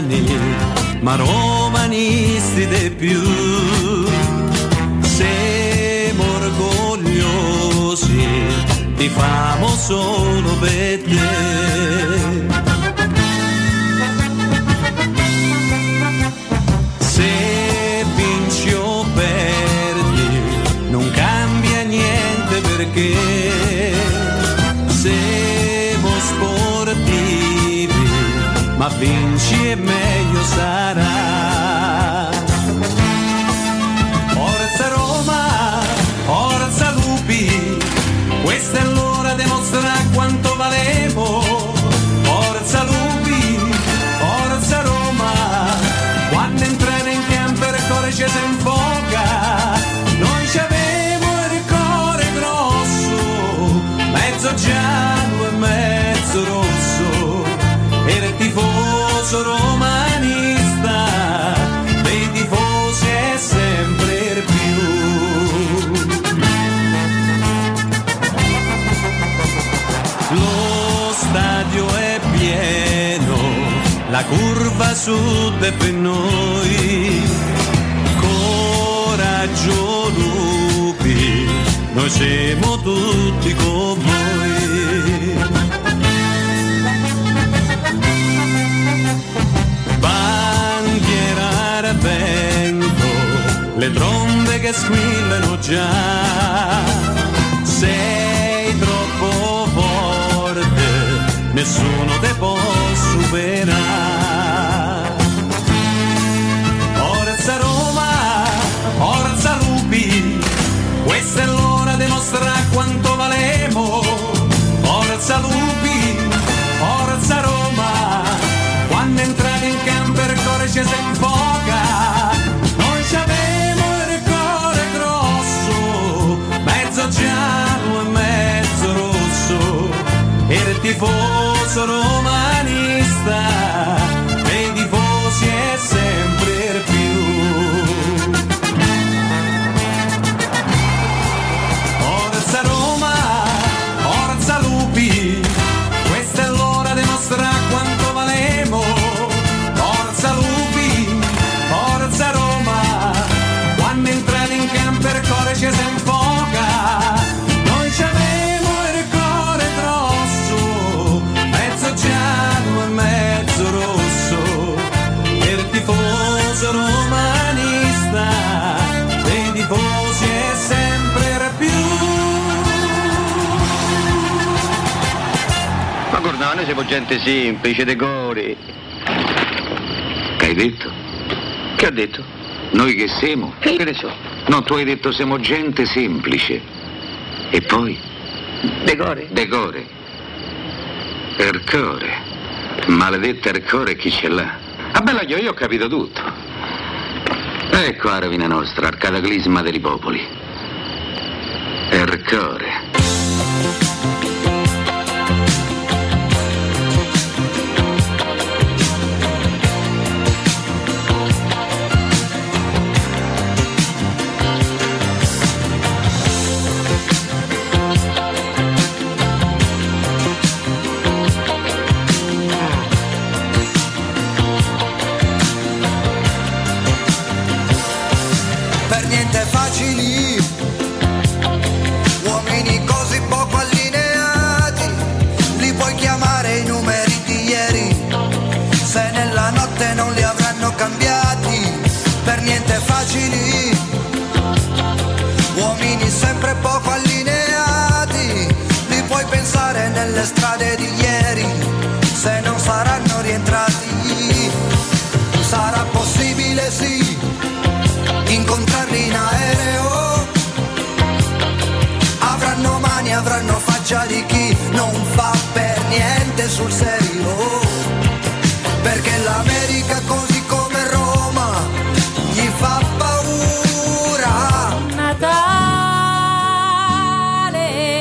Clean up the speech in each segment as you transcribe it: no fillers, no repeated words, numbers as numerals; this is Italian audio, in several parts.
romani, ma romanisti di più. Siamo orgogliosi, ti famo solo per te. Se vinci o perdi non cambia niente, perché siamo sportivi, ma vinci e meglio sarà. Forza Roma, forza Lupi, questa è l'ora di mostrare quanto valemo. Forza Lupi, forza Roma, quando entrare in campo il cuore ci si infoca. Noi ci avevo il cuore grosso, mezzo giallo e mezzo rosso, era il tifoso romanista, dei tifosi è sempre più. Lo stadio è pieno, la curva sud è per noi. Coraggio Lupi, noi siamo tutti con voi. Bandiera al vento, le trombe che squillano già. Sei troppo forte, nessuno te può superare. Forza Roma, forza Lupi, questa è l'ora di mostrare quanto valemo. Forza Lupi, forza Roma, quando entrate in campo il cuore ci si infoca. Noi ci avevo il cuore grosso, mezzo giallo e mezzo rosso, era il tifoso romanista, dei tifosi è sempre più. Forza Roma, forza Lupi, questa è l'ora di mostrare quanto valemo. Forza Lupi, forza Roma, quando entrate in campo il cuore ci si infoca. Noi ci avevo il cuore grosso, mezzo giallo e mezzo rosso, per il tifoso romanista, dei tifosi è sempre più. Ma guarda, noi siamo gente semplice, decori. Che hai detto? Che ha detto? Noi che siamo? Che ne so? No, tu hai detto siamo gente semplice. E poi? Decore. Decore. Ercore. Maledetta Ercore, chi ce l'ha? Ah bella, io ho capito tutto. Ecco la rovina nostra, al cataclisma dei popoli. Ercore. Per niente facili, uomini così poco allineati, li puoi chiamare i numeri di ieri, se nella notte non li avranno cambiati. Per niente facili, uomini sempre poco allineati, li puoi pensare nelle strade di ieri, se non saranno rientrati. Sarà possibile sì incontrarli in aereo, avranno mani, avranno faccia di chi non fa per niente sul serio, perché l'America così come Roma gli fa paura. Natale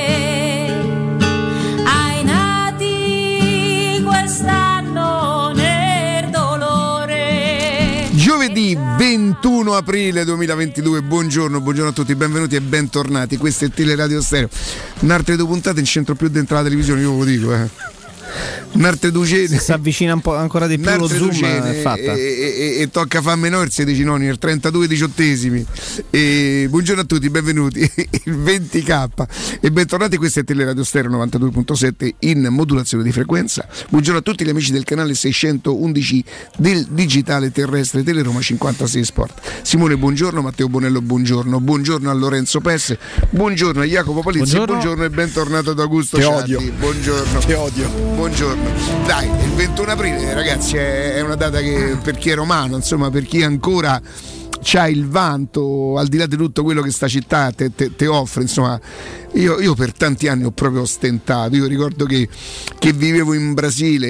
ai nati quest'anno nel dolore. Giovedì 21 aprile 2022, buongiorno a tutti, benvenuti e bentornati. Questo è Teleradio Stereo, un'altra due puntate in centro più dentro la televisione, io ve lo dico, un'altra ducene. Si avvicina un po' ancora di più lo zoom, è fatta. E tocca farmi noi il 16 noni, il 32 diciottesimi. Buongiorno a tutti, benvenuti. Il 20K e bentornati, questo è Teleradio Stereo 92.7 in modulazione di frequenza. Buongiorno a tutti gli amici del canale 611 del digitale terrestre Teleroma 56 Sport. Simone, buongiorno. Matteo Bonello, buongiorno. Buongiorno a Lorenzo Pesse. Buongiorno a Jacopo Palizzi. Buongiorno e bentornato ad Augusto Ciatti. Buongiorno. Ti odio. Buongiorno. Dai, il 21 aprile, ragazzi, è una data che per chi è romano, insomma, per chi ancora c'ha il vanto, al di là di tutto quello che sta città te offre, insomma, io per tanti anni ho proprio ostentato. Io ricordo che vivevo in Brasile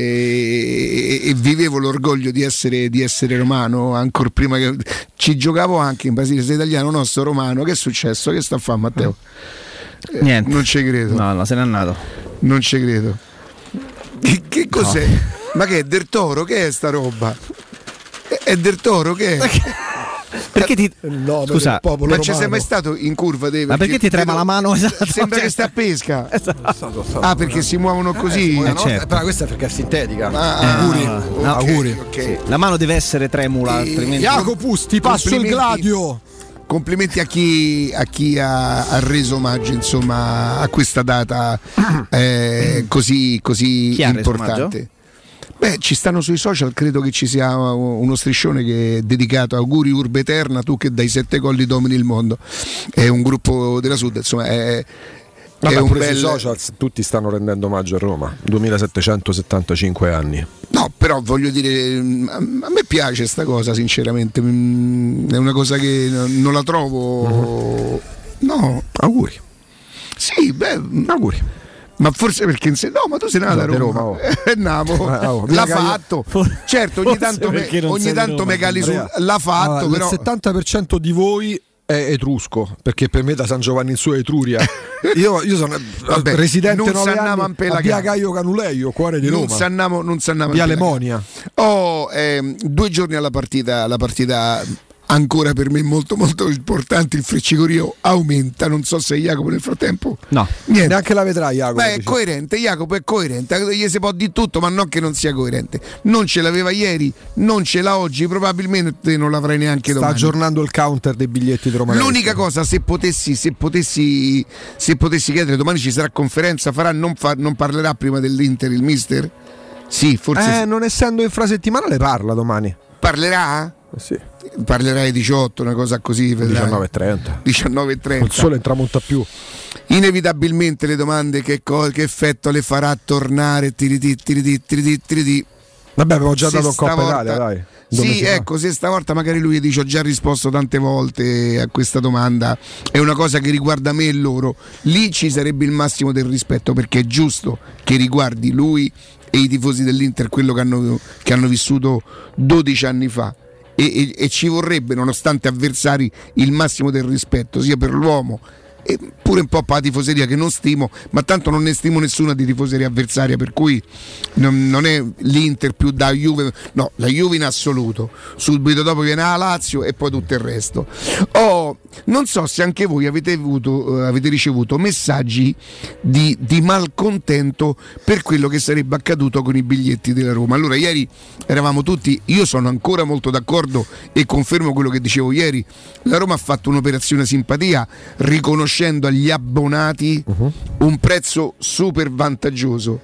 e vivevo l'orgoglio di essere romano, ancora prima che ci giocavo anche in Brasile. Sei italiano, no, sto romano. Che è successo? Che sta a fare, Matteo? Niente. Non ci credo. No, se n'è andato. Non ci credo. Che cos'è? No. Ma che è Del Toro? Che è sta roba? È Del Toro? Che è? Perché ti... No, scusa, ma ci sei mai stato in curva? Ma perché ti trema la mano? Esatto, sembra che sta a pesca. Esatto. Perché si muovono così. Certo. Però questa è perché è sintetica. Auguri. No, Auguri. Okay. La mano deve essere tremula, altrimenti. Jacopo, ti passo il gladio. Complimenti a chi ha reso omaggio, insomma, a questa data così importante. Beh, ci stanno sui social, credo che ci sia uno striscione che è dedicato a auguri urbe eterna, tu che dai 7 colli domini il mondo. È un gruppo della Sud, insomma, è un bel... Sui social tutti stanno rendendo omaggio a Roma, 2775 anni. No, però voglio dire, a me piace sta cosa, sinceramente. È una cosa che non la trovo. No, auguri. Sì, auguri. Ma forse perché no, ma tu sei nato a Roma. L'ha fatto. Certo, ogni tanto Megali l'ha fatto, però il 70% di voi è etrusco, perché per me da San Giovanni in su è Etruria. Io sono residente 9 anni a via Caio Canuleio, cuore di Roma. Non s'annava via Lemonia. 2 giorni alla partita ancora per me molto molto importante, il Freccicorio aumenta. Non so se Jacopo nel frattempo niente, neanche la vedrai Jacopo. Beh, è coerente, Jacopo è coerente, gli si può di tutto, ma non che non sia coerente. Non ce l'aveva ieri, non ce l'ha oggi, probabilmente non l'avrai neanche domani. Sta aggiornando il counter dei biglietti di Roma. L'unica cosa, se potessi chiedere, domani ci sarà conferenza, non parlerà prima dell'Inter il mister? Sì, forse non essendo infrasettimanale parla domani. Parlerà? Sì. Parlerai alle 18, una cosa così, 19:30. Il sole tramonta più. Inevitabilmente le domande: che effetto le farà tornare? Tiriti. Vabbè, avevo già dato Coppa Italia, dai. Sì, ecco, se stavolta magari lui dice: ho già risposto tante volte a questa domanda, è una cosa che riguarda me e loro. Lì ci sarebbe il massimo del rispetto, perché è giusto che riguardi lui e i tifosi dell'Inter quello che hanno vissuto 12 anni fa. E ci vorrebbe, nonostante avversari, il massimo del rispetto sia per l'uomo e pure un po' per la tifoseria, che non stimo, ma tanto non ne stimo nessuna di tifoseria avversaria, per cui non è l'Inter più da Juve, no, la Juve in assoluto, subito dopo viene la Lazio e poi tutto il resto. Non so se anche voi avete ricevuto messaggi di malcontento per quello che sarebbe accaduto con i biglietti della Roma. Allora, ieri eravamo tutti, io sono ancora molto d'accordo e confermo quello che dicevo ieri, la Roma ha fatto un'operazione simpatia riconoscendo agli abbonati un prezzo super vantaggioso.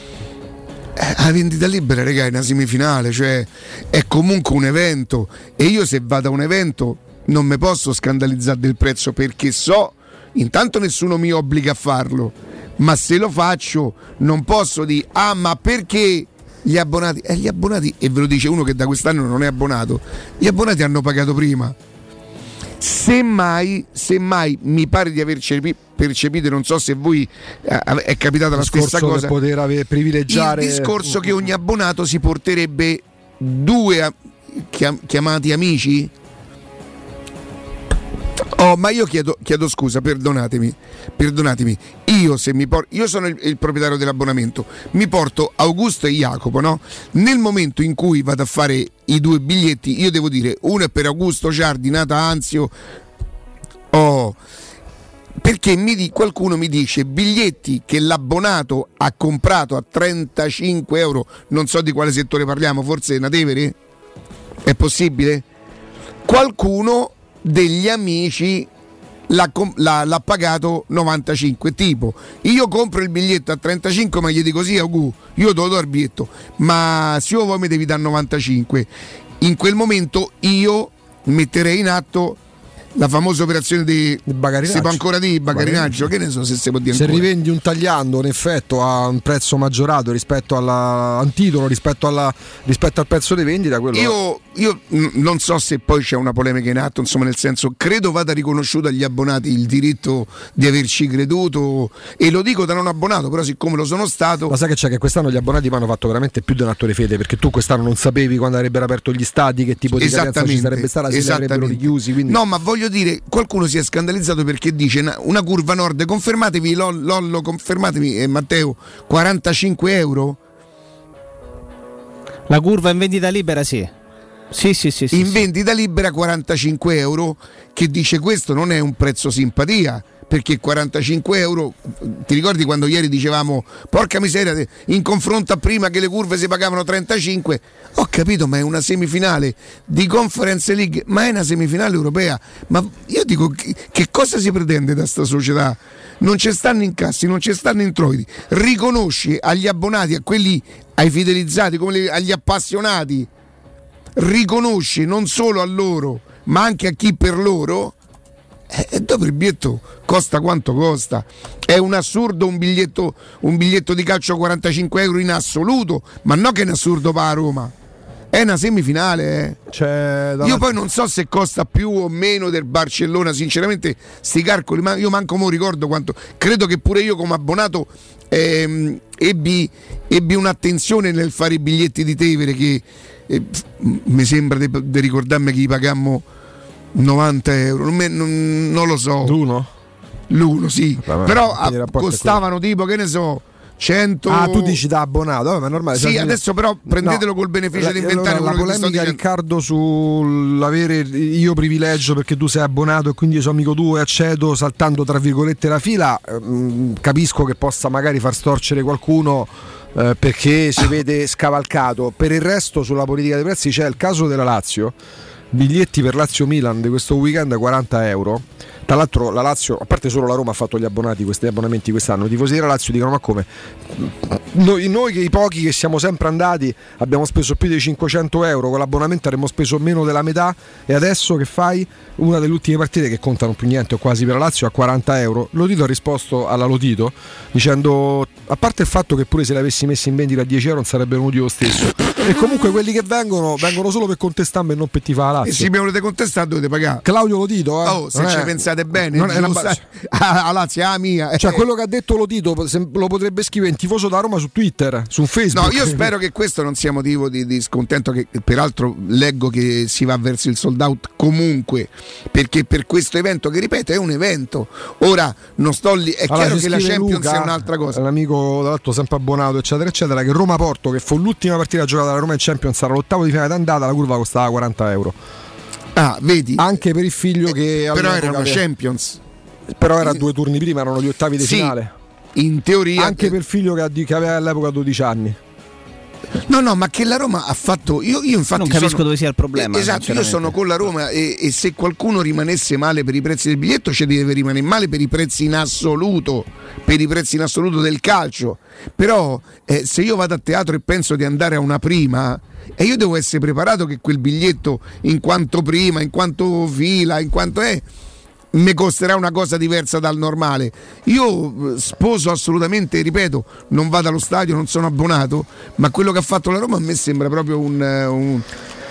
La vendita libera, raga, è una semifinale, cioè è comunque un evento, e io se vado a un evento non mi posso scandalizzare del prezzo, perché so, intanto nessuno mi obbliga a farlo, ma se lo faccio non posso dire ma perché gli abbonati, e ve lo dice uno che da quest'anno non è abbonato, gli abbonati hanno pagato prima. Semmai mi pare di aver percepito, non so se voi è capitata la stessa cosa, poter privilegiare il discorso che ogni abbonato si porterebbe 2 chiamati amici. Ma io chiedo scusa, perdonatemi. Io sono il proprietario dell'abbonamento, mi porto Augusto e Jacopo, no? Nel momento in cui vado a fare i 2 biglietti, io devo dire: uno è per Augusto Ciardi, nata Anzio, perché qualcuno mi dice biglietti che l'abbonato ha comprato a 35 euro, non so di quale settore parliamo, forse Natevere? È possibile? Qualcuno degli amici l'ha pagato 95, tipo io compro il biglietto a 35 ma gli dico sì io te lo do il biglietto, ma se io voi mi devi dare 95. In quel momento io metterei in atto la famosa operazione di bagarinaggio. Si può ancora di bagarinaggio, che ne so se si può dire se ancora. rivendi un tagliando in effetto a un prezzo maggiorato rispetto al titolo, rispetto al prezzo di vendita, quello io non so se poi c'è una polemica in atto, insomma, nel senso, credo vada riconosciuto agli abbonati il diritto di averci creduto, e lo dico da non abbonato, però siccome lo sono stato. Ma sai che c'è, che quest'anno gli abbonati mi hanno fatto veramente più di un atto di fede, perché tu quest'anno non sapevi quando avrebbero aperto gli stadi, che tipo di cadenza ci sarebbe stata, se li avrebbero richiusi, quindi... No, ma voglio dire, qualcuno si è scandalizzato perché dice una curva nord, confermatevi Lollo, confermatevi Matteo, 45 euro? La curva in vendita libera sì. Sì. In vendita libera 45 euro, che dice questo non è un prezzo simpatia, perché 45 euro, ti ricordi quando ieri dicevamo porca miseria, in confronto a prima che le curve si pagavano 35, ho capito, ma è una semifinale di Conference League, ma è una semifinale europea, ma io dico che cosa si pretende da sta società? Non ci stanno incassi, non ci stanno introiti, riconosci agli abbonati, a quelli, ai fidelizzati, come agli appassionati, riconosci non solo a loro ma anche a chi per loro, e dopo il biglietto costa quanto costa. È un assurdo un biglietto di calcio a 45 euro in assoluto, ma no che è un assurdo per la Roma, è una semifinale. Io poi non so se costa più o meno del Barcellona, sinceramente sti calcoli, ma io manco mo ricordo quanto. Credo che pure io come abbonato ebbi un'attenzione nel fare i biglietti di Tevere, che mi sembra di ricordarmi che gli pagammo 90 euro, non lo so. L'uno sì. Vabbè, però costavano tipo, che ne so, 100. Ah, tu dici da abbonato? Vabbè, ma è normale. Sì, adesso però prendetelo col beneficio dell'inventario. La polemica, Riccardo, sull'avere io privilegio perché tu sei abbonato e quindi io sono amico tuo e accedo saltando tra virgolette la fila, capisco che possa magari far storcere qualcuno perché si vede scavalcato. Per il resto, sulla politica dei prezzi c'è il caso della Lazio. Biglietti per Lazio-Milan di questo weekend a 40 euro. Tra l'altro la Lazio, a parte solo la Roma ha fatto gli abbonamenti quest'anno, i tifosi della Lazio dicono: ma come? Noi che i pochi che siamo sempre andati abbiamo speso più di 500 euro, con l'abbonamento avremmo speso meno della metà, e adesso che fai? Una delle ultime partite che contano più niente o quasi per la Lazio a 40 euro. Lotito ha risposto alla Lotito dicendo: a parte il fatto che pure se li avessi messi in vendita a 10 euro non sarebbe venuti lo stesso, e comunque quelli che vengono solo per contestarmi e non per tifare la Lazio. E se mi volete contestare dovete pagare. Claudio Lotito, se ci pensate bene, non è la Lazio è la mia. Cioè, quello che ha detto Lotito lo potrebbe scrivere in tifoso da Roma su Twitter, su Facebook. No, io spero che questo non sia motivo di scontento, che peraltro leggo che si va verso il sold out comunque, perché per questo evento, che ripeto è un evento, ora non sto lì, è chiaro che la Champions è un'altra cosa. L'amico dall'altro sempre abbonato eccetera eccetera, che Roma-Porto, che fu l'ultima partita giocata dalla Roma in Champions, sarà l'ottavo di finale d'andata, la curva costava 40 euro. Ah, vedi? Anche per il figlio che però era una Champions. Però era 2 turni prima, erano gli ottavi di finale. In teoria. Anche per il figlio che aveva all'epoca 12 anni. No, ma che la Roma ha fatto. Io infatti non capisco dove sia il problema. Esatto, io sono con la Roma e se qualcuno rimanesse male per i prezzi del biglietto, ci deve rimanere male per i prezzi in assoluto, del calcio. Però se io vado a teatro e penso di andare a una prima, e io devo essere preparato che quel biglietto, in quanto prima, in quanto fila, in quanto mi costerà una cosa diversa dal normale. Io sposo assolutamente, ripeto, non vado allo stadio, non sono abbonato, ma quello che ha fatto la Roma a me sembra proprio un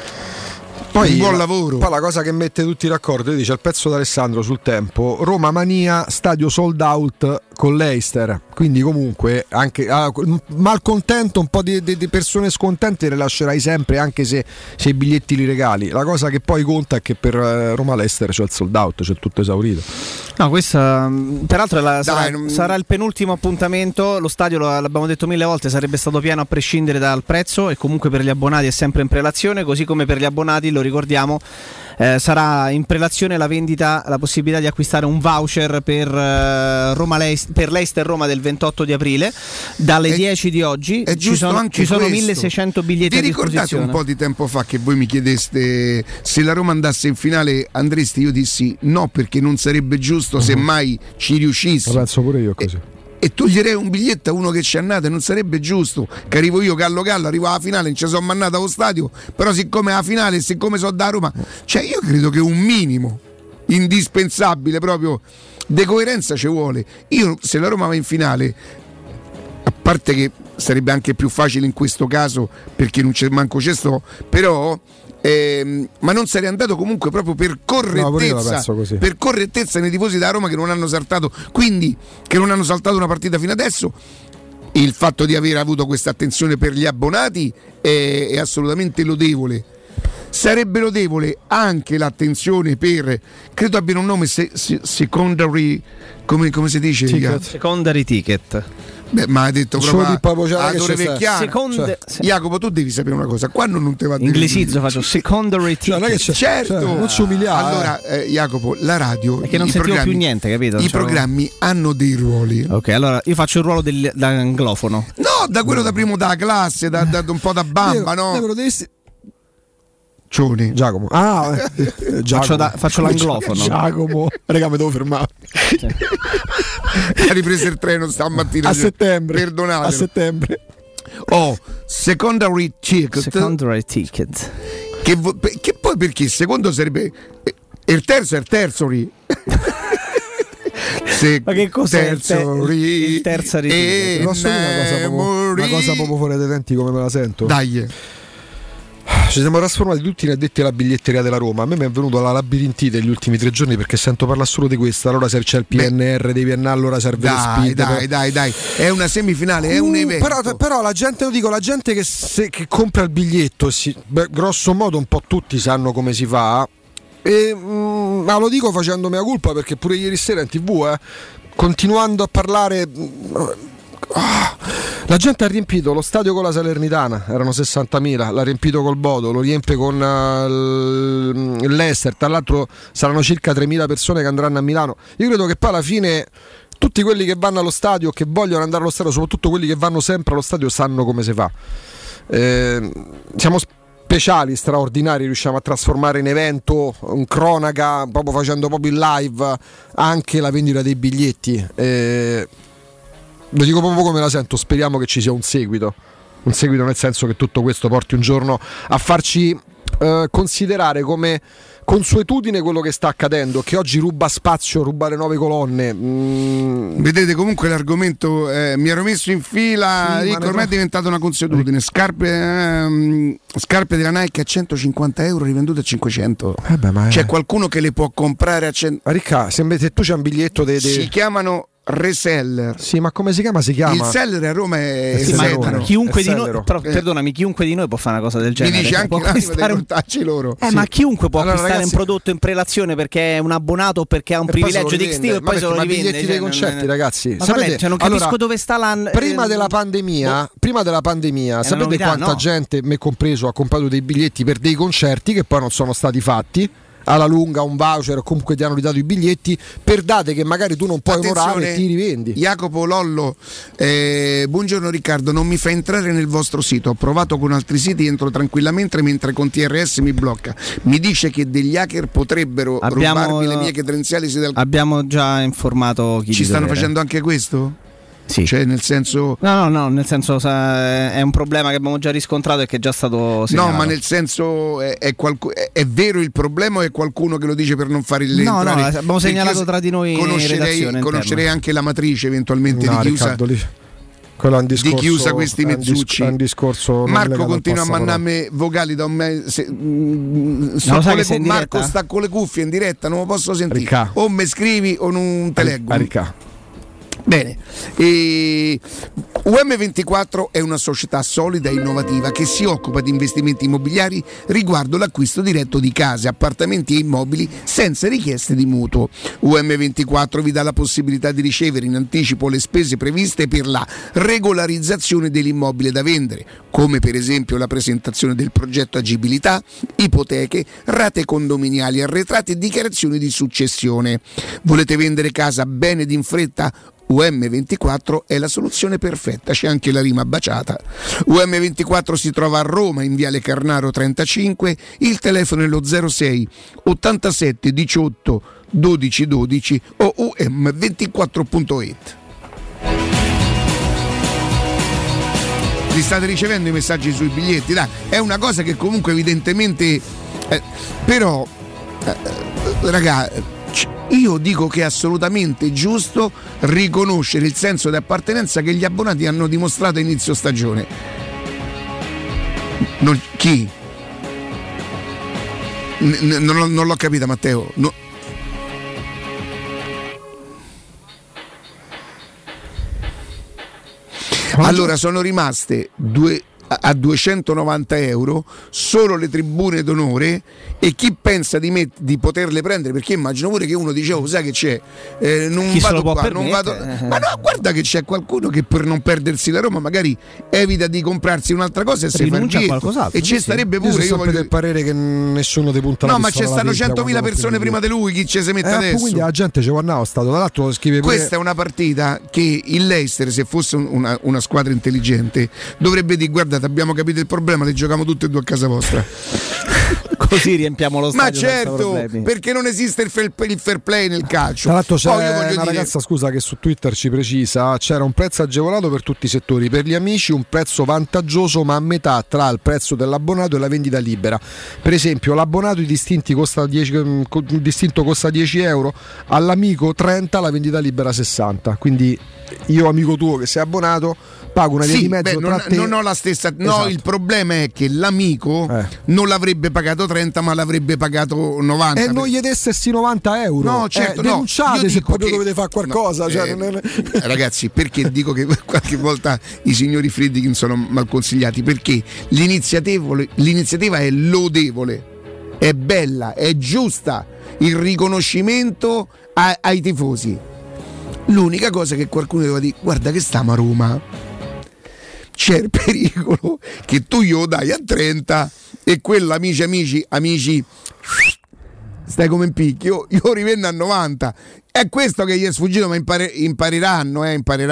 buon lavoro. Poi la cosa che mette tutti d'accordo, dice il pezzo d'Alessandro sul Tempo: Roma mania, stadio sold out con l'Eister, quindi comunque anche malcontento, un po' di persone scontente le lascerai sempre, anche se i biglietti li regali. La cosa che poi conta è che per Roma l'Eister c'è il sold out, c'è tutto esaurito. No, questa peraltro sarà il penultimo appuntamento. Lo stadio, l'abbiamo detto 1000 volte, sarebbe stato pieno a prescindere dal prezzo, e comunque per gli abbonati è sempre in prelazione, così come per gli abbonati, lo ricordiamo, sarà in prelazione la vendita, la possibilità di acquistare un voucher per per l'Eister Roma del 28 di aprile dalle 10 di oggi. Ci sono 1600 biglietti a disposizione. Vi ricordate un po' di tempo fa che voi mi chiedeste se la Roma andasse in finale andresti? Io dissi no, perché non sarebbe giusto se mai ci riuscissi. Lo penso pure io così. E toglierei un biglietto a uno che ci è andato, non sarebbe giusto che arrivo io Gallo arrivo alla finale, non ci sono mandato allo stadio, però siccome è la finale e siccome so da Roma, cioè io credo che un minimo indispensabile proprio di coerenza ci vuole. Io se la Roma va in finale, a parte che sarebbe anche più facile in questo caso perché non c'è manco cesto, però ma non sarei andato comunque proprio per correttezza nei tifosi da Roma che non hanno saltato, quindi che non hanno saltato una partita fino adesso. Il fatto di aver avuto questa attenzione per gli abbonati è assolutamente lodevole. Sarebbe lodevole anche l'attenzione per, credo abbiano un nome, secondary, come si dice? Secondary ticket. Beh, ma ha detto proprio Adore Vecchiano. Jacopo, tu devi sapere una cosa, quando non te va a dire inglesizzo faccio secondary ticket. Certo, non ci umiliare. Allora, Jacopo, la radio, perché non sentivo più niente, capito? I programmi hanno dei ruoli. Ok, allora io faccio il ruolo da anglofono. No, da quello da primo da classe, da un po' da bamba, no? Giacomo. Faccio l'anglofono. Giacomo. Raga, mi devo fermare. Ha ripreso il treno stamattina. A settembre. Perdonate. A settembre. Secondary ticket. Che poi perché il secondo sarebbe il terzo è il tertiary. Ma che cos'è il tertiary? Posso dire una cosa proprio fuori dai denti come me la sento? Dai. Ci siamo trasformati tutti in addetti alla biglietteria della Roma. A me mi è venuto la labirintite negli ultimi 3 giorni perché sento parlare solo di questo. Allora se c'è il PNR dei PNA, allora serve lo speed. Dai, è una semifinale, è un evento. Però la gente, lo dico, la gente che compra il biglietto, grosso modo un po' tutti sanno come si fa. Ma lo dico facendomi la colpa perché pure ieri sera in TV, continuando a parlare. La gente ha riempito lo stadio con la Salernitana, erano 60.000, l'ha riempito col Bodo, lo riempie con l'Eister, tra l'altro saranno circa 3.000 persone che andranno a Milano. Io credo che poi alla fine tutti quelli che vanno allo stadio, che vogliono andare allo stadio, soprattutto quelli che vanno sempre allo stadio, sanno come si fa. Siamo speciali, straordinari, riusciamo a trasformare in evento, in cronaca, proprio facendo proprio in live anche la vendita dei biglietti. Lo dico proprio come la sento, speriamo che ci sia un seguito nel senso che tutto questo porti un giorno a farci considerare come consuetudine quello che sta accadendo, che oggi ruba spazio, ruba le 9 colonne. Vedete, comunque l'argomento mi ero messo in fila, sì, ormai è diventata una consuetudine. Scarpe della Nike a 150 euro rivendute a 500. C'è qualcuno che le può comprare a 100. Ricca, sembra che tu c'hai un biglietto si chiamano reseller. Sì, ma come si chiama? Il seller a Roma è chiunque di noi, però, perdonami, chiunque di noi può fare una cosa del genere. Mi dice anche l'anima dei loro. Ma chiunque può acquistare un prodotto in prelazione perché è un abbonato o perché ha un privilegio di XT e poi se lo rivende. I biglietti dei concerti, ragazzi. Sapete, non capisco dove sta la prima della pandemia, sapete quanta gente, me compreso, ha comprato dei biglietti per dei concerti che poi non sono stati fatti? Alla lunga un voucher o comunque ti hanno ridato i biglietti per date che magari tu non puoi onorare e ti rivendi. Jacopo Lollo, buongiorno Riccardo, non mi fa entrare nel vostro sito, ho provato con altri siti, entro tranquillamente mentre con TRS mi blocca, mi dice che degli hacker potrebbero rubarmi le mie credenziali. Abbiamo già informato chi ci stanno facendo anche questo? Sì. Cioè nel senso no, nel senso è un problema che abbiamo già riscontrato e che è già stato segnalato. No, ma nel senso è vero il problema o è qualcuno che lo dice per non fare il No, abbiamo segnalato tra di noi conoscerei anche la matrice eventualmente di chiusa. Quello è un discorso, di chiusa questi mezzucci. È un discorso. Marco continua a mandarmi vocali da un mese. Marco sta con le cuffie in diretta, non lo posso sentire. Ricca. O mi scrivi o non te leggo. Bene, UM24 è una società solida e innovativa che si occupa di investimenti immobiliari riguardo l'acquisto diretto di case, appartamenti e immobili senza richieste di mutuo. UM24 vi dà la possibilità di ricevere in anticipo le spese previste per la regolarizzazione dell'immobile da vendere, come per esempio la presentazione del progetto agibilità, ipoteche, rate condominiali arretrate e dichiarazioni di successione. Volete vendere casa bene ed in fretta? UM24 è la soluzione perfetta, c'è anche la rima baciata. UM24 si trova a Roma in Viale Carnaro 35, il telefono è lo 06 87 18 12 12 o um24.it. Vi state ricevendo i messaggi sui biglietti? Dai, è una cosa che comunque evidentemente però raga, io dico che è assolutamente giusto riconoscere il senso di appartenenza che gli abbonati hanno dimostrato a inizio stagione. Chi? Non l'ho capita, Matteo. No. Allora sono rimaste a 290 euro solo le tribune d'onore, e chi pensa di poterle prendere, perché immagino pure che uno dice sai che c'è, non chi vado qua, non vado, ma no, guarda che c'è qualcuno che per non perdersi la Roma magari evita di comprarsi un'altra cosa e si fa il e ci starebbe pure. Io voglio del parere che nessuno ti punta no, ma ci stanno 100.000 persone prima di lui, chi ci si mette adesso? Quindi la gente ci guardava, stato dall'altro scrive pure... Questa è una partita che il Leicester, se fosse una squadra intelligente, dovrebbe dire guardate, abbiamo capito il problema, le giochiamo tutte e due a casa vostra. Così riempiamo lo stadio. Ma certo, perché non esiste il fair play nel calcio. Tra l'altro c'è una ragazza, scusa, che su Twitter ci precisa: c'era un prezzo agevolato per tutti i settori, per gli amici un prezzo vantaggioso ma a metà tra il prezzo dell'abbonato e la vendita libera. Per esempio l'abbonato distinto costa 10 euro, all'amico 30, la vendita libera 60. Quindi io, amico tuo che sei abbonato, pago una via di mezzo tra te. Non ho la stessa. Esatto. No, il problema è che l'amico non l'avrebbe pagato 30, ma l'avrebbe pagato 90. E non gli desse sti 90 euro. No, certo, denunciate se proprio dovete fare qualcosa. No, ragazzi, perché dico che qualche volta i signori Friedkin sono mal consigliati? Perché l'iniziativa è lodevole, è bella, è giusta. Il riconoscimento ai tifosi. L'unica cosa che qualcuno doveva dire: guarda che stiamo a Roma, c'è il pericolo che tu glielo dai a 30 e quello amici stai come in picchio, io rivendo a 90. È questo che gli è sfuggito, ma impareranno.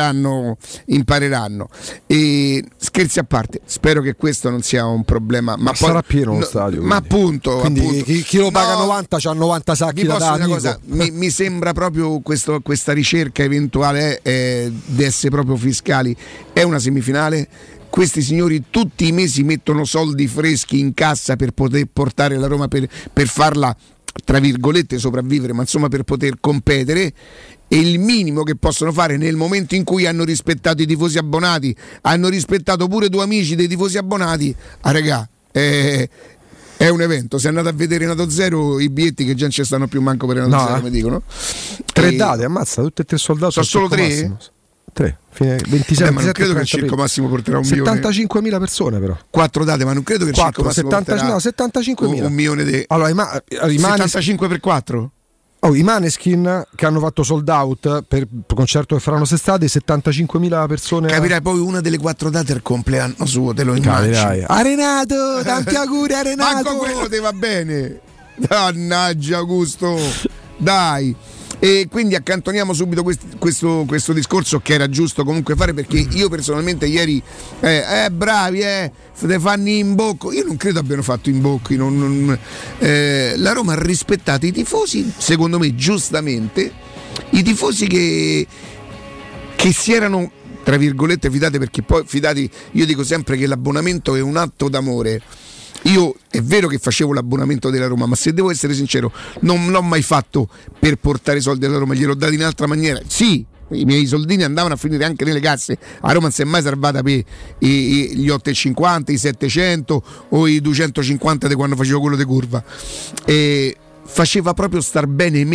E scherzi a parte, spero che questo non sia un problema. Ma poi sarà pieno lo stadio. Ma appunto, chi lo paga 90 c'ha 90 sacchi da dare. Una cosa, mi sembra proprio questa ricerca eventuale di essere proprio fiscali. È una semifinale. Questi signori tutti i mesi mettono soldi freschi in cassa per poter portare la Roma per farla, tra virgolette, sopravvivere, ma insomma per poter competere. E il minimo che possono fare nel momento in cui hanno rispettato i tifosi abbonati, hanno rispettato pure due amici dei tifosi abbonati, regà, è un evento. Se andate a vedere Nato Zero, i biglietti che già non ci stanno più manco per Nato Zero, mi dicono 3 date, ammazza, tutte e 3 soldati. Sono solo 3? 3, fine 26, ma non credo che il Circo Massimo porterà 75.000 persone, però 4 date, ma non credo che il Circo Massimo porterà 75.000. 1 milione di... Allora, 75 per 4? I Maneskin, che hanno fatto sold out per concerto che faranno quest'estate, 75.000 persone. Capirai, poi una delle 4 date è il compleanno suo, te lo immagini. Renato, tanti auguri a Renato. Manco quello ti va bene. Mannaggia Augusto, dai. E quindi accantoniamo subito questo discorso, che era giusto comunque fare, perché io personalmente ieri bravi, te fanno in bocco. Io non credo abbiano fatto in bocchi. La Roma ha rispettato i tifosi, secondo me giustamente, i tifosi che si erano, tra virgolette, fidati, perché poi fidati, io dico sempre che l'abbonamento è un atto d'amore. Io è vero che facevo l'abbonamento della Roma, ma se devo essere sincero, non l'ho mai fatto per portare soldi alla Roma, gliel'ho dato in altra maniera. Sì, i miei soldini andavano a finire anche nelle casse. A Roma non si è mai salvata per gli 8,50, i 700 o i 250 di quando facevo quello di curva. Faceva proprio star bene me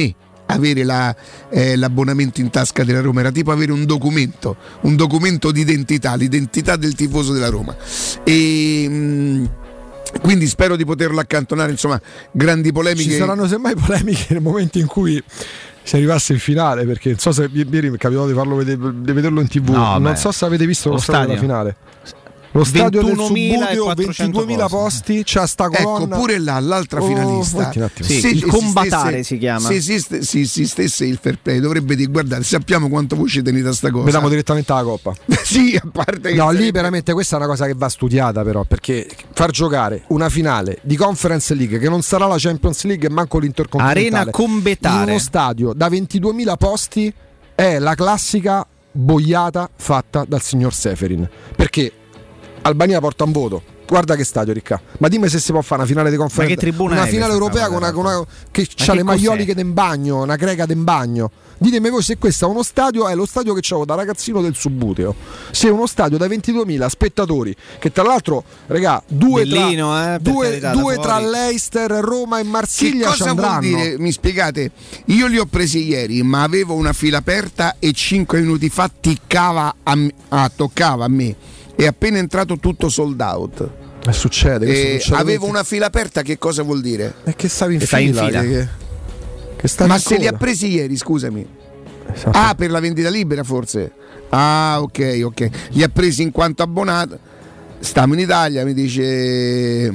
avere l'abbonamento in tasca della Roma, era tipo avere un documento di identità, l'identità del tifoso della Roma. E quindi spero di poterlo accantonare, insomma, grandi polemiche. Ci saranno semmai polemiche nel momento in cui si arrivasse in finale, perché non so se ieri mi è capitato di vederlo in TV, non so se avete visto lo stadio della finale. Lo stadio del Subbuteo, 22.000 posti, c'ha sta colonna. Ecco, pure là l'altra finalista. Il combatare si chiama. Se esistesse il fair play, dovrebbe dire: guardate, sappiamo quanto voi ci tenete a sta cosa. Vediamo direttamente la Coppa. Sì, a parte che. No, lì veramente questa è una cosa che va studiata, però, perché far giocare una finale di Conference League, che non sarà la Champions League e manco l'Intercontinentale, Arena Combetare, in uno stadio da 22.000 posti, è la classica boiata fatta dal signor Seferin. Perché Albania porta un voto. Guarda che stadio, Ricca. Ma dimmi se si può fare una finale di conferenza. Una finale europea con una che c'ha le maioliche in bagno, una greca in bagno. Ditemi voi se questo è uno stadio, è lo stadio che c'avevo da ragazzino del Subbuteo. Se è uno stadio da 22.000 spettatori, che tra l'altro, regà, due tra Leicester, Roma e Marsiglia. Che cosa vuol dire? Mi spiegate? Io li ho presi ieri, ma avevo una fila aperta e 5 minuti fa toccava a me. È appena entrato tutto sold out. Succede. Avevo una fila aperta, che cosa vuol dire? È che stavi in fila. Ma se li ha presi ieri, scusami. Esatto. Per la vendita libera forse. Ok. Li ha presi in quanto abbonato. Stiamo in Italia, mi dice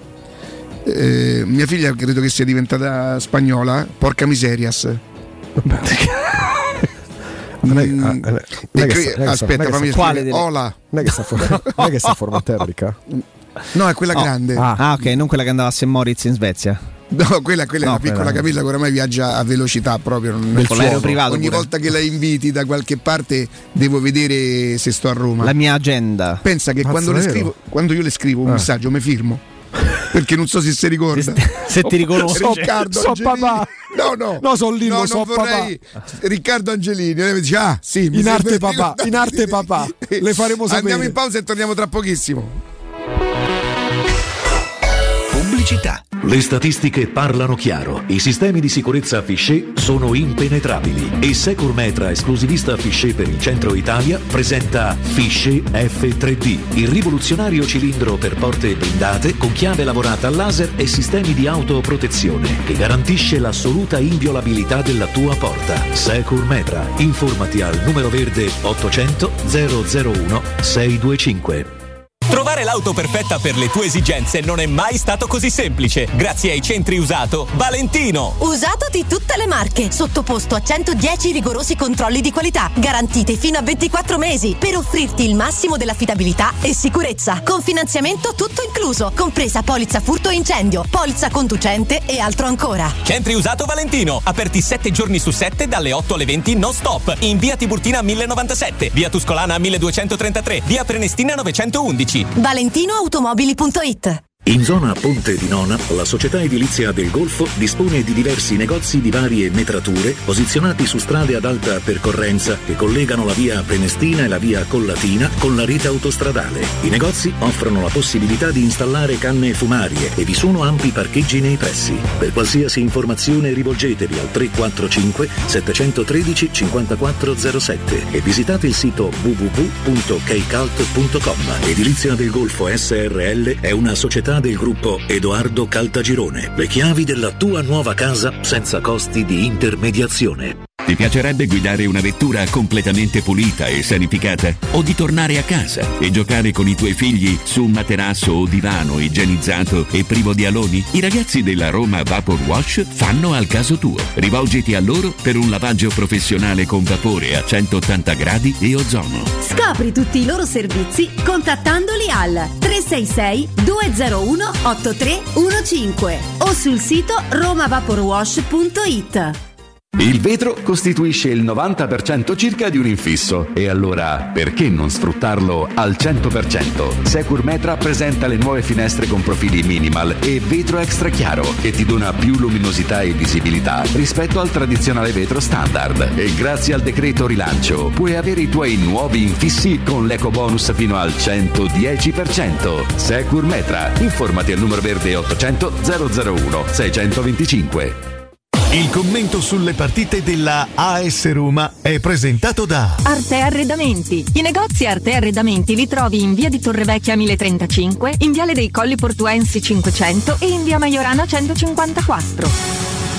mia figlia, credo che sia diventata spagnola. Porca miserias. Aspetta, fammi spiegare. Ola. Non è che sta a Formentera, Ricca? No, è quella grande. Ok, non quella che andava a St. Moritz in Svezia. No, quella è la piccola Camilla che oramai viaggia a velocità proprio. Con l'aereo privato. Ogni volta che la inviti da qualche parte devo vedere se sto a Roma. La mia agenda. Pensa che quando io le scrivo un messaggio mi firmo. Perché non so se si ricorda. Se ti riconosce. Riccardo papà. No, sono lì, non papà. Vorrei. Riccardo Angelini. Lei mi dice: sì, in arte papà. Le faremo sapere. Andiamo in pausa e torniamo tra pochissimo. Pubblicità. Le statistiche parlano chiaro. I sistemi di sicurezza Fichet sono impenetrabili e Securmetra, esclusivista Fichet per il centro Italia, presenta Fichet F3D, il rivoluzionario cilindro per porte blindate con chiave lavorata a laser e sistemi di autoprotezione che garantisce l'assoluta inviolabilità della tua porta. Securmetra. Informati al numero verde 800 001 625. Trovare l'auto perfetta per le tue esigenze non è mai stato così semplice. Grazie ai centri usato Valentino. Usato di tutte le marche, sottoposto a 110 rigorosi controlli di qualità, garantiti fino a 24 mesi, per offrirti il massimo dell'affidabilità e sicurezza. Con finanziamento tutto incluso, compresa polizza furto e incendio, polizza conducente e altro ancora. Centri usato Valentino, aperti 7 giorni su 7 dalle 8 alle 20 non stop. In via Tiburtina 1097, via Tuscolana 1233, via Prenestina 911. ValentinoAutomobili.it. In zona Ponte di Nona, la società edilizia del Golfo dispone di diversi negozi di varie metrature posizionati su strade ad alta percorrenza che collegano la via Prenestina e la via Collatina con la rete autostradale. I negozi offrono la possibilità di installare canne fumarie e vi sono ampi parcheggi nei pressi. Per qualsiasi informazione rivolgetevi al 345 713 5407 e visitate il sito www.keicalt.com. Edilizia del Golfo SRL è una società del gruppo Edoardo Caltagirone. Le chiavi della tua nuova casa senza costi di intermediazione. Ti piacerebbe guidare una vettura completamente pulita e sanificata? O di tornare a casa e giocare con i tuoi figli su un materasso o divano igienizzato e privo di aloni? I ragazzi della Roma Vapor Wash fanno al caso tuo. Rivolgiti a loro per un lavaggio professionale con vapore a 180 gradi e ozono. Scopri tutti i loro servizi contattandoli al 366 201 8315 o sul sito romavaporwash.it. Il vetro costituisce il 90% circa di un infisso e allora perché non sfruttarlo al 100%? Securmetra presenta le nuove finestre con profili minimal e vetro extra chiaro che ti dona più luminosità e visibilità rispetto al tradizionale vetro standard. E grazie al decreto rilancio puoi avere i tuoi nuovi infissi con l'ecobonus fino al 110%. Securmetra, informati al numero verde 800 001 625. Il commento sulle partite della AS Roma è presentato da Arte Arredamenti. I negozi Arte Arredamenti li trovi in via di Torrevecchia 1035, in viale dei Colli Portuensi 500 e in via Maiorana 154.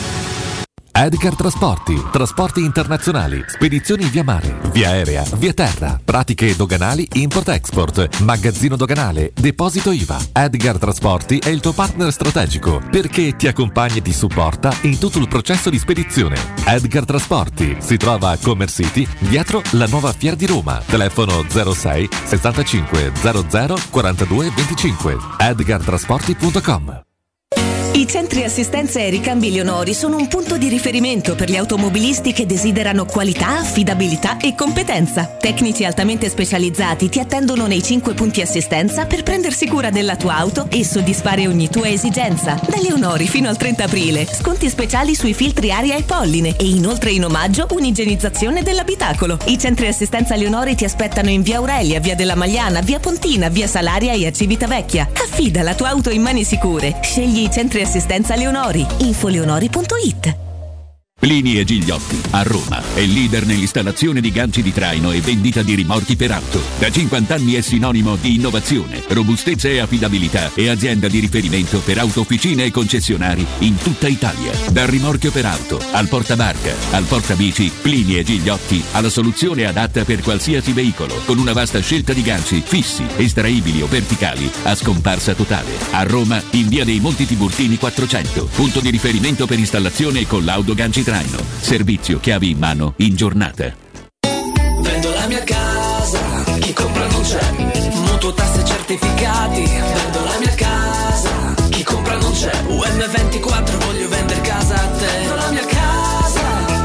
Edgar Trasporti, trasporti internazionali, spedizioni via mare, via aerea, via terra, pratiche doganali import-export, magazzino doganale, deposito IVA. Edgar Trasporti è il tuo partner strategico perché ti accompagna e ti supporta in tutto il processo di spedizione. Edgar Trasporti si trova a Commerce City, dietro la nuova Fiera di Roma. Telefono 06 65 00 42 25. edgartrasporti.com. I centri assistenza e ricambi Leonori sono un punto di riferimento per gli automobilisti che desiderano qualità, affidabilità e competenza. Tecnici altamente specializzati ti attendono nei 5 punti assistenza per prendersi cura della tua auto e soddisfare ogni tua esigenza. Da Leonori fino al 30 aprile, sconti speciali sui filtri aria e polline e inoltre in omaggio un'igienizzazione dell'abitacolo. I centri assistenza Leonori ti aspettano in via Aurelia, via della Magliana, via Pontina, via Salaria e a Civitavecchia. Affida la tua auto in mani sicure. Scegli i centri assistenza Leonori. Infoleonori.it. Plini e Gigliotti, a Roma, è leader nell'installazione di ganci di traino e vendita di rimorchi per auto. Da 50 anni è sinonimo di innovazione, robustezza e affidabilità e azienda di riferimento per autofficine e concessionari in tutta Italia. Dal rimorchio per auto, al portabarca, al portabici, Plini e Gigliotti ha la soluzione adatta per qualsiasi veicolo, con una vasta scelta di ganci fissi, estraibili o verticali, a scomparsa totale. A Roma, in via dei Monti Tiburtini 400, punto di riferimento per installazione con l'auto ganci traino. Servizio chiavi in mano in giornata. Vendo la mia casa, chi compra non c'è. Mutuo, tasse, certificati. Vendo la mia casa, chi compra non c'è. UM24 voglio vendere casa a te. Vendo la mia casa,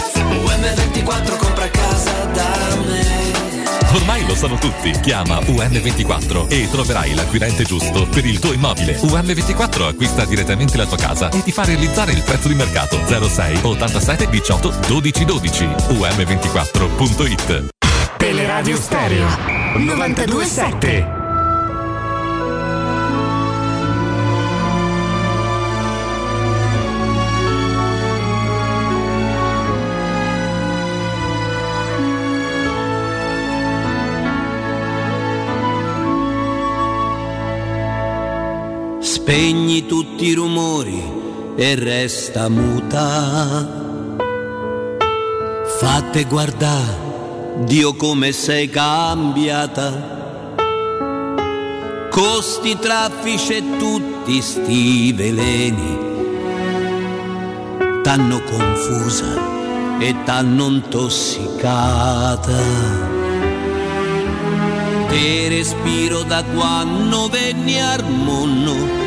UM24 compra casa da me. Ormai lo sanno tutti. Chiama UM24 e troverai l'acquirente giusto per il tuo immobile. UM24 acquista direttamente la tua casa e ti fa realizzare il prezzo di mercato. 06 87 18 12 12. UM24.it. Teleradio Stereo 92.7. Spegni tutti i rumori e resta muta. Fate guardare, Dio, come sei cambiata. Costi, traffici e tutti sti veleni t'hanno confusa e t'hanno intossicata. Te respiro da quando venni al mondo,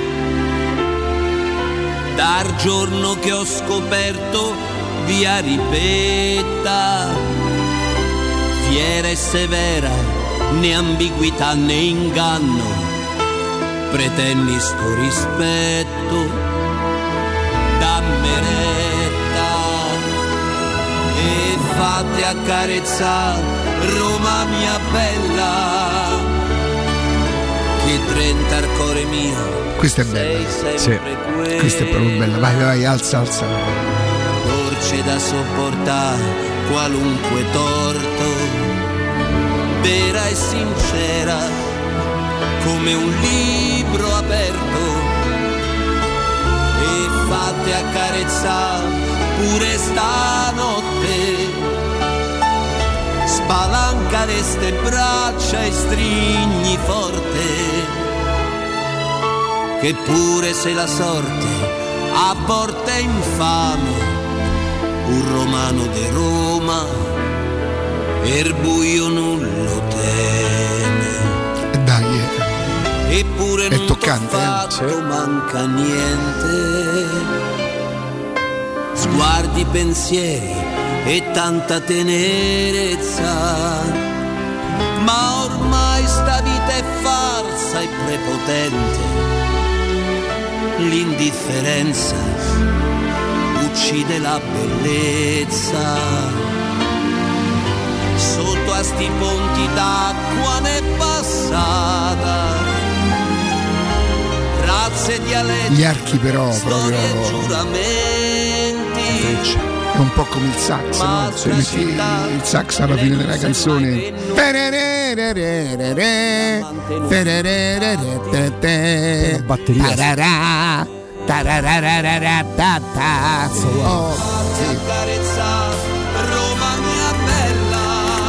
dal giorno che ho scoperto via Ripetta, fiera e severa, né ambiguità né inganno, pretendi sto rispetto, dammi retta e fate accarezzare Roma mia bella, che 30 al cuore mio. Questa è bella, sì. Questa è proprio bella, vai, alza. Dolce da sopportare qualunque torto, vera e sincera come un libro aperto, e fate accarezzare pure stanotte, spalanca le ste braccia e strigni forte, che pure se la sorte a porta infame, un romano di Roma er buio non lo teme. Dai, eppure è non toccante, fatto manca niente, sguardi, pensieri e tanta tenerezza, ma ormai sta vita è farsa e prepotente, l'indifferenza uccide la bellezza, sotto a sti ponti d'acqua n'è passata, razze, dialetti, gli archi però storie proprio e giuramenti, Ricci. È un po' come il sax, no? Se metti il sax alla fine della canzone. Una batteria. Oh, sì. Roma mia bella,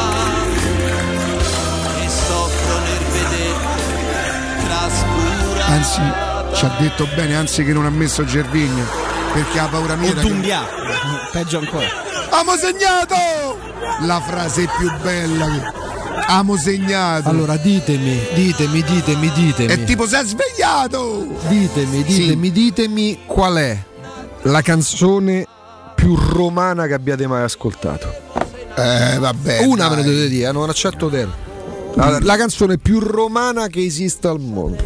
e soffro nel vedere trascurare. Anzi, ci ha detto bene, anzi che non ha messo Gervigno, perché ha paura mia. Dumbia, peggio ancora. Amo segnato! La frase più bella che... Amo segnato. Allora ditemi. È tipo sei svegliato. Ditemi qual è la canzone più romana che abbiate mai ascoltato. Vabbè. Una me ne dovete dire, non accetto te. La canzone più romana che esista al mondo.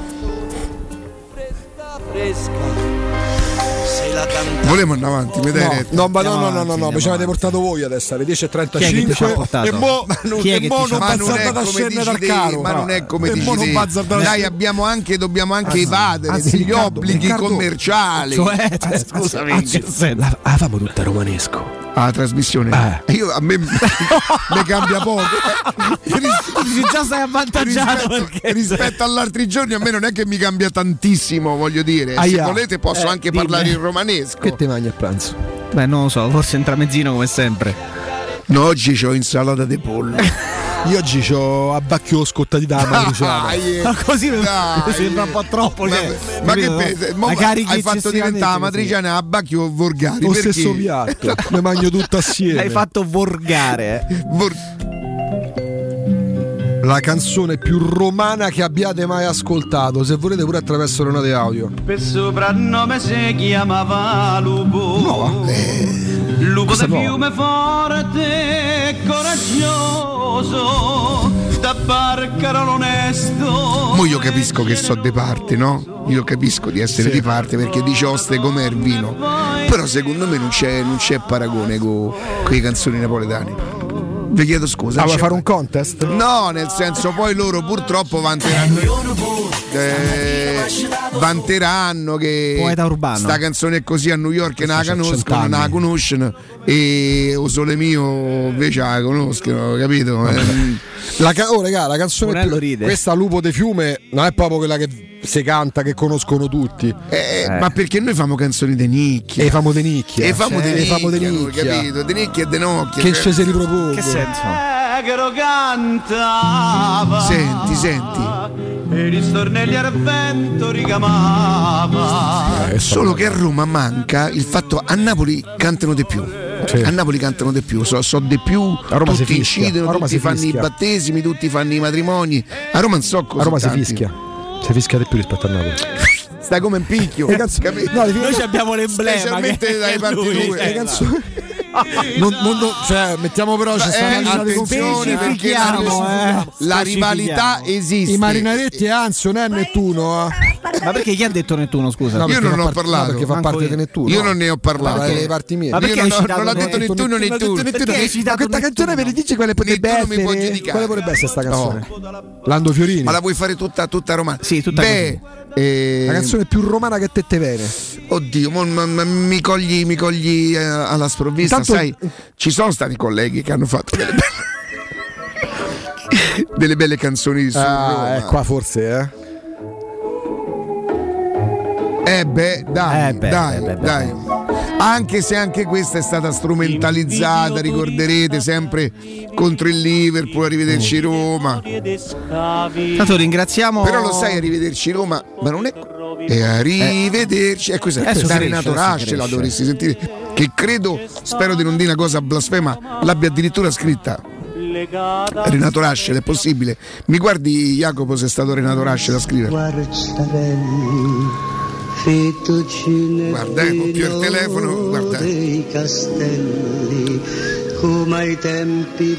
Volevo andare avanti, mi dai retta? No, mi ci avete portato voi adesso alle 10:35 e mo non bazzardate a scendere dal carro. Ma non è come dici te. Dai, dobbiamo anche evadere degli obblighi commerciali. Scusami, famo tutta romanesco. La trasmissione a me mi cambia poco. Già sei avvantaggiato rispetto agli altri giorni, a me non è che mi cambia tantissimo, voglio dire. Se volete posso anche parlare in romanesco. Che ti mangi a pranzo? Beh, non lo so, forse un tramezzino come sempre. No, oggi c'ho insalata di pollo. Io oggi c'ho abbacchio scottati da matriciana. Ma così mi sembra un po' troppo. Ma che hai fatto diventare la matriciana abbacchio volgare? Lo stesso piatto, ne mangio tutto assieme. Hai fatto volgare. La canzone più romana che abbiate mai ascoltato, se volete pure attraverso le note audio. Per soprannome si chiamava Lupo. Lupo da fiume forte e coraggioso, da barcaro onesto. Mo io capisco che so di parte, no? Io capisco di essere di parte perché dice oste com'è il vino. Però secondo me non c'è paragone con i canzoni napoletani. Vi chiedo scusa. Vuoi fare un contest? No, nel senso poi loro purtroppo vanteranno che poeta urbano. Sta canzone è così a New York non la conoscono e o sole mio invece la conoscono, capito? La canzone più, questa Lupo de Fiume non è proprio quella che si canta, che conoscono tutti. Ma perché noi famo canzoni de nicchia. E famo de nicchia. Capito? De nicchia e de nocchia. Che ci si ripropongo. Che senso? Cantava. Senti. E i ristornelli al vento ricamava. Solo che a Roma manca il fatto, a Napoli cantano di più. A Napoli cantano di più, so di più, a Roma tutti si fischia. incidono, tutti fanno i battesimi, tutti fanno i matrimoni. A Roma non so cosa. A Roma si fischia di più rispetto a Napoli. Sta come un picchio. Noi abbiamo l'emblema. Specialmente dai parti due. Le canzoni. Mettiamo però attenzione perché la rivalità esiste. I marinaretti e anzi non è Nettuno. Ma perché chi ha detto Nettuno, scusa? Io non ho parlato perché fa parte di Nettuno. Io non ne ho parlato. Le parti mie. Ma perché non ha detto Nettuno. Ma questa canzone me ne dice quale potrebbe essere? Quale potrebbe essere sta canzone? Lando Fiorini. Ma la vuoi fare tutta romana? Sì, tutta la canzone più romana che te bene. Oddio, mi cogli alla sprovvista. Intanto, sai, ci sono stati colleghi che hanno fatto delle belle canzoni su Roma. Qua forse dai. Anche se anche questa è stata strumentalizzata, ricorderete, sempre contro il Liverpool, arrivederci Roma. Tanto ringraziamo. Però lo sai, arrivederci Roma, ma non è. E arrivederci. E questa è Renato Rasce, la dovresti sentire. Che credo, spero di non dire una cosa blasfema, l'abbia addirittura scritta Renato Rasce, è possibile. Mi guardi Jacopo se è stato Renato Rasce a scrivere. Guarda, più il telefono, guarda. Dei castelli, come ai tempi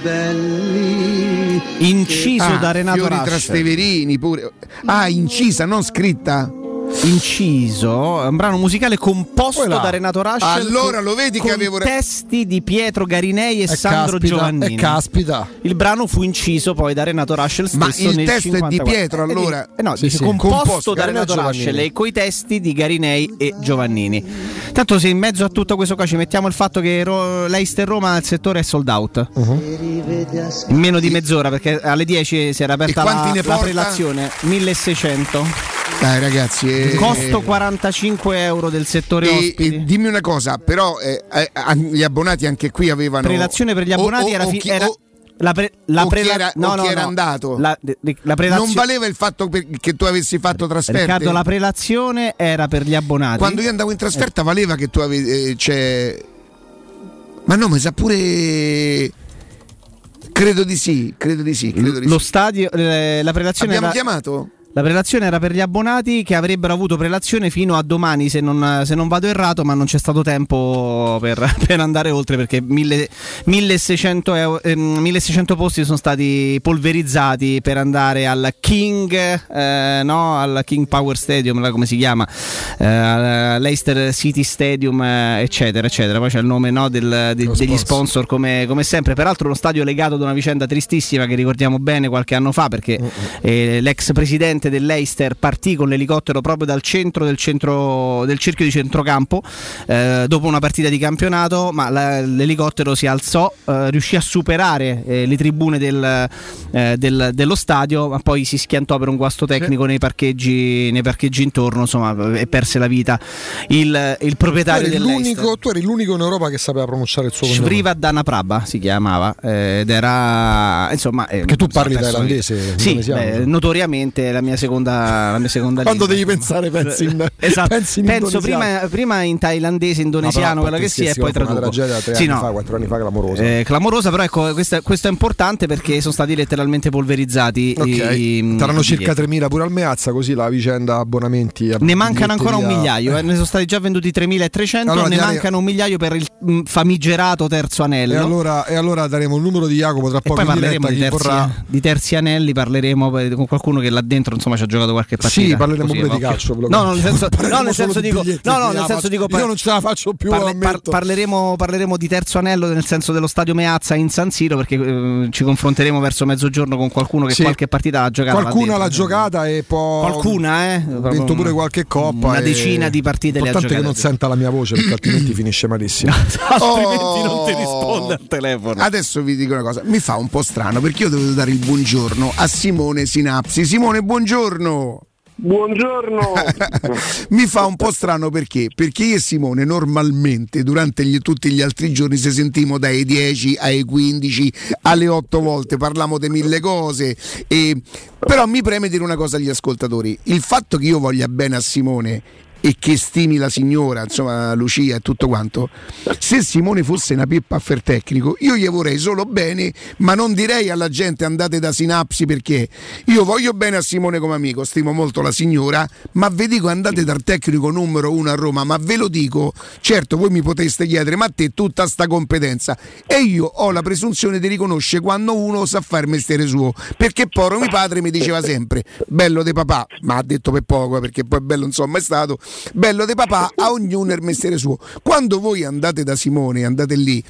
belli. Inciso da Renato Fiori Rasce. Trasteverini pure. Incisa, non scritta. Inciso, un brano musicale composto da Renato Rascel. Allora lo vedi che avevo testi di Pietro Garinei e Sandro Giovannini. Caspita. Il brano fu inciso poi da Renato Rascel stesso. Ma il nel testo 54. è di Pietro allora? No, sì, sì. Composto da Renato Rascel e coi testi di Garinei e Giovannini. Tanto se in mezzo a tutto questo qua ci mettiamo il fatto che Leicester Roma il settore è sold out. In meno di mezz'ora, perché alle 10 si era aperta la prelazione. 1600. Dai ragazzi, costo 45 euro del settore ospiti. Dimmi una cosa, però gli abbonati anche qui avevano prelazione per gli abbonati era era andato. La non valeva il fatto che tu avessi fatto trasferte. Riccardo, la prelazione era per gli abbonati. Quando io andavo in trasferta valeva che tu avevi ma no, mi sa pure. Credo di sì. Lo stadio, la prelazione abbiamo chiamato? La prelazione era per gli abbonati che avrebbero avuto prelazione fino a domani, se non vado errato, ma non c'è stato tempo per andare oltre, perché 1600 posti sono stati polverizzati per andare al King al King Power Stadium, come si chiama, Leicester City Stadium, eccetera. Poi c'è il nome degli sponsor come sempre. Peraltro uno stadio legato ad una vicenda tristissima che ricordiamo bene qualche anno fa, perché l'ex presidente del Leicester partì con l'elicottero proprio dal centro del cerchio di centrocampo dopo una partita di campionato, ma l'elicottero si alzò, riuscì a superare le tribune dello stadio, ma poi si schiantò per un guasto tecnico nei parcheggi intorno, insomma, e perse la vita il proprietario del Leicester. Tu eri l'unico in Europa che sapeva pronunciare il suo cognome. Svrivadana Prabha si chiamava, ed era, insomma, che tu parli thailandese? Sì, notoriamente la mia seconda quando devi pensare pensi in penso prima in thailandese, indonesiano, quello che sia, e poi traduco. Una tragedia 4 anni fa clamorosa. Clamorosa, però ecco, questo è importante perché sono stati letteralmente polverizzati. Saranno circa 3.000 pure al Meazza, così la vicenda abbonamenti. Ne mancano ancora un migliaio, ne sono stati già venduti 3.300, allora, ne mancano un migliaio per il famigerato terzo anello. E allora daremo il numero di Jacopo tra poco. E poi parleremo di terzi anelli, parleremo con qualcuno che là dentro insomma ci ha giocato qualche partita. Sì, parleremo pure di calcio. Nel senso dico io non ce la faccio più. Parleremo di terzo anello nel senso dello stadio Meazza in San Siro, perché ci confronteremo verso mezzogiorno con qualcuno che qualche partita l'ha giocata. Qualcuna l'ha giocata e poi qualcuna ha vinto pure qualche coppa. Una decina di partite le ha giocate. Importante che non senta la mia voce, perché altrimenti finisce malissimo. Altrimenti non ti risponde al telefono. Adesso vi dico una cosa, mi fa un po' strano perché io devo dare il buongiorno a Simone Sinapsi. Simone, buongiorno. Buongiorno. Mi fa un po' strano perché io e Simone normalmente durante tutti gli altri giorni se sentimmo dai 10 ai 15 alle 8 volte, parliamo di mille cose, però mi preme dire una cosa agli ascoltatori: il fatto che io voglia bene a Simone e che stimi la signora, insomma Lucia e tutto quanto, se Simone fosse una pippa a Fertecnico io gli vorrei solo bene, ma non direi alla gente andate da Sinapsi, perché io voglio bene a Simone come amico, stimo molto la signora, ma vi dico andate dal tecnico numero 1 a Roma, ma ve lo dico, certo voi mi potreste chiedere ma a te tutta sta competenza, e io ho la presunzione di riconoscere quando uno sa fare il mestiere suo, perché poi mio padre mi diceva sempre bello de papà, ma ha detto per poco perché poi bello insomma è stato bello de papà, a ognuno il mestiere suo. Quando voi andate da Simone, andate lì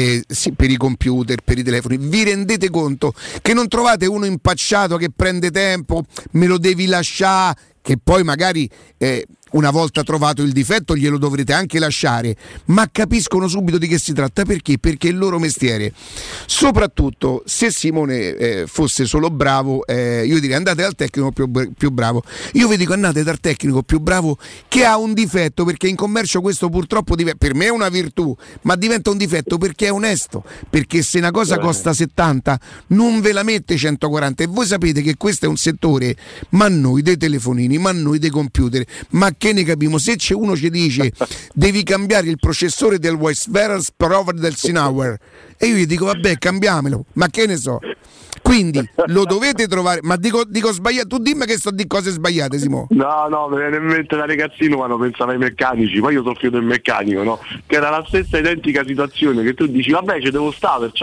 per i computer, per i telefoni, vi rendete conto che non trovate uno impacciato che prende tempo, me lo devi lasciare, che poi magari una volta trovato il difetto glielo dovrete anche lasciare, ma capiscono subito di che si tratta. Perché? Perché è il loro mestiere. Soprattutto se Simone fosse solo bravo, io direi andate dal tecnico più bravo. Io vi dico andate dal tecnico più bravo che ha un difetto, perché in commercio questo purtroppo per me è una virtù, ma diventa un difetto perché è onesto, perché se una cosa costa 70 non ve la mette 140, e voi sapete che questo è un settore, ma noi dei telefonini, ma noi dei computer, ma che ne capiamo? Se c'è uno ci dice devi cambiare il processore del Westveras Prover del Sinauer, e io gli dico vabbè cambiamelo, ma che ne so, quindi lo dovete trovare. Ma dico sbagliato, tu dimmi che sto di cose sbagliate, Simo. No, mi viene in mente da ragazzino quando pensavo ai meccanici, poi io sono figlio del meccanico, no? Che era la stessa identica situazione, che tu dici vabbè ci devo stare, perciò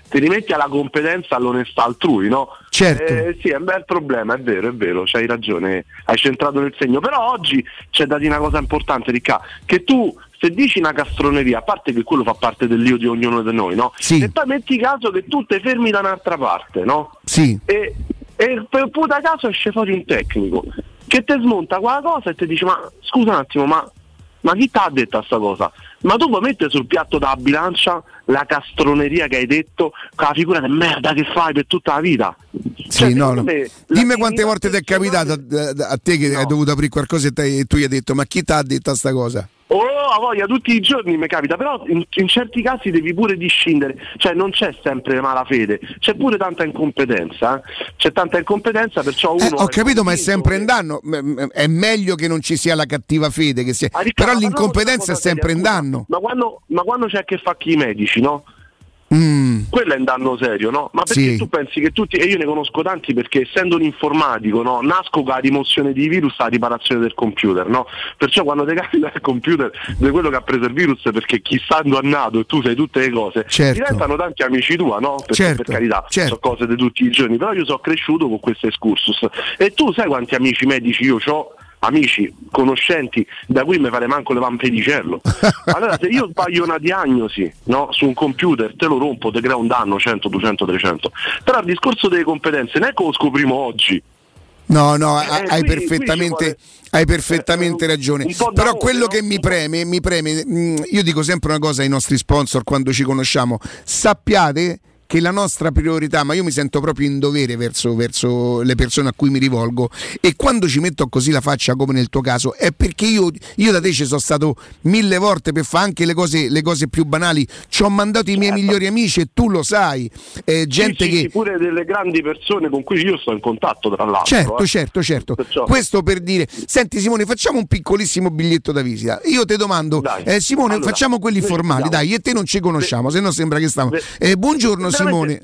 ti rimetti alla competenza, all'onestà altrui, no? Certo. Sì, è un bel problema, è vero, c'hai ragione, hai centrato nel segno. Però oggi c'è da dire una cosa importante, Ricca, che tu se dici una castroneria, a parte che quello fa parte dell'io di ognuno di noi, no? Sì. E poi metti caso che tu te fermi da un'altra parte, no? Sì. E per puta caso esce fuori un tecnico che te smonta quella cosa e ti dice: ma scusa un attimo, ma chi t'ha detto sta cosa? Ma tu puoi mettere sul piatto della bilancia la castroneria che hai detto con la figura di merda che fai per tutta la vita? Sì, no. Dimmi quante volte ti è capitato a te che hai dovuto aprire qualcosa e tu gli hai detto: ma chi t'ha detto sta cosa? A voglia, tutti i giorni mi capita, però in certi casi devi pure discindere, cioè non c'è sempre malafede, c'è pure tanta incompetenza, c'è tanta incompetenza, perciò uno... ho capito, ma è sempre in danno, è meglio che non ci sia la cattiva fede, che sia... però l'incompetenza è sempre in danno. Ma quando c'è a che fa con i medici, no? Quello è un danno serio, no? Ma perché tu pensi che tutti, e io ne conosco tanti perché essendo un informatico, no, nasco con la rimozione di virus, la riparazione del computer, no? Perciò quando ti capita il computer di quello che ha preso il virus, perché chi stando a nato e tu sai tutte le cose, diventano tanti amici tua, no? Perché per carità sono cose di tutti i giorni, però io sono cresciuto con questo excursus. E tu sai quanti amici medici io ho? Amici, conoscenti, da cui mi fare manco le vampedicello. Allora se io sbaglio una diagnosi, no, su un computer, te lo rompo, te crea un danno 100, 200, 300. Però il discorso delle competenze non è che lo scoprimo oggi. No, hai perfettamente ragione. Però quello che mi preme, io dico sempre una cosa ai nostri sponsor quando ci conosciamo: sappiate che la nostra priorità, ma io mi sento proprio in dovere verso le persone a cui mi rivolgo, e quando ci metto così la faccia come nel tuo caso è perché io da te ci sono stato 1000 volte per fare anche le cose più banali, ci ho mandato i miei migliori amici e tu lo sai, gente che... pure delle grandi persone con cui io sto in contatto, tra l'altro. Certo. Perciò... Questo per dire, senti Simone, facciamo un piccolissimo biglietto da visita, io ti domando, Simone, allora, facciamo quelli formali, dai, io e te non ci conosciamo, se no sembra che stiamo... buongiorno Simone.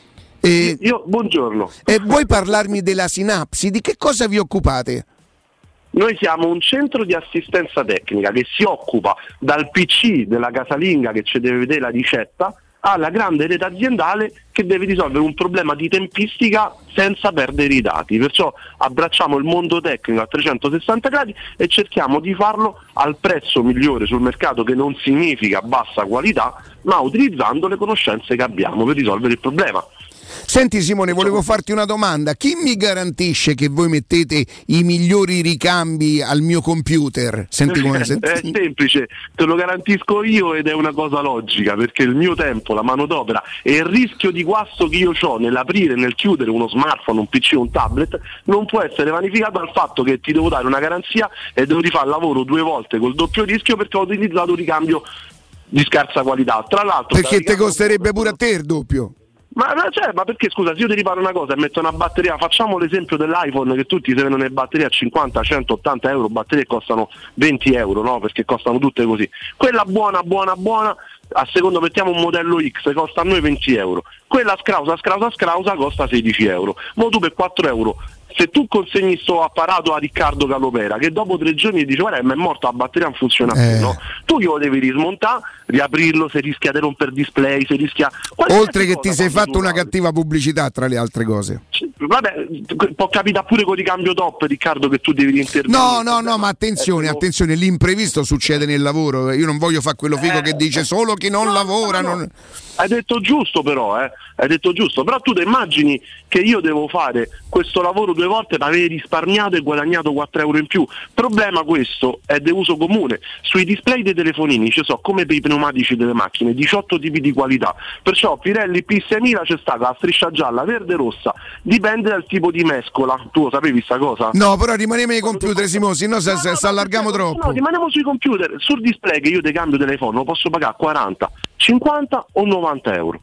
Io buongiorno. Vuoi parlarmi della Sinapsi? Di che cosa vi occupate? Noi siamo un centro di assistenza tecnica che si occupa dal PC della casalinga che ci deve vedere la ricetta alla grande rete aziendale che deve risolvere un problema di tempistica senza perdere i dati. Perciò abbracciamo il mondo tecnico a 360 gradi e cerchiamo di farlo al prezzo migliore sul mercato, che non significa bassa qualità, ma utilizzando le conoscenze che abbiamo per risolvere il problema. Senti Simone, volevo farti una domanda: chi mi garantisce che voi mettete i migliori ricambi al mio computer? Senti come È semplice, te lo garantisco io, ed è una cosa logica, perché il mio tempo, la manodopera e il rischio di guasto che io ho nell'aprire e nel chiudere uno smartphone, un PC, un tablet, non può essere vanificato dal fatto che ti devo dare una garanzia e devo rifare il lavoro 2 volte col doppio rischio perché ho utilizzato un ricambio di scarsa qualità. Tra l'altro, perché ti costerebbe pure a te il doppio. Ma perché scusa, se io ti riparo una cosa e metto una batteria, facciamo l'esempio dell'iPhone, che tutti se vendono le batterie a 50, 100, 80 euro, batterie costano 20 euro, no? Perché costano tutte così. Quella buona, a secondo mettiamo un modello X, costa a noi 20 euro. Quella scrausa costa 16 euro. Ma tu per 4 euro, se tu consegni sto apparato a Riccardo Calopera, che dopo 3 giorni dice guarda, mi è morto, la batteria non funziona più, no? Tu glielo devi rismontare, riaprirlo, se rischia di rompere display, se rischia... Oltre che ti sei fatto una cattiva pubblicità, tra le altre cose. Vabbè, può capitare pure con ricambio top, Riccardo, che tu devi intervenire. No, ma attenzione, l'imprevisto succede nel lavoro. Io non voglio fare quello figo che dice solo chi non lavora. Non... Hai detto giusto però, hai detto giusto. Però tu ti immagini che io devo fare questo lavoro 2 volte per aver risparmiato e guadagnato 4 euro in più. Problema questo è di uso comune. Sui display dei telefonini ci sono, come per i pneumatici delle macchine, 18 tipi di qualità. Perciò Pirelli P6000 c'è stata la striscia gialla, verde, rossa. Dipende dal tipo di mescola. Tu lo sapevi sta cosa? No, però rimaniamo ai computer, Simone, se no se allarghiamo troppo. No, rimaniamo sui computer. Sul display che io ti cambio telefono lo posso pagare 40, 50 o 90 euro.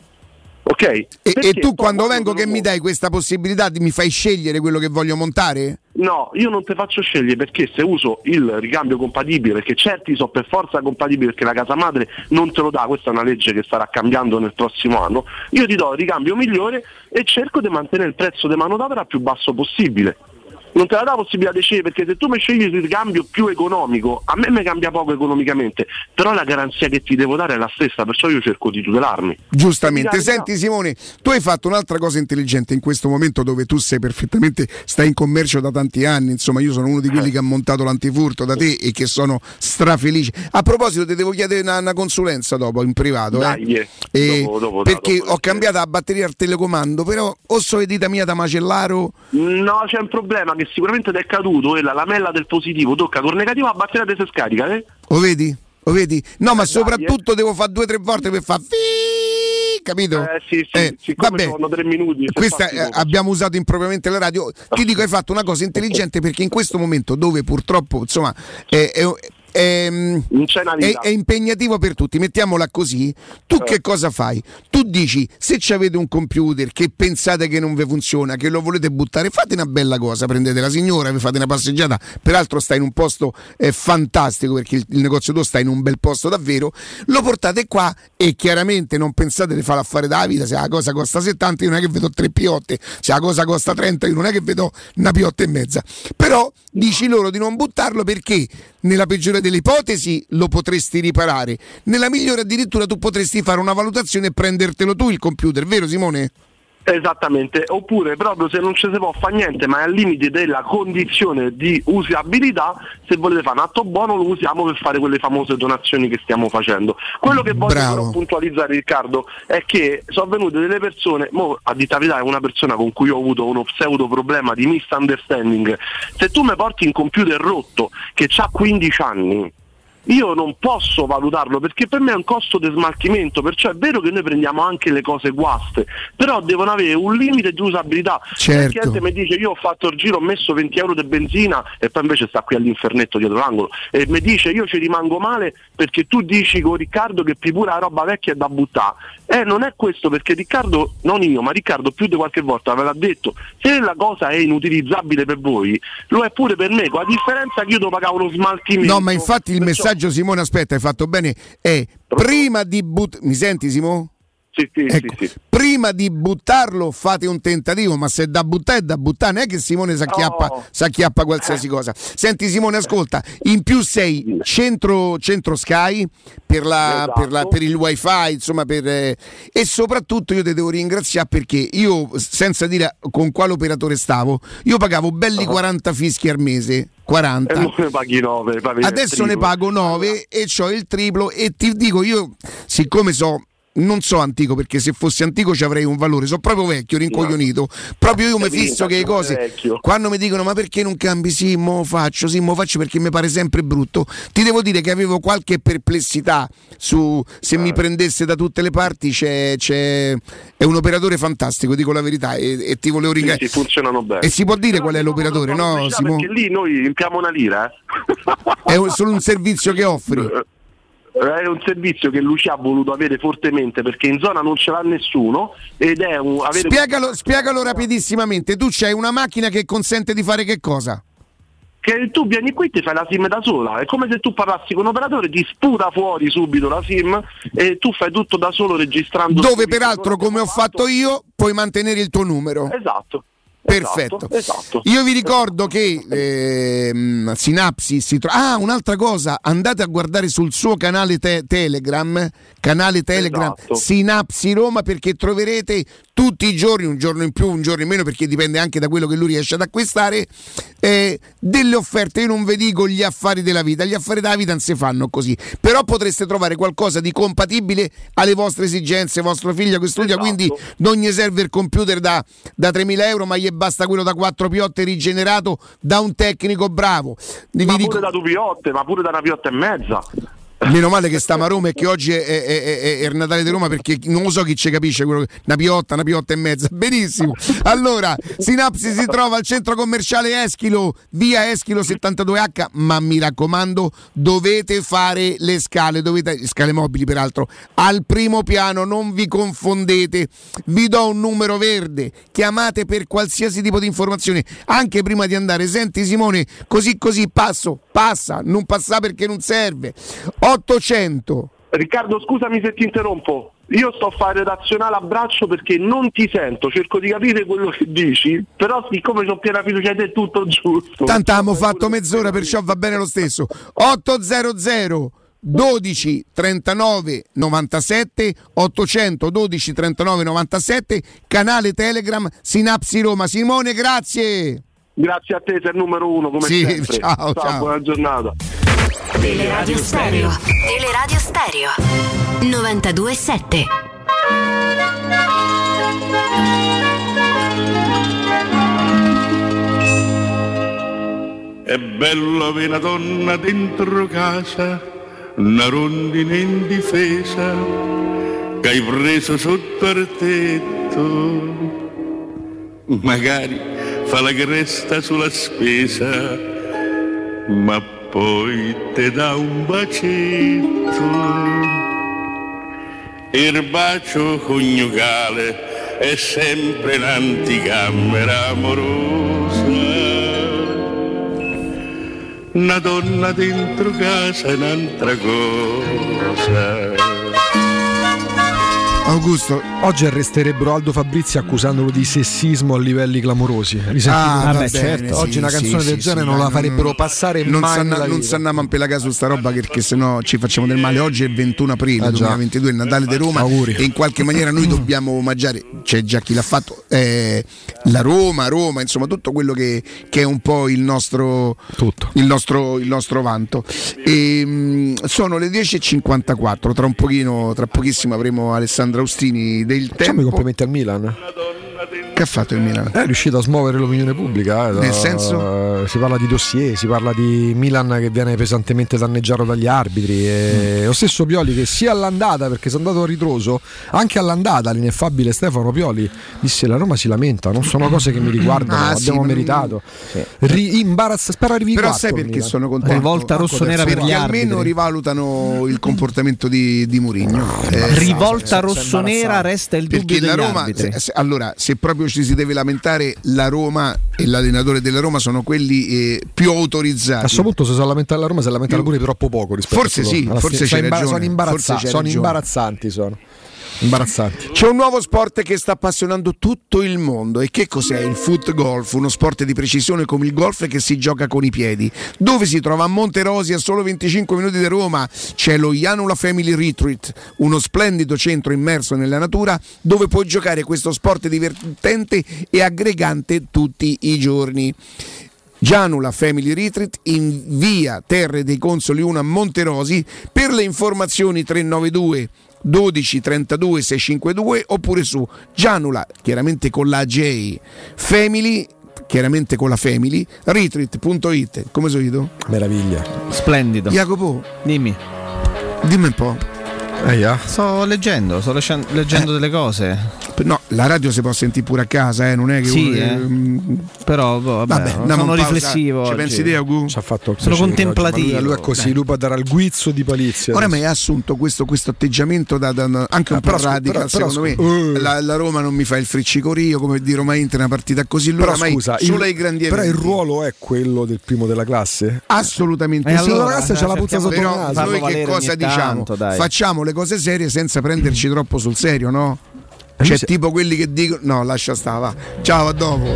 Ok? E tu quando vengo che mi dai questa possibilità, mi fai scegliere quello che voglio montare? No, io non ti faccio scegliere, perché se uso il ricambio compatibile, perché certi sono per forza compatibili perché la casa madre non te lo dà, questa è una legge che starà cambiando nel prossimo anno, io ti do il ricambio migliore e cerco di mantenere il prezzo di manodopera più basso possibile. non te la dà la possibilità di scegliere, perché se tu mi scegli il ricambio più economico, a me mi cambia poco economicamente, però la garanzia che ti devo dare è la stessa, perciò io cerco di tutelarmi. Giustamente. Senti Simone, tu hai fatto un'altra cosa intelligente in questo momento dove tu sei perfettamente, stai in commercio da tanti anni, insomma io sono uno di quelli che ha montato l'antifurto da te e che sono strafelice. A proposito ti devo chiedere una consulenza dopo in privato, dopo, perché ho cambiato la batteria al telecomando, però o so edita mia da macellaro. No, c'è un problema che sicuramente ti è caduto, la lamella del positivo tocca col negativo, la batteria si scarica, Lo vedi? No, ma soprattutto devo fare 2 o 3 volte per far capito? Siccome sono 3 minuti. Questa abbiamo usato impropriamente la radio. Ti dico, hai fatto una cosa intelligente, perché in questo momento dove purtroppo insomma è impegnativo per tutti, mettiamola così, tu che cosa fai? Tu dici, se avete un computer che pensate che non vi funziona, che lo volete buttare, fate una bella cosa, prendete la signora, vi fate una passeggiata, peraltro sta in un posto fantastico, perché il negozio tuo sta in un bel posto davvero, lo portate qua e chiaramente non pensate di fare l'affare della vita. Se la cosa costa 70 io non è che vedo 3 piotte, se la cosa costa 30 io non è che vedo una piotta e mezza, però dici loro di non buttarlo, perché nella peggiore delle ipotesi lo potresti riparare, nella migliore addirittura tu potresti fare una valutazione e prendertelo tu il computer, vero Simone? Esattamente, oppure proprio se non ci si può fare niente, ma è al limite della condizione di usabilità, se volete fare un atto buono lo usiamo per fare quelle famose donazioni che stiamo facendo. Quello che voglio però puntualizzare, Riccardo, è che sono venute delle persone, a dita verità è una persona con cui ho avuto uno pseudo problema di misunderstanding. Se tu mi porti un computer rotto che ha 15 anni, io non posso valutarlo, perché per me è un costo di smaltimento, perciò è vero che noi prendiamo anche le cose guaste, però devono avere un limite di usabilità. Certo. Il cliente mi dice io ho fatto il giro, ho messo 20 euro di benzina e poi invece sta qui all'infernetto dietro l'angolo e mi dice io ci rimango male perché tu dici con Riccardo che pure la roba vecchia è da buttare. Non è questo, perché Riccardo, non io, ma Riccardo più di qualche volta ve l'ha detto, se la cosa è inutilizzabile per voi, lo è pure per me, con la differenza che io devo pagare uno smaltimento. No, ma infatti il messaggio, Simone, aspetta, hai fatto bene, è prima di mi senti Simone? Sì. Prima di buttarlo fate un tentativo, ma se da buttare è da buttare, non è che Simone s'acchiappa qualsiasi cosa. Senti Simone, ascolta, in più sei centro Sky per il wifi, insomma, e soprattutto io ti devo ringraziare, perché io, senza dire con quale operatore stavo, io pagavo belli 40 fischi al mese. 40. E ne paghi 9, adesso ne pago 9 e c'ho il triplo, e ti dico, io siccome non so antico, perché se fossi antico ci avrei un valore, sono proprio vecchio, rincoglionito, proprio io mi fisso che le cose quando mi dicono ma perché non cambi, sì mo faccio perché mi pare sempre brutto. Ti devo dire che avevo qualche perplessità su se mi prendesse da tutte le parti. È un operatore fantastico, dico la verità, e ti volevo ringraziare. Sì, funzionano bene. E si può dire qual è l'operatore, no Simone? Perché lì noi impiamo una lira, È solo un servizio che offri. È un servizio che Lucia ha voluto avere fortemente, perché in zona non ce l'ha nessuno, ed è spiegalo rapidissimamente. Tu c'hai una macchina che consente di fare che cosa? Che tu vieni qui e ti fai la SIM da sola, è come se tu parlassi con un operatore, ti sputa fuori subito la SIM e tu fai tutto da solo registrando. Dove peraltro, come ho fatto io, puoi mantenere il tuo numero. Esatto. Perfetto. Esatto. Io vi ricordo che Synapsis si trova. Un'altra cosa, andate a guardare sul suo canale Telegram, esatto. Synapsis Roma, perché troverete tutti i giorni, un giorno in più, un giorno in meno, perché dipende anche da quello che lui riesce ad acquistare, delle offerte. Io non vi dico gli affari della vita, gli affari della vita non si fanno così, però potreste trovare qualcosa di compatibile alle vostre esigenze. Vostro figlio che studia, esatto. Quindi non gli serve il computer da 3.000 euro, ma gli basta quello da 4 piotte rigenerato da un tecnico bravo. Pure da 2 piotte, ma pure da 1 piotta e mezza. Meno male che stiamo a Roma e che oggi è il Natale di Roma, perché non lo so chi ci capisce quello che... una piotta e mezza. Benissimo. Allora, Synapsis si trova al centro commerciale Eschilo, via Eschilo 72H, ma mi raccomando, dovete fare le scale mobili, peraltro, al primo piano, non vi confondete. Vi do un numero verde, chiamate per qualsiasi tipo di informazione, anche prima di andare. Senti Simone, così passa, non passa perché non serve. 800 Riccardo, scusami se ti interrompo. Io sto a fare redazionale a braccio perché non ti sento, cerco di capire quello che dici, però siccome ho piena fiducia in te è tutto giusto. Tanto abbiamo fatto mezz'ora, perciò va bene lo stesso. 800 12 39 97 800 12 39 97, canale Telegram Sinapsi Roma. Simone, grazie. Grazie a te, sei il numero uno come sempre. Ciao. Buona giornata. Teleradio Stereo. Teleradio Stereo 92.7. È bella avere una donna dentro casa, una rondine indifesa che hai preso sotto il tetto. Magari fa la cresta sulla spesa, ma poi te dà un bacetto. Il bacio coniugale è sempre un'anticamera amorosa. Una donna dentro casa è un'altra cosa. Augusto, oggi arresterebbero Aldo Fabrizi accusandolo di sessismo a livelli clamorosi. Certo. Oggi una canzone del genere non la farebbero passare mai. Non sanniamo per la caso su sta roba, perché sennò ci facciamo del male. Oggi è il 21 aprile 2022, il Natale di Roma. Auguri. E in qualche maniera noi dobbiamo omaggiare, c'è già chi l'ha fatto, la Roma, insomma tutto quello che è un po' il nostro vanto. Sono le 10.54, tra pochissimo avremo Alessandro Austini del Tempo. Facciamo i complimenti al Milan. Che ha fatto il Milan? È riuscito a smuovere l'opinione pubblica. Nel senso? Si parla di dossier, si parla di Milan che viene pesantemente danneggiato dagli arbitri. E lo stesso Pioli, che sia all'andata, perché si è andato a ritroso, anche all'andata l'ineffabile Stefano Pioli disse: la Roma si lamenta, non sono cose che mi riguardano, abbiamo meritato. Spero arrivi. Però sai perché sono contento? Rivolta rossonera per gli arbitri. Almeno rivalutano il comportamento di Mourinho. Rivolta rossonera, resta il dubbio degli Roma, arbitri. Allora, se proprio ci si deve lamentare, la Roma e l'allenatore della Roma sono quelli più autorizzati. A questo punto, se si lamenta la Roma, si lamenta pure troppo poco rispetto forse a forse c'è ragione. Sono imbarazzanti. C'è un nuovo sport che sta appassionando tutto il mondo. E che cos'è il foot golf? Uno sport di precisione come il golf che si gioca con i piedi. Dove si trova? A Monterosi, a solo 25 minuti da Roma. C'è lo Janula Family Retreat, uno splendido centro immerso nella natura dove puoi giocare questo sport divertente e aggregante tutti i giorni. Janula Family Retreat in via Terre dei Consoli 1 a Monterosi. Per le informazioni 392 12 32 652 oppure su Janula, chiaramente con la J, Family, chiaramente con la Family, retreat.it. Come solito? Meraviglia. Splendido. Jacopo, dimmi un po'. Sto leggendo delle cose. No, la radio si può sentire pure a casa, non è che però vabbè, sono riflessivo. Ci pensi te, Augu? Ci ha fatto sono contemplativo. Lui è così, lui può dare al guizzo di Palizia. Ora mi ha assunto questo atteggiamento anche un po' radical, secondo me. La Roma non mi fa il friccicorio, come di Roma Inter, una partita così lunga, ma solo ai grandi eventi. Però il ruolo è quello del primo della classe? Assolutamente sì. Allora, la classe c'ha la puzza sotto il naso. Noi che cosa diciamo? Facciamo le cose serie senza prenderci troppo sul serio, no? C'è tipo quelli che dicono no, lascia stare, va. Ciao, a dopo.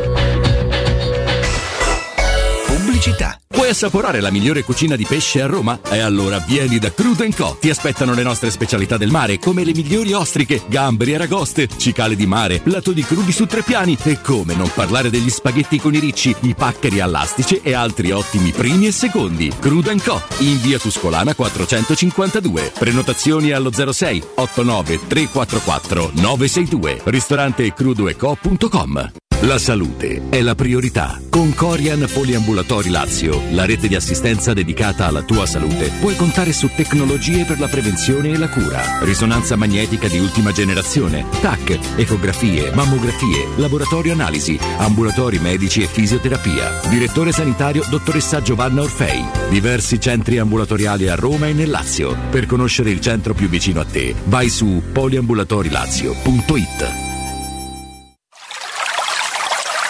Pubblicità. Vuoi assaporare la migliore cucina di pesce a Roma? E allora vieni da Crudo & Co. Ti aspettano le nostre specialità del mare, come le migliori ostriche, gamberi, aragoste, cicale di mare, plato di crudi su 3 piani e come non parlare degli spaghetti con i ricci, i paccheri all'astice e altri ottimi primi e secondi. Crudo & Co. in via Tuscolana 452. Prenotazioni allo 06 89 344 962. Ristorante crudoeco.com. La salute è la priorità. Con Corian Poliambulatori Lazio, la rete di assistenza dedicata alla tua salute, puoi contare su tecnologie per la prevenzione e la cura. Risonanza magnetica di ultima generazione, TAC, ecografie, mammografie, laboratorio analisi, ambulatori medici e fisioterapia. Direttore sanitario dottoressa Giovanna Orfei. Diversi centri ambulatoriali a Roma e nel Lazio. Per conoscere il centro più vicino a te, vai su poliambulatorilazio.it.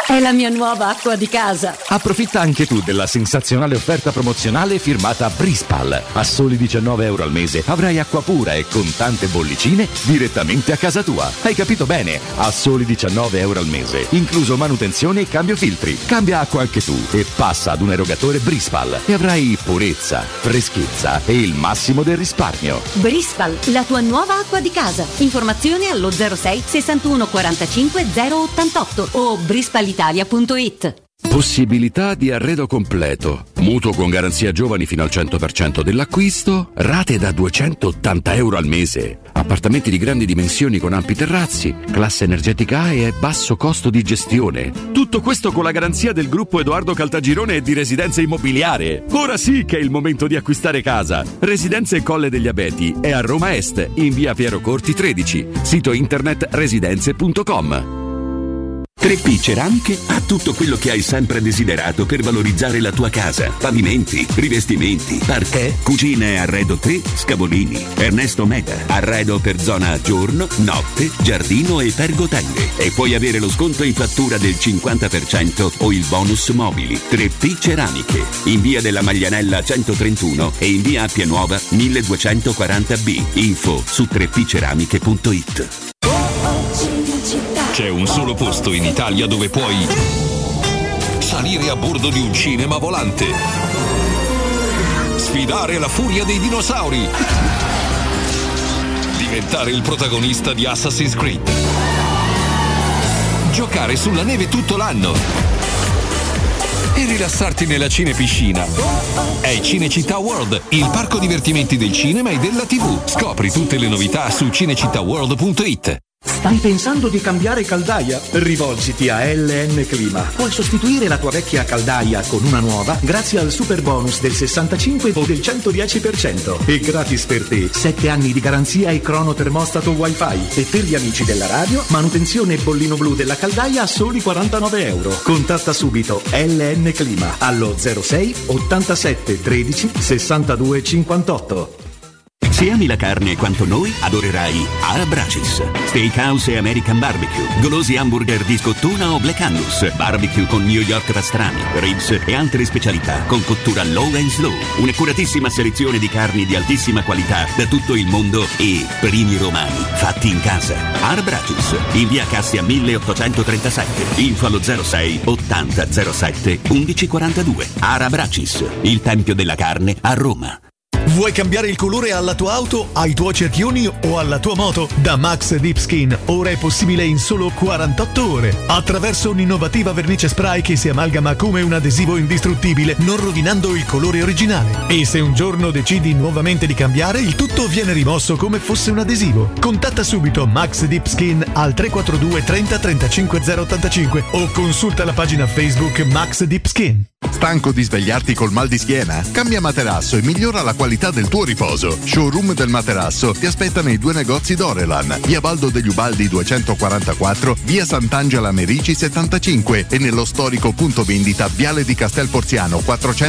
È la mia nuova acqua di casa. Approfitta anche tu della sensazionale offerta promozionale firmata Brispal. A soli €19 al mese avrai acqua pura e con tante bollicine direttamente a casa tua. Hai capito bene? A soli €19 al mese, incluso manutenzione e cambio filtri. Cambia acqua anche tu e passa ad un erogatore Brispal e avrai purezza, freschezza e il massimo del risparmio. Brispal, la tua nuova acqua di casa. Informazioni allo 06 61 45 088 o brispalitalia.it. Possibilità di arredo completo, mutuo con garanzia giovani fino al 100% dell'acquisto, rate da €280 al mese, appartamenti di grandi dimensioni con ampi terrazzi, classe energetica A e basso costo di gestione. Tutto questo con la garanzia del gruppo Edoardo Caltagirone e di Residenza Immobiliare. Ora sì che è il momento di acquistare casa. Residenze Colle degli Abeti è a Roma Est, in via Piero Corti 13, sito internet residenze.com. 3P Ceramiche ha tutto quello che hai sempre desiderato per valorizzare la tua casa. Pavimenti, rivestimenti, parquet, cucina e arredo 3, Scavolini. Ernesto Meda, arredo per zona giorno, notte, giardino e pergotende. E puoi avere lo sconto in fattura del 50% o il bonus mobili. 3P Ceramiche, in via della Maglianella 131 e in via Appia Nuova 1240B. Info su 3pceramiche.it. C'è un solo posto in Italia dove puoi salire a bordo di un cinema volante, sfidare la furia dei dinosauri, diventare il protagonista di Assassin's Creed, giocare sulla neve tutto l'anno e rilassarti nella cinepiscina. È Cinecittà World, il parco divertimenti del cinema e della TV. Scopri tutte le novità su cinecittàworld.it. Stai pensando di cambiare caldaia? Rivolgiti a LN Clima. Puoi sostituire la tua vecchia caldaia con una nuova grazie al super bonus del 65 o del 110% e gratis per te 7 anni di garanzia e cronotermostato wifi. E per gli amici della radio, manutenzione e bollino blu della caldaia a soli €49. Contatta subito LN Clima allo 06 87 13 62 58. Se ami la carne quanto noi, adorerai Arabracis. Steakhouse e American Barbecue, golosi hamburger di scottuna o Black Angus, barbecue con New York pastrami, ribs e altre specialità con cottura low and slow. Un'accuratissima selezione di carni di altissima qualità da tutto il mondo e primi romani fatti in casa. Arabracis, in via Cassia 1837. Info allo 06 80 07 1142. Arabracis, il tempio della carne a Roma. Vuoi cambiare il colore alla tua auto, ai tuoi cerchioni o alla tua moto? Da Max Deep Skin ora è possibile in solo 48 ore attraverso un'innovativa vernice spray che si amalgama come un adesivo indistruttibile, non rovinando il colore originale. E se un giorno decidi nuovamente di cambiare, il tutto viene rimosso come fosse un adesivo. Contatta subito Max Deep Skin al 342 30 35 085 o consulta la pagina Facebook Max Deep Skin. Stanco di svegliarti col mal di schiena? Cambia materasso e migliora la qualità del tuo riposo. Showroom del materasso ti aspetta nei 2 negozi Dorelan, via Baldo degli Ubaldi 244, via Sant'Angela Merici 75 e nello storico punto vendita Viale di Castel Porziano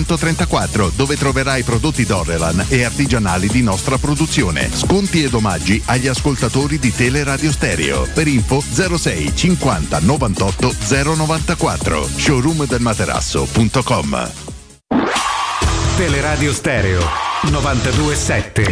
434, dove troverai prodotti Dorelan e artigianali di nostra produzione. Sconti ed omaggi agli ascoltatori di Teleradio Stereo. Per info 06 50 98 094. showroomdelmaterasso.com. Teleradio Stereo 92.7.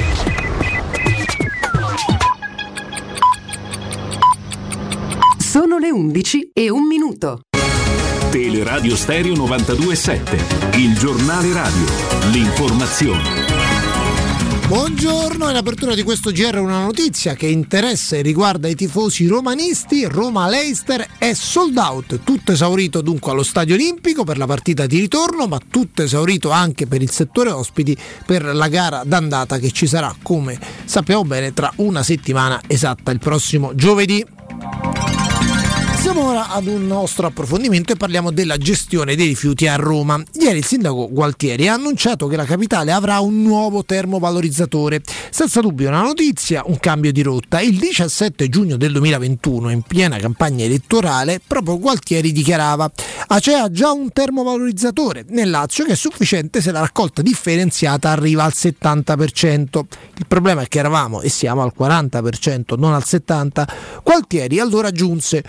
Sono le 11:01. Teleradio Stereo 92.7, il giornale radio, l'informazione. Buongiorno, in apertura di questo GR una notizia che interessa e riguarda i tifosi romanisti. Roma-Leicester è sold out, tutto esaurito dunque allo Stadio Olimpico per la partita di ritorno, ma tutto esaurito anche per il settore ospiti per la gara d'andata che ci sarà, come sappiamo bene, tra una settimana esatta, il prossimo giovedì. Passiamo ora ad un nostro approfondimento e parliamo della gestione dei rifiuti a Roma. Ieri il sindaco Gualtieri ha annunciato che la capitale avrà un nuovo termovalorizzatore. Senza dubbio una notizia, un cambio di rotta. Il 17 giugno del 2021, in piena campagna elettorale, proprio Gualtieri dichiarava: Acea ha già un termovalorizzatore nel Lazio che è sufficiente se la raccolta differenziata arriva al 70%. Il problema è che eravamo e siamo al 40%, non al 70%. Gualtieri allora aggiunse: costui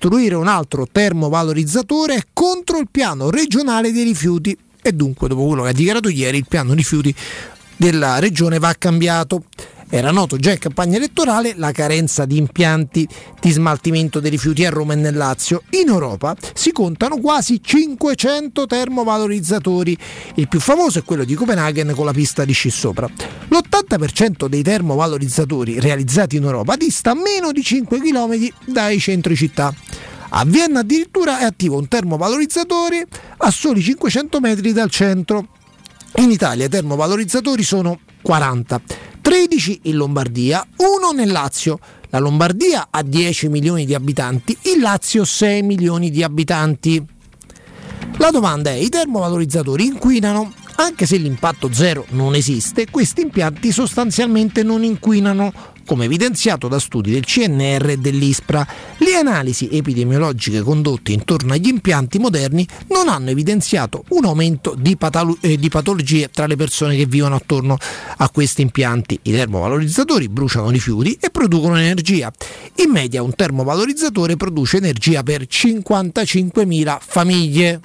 costruire un altro termovalorizzatore è contro il piano regionale dei rifiuti e dunque, dopo quello che ha dichiarato ieri, il piano rifiuti della regione va cambiato. Era noto già in campagna elettorale la carenza di impianti di smaltimento dei rifiuti a Roma e nel Lazio. In Europa si contano quasi 500 termovalorizzatori. Il più famoso è quello di Copenaghen con la pista di sci sopra. L'80% dei termovalorizzatori realizzati in Europa dista meno di 5 km dai centri città. A Vienna addirittura è attivo un termovalorizzatore a soli 500 metri dal centro. In Italia i termovalorizzatori sono 40. 13 in Lombardia, 1 nel Lazio. La Lombardia ha 10 milioni di abitanti, il Lazio 6 milioni di abitanti. La domanda è: i termovalorizzatori inquinano? Anche se l'impatto zero non esiste, questi impianti sostanzialmente non inquinano, come evidenziato da studi del CNR e dell'ISPRA. Le analisi epidemiologiche condotte intorno agli impianti moderni non hanno evidenziato un aumento di patologie tra le persone che vivono attorno a questi impianti. I termovalorizzatori bruciano rifiuti e producono energia. In media un termovalorizzatore produce energia per 55.000 famiglie.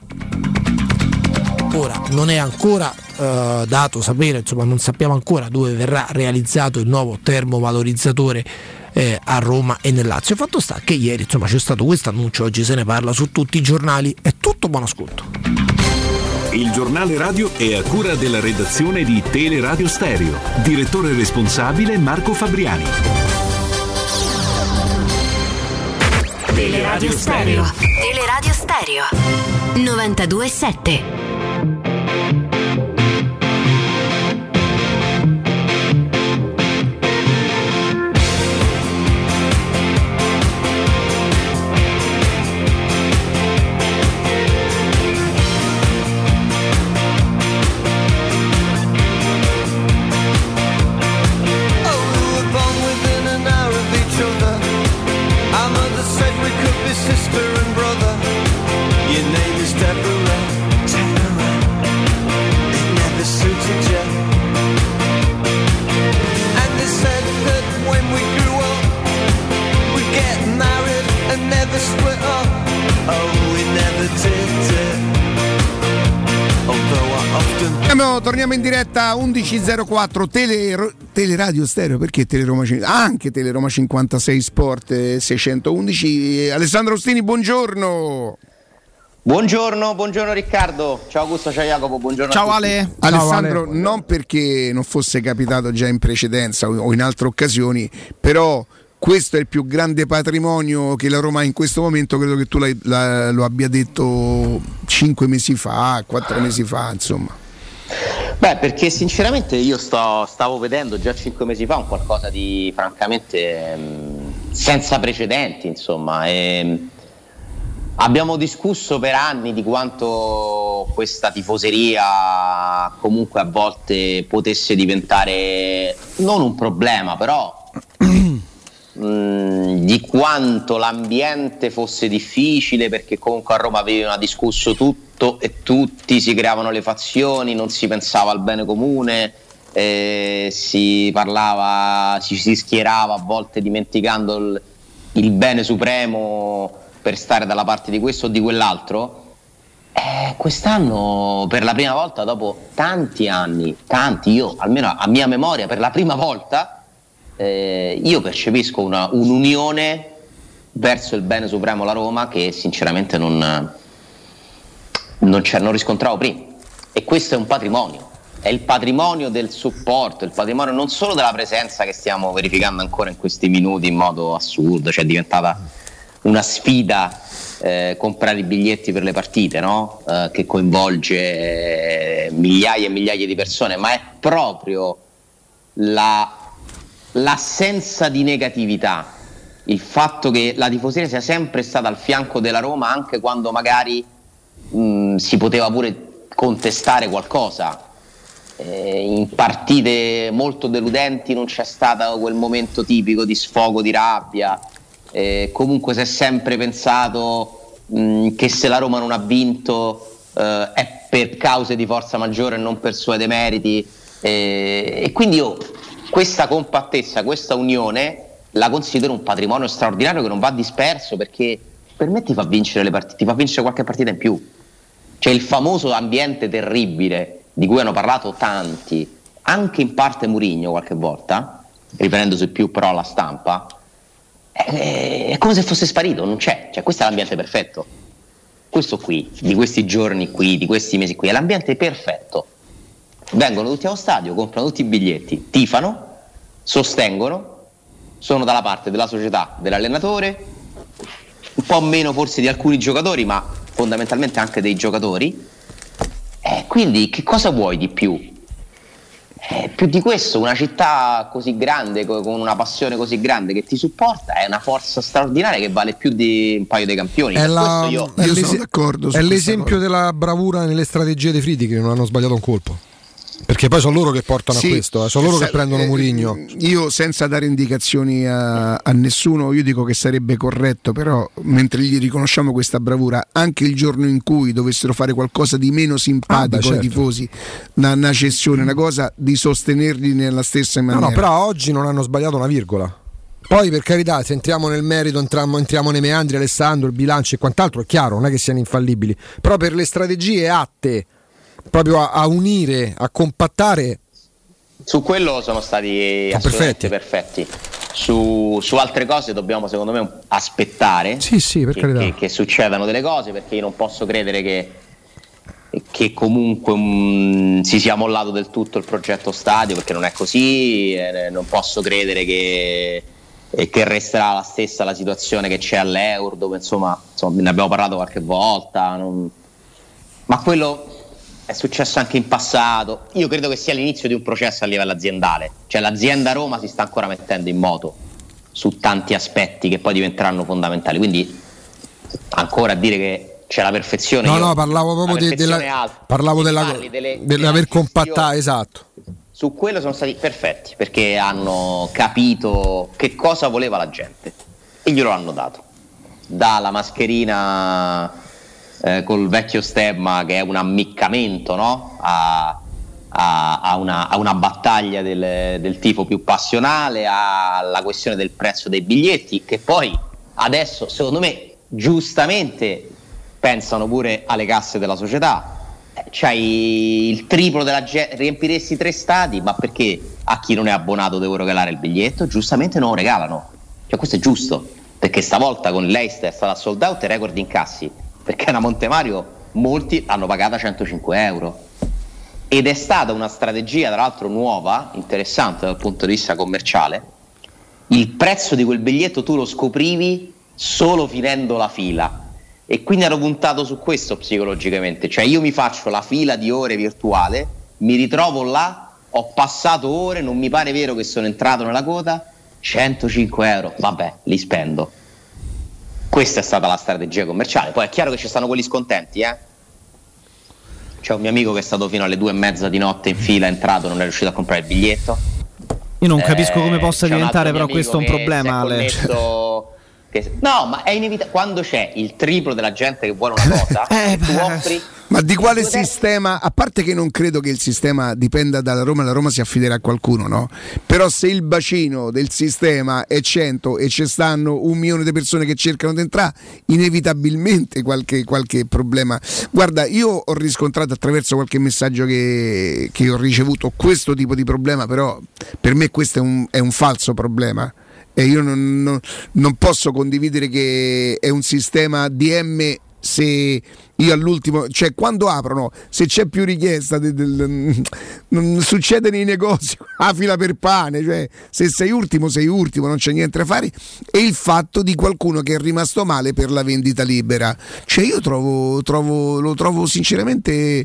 Ora non è ancora dato sapere, insomma non sappiamo ancora dove verrà realizzato il nuovo termovalorizzatore a Roma e nel Lazio. Fatto sta che ieri insomma c'è stato questo annuncio, oggi se ne parla su tutti i giornali. È tutto, buon ascolto. Il giornale radio è a cura della redazione di Teleradio Stereo. Direttore responsabile Marco Fabriani. Teleradio Stereo. Teleradio Stereo 92.7. Sister and brother, your name is Deborah. It never suited you. And they said that when we grew up, we'd get married and never split up. Oh, we never did it. Although I often... Torniamo in diretta 11.04 Teleradio Stereo, perché Teleroma, anche Teleroma 56 Sport 611. Alessandro Ostini, buongiorno. Buongiorno Riccardo, ciao Augusto, ciao Jacopo, buongiorno. Ciao Ale. Alessandro, ciao Ale. Non perché non fosse capitato già in precedenza o in altre occasioni, però questo è il più grande patrimonio che la Roma ha in questo momento. Credo che tu lo abbia detto 5 mesi fa, 4 mesi fa, insomma. Beh, perché sinceramente io stavo vedendo già 5 mesi fa un qualcosa di francamente senza precedenti, insomma. Abbiamo discusso per anni di quanto questa tifoseria comunque a volte potesse diventare non un problema, però di quanto l'ambiente fosse difficile, perché comunque a Roma avevano discusso tutto e tutti, si creavano le fazioni, non si pensava al bene comune, si parlava, si schierava a volte dimenticando il bene supremo per stare dalla parte di questo o di quell'altro. Quest'anno per la prima volta dopo tanti anni, io almeno a mia memoria per la prima volta io percepisco un'unione verso il bene supremo la Roma che sinceramente non riscontravo prima, e questo è un patrimonio, è il patrimonio del supporto, il patrimonio non solo della presenza che stiamo verificando ancora in questi minuti in modo assurdo, cioè è diventata una sfida comprare i biglietti per le partite, no? Che coinvolge migliaia e migliaia di persone, ma è proprio l'assenza di negatività, il fatto che la tifoseria sia sempre stata al fianco della Roma anche quando magari si poteva pure contestare qualcosa, in partite molto deludenti non c'è stato quel momento tipico di sfogo di rabbia, comunque si è sempre pensato che se la Roma non ha vinto è per cause di forza maggiore e non per suoi demeriti, e quindi io questa compattezza, questa unione la considero un patrimonio straordinario che non va disperso, perché per me ti fa vincere le partite, ti fa vincere qualche partita in più. C'è il famoso ambiente terribile di cui hanno parlato tanti, anche in parte Mourinho qualche volta, riprendendosi più però alla stampa. È come se fosse sparito, non c'è. Cioè, questo è l'ambiente perfetto. Questo qui, di questi giorni qui, di questi mesi qui, è l'ambiente perfetto. Vengono tutti allo stadio, comprano tutti i biglietti, tifano, sostengono, sono dalla parte della società, dell'allenatore, un po' meno forse di alcuni giocatori, ma fondamentalmente anche dei giocatori. Quindi che cosa vuoi di più? Più di questo, una città così grande, con una passione così grande che ti supporta, è una forza straordinaria che vale più di un paio dei campioni. Io sono d'accordo. È l'esempio della bravura nelle strategie dei Fritti, che non hanno sbagliato un colpo. Perché poi sono loro che portano a questo, sono loro che prendono Mourinho. Io, senza dare indicazioni a nessuno, io dico che sarebbe corretto, però mentre gli riconosciamo questa bravura, anche il giorno in cui dovessero fare qualcosa di meno simpatico ai tifosi, una cessione, una cosa, di sostenerli nella stessa maniera. No, però oggi non hanno sbagliato una virgola. Poi, per carità, se entriamo nel merito, entriamo nei meandri, Alessandro, il bilancio e quant'altro, è chiaro, non è che siano infallibili, però per le strategie atte proprio a unire, a compattare, su quello sono stati assolutamente perfetti. Su altre cose dobbiamo, secondo me, aspettare che succedano delle cose, perché io non posso credere che comunque si sia mollato del tutto il progetto stadio, perché non è così. Non posso credere che resterà la stessa la situazione che c'è all'Euro, dove insomma ne abbiamo parlato qualche volta, ma quello è successo anche in passato. Io credo che sia l'inizio di un processo a livello aziendale, cioè l'azienda Roma si sta ancora mettendo in moto su tanti aspetti che poi diventeranno fondamentali, quindi ancora a dire che c'è la perfezione. No, parlavo proprio dell'aver compattato, esatto. Su quello sono stati perfetti, perché hanno capito che cosa voleva la gente e glielo hanno dato. Dalla mascherina col vecchio stemma, che è un ammiccamento, no? a una battaglia del tifo più passionale, alla questione del prezzo dei biglietti, che poi adesso secondo me giustamente pensano pure alle casse della società. C'hai il triplo della gente, riempiresti 3 stadi, ma perché a chi non è abbonato devo regalare il biglietto? Giustamente non lo regalano, cioè questo è giusto, perché stavolta con l'Eister è stata sold out e record incassi, perché a Montemario molti l'hanno pagata 105 euro, ed è stata una strategia tra l'altro nuova, interessante dal punto di vista commerciale. Il prezzo di quel biglietto tu lo scoprivi solo finendo la fila, e quindi hanno puntato su questo psicologicamente, cioè io mi faccio la fila di ore virtuale, mi ritrovo là, ho passato ore, non mi pare vero che sono entrato nella coda, 105 euro, vabbè, li spendo. Questa è stata la strategia commerciale. Poi è chiaro che ci stanno quelli scontenti, C'è un mio amico che è stato fino alle 2:30 di notte in fila, è entrato, non è riuscito a comprare il biglietto. Io non capisco come possa diventare però questo un problema, Ale. No, ma è inevitabile. Quando c'è il triplo della gente che vuole una cosa, tu offri. Ma di quale sistema? A parte che non credo che il sistema dipenda dalla Roma, la Roma si affiderà a qualcuno, no? Però se il bacino del sistema è 100 e ci stanno 1 milione di persone che cercano di entrare, inevitabilmente qualche problema. Guarda, io ho riscontrato attraverso qualche messaggio che ho ricevuto questo tipo di problema, però per me questo è un falso problema. E io non posso condividere che è un sistema DM. Se io all'ultimo, cioè quando aprono, se c'è più richiesta non succede nei negozi a fila per pane, cioè se sei ultimo, non c'è niente da fare. E il fatto di qualcuno che è rimasto male per la vendita libera, cioè io lo trovo sinceramente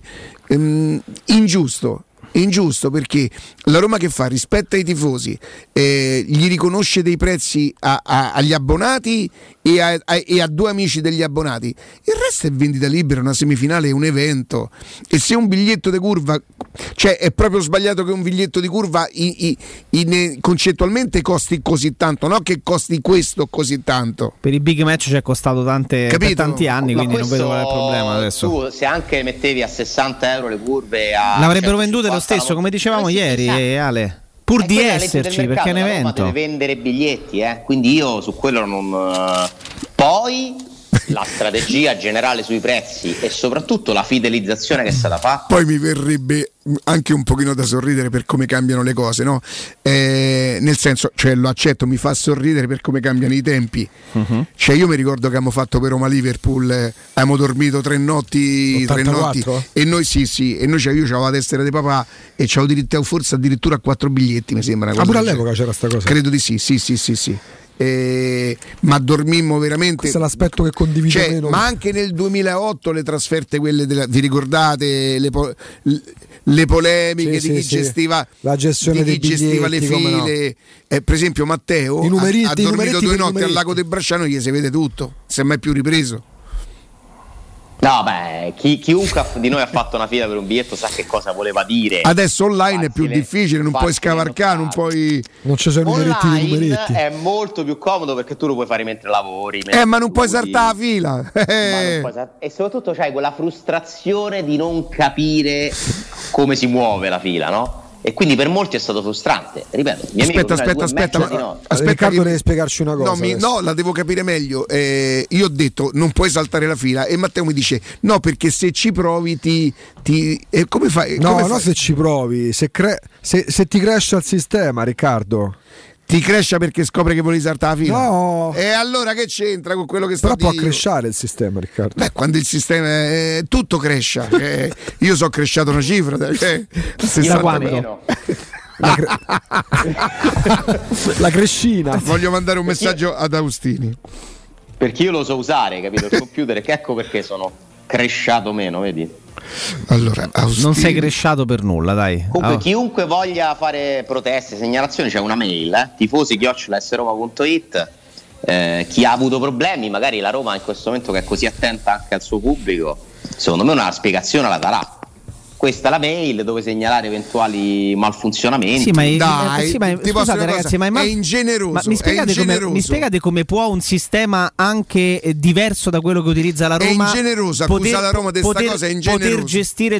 ingiusto, perché la Roma che fa? Rispetta i tifosi, gli riconosce dei prezzi agli abbonati e a 2 amici degli abbonati. Il resto è vendita libera, una semifinale è un evento, e se un biglietto di curva, cioè è proprio sbagliato che un biglietto di curva concettualmente costi così tanto, no che costi questo così tanto. Per i big match ci è costato per tanti anni, quindi non vedo qual è il problema adesso. Tu se anche mettevi a 60 euro le curve, l'avrebbero vendute lo stesso, come dicevamo ieri, Ale, pur di esserci, perché è un evento. Deve vendere biglietti, quindi io su quello non. Poi la strategia generale sui prezzi e soprattutto la fidelizzazione che è stata fatta. Poi mi verrebbe anche un pochino da sorridere per come cambiano le cose, no? Nel senso, cioè lo accetto, mi fa sorridere per come cambiano i tempi. Cioè io mi ricordo che abbiamo fatto per Roma Liverpool, abbiamo dormito 3 notti e noi e noi io c'avevo la tessera di papà e c'avevo diritto forse addirittura a 4 biglietti, mi sembra. Pure all'epoca c'era sta cosa? Credo di sì. Ma dormimmo veramente. Questo è l'aspetto che condivido meno. Ma anche nel 2008 le trasferte, quelle vi ricordate le polemiche di chi gestiva la gestione di chi gestiva le file, no? Per esempio Matteo ha dormito 2 notti al lago del Bracciano, gli si vede tutto, non si è mai più ripreso. No, beh, chiunque di noi ha fatto una fila per un biglietto sa che cosa voleva dire. Adesso online è più difficile, non puoi scavarcare, non ci sono numeretti. È molto più comodo perché tu lo puoi fare mentre lavori. Ma non puoi saltare la fila. E soprattutto c'hai quella frustrazione di non capire come si muove la fila, no? E quindi per molti è stato frustrante. Ripeto, aspetta, Riccardo deve spiegarci una cosa. No, la devo capire meglio. Io ho detto non puoi saltare la fila e Matteo mi dice no, perché se ci provi come fai? No, se ci provi, se ti cresce il sistema, Riccardo. Ti cresce perché scopre che volevi saltare la fila? No. E allora che c'entra con quello che sta dicendo? Però può crescere il sistema, Riccardo. Beh, quando il sistema tutto cresce. Io so cresciuto una cifra. Da quando? La crescina. Voglio mandare un messaggio ad Agostini. Perché io lo so usare, capito? Il computer, che ecco perché sono cresciato meno, vedi? Allora, non sei cresciato per nulla, dai. Comunque, chiunque voglia fare proteste, segnalazioni, c'è una mail, tifosi@sroma.it. Chi ha avuto problemi, magari la Roma in questo momento che è così attenta anche al suo pubblico, secondo me una spiegazione la darà. Questa è la mail dove segnalare eventuali malfunzionamenti. Scusate ragazzi, ma è ingeneroso. Ma mi spiegate come può un sistema anche diverso da quello che utilizza la Roma? È ingeneroso, accusa la Roma di questa cosa, è ingeneroso. Poter gestire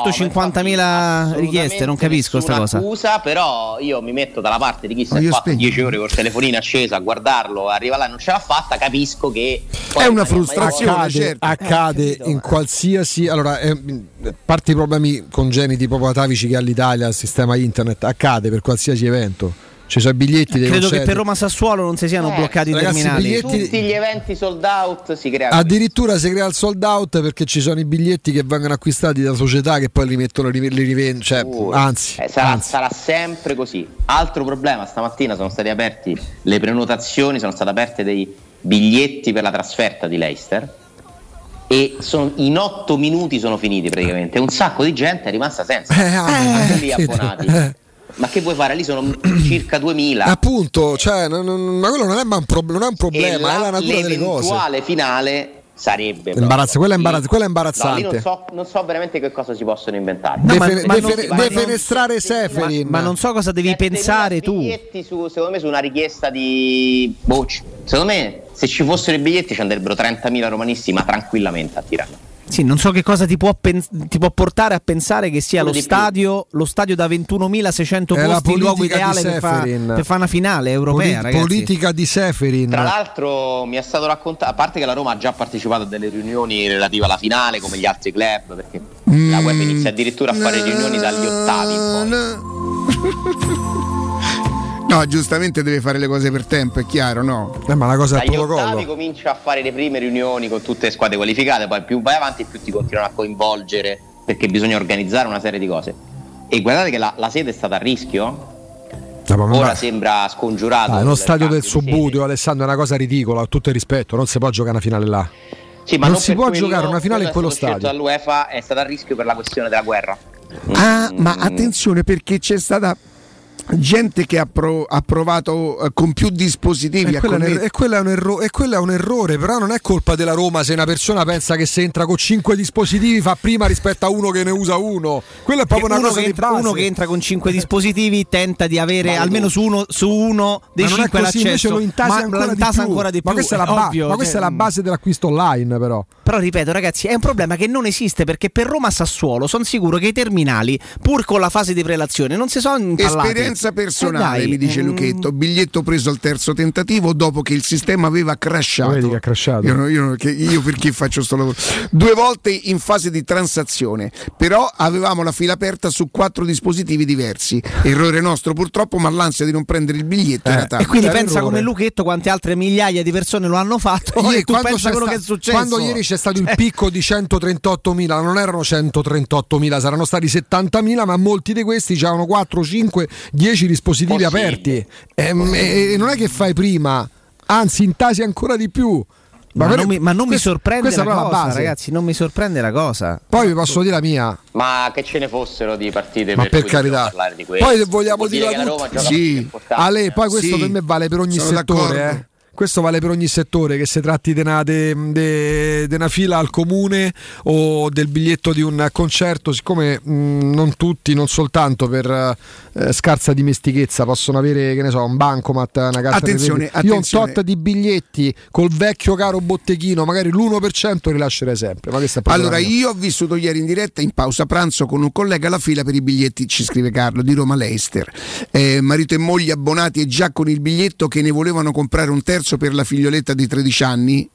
250.000 richieste, non capisco sta cosa. Accusa, però io mi metto dalla parte di chi si è fatto 10 ore col telefonino acceso a guardarlo, arriva là e non ce l'ha fatta, capisco che è una frustrazione, accade in qualsiasi. Allora, parte i problemi congeniti proprio atavici che ha l'Italia, il sistema internet, accade per qualsiasi evento. Ci sono i biglietti. Credo che per Roma Sassuolo non si siano bloccati i terminali. Tutti gli eventi sold out si crea. Addirittura si crea il sold out perché ci sono i biglietti che vengono acquistati da società che poi li mettono, li rivendono. Anzi, sarà sempre così. Altro problema: stamattina sono stati aperti le prenotazioni, sono state aperte dei biglietti per la trasferta di Leicester. E in 8 minuti sono finiti praticamente. Un sacco di gente è rimasta senza lì abbonati. Ma che vuoi fare? Lì sono circa 2000. Appunto, cioè, ma quello non è un problema, è la natura delle cose. L'eventuale finale sarebbe quella è imbarazzante. No, lì non so veramente che cosa si possono inventare. Defenestrare Seferin. Ma non so cosa devi pensare tu. Secondo me su una richiesta di secondo me se ci fossero i biglietti ci andrebbero 30.000 romanisti, ma tranquillamente a Tirana. Sì, non so che cosa ti può portare a pensare che sia lo stadio da 21.600 posti il luogo ideale per fare una finale europea. Politica di Seferin. Tra l'altro mi è stato raccontato, a parte che la Roma ha già partecipato a delle riunioni relative alla finale come gli altri club, perché la UEFA inizia addirittura a fare riunioni dagli ottavi in poi. No, giustamente deve fare le cose per tempo, è chiaro, no? Ma la cosa è poco collo. Comincia a fare le prime riunioni con tutte le squadre qualificate, poi più vai avanti più ti continuano a coinvolgere, perché bisogna organizzare una serie di cose. E guardate che la sede è stata a rischio. Ora sembra scongiurato. Lo stadio del Subbuteo, Alessandro, è una cosa ridicola, a tutto il rispetto, non si può giocare una finale là. Sì, ma non si può giocare una finale in quello stadio. L'UEFA è stata a rischio per la questione della guerra. Ma attenzione, perché c'è stata gente che ha provato con più dispositivi e quello è un errore, però non è colpa della Roma se una persona pensa che se entra con 5 dispositivi fa prima rispetto a uno che ne usa uno. Quello è proprio una cosa di base. Uno che entra con 5 dispositiitivi tenta di avere almeno su uno dei 5 l'accesso, lo intasa ancora di più. Ma questa è la base dell'acquisto online, però ripeto ragazzi, è un problema che non esiste, perché per Roma Sassuolo sono sicuro che i terminali, pur con la fase di prelazione, non si sono impallati. Esperienza personale, mi dice Luchetto, biglietto preso al terzo tentativo dopo che il sistema aveva crashato. Vedi che ha crashato. Io perché faccio sto lavoro? 2 volte in fase di transazione, però avevamo la fila aperta su 4 dispositivi diversi. Errore nostro purtroppo, ma l'ansia di non prendere il biglietto era tanta. E quindi pensa come Luchetto quante altre migliaia di persone lo hanno fatto e tu pensa quello che è successo. Quando ieri c'è stato il picco di 138.000, non erano 138.000, saranno stati 70.000, ma molti di questi c'erano 4, 5, 10 dispositivi aperti. E non è che fai prima, anzi intasi ancora di più. Ma non mi sorprende la cosa, base. Ragazzi, non mi sorprende la cosa. Poi vi posso dire la mia. Ma che ce ne fossero di partite ma per carità. Parlare di questo. Poi vogliamo dire che la Roma gioca Ale, poi questo per me vale per ogni settore, Questo vale per ogni settore, che si tratti di una fila al comune o del biglietto di un concerto, siccome non tutti, non soltanto per scarsa dimestichezza possono avere, che ne so, un bancomat, una carta. Attenzione. Io ho un tot di biglietti col vecchio caro botteghino, magari l'1% rilascerei sempre. Ma allora, io ho vissuto ieri in diretta in pausa pranzo con un collega la fila per i biglietti, ci scrive Carlo, di Roma Leicester. Marito e moglie abbonati e già con il biglietto che ne volevano comprare un terzo per la figlioletta di 13 anni,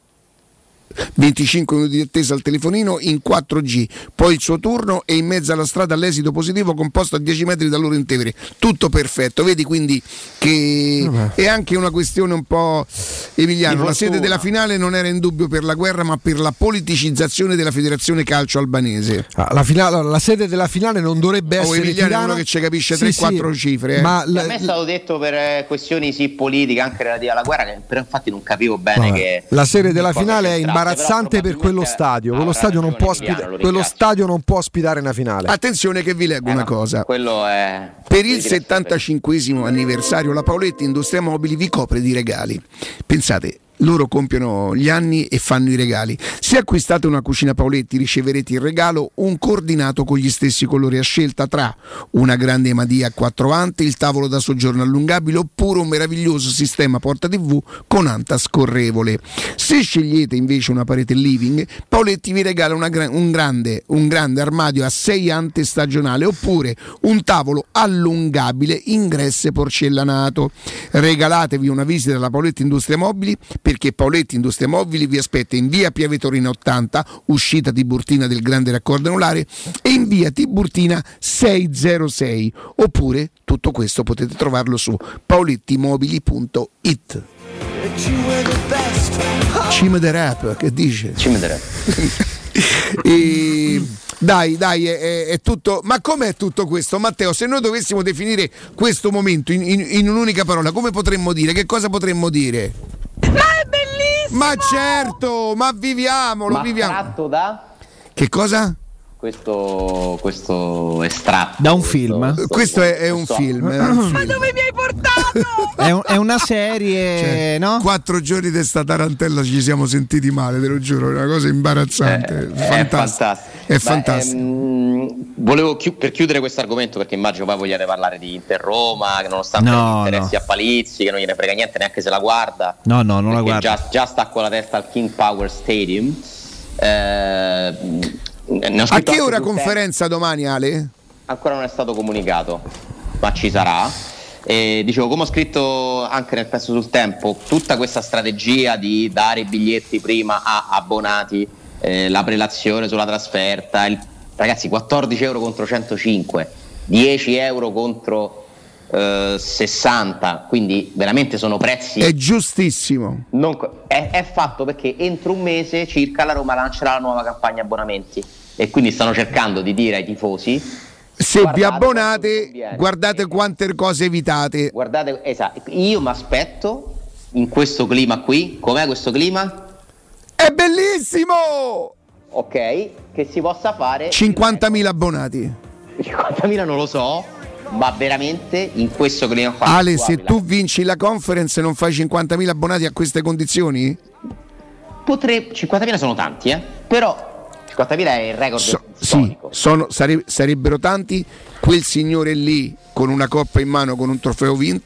25 minuti di attesa al telefonino in 4G, poi il suo turno e in mezzo alla strada all'esito positivo composto a 10 metri da loro in Tevere, tutto perfetto. Vedi quindi che è anche una questione un po', Emiliano, la sede della finale non era in dubbio per la guerra ma per la politicizzazione della federazione calcio albanese. La sede della finale non dovrebbe essere Emiliano Tirana. È uno che ci capisce 3-4 cifre. Ma a me è stato detto per questioni politiche anche relative alla guerra, che però infatti non capivo bene che la sede della finale è imbarazzante per quello stadio. Quello stadio non può ospitare una finale. Attenzione che vi leggo una cosa. Quello è per il 75esimo anniversario la Paoletti Industria Mobili vi copre di regali. Pensate, loro compiono gli anni e fanno i regali. Se acquistate una cucina Paoletti riceverete in regalo un coordinato con gli stessi colori a scelta tra una grande Emadia a 4 ante, il tavolo da soggiorno allungabile oppure un meraviglioso sistema porta TV con anta scorrevole. Se scegliete invece una parete living, Paoletti vi regala un grande armadio a 6 ante stagionale oppure un tavolo allungabile ingresso porcellanato. Regalatevi una visita alla Paoletti Industria Mobili, perché Paoletti Industria Mobili vi aspetta in via Piavetorina 80, uscita Tiburtina del grande raccordo anulare, e in via Tiburtina 606, oppure tutto questo potete trovarlo su paolettimobili.it. Cime de Rap, che dice? Cime de Rap. Dai, è tutto. Ma com'è tutto questo, Matteo? Se noi dovessimo definire questo momento in un'unica parola, come potremmo dire? Che cosa potremmo dire? Ma è bellissimo! Ma certo, ma viviamolo, viviamo. Tratto da? Che cosa? Questo estratto da un film. Questo è un film. Ma dove mi hai portato? è una serie, no? 4 giorni di sta tarantella ci siamo sentiti male, te lo giuro, è una cosa imbarazzante. È fantastico. Volevo per chiudere questo argomento, perché immagino poi vogliate parlare di Inter-Roma, che nonostante gli interessi a Palizzi, che non gliene frega niente neanche se la guarda. No, non la guarda. Già sta con la testa al King Power Stadium. A che ora conferenza domani, Ale? Ancora non è stato comunicato, ma ci sarà. Dicevo, come ho scritto anche nel pezzo sul Tempo, tutta questa strategia di dare i biglietti prima a abbonati, la prelazione sulla trasferta, ragazzi, 14 euro contro 105, 10 euro contro 60, quindi veramente sono prezzi. È giustissimo. È fatto perché entro un mese circa la Roma lancerà la nuova campagna abbonamenti e quindi stanno cercando di dire ai tifosi: se vi abbonate, guardate quante cose evitate. Guardate, esatto. Io mi aspetto in questo clima qui. Com'è questo clima? È bellissimo! Ok, che si possa fare 50.000 abbonati. 50.000 non lo so, ma veramente in questo clima qua. Ale, se tu vinci la conference non fai 50.000 abbonati a queste condizioni? 50.000 sono tanti, però 50.000 è il record storico. Sarebbero tanti. Quel signore lì con una coppa in mano, con un trofeo vinto,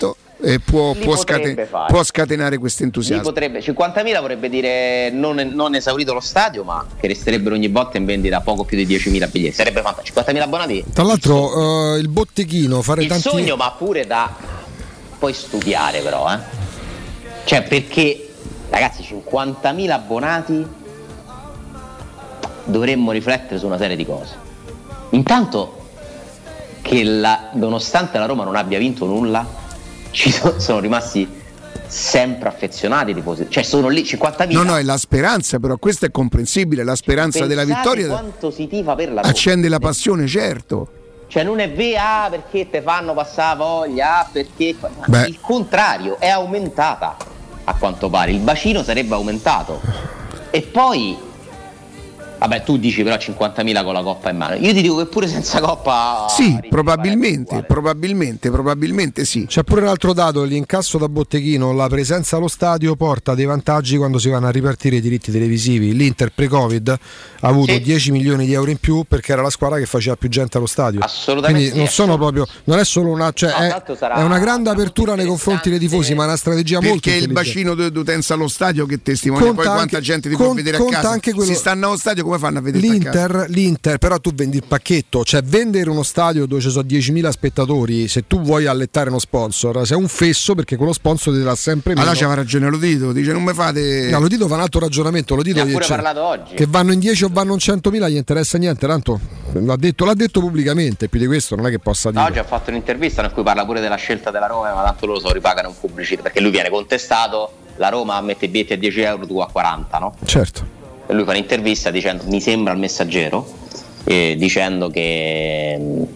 può scatenare questo entusiasmo. 50.000 vorrebbe dire non esaurito lo stadio, ma che resterebbero ogni volta in vendita poco più di 10.000 biglietti. Sarebbe fantastico. 50.000 abbonati. Tra l'altro il botteghino, fare il tanti... sogno, ma pure da poi studiare però, cioè, perché ragazzi, 50.000 abbonati, dovremmo riflettere su una serie di cose. Intanto che nonostante la Roma non abbia vinto nulla, sono rimasti sempre affezionati ai tifosi, cioè sono lì 50.000. No, è la speranza, però questo è comprensibile, la speranza della vittoria. Quanto si tifa per la Roma, accende la passione, certo. Cioè non è vero perché te fanno passare voglia, perché il contrario, è aumentata a quanto pare, il bacino sarebbe aumentato. E poi vabbè, tu dici però 50.000 con la coppa in mano. Io ti dico che pure senza coppa sì, probabilmente sì. C'è pure un altro dato, l'incasso da botteghino, la presenza allo stadio porta dei vantaggi quando si vanno a ripartire i diritti televisivi. L'Inter pre-Covid ha avuto 10 milioni di euro in più perché era la squadra che faceva più gente allo stadio. Assolutamente. Quindi non è solo una, cioè è una grande apertura nei confronti dei tifosi, ma è una strategia molto intelligente. Perché il bacino d'utenza allo stadio che testimonia poi quanta gente ti può vedere a casa. Si stanno allo stadio, come fanno a vedere l'Inter, però tu vendi il pacchetto, cioè vendere uno stadio dove ci sono 10.000 spettatori, se tu vuoi allettare uno sponsor sei un fesso, perché quello sponsor ti dà sempre meno. Allora c'aveva ragione Lodito, dice non mi fate. No, Lodito fa un altro ragionamento, Lodito ne ha pure parlato oggi, che vanno in 10 o vanno in 100.000 gli interessa niente, tanto l'ha detto pubblicamente, più di questo non è che possa dire. Oggi ha fatto un'intervista in cui parla pure della scelta della Roma, ma tanto loro ripagano in pubblicità, perché lui viene contestato, la Roma mette i biglietti a 10 euro, tu a 40, no? Certo. E lui fa un'intervista dicendo, mi sembra al Messaggero, dicendo che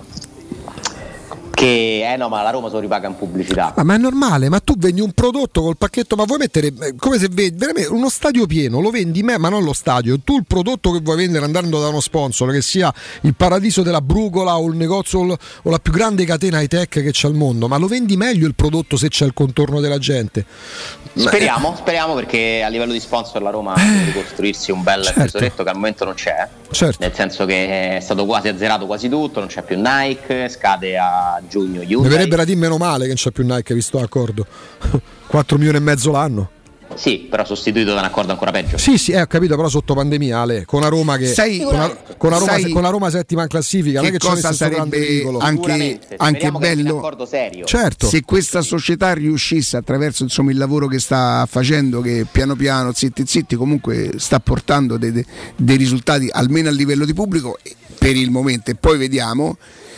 no, ma la Roma se lo ripaga in pubblicità. Ma è normale, ma tu vendi un prodotto col pacchetto, ma vuoi mettere come se vendi veramente uno stadio pieno, lo vendi ma non lo stadio, tu il prodotto che vuoi vendere andando da uno sponsor, che sia il paradiso della Brugola o il negozio o la più grande catena high tech che c'è al mondo, ma lo vendi meglio il prodotto se c'è il contorno della gente. Speriamo, perché a livello di sponsor la Roma deve ricostruirsi un bel tesoretto che al momento non c'è, nel senso che è stato quasi azzerato quasi tutto, non c'è più Nike, scade a giugno Hyundai. Mi verrebbe da dire meno male che non c'è più Nike, visto l'accordo. 4 milioni e mezzo l'anno. Sì, però sostituito da un accordo ancora peggio. Sì, ho capito, però sotto pandemia, Ale, con una Roma che con la Roma settima in classifica, non è che cosa sarebbe anche bello, serio. Certo. Se questa società riuscisse attraverso il lavoro che sta facendo, che piano piano, zitti comunque sta portando dei risultati almeno a livello di pubblico per il momento, e poi vediamo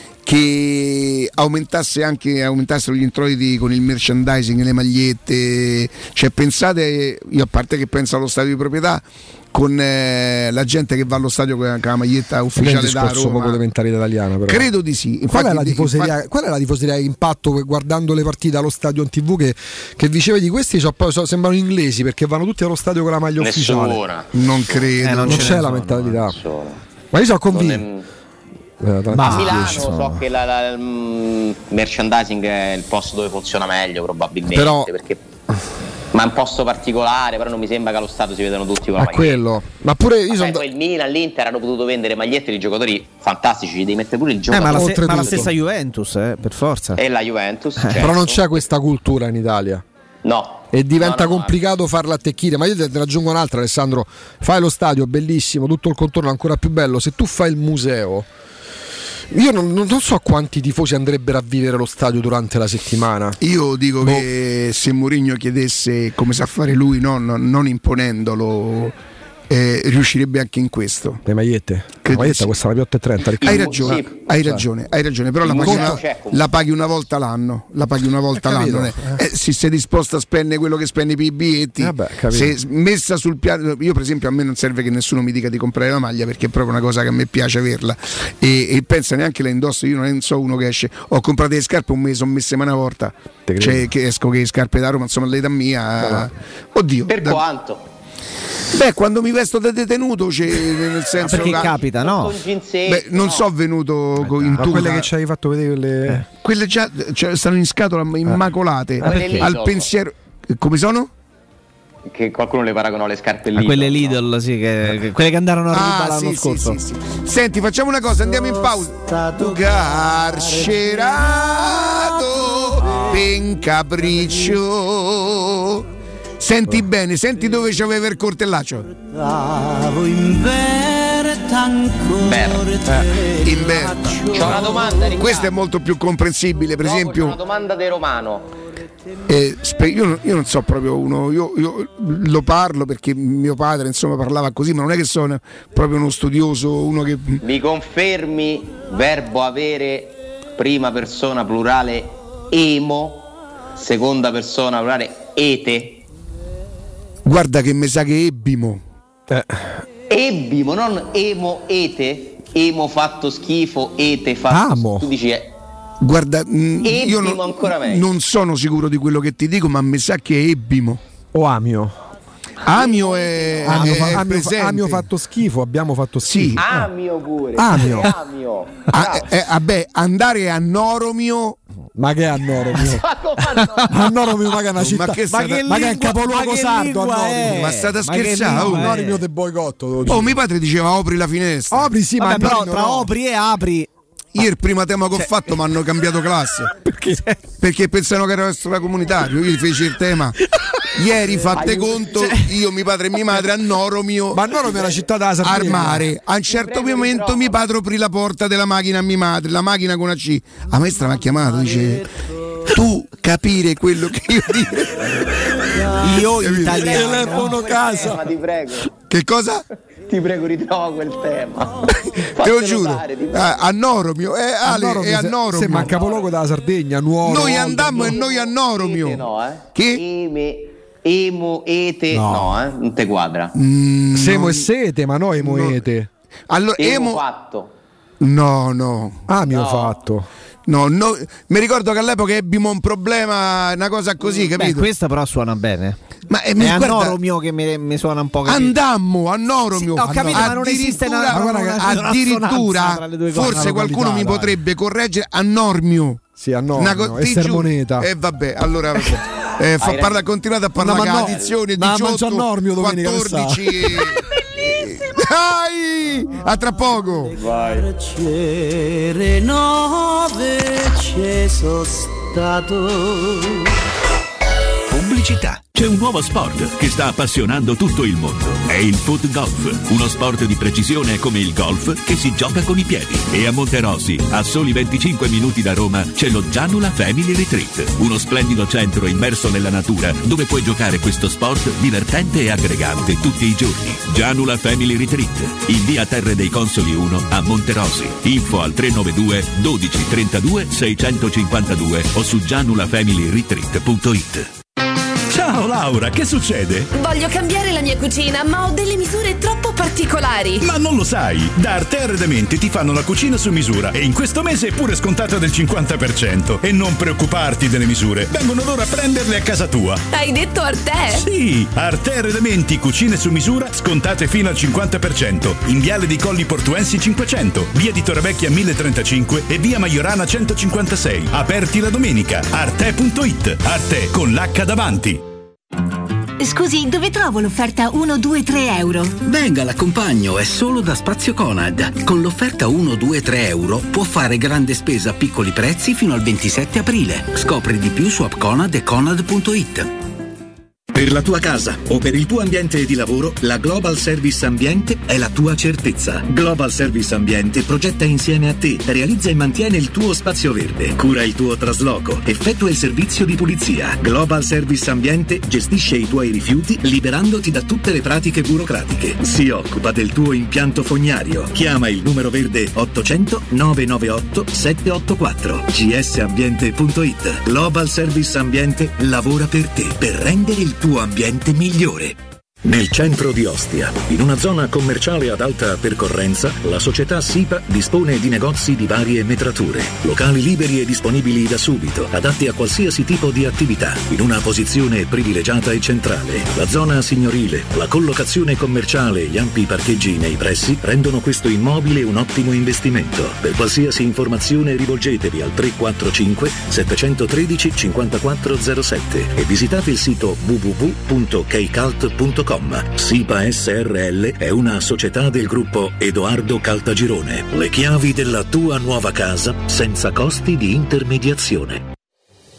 che aumentassero gli introiti con il merchandising, le magliette, cioè pensate, io a parte che penso allo stadio di proprietà, con la gente che va allo stadio con la maglietta ufficiale da Roma, poco di mentalità italiana, però. Credo di sì. Qual è la tifoseria impatto guardando le partite allo stadio in TV che diceva di questi sembrano inglesi perché vanno tutti allo stadio con la maglia ufficiale? Non credo, non c'è la mentalità. Ma io sono convinto. A Milano so che il merchandising è il posto dove funziona meglio probabilmente, però, ma è un posto particolare, però non mi sembra che allo stadio si vedano tutti con la maglietta. Quello. Ma pure io poi il Milan, l'Inter hanno potuto vendere magliette di giocatori fantastici, devi mettere pure il giocatore. Ma la stessa Juventus, per forza. E la Juventus, certo. Però non c'è questa cultura in Italia. No. E diventa complicato farla attecchire. Ma io te ne aggiungo un'altra, Alessandro. Fai lo stadio bellissimo, tutto il contorno ancora più bello. Se tu fai il museo, io non so quanti tifosi andrebbero a vivere lo stadio durante la settimana. Io dico che se Mourinho chiedesse come sa fare lui, non imponendolo, riuscirebbe anche in questo. Le magliette? La maglietta costa una piotta e 30. Hai ragione, però la paghi una volta l'anno. Se sei disposto a spendere quello che spendi per i biglietti, se messa sul piano. Io per esempio, a me non serve che nessuno mi dica di comprare la maglia, perché è proprio una cosa che a me piace averla, e pensa neanche la indosso. Io non so uno che esce, ho comprato le scarpe un mese, sono messe una volta, cioè che esco che scarpe da Roma, insomma l'età mia, oddio, per quanto? Beh, quando mi vesto da detenuto, nel senso perché capita, no? Non so venuto in tuta. Quelle che ci hai fatto vedere, quelle già stanno in scatola immacolate al pensiero. Come sono? Che qualcuno le paragonò alle scarpe Lidl. Quelle Lidl, sì, quelle che andarono a rubare l'anno scorso. Sì. Senti, facciamo una cosa, andiamo in pausa. Stato carcerato per capriccio. Senti bene, senti dove c'aveva il coltellaccio. C'ho una domanda, Riccardo. Questo è molto più comprensibile, per esempio. C'ho una domanda di Romano. Io non so proprio uno, io lo parlo perché mio padre insomma parlava così, ma non è che sono proprio uno studioso, uno che... Mi confermi verbo avere, prima persona plurale emo, seconda persona plurale ete? Guarda che mi sa che ebbimo. Ebbimo, non emo ete, emo fatto schifo, ete fatto schifo. Tu dici guarda, io non sono sicuro di quello che ti dico, ma mi sa che è ebbimo o amio. Amio è presente. Amio fatto schifo, abbiamo fatto schifo. Sì. Amio pure. Amio. Vabbè, andare a Normio. Ma che è Annoromio? Annoromio, ma che è una città, ma che è un capoluogo sardo. Ma state a scherzare? Annoromio del boicotto. Mio padre diceva opri la finestra. Opri sì, vabbè, però tra opri e apri. Io il primo tema che ho fatto mi hanno cambiato classe perché pensano che ero extracomunitario. Io gli feci il tema ieri, fate conto, io, mio padre e mia madre a Normio. Ma Normio è una città da Sardegna. Al mare. A un certo momento mio padre aprì la porta della macchina a mia madre, la macchina con una C. La maestra mi ha chiamato, dice: tu capire quello che io dico. Io italiano. Telefono casa. Ma ti prego. Che cosa? Ti prego, ritrova quel tema. Te lo giuro. A Normio, Ale, è a Normio. Sembra un capoluogo della Sardegna, nuovo. Noi andammo e noi a Normio. Ete no, Che? Emo, ete, no, non te quadra. Semo e sete, ma no emo ete. Allora, emo fatto. No. Amio fatto. No, mi ricordo che all'epoca ebbimo un problema, una cosa così, capito? Questa però suona bene. Ma è a Normio che mi suona un po'. Andammo a Normio. Sì, ho capito, ma non esiste addirittura forse qualcuno mi potrebbe correggere a Normio. Sì, a Normio. E Sermoneta. E vabbè, allora continuate a parlare addizione 18 Normio 14 Dai! A tra poco. Vai. C'è 9 c'è sono stato. Pubblicità. C'è un nuovo sport che sta appassionando tutto il mondo. È il foot golf, uno sport di precisione come il golf che si gioca con i piedi. E a Monterosi, a soli 25 minuti da Roma, c'è lo Gianula Family Retreat, uno splendido centro immerso nella natura dove puoi giocare questo sport divertente e aggregante tutti i giorni. Gianula Family Retreat, in via Terre dei Consoli 1 a Monterosi. Info al 392 12 32 652 o su gianulafamilyretreat.it. Ciao Laura, che succede? Voglio cambiare la mia cucina, ma ho delle misure troppo particolari. Ma non lo sai, da Arte Arredamenti ti fanno la cucina su misura e in questo mese è pure scontata del 50%. E non preoccuparti delle misure, vengono loro a prenderle a casa tua. Hai detto Arte? Sì, Arte Arredamenti, cucine su misura, scontate fino al 50%. In Viale dei Colli Portuensi 500, via di Torrevecchia 1035 e via Maiorana 156. Aperti la domenica. Arte.it. Arte con l'H davanti. Scusi, dove trovo l'offerta 1, 2, 3 euro? Venga, l'accompagno, è solo da Spazio Conad. Con l'offerta 1, 2, 3 euro può fare grande spesa a piccoli prezzi fino al 27 aprile. Scopri di più su appconad e conad.it. Per la tua casa o per il tuo ambiente di lavoro, la Global Service Ambiente è la tua certezza. Global Service Ambiente progetta insieme a te, realizza e mantiene il tuo spazio verde, cura il tuo trasloco, effettua il servizio di pulizia. Global Service Ambiente gestisce i tuoi rifiuti liberandoti da tutte le pratiche burocratiche. Si occupa del tuo impianto fognario. Chiama il numero verde 800 998 784. gsambiente.it. Global Service Ambiente lavora per te, per rendere il tuo ambiente migliore. Nel centro di Ostia, in una zona commerciale ad alta percorrenza, la società SIPA dispone di negozi di varie metrature, locali liberi e disponibili da subito, adatti a qualsiasi tipo di attività, in una posizione privilegiata e centrale. La zona signorile, la collocazione commerciale e gli ampi parcheggi nei pressi rendono questo immobile un ottimo investimento. Per qualsiasi informazione rivolgetevi al 345 713 5407 e visitate il sito www.keicalt.com. SIPA SRL è una società del gruppo Edoardo Caltagirone. Le chiavi della tua nuova casa senza costi di intermediazione.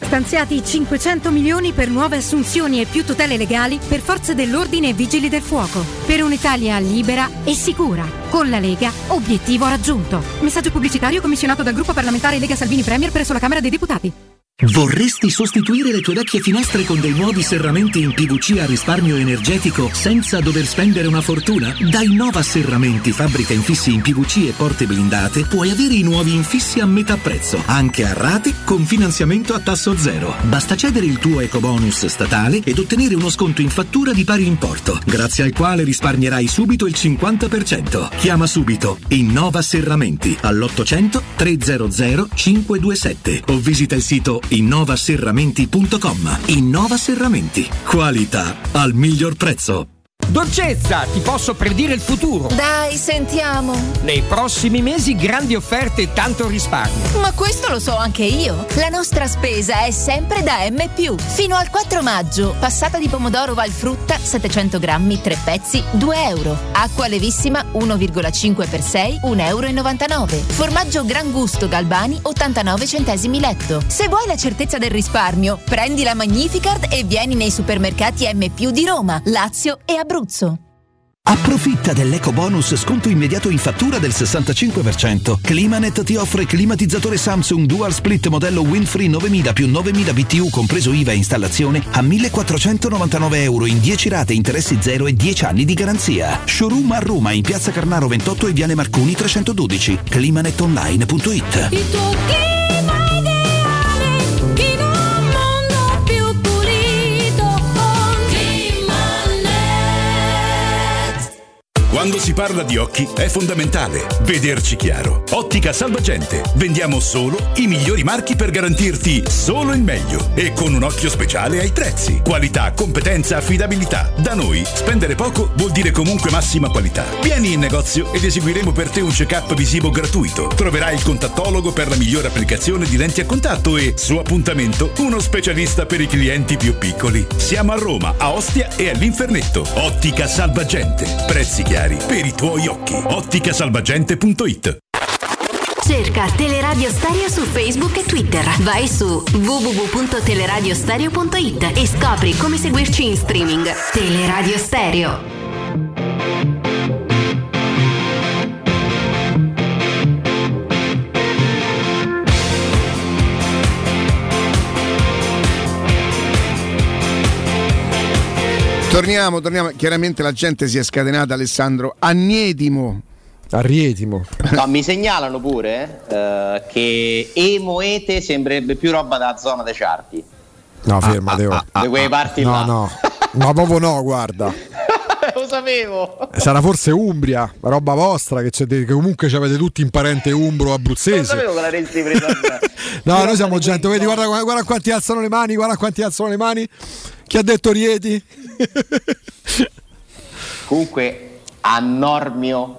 Stanziati 500 milioni per nuove assunzioni e più tutele legali per forze dell'ordine e vigili del fuoco. Per un'Italia libera e sicura. Con la Lega, obiettivo raggiunto. Messaggio pubblicitario commissionato dal gruppo parlamentare Lega Salvini Premier presso la Camera dei Deputati. Vorresti sostituire le tue vecchie finestre con dei nuovi serramenti in PVC a risparmio energetico senza dover spendere una fortuna? Da Innova Serramenti, fabbrica infissi in PVC e porte blindate, puoi avere i nuovi infissi a metà prezzo, anche a rate con finanziamento a tasso zero. Basta cedere il tuo ecobonus statale ed ottenere uno sconto in fattura di pari importo, grazie al quale risparmierai subito il 50%. Chiama subito Innova Serramenti all'800 300 527 o visita il sito innovaserramenti.com. Innova Serramenti. Qualità al miglior prezzo. Dolcezza, ti posso predire il futuro. Dai, sentiamo. Nei prossimi mesi grandi offerte e tanto risparmio. Ma questo lo so anche io. La nostra spesa è sempre da M+. Fino al 4 maggio, passata di pomodoro Valfrutta 700 grammi, 3 pezzi, €2. Acqua levissima 1,5 per 6, €1,99. Formaggio Gran Gusto Galbani 89 centesimi letto. Se vuoi la certezza del risparmio, prendi la Magnificard e vieni nei supermercati M+ di Roma, Lazio e Abruzzo. Approfitta dell'ecobonus sconto immediato in fattura del 65%. Climanet ti offre climatizzatore Samsung Dual Split modello Windfree 9000 più 9000 BTU compreso IVA e installazione a €1.499 in 10 rate, interessi zero e 10 anni di garanzia. Showroom a Roma in Piazza Carnaro 28 e Viale Marconi 312. climanetonline.it. Il tuo clima ideale in un mondo più pulito con Climanet. Quando si parla di occhi è fondamentale vederci chiaro. Ottica Salvagente. Vendiamo solo i migliori marchi per garantirti solo il meglio e con un occhio speciale ai prezzi. Qualità, competenza, affidabilità. Da noi spendere poco vuol dire comunque massima qualità. Vieni in negozio ed eseguiremo per te un check-up visivo gratuito. Troverai il contattologo per la migliore applicazione di lenti a contatto e, su appuntamento, uno specialista per i clienti più piccoli. Siamo a Roma, a Ostia e all'Infernetto. Ottica Salvagente. Prezzi chiari per i tuoi occhi. otticasalvagente.it. Cerca Teleradio Stereo su Facebook e Twitter. Vai su www.teleradiostereo.it e scopri come seguirci in streaming. Teleradio Stereo. Torniamo. Chiaramente la gente si è scatenata, Alessandro. Arietimo. No, mi segnalano pure che Emoete sembrerebbe più roba da zona dei Ciarti. No, fermate. Di quei parti là. No, ma proprio no, guarda. Lo sapevo. Sarà forse Umbria, la roba vostra, che comunque ci avete tutti in parente umbro abruzzese. Non sapevo che l'avresti presa. No, noi siamo gente, vedi, guarda quanti alzano le mani, Chi ha detto Rieti? Comunque Annormio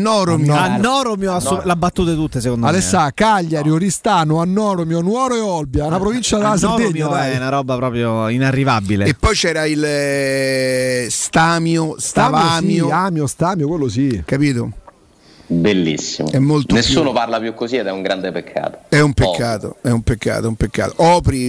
l'ha battute tutte, secondo me. Cagliari, Oristano, Annormio, Nuoro e Olbia, una provincia della Sardegna. È una roba proprio inarrivabile. E poi c'era il Stamio, Stamio, quello sì. Capito? Bellissimo. È molto Nessuno parla più così ed è un grande peccato. È un peccato. Opri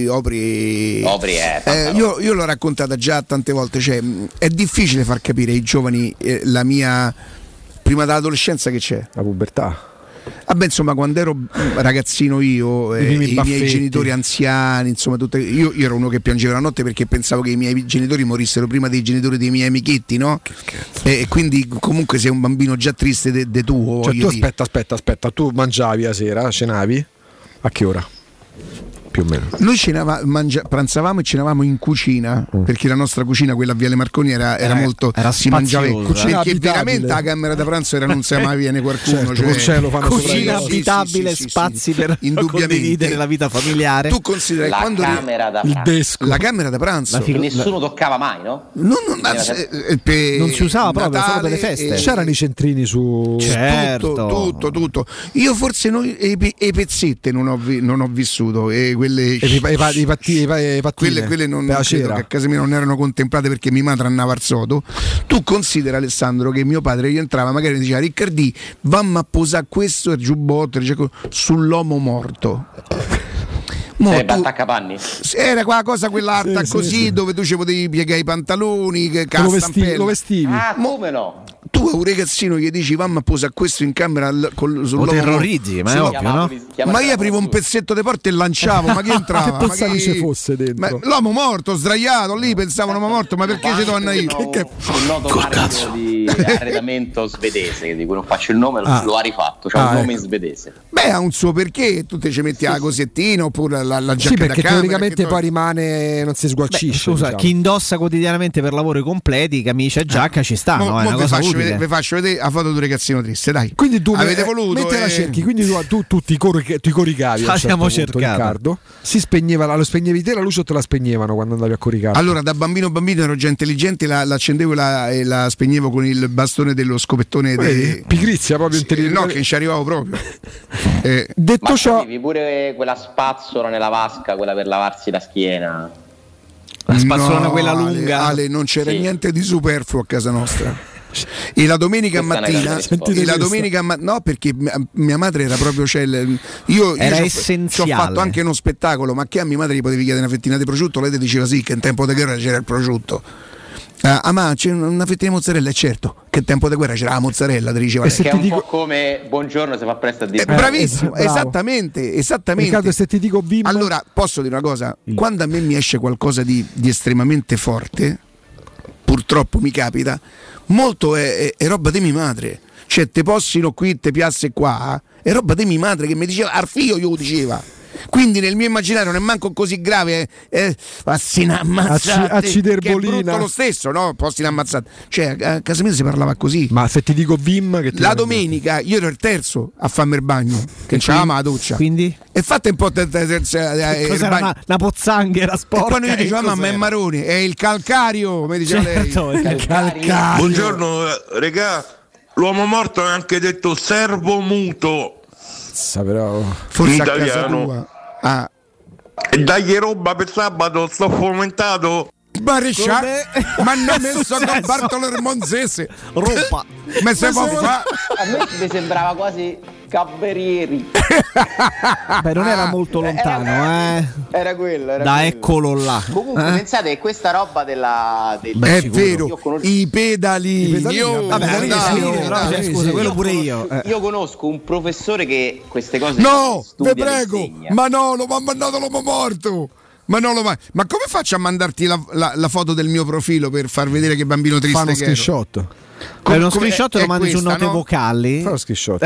io l'ho raccontata già tante volte, cioè è difficile far capire ai giovani la mia prima dell'adolescenza che c'è. La pubertà. Vabbè, insomma, quando ero ragazzino io, i miei genitori anziani, insomma, io ero uno che piangeva la notte perché pensavo che i miei genitori morissero prima dei genitori dei miei amichetti, no? E quindi comunque sei un bambino già triste de tuo. Cioè, tu aspetta, tu mangiavi la sera, cenavi? A che ora? Più o meno. Noi pranzavamo e cenavamo in cucina, perché la nostra cucina, quella a Viale Marconi, era molto si mangiava in cucina, perché veramente la camera da pranzo era non sa mai viene qualcuno, certo, cucina abitabile, spazi per condividere la vita familiare. Tu consideri la quando camera da la camera da pranzo che nessuno toccava mai, no? Non si usava proprio, solo per le feste. C'erano i centrini su tutto. Io forse e pezzette non ho vissuto, e quelle non credo che a casa mia non erano contemplate perché mia madre andava al sodo. Tu considera, Alessandro, che mio padre rientrava, magari mi diceva: Riccardi, vammi a posare questo giubbotto sull'uomo morto. Attaccapanni? Era quella cosa quell'alta così dove tu ci potevi piegare i pantaloni, che lo vestivi. Come no? Tu a un ragazzino gli dici mamma posa questo in camera lo terrorizzi, ma è ovvio, no? Ma io aprivo un pezzetto di porta e lanciavo, ma chi entrava? Che pensavi ci fosse dentro? L'uomo morto, sdraiato lì, pensavano uomo morto, ma perché ci torna io? Un noto marchio di arredamento svedese, di cui non faccio il nome, lo ha rifatto, c'ha un nome in svedese. Beh, ha un suo perché, tu te ci metti la cosettina oppure la giacca sì, perché da camera, teoricamente poi rimane, non si sgualcisce. Scusa, diciamo. Chi indossa quotidianamente per lavori completi camicia e giacca ci sta, no? È una cosa utile. Vi faccio vedere la foto di un ragazzino triste, dai. Quindi tu avete voluto mentre la cerchi, quindi tu ti coricavi a un certo punto, Riccardo. Si spegneva, lo spegnevi te la luce o te la spegnevano quando andavi a coricare? Allora, da bambino ero già intelligente, l'accendevo e la spegnevo con il bastone dello scopettone. Pigrizia proprio intelligente. No, che ci arrivavo proprio. Detto ciò, avevi pure quella spazzola nella vasca, quella per lavarsi la schiena. La spazzolona quella lunga. Ale, non c'era niente di superfluo a casa nostra. E la domenica mattina, no, perché mia madre era proprio io essenziale. Ci ho fatto anche uno spettacolo, ma che a mia madre gli potevi chiedere una fettina di prosciutto, lei ti diceva sì, che in tempo di guerra c'era il prosciutto. Ma c'è una fettina di mozzarella, certo, che in tempo di guerra c'era la mozzarella, ti diceva lei. Che è un po' come buongiorno si fa presto a dire. Bravissimo, esattamente. Riccardo, se ti dico Vim... Allora, posso dire una cosa? Quando a me mi esce qualcosa di estremamente forte, purtroppo mi capita, molto è roba di mia madre. Cioè, te possino qui, te piasse qua, è roba di mia madre che mi diceva, Arfio io diceva. Quindi nel mio immaginario non è manco così grave, acciderbolina, che è brutto lo stesso, no? Posti ammazzati. Cioè, a casa mia si parlava così. Ma se ti dico Vim, che la domenica io ero il terzo a farmi il bagno, che c'avevamo la doccia. Quindi? E fate un po' una pozzanghera sporca. E poi noi dicevamo mamma è Maroni, è il calcario, come diceva lei. Il calcario. Buongiorno regà, l'uomo morto è anche detto servo muto. Però forse in a casa italiano. tua. E dagli roba per sabato, sto fomentato. Bariscia, ma non messo con Bartolo Monzese. Roba. Ma se può fa. A me mi sembrava quasi Caberieri. Beh, non era molto lontano, Era quello. Eccolo là. Comunque pensate che questa roba è vero, i pedali. Scusa, quello pure io. Io conosco un professore che queste cose no, vi prego, insegna. Manolo, mi ha mandato l'uomo morto. Ma come faccio a mandarti la foto del mio profilo per far vedere che bambino triste? Fa uno screenshot. Uno screenshot lo mandi su note vocali. Fa uno screenshot.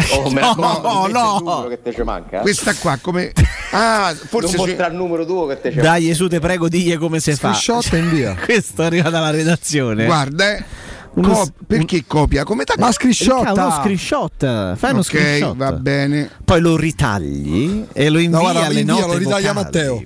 No. Che te ci manca. Questa qua come forse non mostra il numero tuo che te ci manca. Dai, su te prego, digli come si fa. Screenshot e invia. Questo arriva dalla redazione. Guarda, perché copia? Come ma screenshot? Uno screenshot. Fai uno screenshot. Va bene. Poi lo ritagli e lo invia alle note lo ritaglia vocali. Matteo.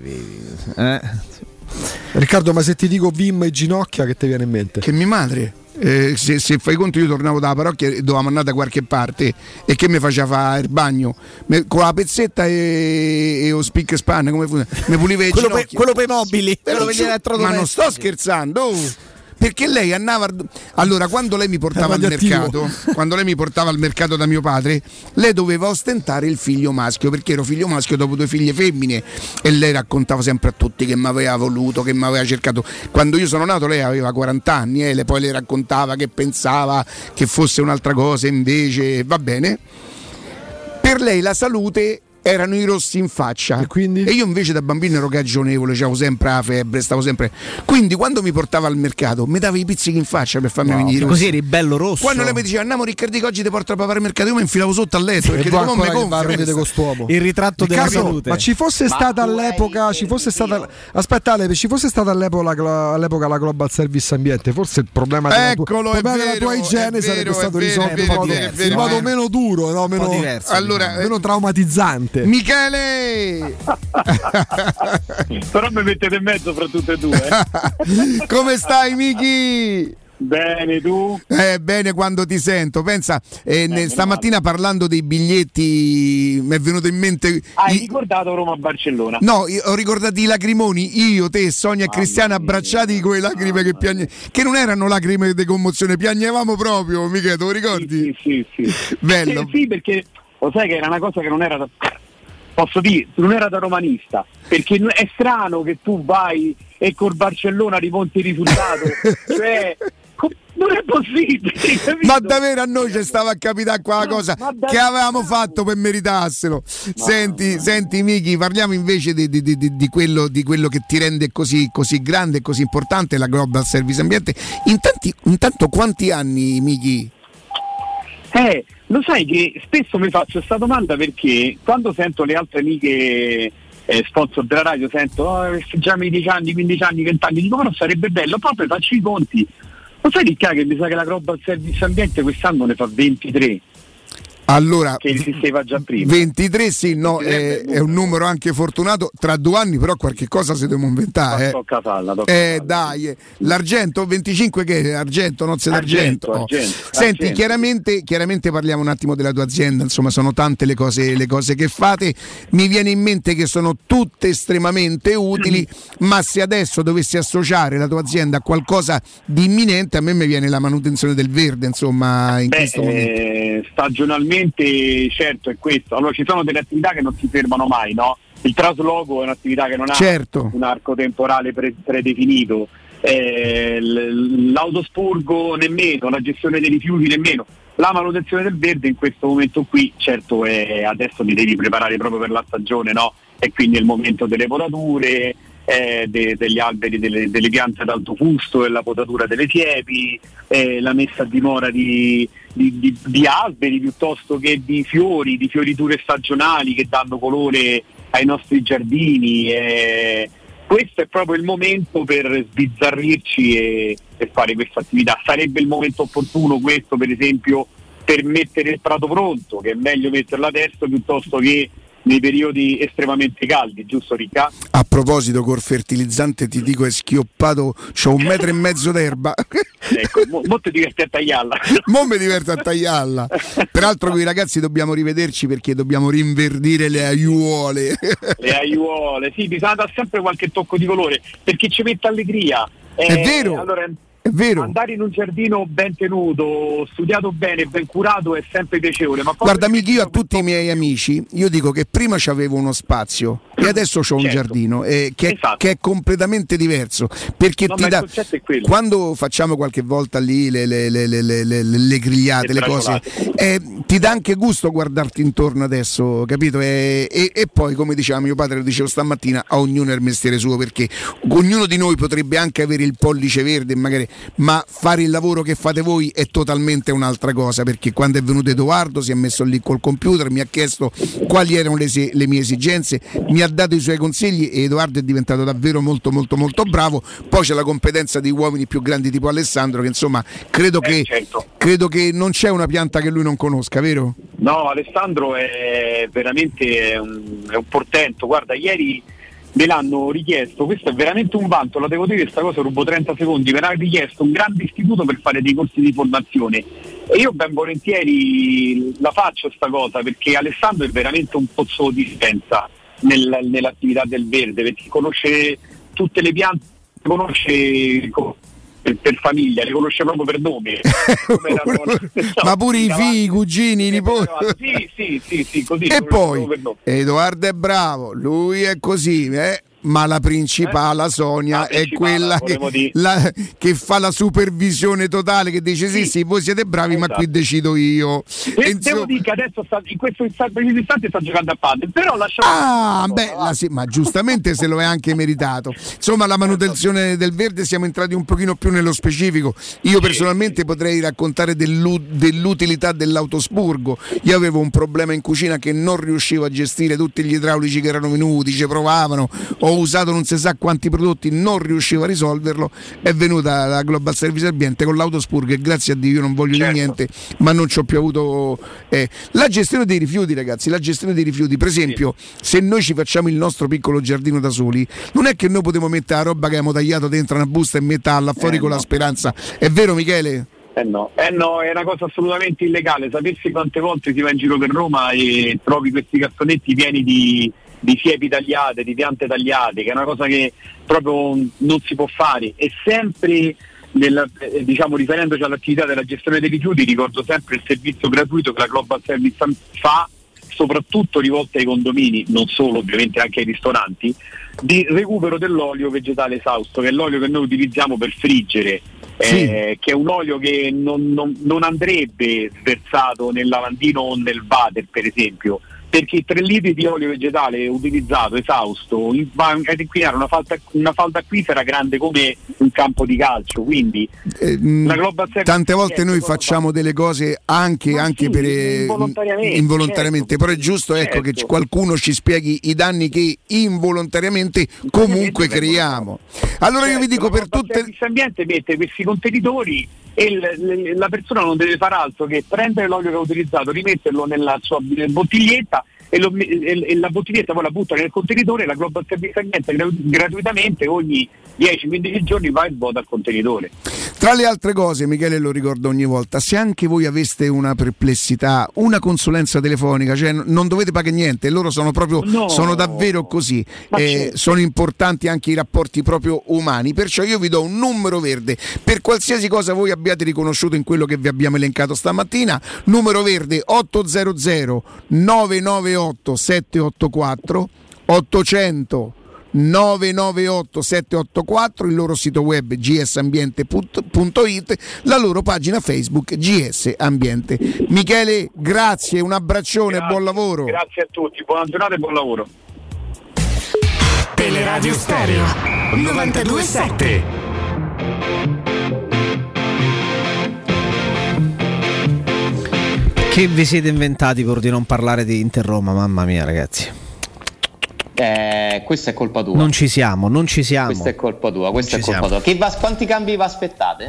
Riccardo, ma se ti dico Vim e ginocchia, che ti viene in mente? Che mia madre. Se fai conto, io tornavo dalla parrocchia e dovevamo andare da qualche parte e che mi faceva fare il bagno con la pezzetta e lo spick span, come mi puliva le ginocchia. Quello per i mobili, ma non sto scherzando. Perché lei andava. Allora, quando lei mi portava al mercato da mio padre, lei doveva ostentare il figlio maschio, perché ero figlio maschio dopo 2 figlie femmine. E lei raccontava sempre a tutti che mi aveva voluto, che mi aveva cercato. Quando io sono nato, lei aveva 40 anni e poi le raccontava che pensava che fosse un'altra cosa, invece va bene. Per lei la salute erano i rossi in faccia e io invece da bambino ero cagionevole, avevo sempre la febbre, stavo sempre, quindi quando mi portava al mercato mi dava i pizzichi in faccia per farmi venire rossi. Così eri bello rosso. Quando lei mi diceva andiamo Riccardi oggi ti porto a papà al mercato, io mi infilavo sotto al letto perché non mi quest'uomo. Il ritratto della salute. Ma ci fosse stata all'epoca aspetta Ale, ci fosse stata all'epoca la Global Service Ambiente, forse il problema della tua igiene sarebbe stato risolto in modo meno duro, no? Meno traumatizzante. Michele però mi mettete in mezzo fra tutte e due. Come stai, Michi? Bene, tu? Bene quando ti sento. Pensa, stamattina parlando dei biglietti mi è venuto in mente. Hai ricordato Roma-Barcellona? No, ho ricordato i lacrimoni. Io, te, Sonia e Cristiano abbracciati con le lacrime che non erano lacrime di commozione, piangevamo proprio, Michele, te lo ricordi? Sì. Bello. Sì, perché lo sai che era una cosa che non era posso dire, non era da romanista, perché è strano che tu vai e col Barcellona rimonti il risultato, cioè non è possibile, capito? Ma davvero a noi ci stava a capitare quella cosa che avevamo fatto per meritarselo. Senti Miki, parliamo invece di quello che ti rende così grande e così importante la Global Service Ambiente. Intanto quanti anni, Miki? Lo sai che spesso mi faccio questa domanda, perché quando sento le altre amiche sponsor della radio, sento festeggiamo i 10 anni, 15 anni, 20 anni, dico però sarebbe bello, proprio faccio i conti. Lo sai di che mi sa che la Global Service Ambiente quest'anno ne fa 23? Allora, che esisteva già prima. 23 sì, no, è un numero anche fortunato. Tra 2 anni però qualche cosa si deve inventare. Tocca farla. Dai, l'argento 25 che è argento, nozze d'argento. Argento. Senti, chiaramente parliamo un attimo della tua azienda, insomma sono tante le cose che fate. Mi viene in mente che sono tutte estremamente utili, ma se adesso dovessi associare la tua azienda a qualcosa di imminente, a me mi viene la manutenzione del verde, insomma, in questo momento. Stagionalmente certo è questo. Allora ci sono delle attività che non si fermano mai, no? Il trasloco è un'attività che non ha un arco temporale predefinito, l'autospurgo nemmeno, la gestione dei rifiuti nemmeno. La manutenzione del verde in questo momento qui, certo adesso mi devi preparare proprio per la stagione, no? E quindi è il momento delle potature, degli alberi, delle piante ad alto fusto e la potatura delle siepi, la messa a dimora di alberi piuttosto che di fioriture stagionali che danno colore ai nostri giardini. Questo è proprio il momento per sbizzarrirci e fare questa attività. Sarebbe il momento opportuno questo, per esempio, per mettere il prato pronto, che è meglio metterlo adesso piuttosto che nei periodi estremamente caldi, giusto Ricca? A proposito, col fertilizzante ti dico è schioppato, c'ho 1,5 metri d'erba. Ecco, mo ti diverti a tagliarla. Mo mi diverto a tagliarla. Peraltro con i ragazzi dobbiamo rivederci perché dobbiamo rinverdire le aiuole. Le aiuole, sì, bisogna dare sempre qualche tocco di colore, perché ci mette allegria. È vero. Allora, è vero. Andare in un giardino ben tenuto, studiato bene, ben curato è sempre piacevole. Ma guarda amici, io a tutti i miei amici io dico che prima c'avevo uno spazio e adesso c'ho un giardino che è completamente diverso, perché ti dà, quando facciamo qualche volta lì le grigliate, le cose, ti dà anche gusto guardarti intorno adesso, capito? E poi, come diceva mio padre, lo dicevo stamattina, a ognuno è il mestiere suo, perché ognuno di noi potrebbe anche avere il pollice verde magari, ma fare il lavoro che fate voi è totalmente un'altra cosa, perché quando è venuto Edoardo si è messo lì col computer, mi ha chiesto quali erano le mie esigenze, mi ha dato i suoi consigli e Edoardo è diventato davvero molto molto molto bravo. Poi c'è la competenza di uomini più grandi tipo Alessandro, che insomma credo che non c'è una pianta che lui non conosca, vero? No, Alessandro è veramente un portento. Guarda, ieri me l'hanno richiesto, questo è veramente un vanto, la devo dire questa cosa, rubo 30 secondi, me l'ha richiesto un grande istituto per fare dei corsi di formazione e io ben volentieri la faccio sta cosa, perché Alessandro è veramente un pozzo di dispensa nell'attività del verde, perché conosce tutte le piante, conosce per famiglia, le conosce proprio per nome. Ma pure i figli, i cugini, i nipoti. Sì, così. E poi Edoardo è bravo, lui è così, ma la principale Sonia è quella che fa la supervisione totale, che dice sì, voi siete bravi, ma qui decido io. Devo dire che adesso in questo istante sta giocando a padel, però lasciamo ma giustamente se lo è anche meritato. Insomma, la manutenzione del verde, siamo entrati un pochino più nello specifico. Io personalmente potrei raccontare dell'utilità dell'autospurgo. Io avevo un problema in cucina che non riuscivo a gestire, tutti gli idraulici che erano venuti ci provavano, ho usato non si sa quanti prodotti, non riuscivo a risolverlo. È venuta la Global Service Ambiente con l'autospurgo e grazie a Dio, io non voglio dire niente, ma non ci ho più avuto la gestione dei rifiuti, ragazzi, per esempio, se noi ci facciamo il nostro piccolo giardino da soli, non è che noi potremo mettere la roba che abbiamo tagliato dentro una busta e metterla fuori con la speranza, è vero Michele? No, è una cosa assolutamente illegale. Sapessi quante volte si va in giro per Roma e trovi questi cassonetti pieni di siepi tagliate, di piante tagliate, che è una cosa che proprio non si può fare. E sempre riferendoci all'attività della gestione dei rifiuti, ricordo sempre il servizio gratuito che la Global Service fa soprattutto rivolte ai condomini, non solo ovviamente anche ai ristoranti, di recupero dell'olio vegetale esausto, che è l'olio che noi utilizziamo per friggere, che è un olio che non andrebbe sversato nel lavandino o nel water, per esempio, perché 3 litri di olio vegetale utilizzato, esausto, va a inquinare una falda acquifera grande come un campo di calcio. Quindi la Global Service tante volte noi facciamo delle cose anche per involontariamente, però è giusto che qualcuno ci spieghi i danni che involontariamente comunque creiamo. Allora io vi dico, per tutte il Servizio Ambiente mette questi contenitori e la persona non deve fare altro che prendere l'olio che ha utilizzato, rimetterlo nella sua bottiglietta e la bottiglietta poi la butta nel contenitore, e la Global Service Ambiente gratuitamente ogni 10-15 giorni va e vota al contenitore. Tra le altre cose, Michele lo ricorda ogni volta, se anche voi aveste una perplessità, una consulenza telefonica, cioè non dovete pagare niente, loro sono proprio sono davvero così, sono importanti anche i rapporti proprio umani, perciò io vi do un numero verde per qualsiasi cosa voi abbiate riconosciuto in quello che vi abbiamo elencato stamattina. Numero verde 800 998 784 800 998 784, il loro sito web gsambiente.it, la loro pagina Facebook GS Ambiente. Michele, grazie, un abbraccione, buon lavoro. Grazie a tutti, buona giornata e buon lavoro. Teleradio Stereo 92.7. Che vi siete inventati pur di non parlare di Inter Roma, mamma mia ragazzi. Questa è colpa tua. Non ci siamo. Questa è colpa tua. Quanti cambi vi aspettate?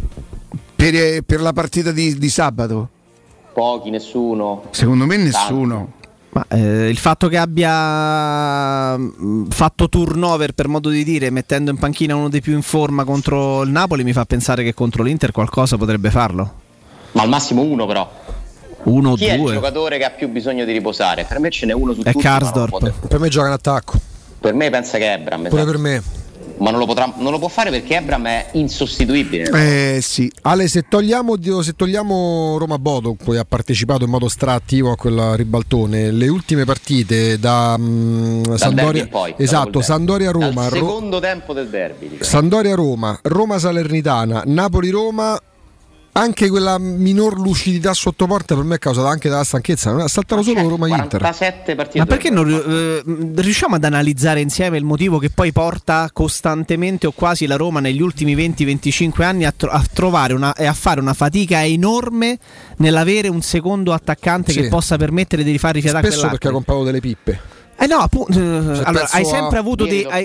Per la partita di sabato? Pochi, nessuno. Secondo me nessuno. Ma il fatto che abbia fatto turnover, per modo di dire, mettendo in panchina uno dei più in forma contro il Napoli, mi fa pensare che contro l'Inter qualcosa potrebbe farlo. Ma al massimo uno, però. Uno o Chi due. è il giocatore che ha più bisogno di riposare? Per me ce n'è uno su tutti. È Karsdorp. Per me gioca in attacco. Per me pensa che è Ebram. Pure per me. Ma non lo può fare perché Ebram è insostituibile. Sì. Ale, se togliamo Roma-Bodo, poi ha partecipato in modo straattivo a quel ribaltone, le ultime partite da Sampdoria, poi, esatto, Sampdoria-Roma, al secondo tempo del derby, diciamo. Sampdoria-Roma, Roma-Salernitana, Napoli-Roma. Anche quella minor lucidità sotto porta per me è causata anche dalla stanchezza. Saltano solo Roma-Inter. 47 partite. Ma perché non riusciamo ad analizzare insieme il motivo che poi porta costantemente o quasi la Roma negli ultimi 20-25 anni a trovare e a fare una fatica enorme nell'avere un secondo attaccante che possa permettere di rifare rifiatare spesso perché ha comprato delle pippe. No, appunto, allora, hai sempre avuto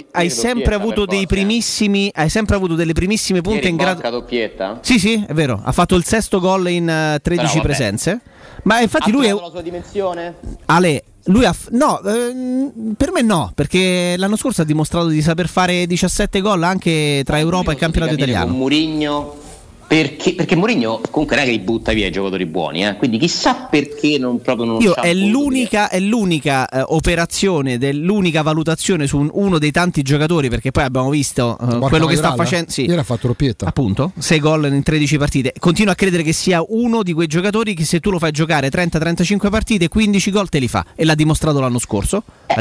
dei primissimi, hai sempre avuto delle primissime punte in grado. Doppietta? Sì, è vero, ha fatto il sesto gol in 13 presenze. Ma infatti lui è la sua dimensione? Ale, lui per me no, perché l'anno scorso ha dimostrato di saper fare 17 gol anche tra Europa e campionato italiano. Con Mourinho. Perché Mourinho comunque non è che li butta via i giocatori buoni, quindi chissà perché non è l'unica operazione, l'unica valutazione su uno dei tanti giocatori, perché poi abbiamo visto quello che sta facendo. Sì, ieri ha fatto doppietta, appunto 6 gol in 13 partite. Continuo a credere che sia uno di quei giocatori che se tu lo fai giocare 30-35 partite 15 gol te li fa, e l'ha dimostrato l'anno scorso.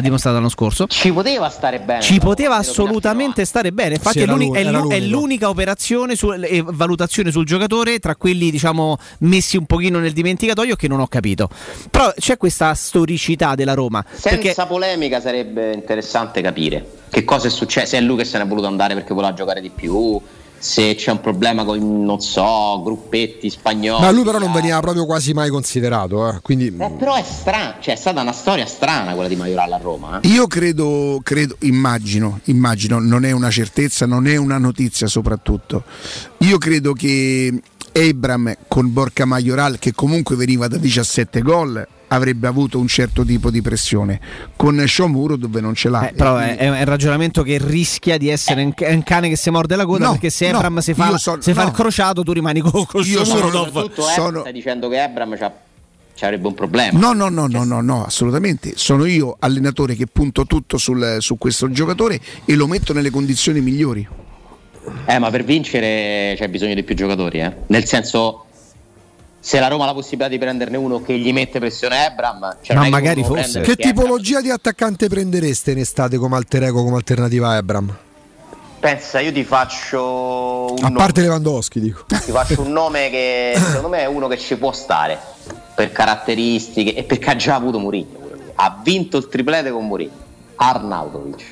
Ci poteva stare bene. Ci poteva assolutamente stare bene. Infatti è l'unica operazione e valutazione sul giocatore tra quelli, diciamo, messi un pochino nel dimenticatoio, che non ho capito. Però c'è questa storicità della Roma. Senza polemica sarebbe interessante capire che cosa è successo, se è lui che se ne è voluto andare perché voleva giocare di più, se c'è un problema con, non so, gruppetti spagnoli. Ma lui però non veniva proprio quasi mai considerato, quindi... però è strano, cioè è stata una storia strana quella di Majoral a Roma. Io credo, immagino, non è una certezza, non è una notizia soprattutto. Io credo che Ebram con Borca Majoral, che comunque veniva da 17 gol, avrebbe avuto un certo tipo di pressione. Con Sciomuro dove non ce l'ha. Però è un ragionamento che rischia di essere un cane che si morde la coda, perché se Ebram si fa il crociato, tu rimani con Sciomuro. Stai dicendo che Ebram c'avrebbe un problema? No, assolutamente. Sono io allenatore che punto tutto su questo giocatore e lo metto nelle condizioni migliori. Ma per vincere c'è bisogno di più giocatori, nel senso, se la Roma ha la possibilità di prenderne uno che gli mette pressione Ebram, cioè ma magari fosse. Che tipologia di attaccante prendereste in estate come alter ego, come alternativa a Ebram? Pensa, io ti faccio un a parte Lewandowski, dico. Ti faccio un nome che secondo me è uno che ci può stare per caratteristiche e perché ha già avuto Mourinho. Ha vinto il triplete con Mourinho. Arnautovic.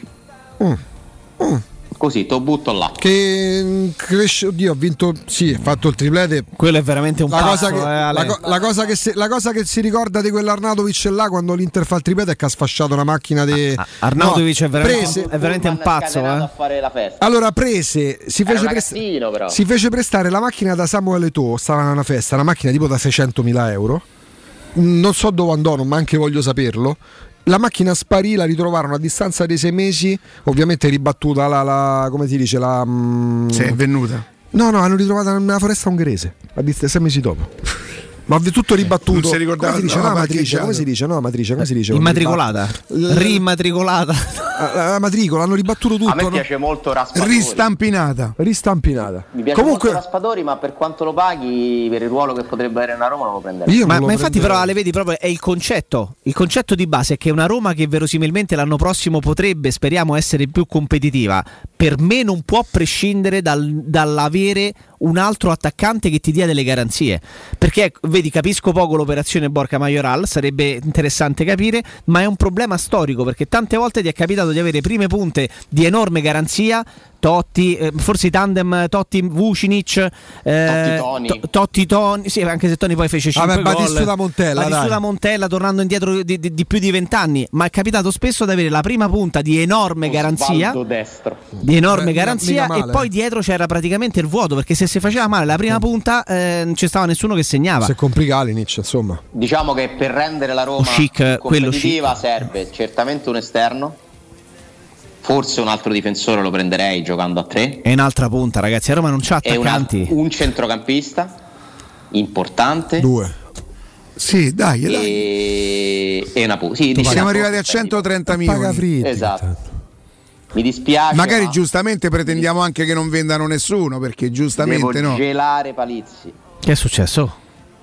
Così, te lo butto là. Che cresce, oddio, ha vinto, sì, ha fatto il triplete. Quello è veramente un passo. La cosa che si ricorda di quell'Arnautovic là quando l'Inter fa il triplete è che ha sfasciato una macchina di Arnautovic è veramente un pazzo, a fare la festa. Allora si fece prestare la macchina da Samuel Eto'o, stava a una festa, una macchina tipo da 600.000 euro. Non so dove andò, ma anche voglio saperlo. La macchina sparì, la ritrovarono a distanza di 6 mesi, ovviamente ribattuta come si dice, si è venuta. No, hanno ritrovata nella foresta ungherese, a 6 mesi dopo. Ma tutto ribattuto. Non si ricordava, come si dice? no, matrice, come si dice? No, matrice, come si dice? Immatricolata. Rimatricolata. La matricola, hanno ribattuto tutto. A me piace molto Raspadori. Ristampinata. Mi piace molto Raspadori, ma per quanto lo paghi per il ruolo che potrebbe avere una Roma non lo prenderei. Ma infatti però Ale, vedi proprio è il concetto di base è che una Roma che verosimilmente l'anno prossimo potrebbe, speriamo, essere più competitiva, per me non può prescindere dall'avere un altro attaccante che ti dia delle garanzie, perché vedi, capisco poco l'operazione Borca Majoral, sarebbe interessante capire, ma è un problema storico perché tante volte ti è capitato di avere prime punte di enorme garanzia, Totti, forse i tandem Totti-Vucinic, Totti-Toni, sì, anche se Toni poi fece 5 gol. Batistuta Montella tornando indietro di più di 20 anni, ma è capitato spesso di avere la prima punta di enorme garanzia, e poi dietro c'era praticamente il vuoto, perché se si faceva male la prima punta non ci stava nessuno che segnava. Se compri Kalinic, insomma. Diciamo che per rendere la Roma competitiva serve certamente un esterno. Forse un altro difensore lo prenderei giocando a 3. E un'altra punta, ragazzi. A Roma non c'ha attaccanti. Un centrocampista importante. 2. Sì, dai. E una siamo arrivati a 130 milioni. Esatto. Mi dispiace. Magari giustamente pretendiamo anche che non vendano nessuno, perché giustamente devo gelare Palizzi. Che è successo?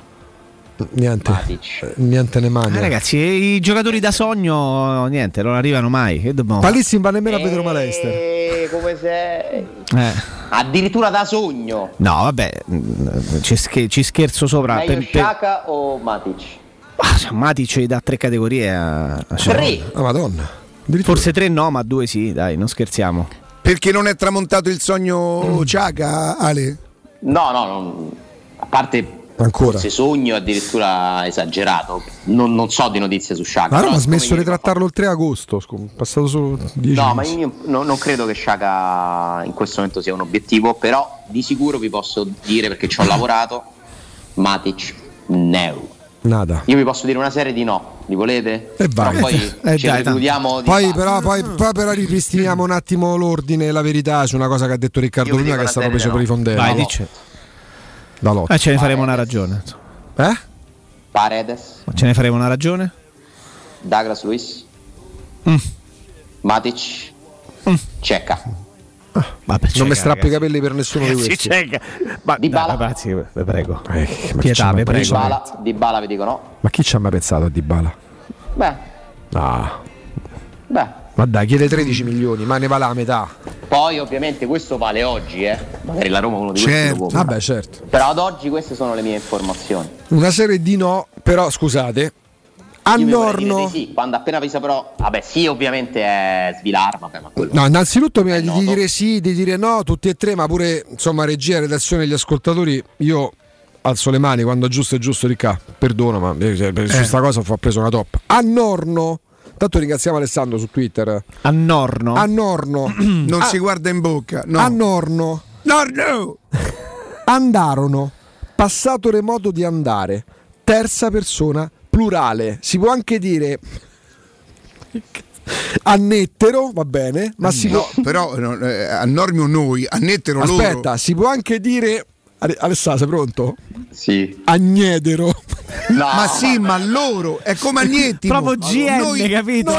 Niente ne mangia. Ragazzi, i giocatori da sogno niente, non arrivano mai. Che dobbiamo Palizzi non va nemmeno a vedere Roma Leicester. Come sei? Addirittura da sogno. No, vabbè, ci scherzo sopra. Meglio Xhaka o Matic? Matic dà 3 categorie a 3. Oh, Madonna. Forse 3 no, ma 2 sì, dai, non scherziamo. Perché non è tramontato il sogno Xhaka, Ale? No, a parte ancora. Forse sogno addirittura esagerato. Non so di notizie su Xhaka. Ma Roma ha smesso di trattarlo il 3 agosto, passato solo 10 No, mesi. ma io non credo che Xhaka in questo momento sia un obiettivo, però di sicuro vi posso dire, perché ci ho lavorato, Matic no. Nada. Io vi posso dire una serie di no, li volete? Vai. Però poi ci recludiamo poi però ripristiniamo un attimo l'ordine e la verità su una cosa che ha detto Riccardo prima, che è stato preso per i fondelli. Vai, dice. Ce ne faremo una ragione. Paredes. Ce ne faremo una ragione. Douglas Luiz. Matic. Xhaka. Non mi strappo i capelli per nessuno di questi. Dybala. Ragazzi, vi prego. Pietà, vi prego. Dybala vi dico no. Ma chi ci ha mai pensato a Dybala? Beh. Ma dai, chiede 13 milioni, ma ne vale la metà. Poi ovviamente questo vale oggi, magari la Roma uno di questi lo può. Vabbè, certo. Però ad oggi queste sono le mie informazioni. Una serie di no, però scusate. Annorno. Sì, quando appena vi saprò. Vabbè, sì, ovviamente è Svilar, vabbè, ma quello. No, innanzitutto prima di dire sì, di dire no, tutti e tre, ma pure insomma regia, redazione e gli ascoltatori, io alzo le mani quando è giusto, Ricca. Perdono, ma su questa cosa ho preso una top. Annorno. Tanto ringraziamo Alessandro su Twitter. Annorno. Non si guarda in bocca. No. Annorno. Andarono. Passato remoto di andare. Terza persona plurale. Si può anche dire annettero, va bene, ma si può. Però annormio noi, annettero loro. Aspetta, si può anche dire. Alessandro, sei pronto? Sì. Agnedero. No. Ma sì, ma loro è come Agnettimo. Proprio GN, capito?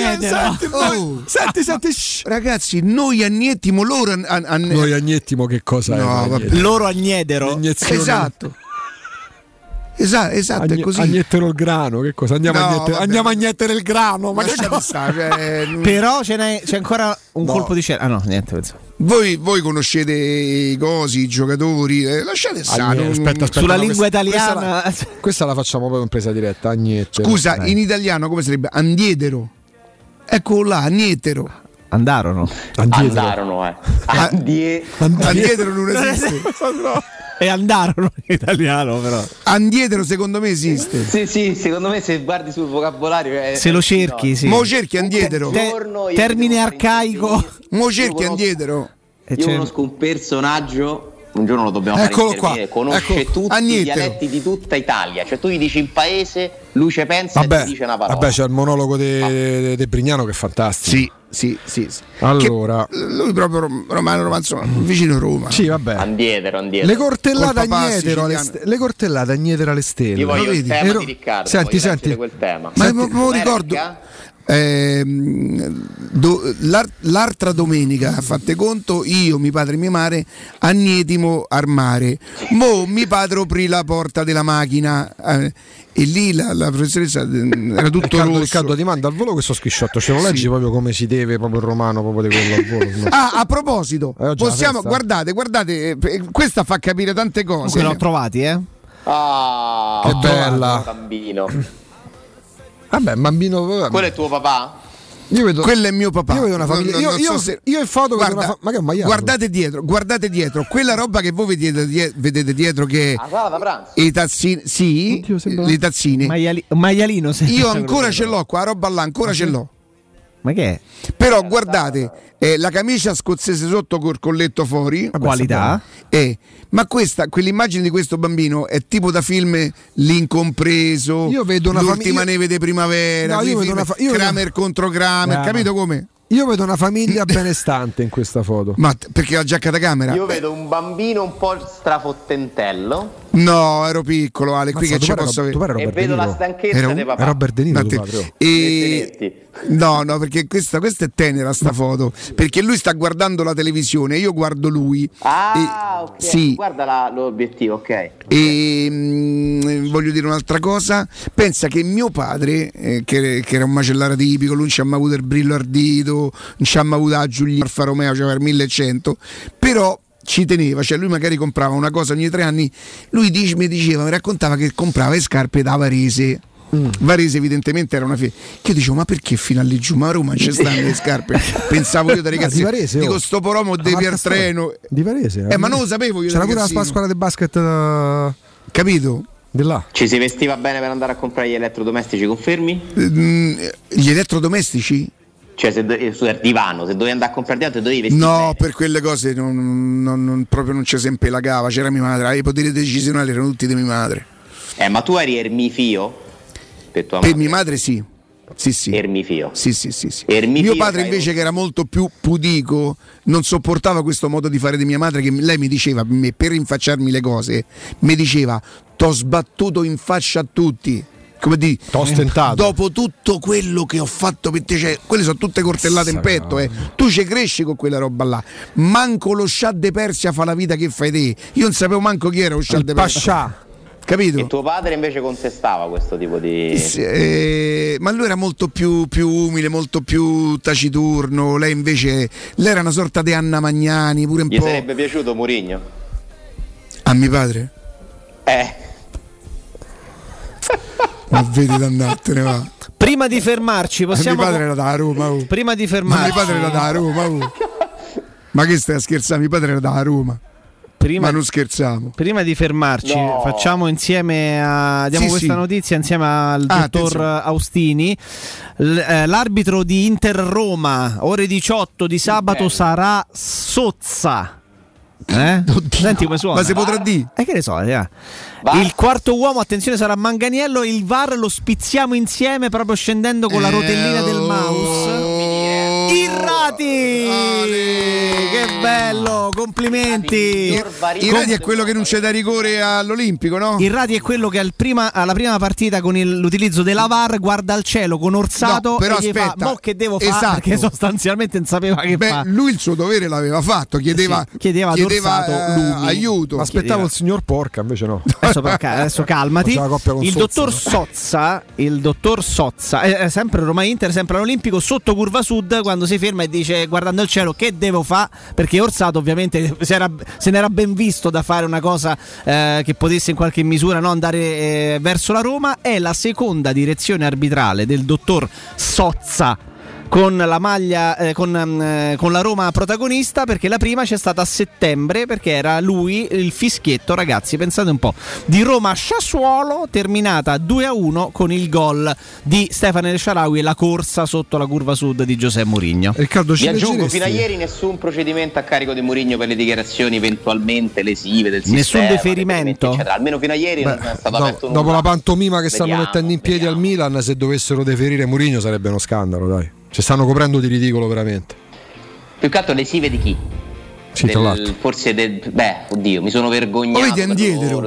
Senti. Ragazzi, noi Agnettimo, loro noi Agnettimo che cosa è? Loro Agnedero. Esatto. Esatto, è così. Agnettero il grano, che cosa? Andiamo a agnettere il grano, ma che cosa? Però c'è ancora un colpo di scena. Ah no, niente, penso. Voi conoscete i cosi, i giocatori, lasciate stare. Aspetta, sulla lingua italiana. Questa la facciamo proprio in presa diretta, agnettero. Scusa, in italiano come sarebbe? Andietero. Eccolo là, agnettero. Andarono. Andietero non esiste. E andarono in italiano, però. Andietero secondo me esiste. Sì, secondo me se guardi sul vocabolario se lo cerchi, no. sì. Mo cerchi andietro. Termine arcaico. Mo cerchi andietro. Io conosco un personaggio. Un giorno lo dobbiamo fare intervenire. Conosce tutti i dialetti di tutta Italia. Cioè tu gli dici in paese, lui ci pensa e ti dice una parola. Vabbè, c'è il monologo di Brignano che è fantastico. Sì. Allora, che lui proprio romano, insomma, vicino Roma. Sì, vabbè. Andietero. Le cortellate Agnetero alle stelle. Io voglio il tema di Riccardo. Senti quel tema. Ma non ricordo. L'altra domenica, fate conto, io, mio padre e mia madre annietimo al mare. Mo mi padre aprì la porta della macchina e lì la professoressa era tutto rosso. Riccardo, ti manda al volo questo screenshot, ce lo leggi proprio come si deve, proprio il romano, proprio di quello al volo. No? A proposito, possiamo, guardate, questa fa capire tante cose. L'ho trovati, che bella. Bambino. Vabbè, bambino. Quello è tuo papà? Quello è mio papà. Io vedo una famiglia. Io in foto vedo una ma che è un maiale? Guardate dietro. Quella roba che voi vedete dietro che la sala da pranzo. I tazzini. Sì, le tazzine. Maialino. Io ancora ce l'ho qua, roba là, ancora ce l'ho. Ma che è? Però guardate, la camicia scozzese sotto col colletto fuori. Qualità. Ma quell'immagine di questo bambino è tipo da film L'Incompreso. Io vedo L'ultima neve di primavera. Kramer contro Kramer, capito come? Io vedo una famiglia benestante in questa foto. Ma perché la giacca da camera? Io vedo un bambino un po' strafottentello. No, ero piccolo, Ale, qui che ci posso vedere. E vedo la stanchezza di papà. Era Robert De Niro, No, perché questa è tenera sta foto. Perché lui sta guardando la televisione e io guardo lui. Ok. Sì. Guarda l'obiettivo, ok. E voglio dire un'altra cosa. Pensa che mio padre, che era un macellaro tipico, lui non ci ha mai avuto il brillo ardito, non ci ha mai avuto la Giulia Alfa Romeo, cioè per 1100, però ci teneva, cioè lui magari comprava una cosa ogni 3 anni, lui mi raccontava che comprava le scarpe da Varese. Varese evidentemente era una che io dicevo, ma perché fino a lì giù, ma a Roma ci stanno le scarpe? Pensavo io da ragazzi, di Varese, dico sto poromo devi al treno di Varese, ma non lo sapevo io. C'era pure la squadra di basket capito? Di là. Ci si vestiva bene per andare a comprare gli elettrodomestici, confermi? Gli elettrodomestici? Cioè sul divano, se dovevi andare a comprare altro dovevi vestire bene. Per quelle cose proprio non ci si impelagava, c'era mia madre, i poteri decisionali erano tutti di mia madre. Ma tu eri ermifio? Per mia madre sì. Ermifio. Sì. Mio padre invece, che era molto più pudico, non sopportava questo modo di fare di mia madre, che lei mi diceva, per rinfacciarmi le cose, mi diceva: t'ho sbattuto in faccia a tutti. Come di t'ho stentato. Dopo tutto quello che ho fatto per te, cioè, quelle sono tutte coltellate in petto, tu ci cresci con quella roba là. Manco lo scià de Persia fa la vita che fai te. Io non sapevo manco chi era lo scià de Persia. Capito? E tuo padre invece contestava questo tipo di... ma lui era molto più umile, molto più taciturno. Lei invece era una sorta di Anna Magnani, pure un po'. Gli sarebbe piaciuto Mourinho? A mio padre? Ma vedi d'andartene, va. Prima di fermarci possiamo... mio padre era da Roma. Prima di fermarci... mio padre era da Roma. Ma che stai a scherzare? Mio padre era da Roma. Ma non scherziamo. Prima di fermarci, facciamo insieme diamo questa notizia insieme al dottor Austini. L'arbitro di Inter-Roma, ore 18 di sabato, sarà Sozza. Senti come suona. Ma si potrà dire? Che ne so, il quarto uomo, attenzione, sarà Manganiello. Il VAR lo spizziamo insieme, proprio scendendo con la rotellina del mouse. Il Irrati! Che bello, complimenti! Irrati è quello che non c'è da rigore all'Olimpico, no? Irrati è quello che alla prima partita con l'utilizzo della VAR guarda al cielo con Orsato, no, però e gli aspetta, fa: mo che devo fare? esatto. Perché sostanzialmente non sapeva che fare. Lui il suo dovere l'aveva fatto, chiedeva ad Orsato aiuto. Aspettavo il signor Porca, invece no. Adesso calmati. Il dottor Sozza è sempre Roma Inter, sempre all'Olimpico, sotto curva sud, quando si ferma e dice, guardando il cielo, che devo fare? Perché Orsato ovviamente se n'era ben visto da fare una cosa che potesse in qualche misura andare verso la Roma. È la seconda direzione arbitrale del dottor Sozza con la maglia con la Roma protagonista, perché la prima c'è stata a settembre, perché era lui il fischietto, ragazzi, pensate un po', di Roma-Sassuolo, terminata 2-1 con il gol di Stefano El Shaarawy e la corsa sotto la curva sud di José Mourinho. Riccardo, vi aggiungo, fino a ieri nessun procedimento a carico di Mourinho per le dichiarazioni eventualmente lesive del sistema, nessun deferimento, almeno fino a ieri non è stato aperto dopo la pantomima che stanno mettendo in piedi al Milan, se dovessero deferire Mourinho sarebbe uno scandalo, dai. Ci stanno coprendo di ridicolo veramente. Più che altro lesive di chi? Sì, tra l'altro. Forse oddio, mi sono vergognato. Vedi Andietero,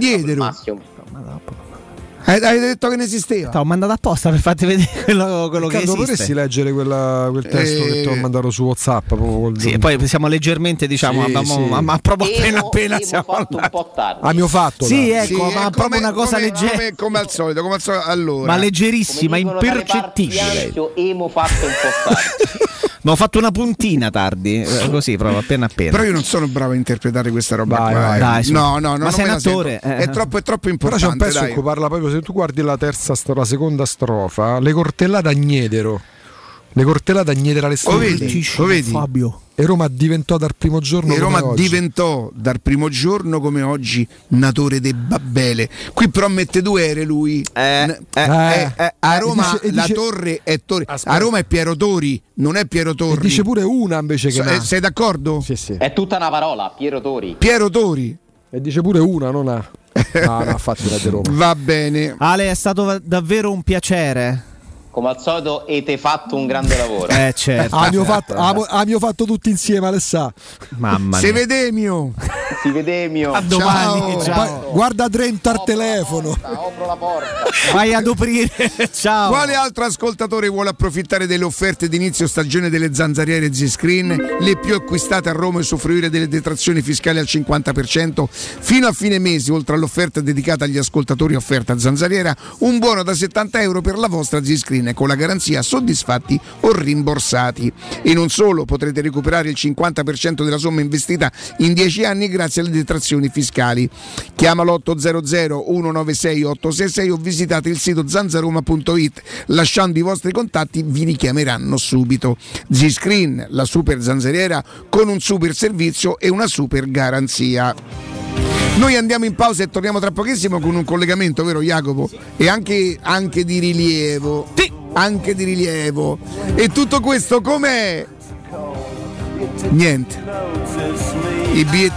hai detto che ne esisteva. T'ho mandato apposta per farti vedere quello che esiste. Dovresti leggere quel testo che ti ho mandato su WhatsApp. Sì, poi siamo leggermente, ma proprio appena siamo fatto un po' tardi. Mio fatto. Sì, ecco, ma proprio una cosa leggera. Come al solito, allora. Ma leggerissima, impercettibile. Emo fatto un po' tardi. Ma ho fatto una puntina tardi, così proprio appena. Però io non sono bravo a interpretare questa roba. Dai, no, ma sei un attore. È troppo importante. Però c'è un pezzo in cui parla proprio, se tu guardi la seconda strofa, le cortellate a Gnedero. Le cortellate a Gnedero alle stelle. Lo vedi? Fabio. E Roma diventò dal primo giorno come oggi natore de Babele. Qui però mette due ere lui. A Roma la torre è Torri. A Roma è Piero Tori, non è Piero Torri. E dice pure una invece che sei d'accordo? Sì. È tutta una parola, Piero Tori. E dice pure una, non ha. No, fatti la di Roma. Va bene. Ale, è stato davvero un piacere. Come al solito avete fatto un grande lavoro. Certo. Abbiamo fatto tutti insieme, Alessà. Mamma mia. Si vedemio. A domani. Ciao. Guarda Trento al telefono. Apro la porta. Vai ad aprire. Ciao. Quale altro ascoltatore vuole approfittare delle offerte d'inizio stagione delle zanzariere Z-Screen, le più acquistate a Roma, e usufruire delle detrazioni fiscali al 50% fino a fine mese, oltre all'offerta dedicata agli ascoltatori offerta zanzariera, un buono da €70 per la vostra Z-Screen con la garanzia soddisfatti o rimborsati. E non solo, potrete recuperare il 50% della somma investita in 10 anni grazie alle detrazioni fiscali. Chiama l'800 196 866 o visitate il sito zanzaroma.it. Lasciando i vostri contatti vi richiameranno subito. Z-Screen, la super zanzariera con un super servizio e una super garanzia. Noi andiamo in pausa e torniamo tra pochissimo con un collegamento, vero Jacopo? E anche di rilievo. Sì. Anche di rilievo. E tutto questo com'è? Niente. I biglietti.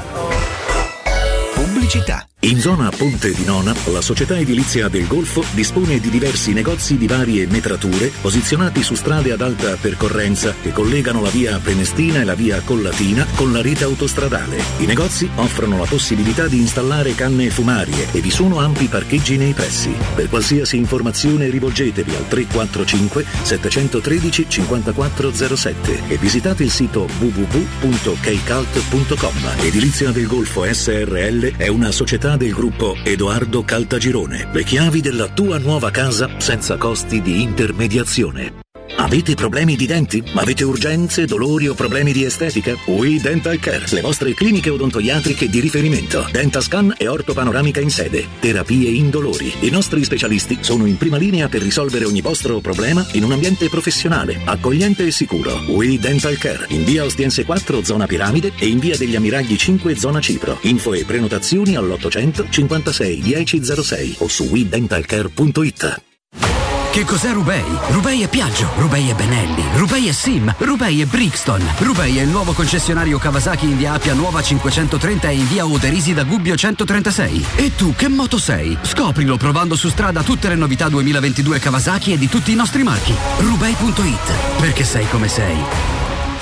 Pubblicità. In zona Ponte di Nona, la società edilizia del Golfo dispone di diversi negozi di varie metrature posizionati su strade ad alta percorrenza che collegano la via Prenestina e la via Collatina con la rete autostradale. I negozi offrono la possibilità di installare canne fumarie e vi sono ampi parcheggi nei pressi. Per qualsiasi informazione rivolgetevi al 345 713 5407 e visitate il sito www.keicalt.com. Edilizia del Golfo SRL è una società del gruppo Edoardo Caltagirone. Le chiavi della tua nuova casa senza costi di intermediazione. Avete problemi di denti? Avete urgenze, dolori o problemi di estetica? We Dental Care, le vostre cliniche odontoiatriche di riferimento. Dentascan e ortopanoramica in sede. Terapie indolori. I nostri specialisti sono in prima linea per risolvere ogni vostro problema in un ambiente professionale, accogliente e sicuro. We Dental Care, in via Ostiense 4, zona Piramide, e in via degli Ammiragli 5, zona Cipro. Info e prenotazioni all'800 56 1006 o su wedentalcare.it. Che cos'è Rubei? Rubei è Piaggio, Rubei è Benelli, Rubei è Sim, Rubei è Brixton. Rubei è il nuovo concessionario Kawasaki in via Appia Nuova 530 e in via Oderisi da Gubbio 136. E tu che moto sei? Scoprilo provando su strada tutte le novità 2022 Kawasaki e di tutti i nostri marchi. Rubei.it, perché sei come sei.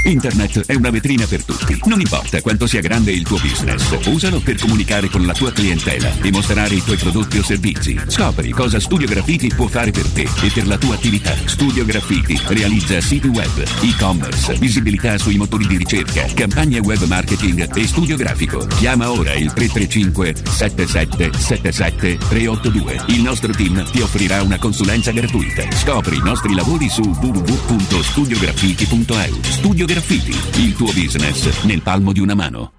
Internet è una vetrina per tutti. Non importa quanto sia grande il tuo business, usalo per comunicare con la tua clientela e mostrare i tuoi prodotti o servizi. Scopri cosa Studio Graffiti può fare per te e per la tua attività. Studio Graffiti realizza siti web, e-commerce, visibilità sui motori di ricerca, campagne web marketing e studio grafico. Chiama ora il 335 77 77 382. Il nostro team ti offrirà una consulenza gratuita. Scopri i nostri lavori su www.studiograffiti.eu. Studio Graffiti, il tuo business nel palmo di una mano.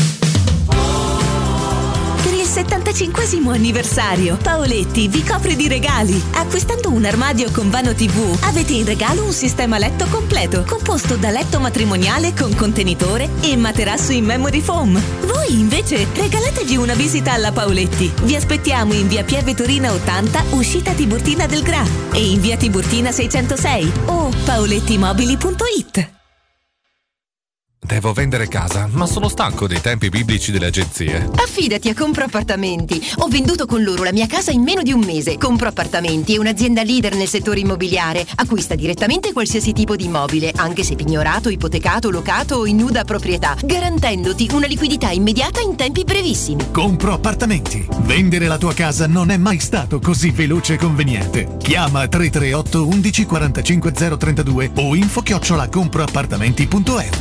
75esimo anniversario. Paoletti vi copre di regali. Acquistando un armadio con vano TV avete in regalo un sistema letto completo composto da letto matrimoniale con contenitore e materasso in memory foam. Voi invece regalatevi una visita alla Paoletti. Vi aspettiamo in via Pieve Torina 80, uscita Tiburtina del Gra, e in via Tiburtina 606 o paolettimobili.it. Devo vendere casa, ma sono stanco dei tempi biblici delle agenzie. Affidati a Compro Appartamenti. Ho venduto con loro la mia casa in meno di un mese. Compro Appartamenti è un'azienda leader nel settore immobiliare. Acquista direttamente qualsiasi tipo di immobile, anche se pignorato, ipotecato, locato o in nuda proprietà, garantendoti una liquidità immediata in tempi brevissimi. Compro Appartamenti. Vendere la tua casa non è mai stato così veloce e conveniente. Chiama 338 11 45 032 o info@comproappartamenti.eu.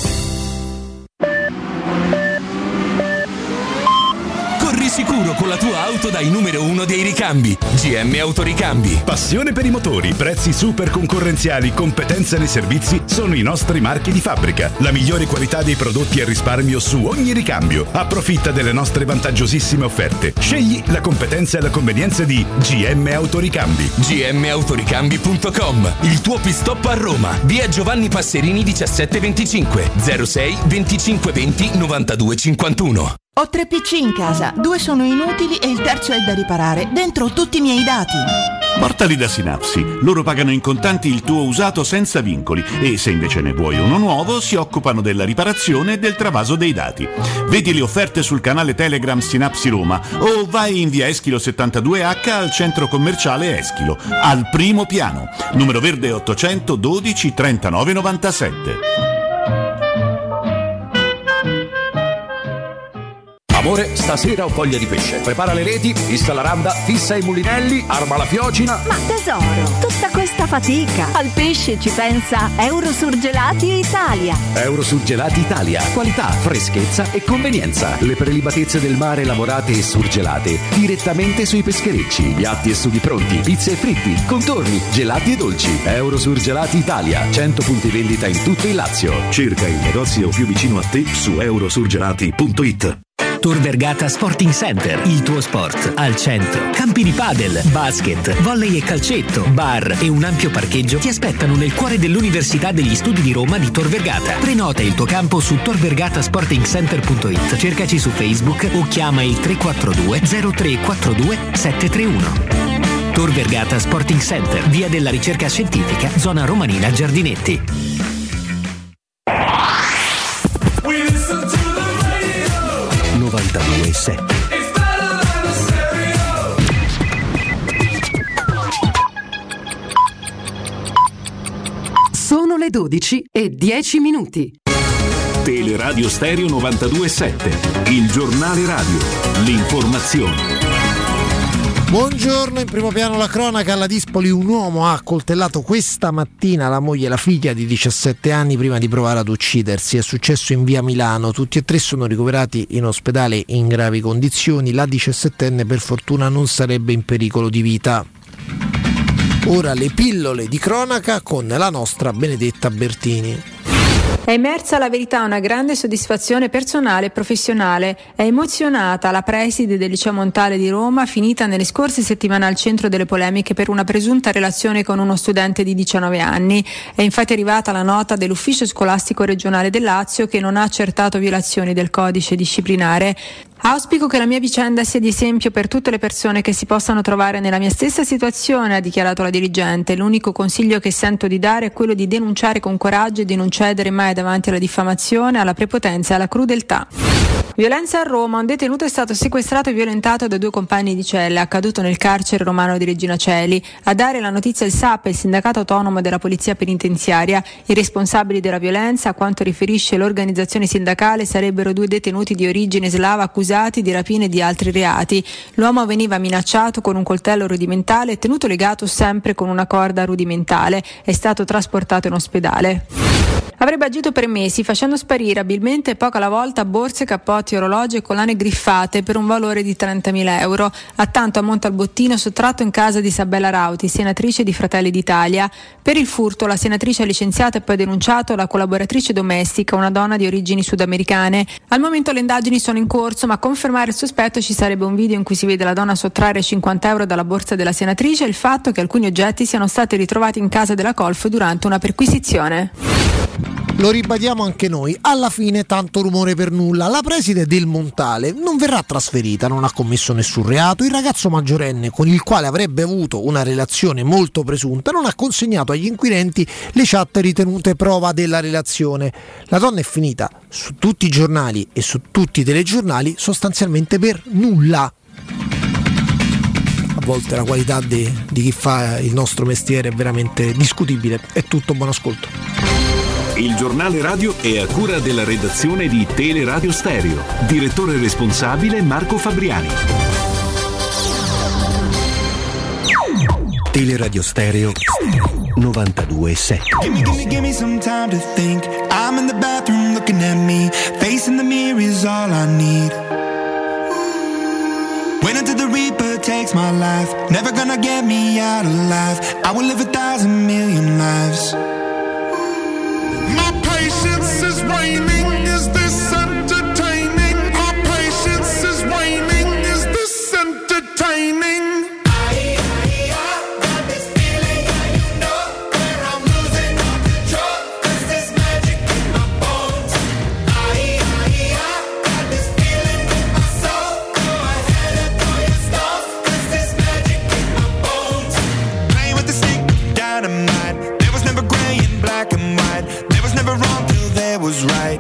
Sicuro con la tua auto dai numero 1 dei ricambi. GM Autoricambi. Passione per i motori, prezzi super concorrenziali, competenza nei servizi sono i nostri marchi di fabbrica. La migliore qualità dei prodotti e risparmio su ogni ricambio. Approfitta delle nostre vantaggiosissime offerte. Scegli la competenza e la convenienza di GM Autoricambi. gmautoricambi.com. Il tuo pit-stop a Roma. Via Giovanni Passerini 1725 06 25 20 92 51. Ho 3 PC in casa, 2 sono inutili e il terzo è da riparare. Dentro tutti i miei dati. Portali da Synapsi. Loro pagano in contanti il tuo usato senza vincoli e se invece ne vuoi uno nuovo si occupano della riparazione e del travaso dei dati. Vedi le offerte sul canale Telegram Synapsi Roma o vai in via Eschilo 72H al centro commerciale Eschilo, al primo piano. Numero verde 812 39 97. Amore, stasera ho voglia di pesce. Prepara le reti, fissa la randa, fissa i mulinelli, arma la fiocina. Ma tesoro, tutta questa fatica. Al pesce ci pensa Eurosurgelati Italia. Eurosurgelati Italia. Qualità, freschezza e convenienza. Le prelibatezze del mare lavorate e surgelate direttamente sui pescherecci. Piatti e sughi pronti, pizze e fritti, contorni, gelati e dolci. Eurosurgelati Italia. 100 punti vendita in tutto il Lazio. Cerca il negozio più vicino a te su eurosurgelati.it. Tor Vergata Sporting Center, il tuo sport al centro. Campi di padel, basket, volley e calcetto, bar e un ampio parcheggio ti aspettano nel cuore dell'Università degli Studi di Roma di Tor Vergata. Prenota il tuo campo su torvergatasportingcenter.it. Cercaci su Facebook o chiama il 342 0342 731. Tor Vergata Sporting Center, via della Ricerca Scientifica, zona Romanina Giardinetti. Sono le 12:10. Teleradio Stereo 92.7, il giornale radio, l'informazione. Buongiorno, in primo piano la cronaca. Alla Dispoli un uomo ha accoltellato questa mattina la moglie e la figlia di 17 anni prima di provare ad uccidersi. È successo in via Milano, tutti e tre sono ricoverati in ospedale in gravi condizioni. La 17enne per fortuna non sarebbe in pericolo di vita. Ora le pillole di cronaca con la nostra Benedetta Bertini. È emersa la verità, una grande soddisfazione personale e professionale. È emozionata la preside del Liceo Montale di Roma, finita nelle scorse settimane al centro delle polemiche per una presunta relazione con uno studente di 19 anni. È infatti arrivata la nota dell'Ufficio Scolastico Regionale del Lazio che non ha accertato violazioni del codice disciplinare. Auspico che la mia vicenda sia di esempio per tutte le persone che si possano trovare nella mia stessa situazione, ha dichiarato la dirigente. L'unico consiglio che sento di dare è quello di denunciare con coraggio e di non cedere mai davanti alla diffamazione, alla prepotenza e alla crudeltà. Violenza a Roma, un detenuto è stato sequestrato e violentato da 2 compagni di cella, accaduto nel carcere romano di Regina Coeli. A dare la notizia il SAP, il sindacato autonomo della polizia penitenziaria. I responsabili della violenza, a quanto riferisce l'organizzazione sindacale, sarebbero 2 detenuti di origine slava accusati di rapine e di altri reati. L'uomo veniva minacciato con un coltello rudimentale e tenuto legato sempre con una corda rudimentale. È stato trasportato in ospedale. Avrebbe agito per mesi facendo sparire abilmente e poco alla volta borse, cappotti, orologi e collane griffate per un valore di 30.000 euro. A tanto ammonta il bottino sottratto in casa di Isabella Rauti, senatrice di Fratelli d'Italia. Per il furto la senatrice ha licenziato e poi denunciato la collaboratrice domestica, una donna di origini sudamericane. Al momento le indagini sono in corso, ma a confermare il sospetto ci sarebbe un video in cui si vede la donna sottrarre 50 euro dalla borsa della senatrice e il fatto che alcuni oggetti siano stati ritrovati in casa della Colf durante una perquisizione. Lo ribadiamo anche noi, alla fine tanto rumore per nulla. La preside del Montale non verrà trasferita, non ha commesso nessun reato. Il ragazzo maggiorenne con il quale avrebbe avuto una relazione molto presunta non ha consegnato agli inquirenti le chat ritenute prova della relazione. La donna è finita su tutti i giornali e su tutti i telegiornali sostanzialmente per nulla. A volte la qualità di chi fa il nostro mestiere è veramente discutibile. È tutto, buon ascolto. Il giornale radio è a cura della redazione di Teleradio Stereo. Direttore responsabile Marco Fabriani. Teleradio Stereo 92.7. Give me some time to think. I'm in the bathroom looking at me. Facing the mirror is all I need. Wait until the Reaper takes my life. Never gonna get me out alive. I will live 1,000,000,000 lives. My patience is waning, is this entertaining? My patience is waning, is this entertaining? Got this feeling, you know, where I'm losing all control. There's this magic in my bones. Got this feeling in my soul. Go ahead and throw your stones. There's this magic in my bones. Playing with the stick of dynamite. There was never gray and black and white. Never wrong till there was right.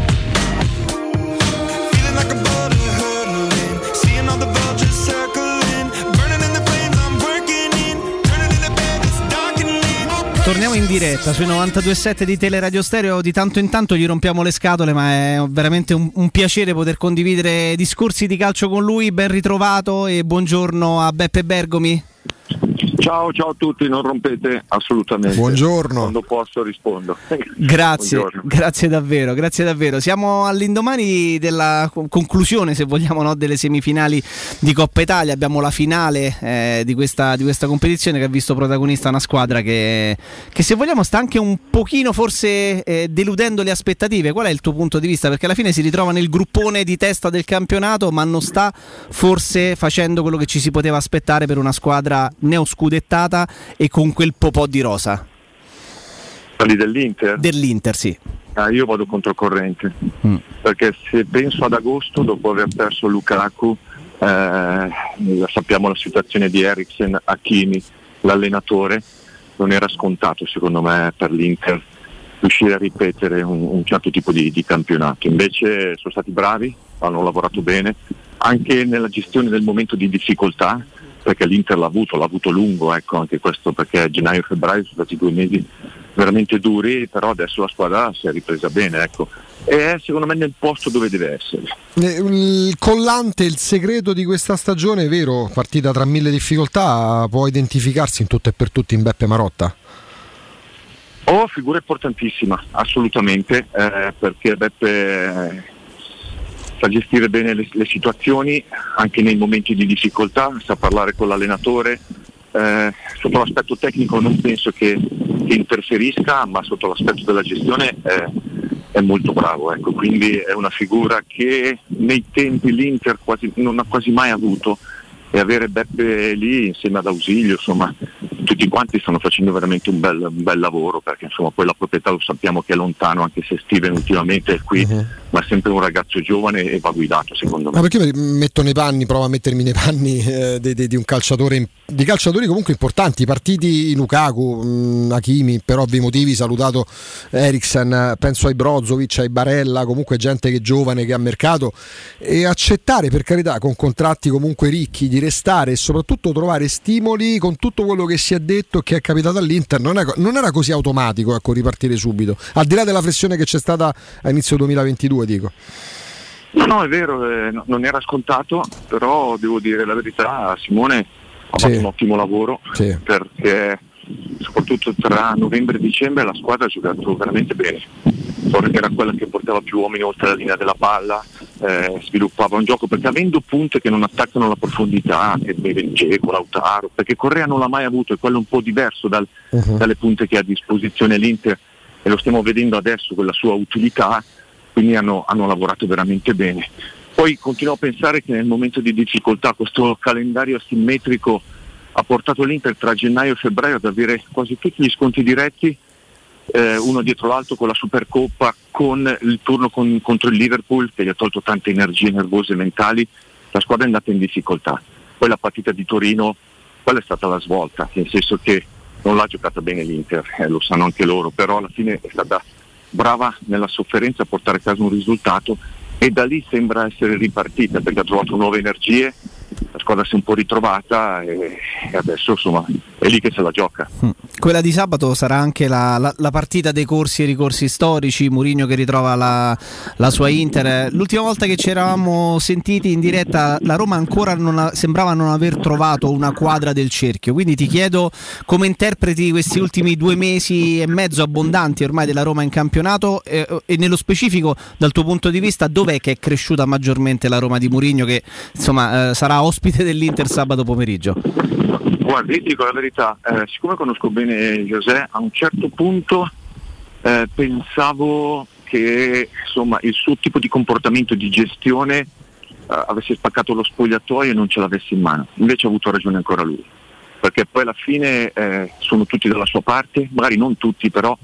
Feeling like a boulder hurtling, seeing all the vultures circling, burning in the flames I'm working in, turning in the bed that's darkening. Torniamo in diretta sui 92.7 di Teleradio Stereo. Di tanto in tanto gli rompiamo le scatole, ma è veramente un piacere poter condividere discorsi di calcio con lui. Ben ritrovato e buongiorno a Beppe Bergomi. Ciao a tutti, non rompete assolutamente. Buongiorno. Quando posso rispondo. Grazie, Buongiorno. grazie davvero. Siamo all'indomani della conclusione, se vogliamo, no, delle semifinali di Coppa Italia. Abbiamo la finale di questa competizione che ha visto protagonista una squadra che se vogliamo sta anche un pochino forse deludendo le aspettative. Qual è il tuo punto di vista? Perché alla fine si ritrova nel gruppone di testa del campionato, ma non sta forse facendo quello che ci si poteva aspettare per una squadra neoscudettata e con quel po' di rosa. Parli dell'Inter? Dell'Inter, sì. Io vado controcorrente, perché se penso ad agosto, dopo aver perso Lukaku, sappiamo la situazione di Eriksen, Hakimi, l'allenatore, non era scontato secondo me per l'Inter riuscire a ripetere un certo tipo di campionato. Invece sono stati bravi, hanno lavorato bene, anche nella gestione del momento di difficoltà, perché l'Inter l'ha avuto lungo, ecco, anche questo, perché gennaio e febbraio sono stati 2 mesi veramente duri, però adesso la squadra si è ripresa bene, ecco, e è secondo me nel posto dove deve essere. Il collante, il segreto di questa stagione, è vero, partita tra 1000 difficoltà, può identificarsi in tutto e per tutti in Beppe Marotta? Figura importantissima, assolutamente, perché Beppe sa gestire bene le situazioni anche nei momenti di difficoltà, sa parlare con l'allenatore, sotto l'aspetto tecnico non penso che interferisca, ma sotto l'aspetto della gestione è molto bravo, ecco. Quindi è una figura che nei tempi l'Inter non ha quasi mai avuto, e avere Beppe lì insieme ad Ausilio, insomma tutti quanti stanno facendo veramente un bel lavoro, perché insomma poi la proprietà lo sappiamo che è lontano, anche se Steven ultimamente è qui, ma è sempre un ragazzo giovane e va guidato, secondo me. Ma perché provo a mettermi nei panni di un calciatore, di calciatori comunque importanti, partiti in Lukaku, Hakimi, per ovvi motivi, salutato Eriksen, penso ai Brozovic, ai Barella, comunque gente che è giovane, che ha mercato, e accettare, per carità, con contratti comunque ricchi, di restare e soprattutto trovare stimoli con tutto quello che si è detto e che è capitato all'Inter. Non era così automatico, ecco, ripartire subito, al di là della flessione che c'è stata a inizio 2022, dico. No, è vero, non era scontato, però devo dire la verità, Simone ha fatto un ottimo lavoro, perché soprattutto tra novembre e dicembre la squadra ha giocato veramente bene. Era quella che portava più uomini oltre la linea della palla, sviluppava un gioco, perché avendo punte che non attaccano la profondità, che Dzeko, Lautaro, perché Correa non l'ha mai avuto, e quello è un po' diverso dalle punte che ha a disposizione l'Inter, e lo stiamo vedendo adesso con la sua utilità, quindi hanno lavorato veramente bene. Poi continuo a pensare che nel momento di difficoltà questo calendario asimmetrico ha portato l'Inter tra gennaio e febbraio ad avere quasi tutti gli scontri diretti, uno dietro l'altro, con la Supercoppa, con il turno contro il Liverpool che gli ha tolto tante energie nervose e mentali. La squadra è andata in difficoltà. Poi la partita di Torino, quella è stata la svolta, nel senso che non l'ha giocata bene l'Inter, lo sanno anche loro, però alla fine è stata brava nella sofferenza a portare a casa un risultato, e da lì sembra essere ripartita, perché ha trovato nuove energie, la squadra si è un po' ritrovata e adesso insomma è lì che se la gioca. Quella di sabato sarà anche la partita dei corsi e ricorsi storici, Mourinho che ritrova la sua Inter. L'ultima volta che ci eravamo sentiti in diretta la Roma ancora sembrava non aver trovato una quadra del cerchio, quindi ti chiedo come interpreti questi ultimi 2 mesi e mezzo abbondanti ormai della Roma in campionato, e nello specifico dal tuo punto di vista dov'è che è cresciuta maggiormente la Roma di Mourinho, che insomma sarà ospite dell'Inter sabato pomeriggio. Guarda, io dico la verità, siccome conosco bene José, a un certo punto pensavo che insomma il suo tipo di comportamento di gestione avesse spaccato lo spogliatoio e non ce l'avesse in mano. Invece ha avuto ragione ancora lui, perché poi alla fine sono tutti dalla sua parte, magari non tutti, però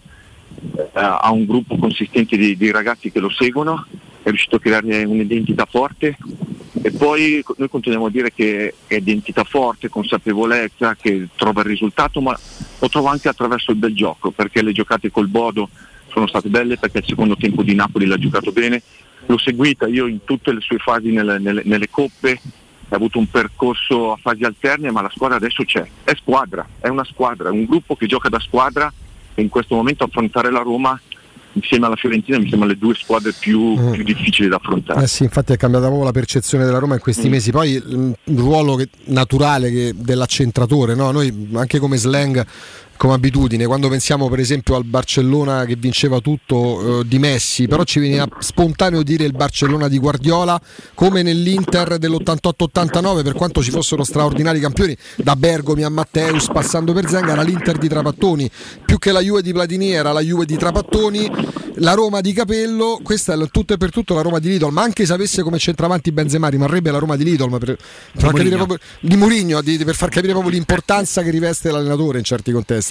ha un gruppo consistente di ragazzi che lo seguono, è riuscito a creare un'identità forte. E poi noi continuiamo a dire che è identità forte, consapevolezza, che trova il risultato, ma lo trova anche attraverso il bel gioco, perché le giocate col Bodo sono state belle, perché il secondo tempo di Napoli l'ha giocato bene, l'ho seguita io in tutte le sue fasi nelle coppe, ha avuto un percorso a fasi alterne, ma la squadra adesso c'è, è squadra, è una squadra, è un gruppo che gioca da squadra, e in questo momento affrontare la Roma insieme alla Fiorentina mi sembra le 2 squadre più difficili da affrontare. Sì, infatti è cambiata proprio la percezione della Roma in questi mesi. Poi il ruolo naturale dell'accentratore, no? Noi anche come slang, come abitudine, quando pensiamo per esempio al Barcellona che vinceva tutto di Messi, però ci veniva spontaneo dire il Barcellona di Guardiola, come nell'Inter dell'88-89, per quanto ci fossero straordinari campioni, da Bergomi a Matteus passando per Zenga, era l'Inter di Trapattoni, più che la Juve di Platini era la Juve di Trapattoni, la Roma di Capello, questa è tutto e per tutto la Roma di Lidl, ma anche se avesse come centravanti Benzema rimarrebbe la Roma di Lidl, per far capire proprio, di Mourinho, per far capire proprio l'importanza che riveste l'allenatore in certi contesti.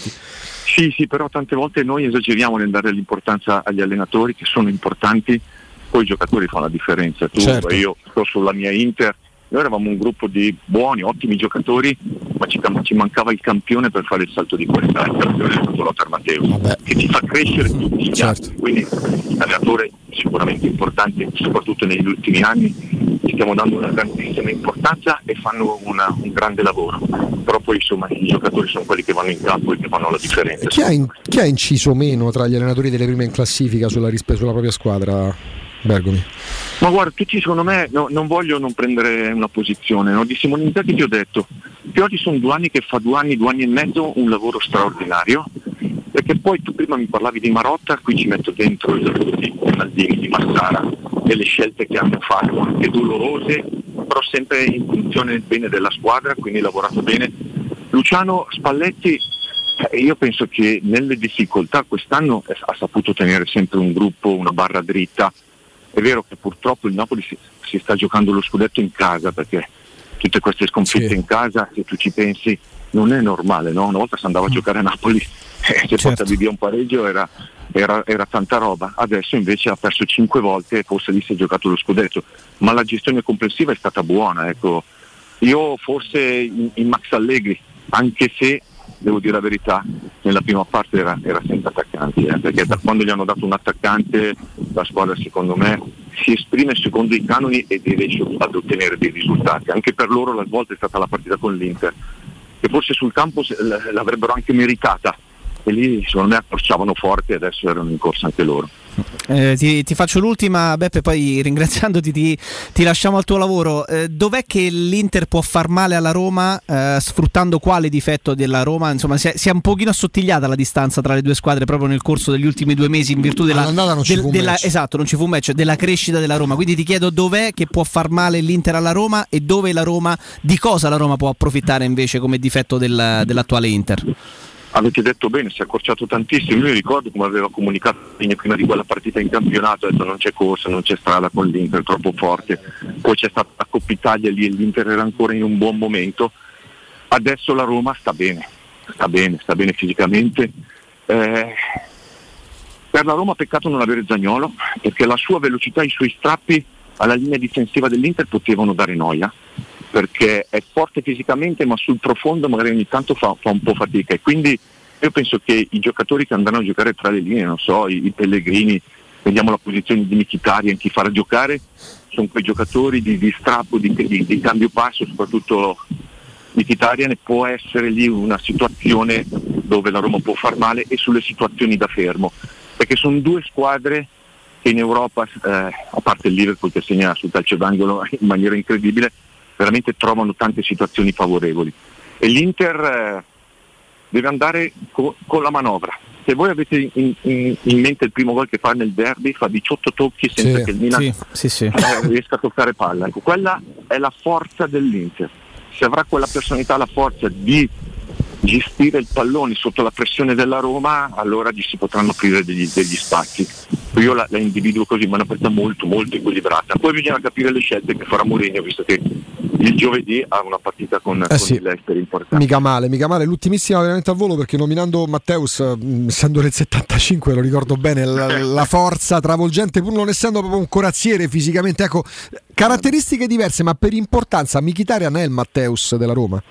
Sì, però tante volte noi esageriamo nel dare l'importanza agli allenatori, che sono importanti, poi i giocatori fanno la differenza. Io sto sulla mia Inter, noi eravamo un gruppo di buoni, ottimi giocatori, ma ci mancava il campione per fare il salto di qualità, il campione è stato Lothar Matthäus, che ti fa crescere tutti gli altri, quindi l'allenatore sicuramente importante, soprattutto negli ultimi anni ci stiamo dando una grandissima importanza e fanno un grande lavoro, però poi insomma i giocatori sono quelli che vanno in campo e che fanno la differenza. Chi ha inciso meno tra gli allenatori delle prime in classifica sulla propria squadra? Bergomi. Ma guarda, tutti secondo me non voglio non prendere una posizione, no? Di Simone Inzaghi ti ho detto che oggi sono 2 anni che fa 2 anni e mezzo un lavoro straordinario, perché poi tu prima mi parlavi di Marotta, qui ci metto dentro il lavoro di Maldini, di Massara, delle scelte che hanno fatto, anche dolorose, però sempre in funzione del bene della squadra, quindi lavorato bene. Luciano Spalletti, io penso che nelle difficoltà quest'anno ha saputo tenere sempre un gruppo, una barra dritta. È vero che purtroppo il Napoli si sta giocando lo scudetto in casa, perché tutte queste sconfitte in casa, se tu ci pensi, non è normale, no? Una volta si andava a giocare a Napoli e se portavi via un pareggio era era tanta roba. Adesso invece ha perso 5 volte e forse lì si è giocato lo scudetto, ma la gestione complessiva è stata buona, ecco. Io forse in Max Allegri, anche se devo dire la verità, nella prima parte era senza attaccanti, perché da quando gli hanno dato un attaccante la squadra secondo me si esprime secondo i canoni e riesce ad ottenere dei risultati. Anche per loro la svolta è stata la partita con l'Inter, che forse sul campo l'avrebbero anche meritata, e lì secondo me accorciavano forte e adesso erano in corsa anche loro. Ti faccio l'ultima, Beppe, poi ringraziandoti ti lasciamo al tuo lavoro. Dov'è che l'Inter può far male alla Roma, sfruttando quale difetto della Roma? Insomma, si è un pochino assottigliata la distanza tra le due squadre proprio nel corso degli ultimi 2 mesi in virtù non ci fu match, della crescita della Roma. Quindi ti chiedo dov'è che può far male l'Inter alla Roma e dove di cosa la Roma può approfittare invece come difetto dell'attuale Inter. Avete detto bene, si è accorciato tantissimo. Io mi ricordo come aveva comunicato prima di quella partita in campionato, ha detto non c'è corsa, non c'è strada con l'Inter, troppo forte. Poi c'è stata la Coppa Italia lì e l'Inter era ancora in un buon momento. Adesso la Roma sta bene fisicamente. Per la Roma peccato non avere Zaniolo, perché la sua velocità, i suoi strappi alla linea difensiva dell'Inter potevano dare noia, perché è forte fisicamente ma sul profondo magari ogni tanto fa un po' fatica, e quindi io penso che i giocatori che andranno a giocare tra le linee, non so, i Pellegrini, vediamo la posizione di Mkhitaryan, chi farà giocare, sono quei giocatori di strappo, di cambio passo, soprattutto Mkhitaryan, e può essere lì una situazione dove la Roma può far male, e sulle situazioni da fermo, perché sono 2 squadre che in Europa, a parte il Liverpool che segna sul calcio d'angolo in maniera incredibile, veramente trovano tante situazioni favorevoli, e l'Inter deve andare con la manovra. Se voi avete in mente il primo gol che fa nel derby, fa 18 tocchi senza che il Milan riesca a toccare palla, ecco, quella è la forza dell'Inter. Se avrà quella personalità, la forza di gestire il pallone sotto la pressione della Roma, allora gli si potranno aprire degli spazi. Io la individuo così, ma una partita molto molto equilibrata. Poi bisogna capire le scelte che farà Mourinho, visto che il giovedì ha una partita con il Leicester importante. Mica male. L'ultimissima veramente al volo, perché nominando Matteus, essendo nel 75, lo ricordo bene, la forza travolgente, pur non essendo proprio un corazziere fisicamente, ecco, caratteristiche diverse, ma per importanza Mkhitaryan è il Matteus della Roma?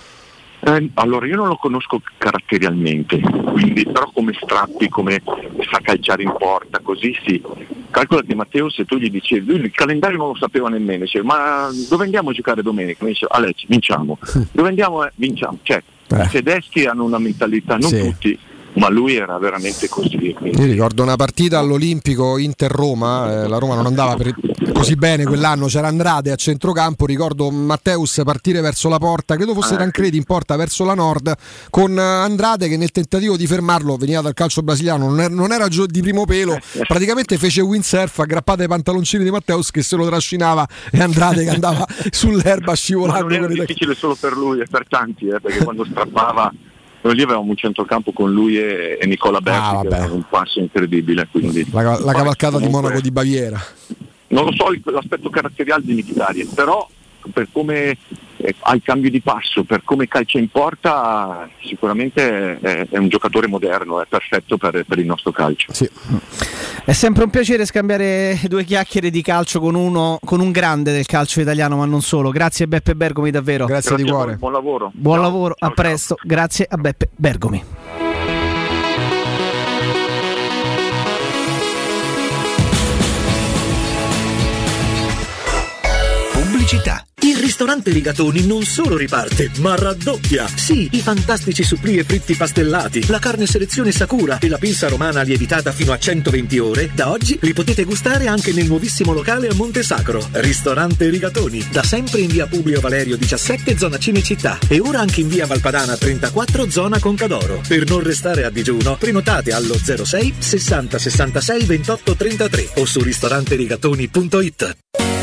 Allora io non lo conosco caratterialmente, quindi però come strappi, come sa calciare in porta, così sì. Calcola che Matteo, se tu gli dicevi, lui il calendario non lo sapeva nemmeno, diceva ma dove andiamo a giocare domenica? Mi diceva Lecce, vinciamo. Dove andiamo? Vinciamo. Cioè, i tedeschi hanno una mentalità, non tutti, ma lui era veramente così. Quindi. Io ricordo una partita all'Olimpico Inter-Roma, la Roma non andava così bene quell'anno, c'era Andrade a centrocampo, ricordo Matteus partire verso la porta, credo fosse Tancredi in porta verso la nord, con Andrade che nel tentativo di fermarlo, veniva dal calcio brasiliano, non era di primo pelo, praticamente fece windsurf aggrappato ai pantaloncini di Matteus che se lo trascinava, e Andrade che andava sull'erba scivolando. Ma non era difficile solo per lui e per tanti, perché quando strappava, noi lì avevamo un centrocampo con lui e Nicola Berti, che era un passo incredibile, quindi la cavalcata di Monaco di Baviera. Non lo so l'aspetto caratteriale di Mkhitaryan, però per come ha il cambio di passo, per come calcia in porta, sicuramente è un giocatore moderno, è perfetto per il nostro calcio. Sì. È sempre un piacere scambiare 2 chiacchiere di calcio con un grande del calcio italiano, ma non solo. Grazie Beppe Bergomi, davvero. Grazie di cuore. Buon lavoro. Buon lavoro, a presto. Grazie a Beppe Bergomi. Pubblicità. Il ristorante Rigatoni non solo riparte, ma raddoppia. Sì, i fantastici supplì e fritti pastellati, la carne selezione Sakura e la pinza romana lievitata fino a 120 ore, da oggi li potete gustare anche nel nuovissimo locale a Monte Sacro. Ristorante Rigatoni, da sempre in via Publio Valerio 17, zona Cinecittà, e ora anche in via Valpadana 34, zona Concadoro. Per non restare a digiuno, prenotate allo 06 60 66 28 33 o su ristoranterigatoni.it.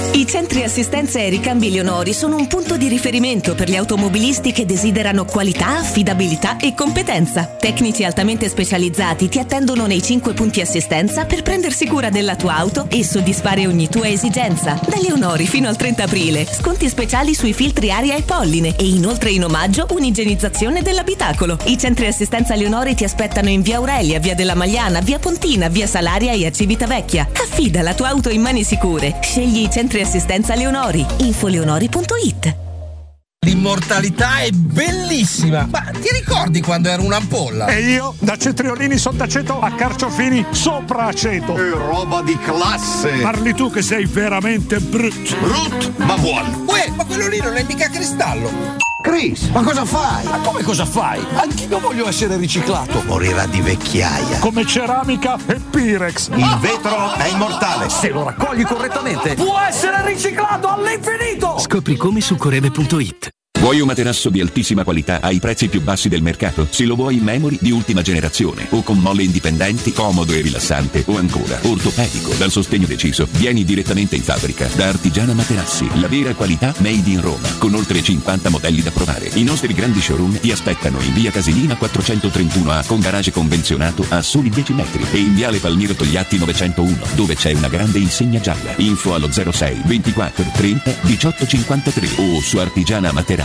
I centri assistenza e ricambi Leonori sono un punto di riferimento per gli automobilisti che desiderano qualità, affidabilità e competenza. Tecnici altamente specializzati ti attendono nei 5 punti assistenza per prendersi cura della tua auto e soddisfare ogni tua esigenza. Da Leonori fino al 30 aprile, sconti speciali sui filtri aria e polline e inoltre in omaggio un'igienizzazione dell'abitacolo. I centri assistenza Leonori ti aspettano in via Aurelia, via della Magliana, via Pontina, via Salaria e a Civitavecchia. Affida la tua auto in mani sicure. Scegli i centri assistenza Leonori. Infoleonori.it. L'immortalità è bellissima, ma ti ricordi quando ero un'ampolla? E io da Cetriolini sotto aceto a Carciofini sopra aceto. È roba di classe. Parli tu che sei veramente brutto. Brut, ma buono. Uè, ma quello lì non è mica cristallo. Chris, ma cosa fai? Ma come cosa fai? Anch'io voglio essere riciclato. Morirà di vecchiaia. Come ceramica e Pirex. Il vetro è immortale. Se lo raccogli correttamente, può essere riciclato all'infinito. Scopri come su corebe.it. Vuoi un materasso di altissima qualità ai prezzi più bassi del mercato? Se lo vuoi in memory di ultima generazione o con molle indipendenti, comodo e rilassante, o ancora ortopedico dal sostegno deciso, vieni direttamente in fabbrica da Artigiana Materassi, la vera qualità made in Roma, con oltre 50 modelli da provare. I nostri grandi showroom ti aspettano in via Casilina 431A con garage convenzionato a soli 10 metri e in viale Palmiro Togliatti 901 dove c'è una grande insegna gialla. Info allo 06 24 30 18 53 o su artigianamaterassi.com.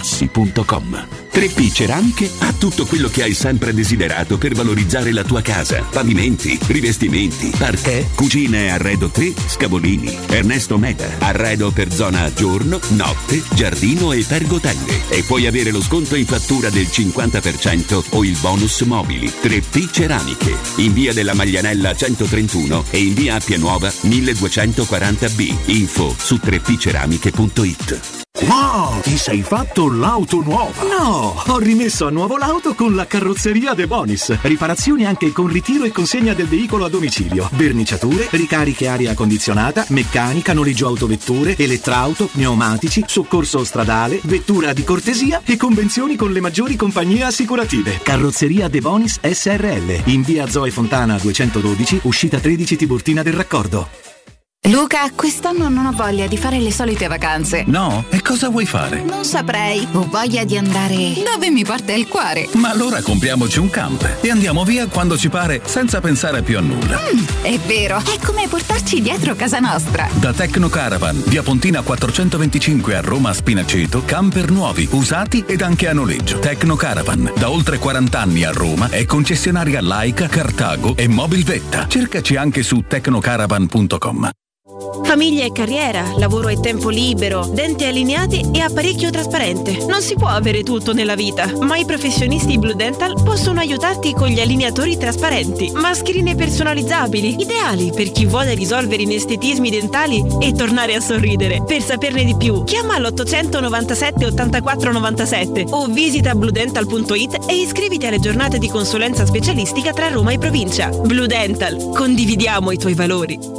3P Ceramiche ha tutto quello che hai sempre desiderato per valorizzare la tua casa: pavimenti, rivestimenti, parquet, cucine e arredo 3, Scavolini, Ernesto Meda, arredo per zona giorno, notte, giardino e pergotelle. E puoi avere lo sconto in fattura del 50% o il bonus mobili. 3P Ceramiche, in via della Maglianella 131 e in via Appia Nuova 1240B. Info su 3pceramiche.it. Wow, ti sei fatto l'auto nuova? No, ho rimesso a nuovo l'auto con la carrozzeria De Bonis. Riparazioni anche con ritiro e consegna del veicolo a domicilio. Verniciature, ricariche aria condizionata, meccanica, noleggio autovetture, elettrauto, pneumatici, soccorso stradale, vettura di cortesia e convenzioni con le maggiori compagnie assicurative. Carrozzeria De Bonis SRL, in via Zoe Fontana 212, uscita 13 Tiburtina del Raccordo. Luca, quest'anno non ho voglia di fare le solite vacanze. No? E cosa vuoi fare? Non saprei. Ho voglia di andare dove mi porta il cuore. Ma allora compriamoci un camper e andiamo via quando ci pare, senza pensare più a nulla. È vero, è come portarci dietro casa nostra. Da Tecno Caravan, via Pontina 425 a Roma Spinaceto, camper nuovi, usati ed anche a noleggio. Tecno Caravan, da oltre 40 anni a Roma, è concessionaria Laika, Cartago e Mobilvetta. Cercaci anche su tecnocaravan.com. Famiglia e carriera, lavoro e tempo libero, denti allineati e apparecchio trasparente. Non si può avere tutto nella vita, ma i professionisti Blue Dental possono aiutarti con gli allineatori trasparenti, mascherine personalizzabili, ideali per chi vuole risolvere inestetismi dentali e tornare a sorridere. Per saperne di più, chiama all'897 84 97 o visita bluedental.it e iscriviti alle giornate di consulenza specialistica tra Roma e provincia. Blue Dental, condividiamo i tuoi valori.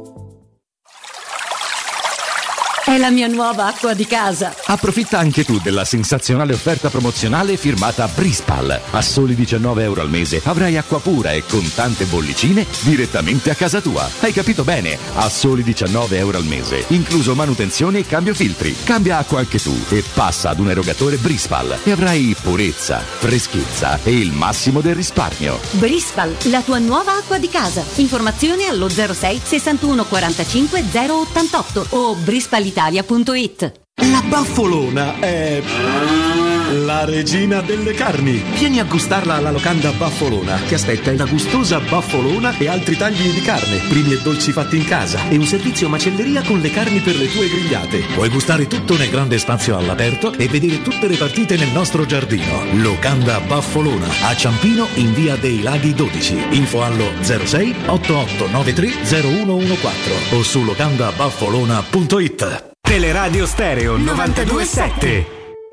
È la mia nuova acqua di casa. Approfitta anche tu della sensazionale offerta promozionale firmata Brispal. A soli €19 al mese avrai acqua pura e con tante bollicine direttamente a casa tua. Hai capito bene? A soli €19 al mese, incluso manutenzione e cambio filtri. Cambia acqua anche tu e passa ad un erogatore Brispal e avrai purezza, freschezza e il massimo del risparmio. Brispal, la tua nuova acqua di casa. Informazioni allo 06 61 45 088 o brispal.it. La Baffolona è la regina delle carni. Vieni a gustarla alla locanda Baffolona. Ti aspetta una gustosa baffolona e altri tagli di carne, primi e dolci fatti in casa e un servizio macelleria con le carni per le tue grigliate. Puoi gustare tutto nel grande spazio all'aperto e vedere tutte le partite nel nostro giardino. Locanda Baffolona a Ciampino in via dei Laghi 12. Info allo 06 8893 0114 o su locandabaffolona.it. Teleradio Stereo 92.7.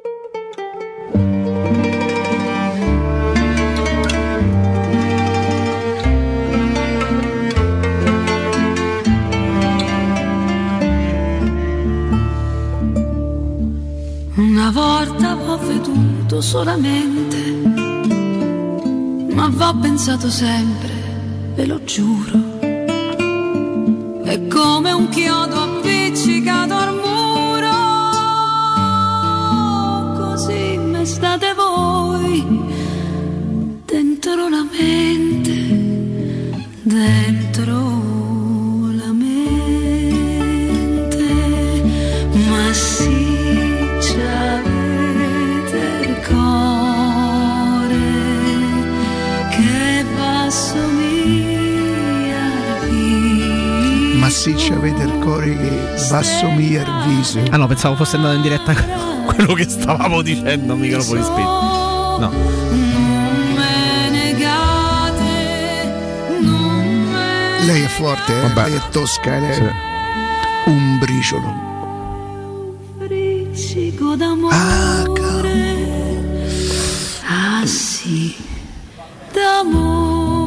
Una volta ho veduto solamente, ma va pensato sempre, ve lo giuro. È come un chiodo appiccicato c'avete il cuore che va a somigliare al viso. Ah no, pensavo fosse andato in diretta quello che stavamo dicendo, microfoni spenti. No. Lei è forte, lei è tosca, lei è un briciolo. Ah sì, d'amore.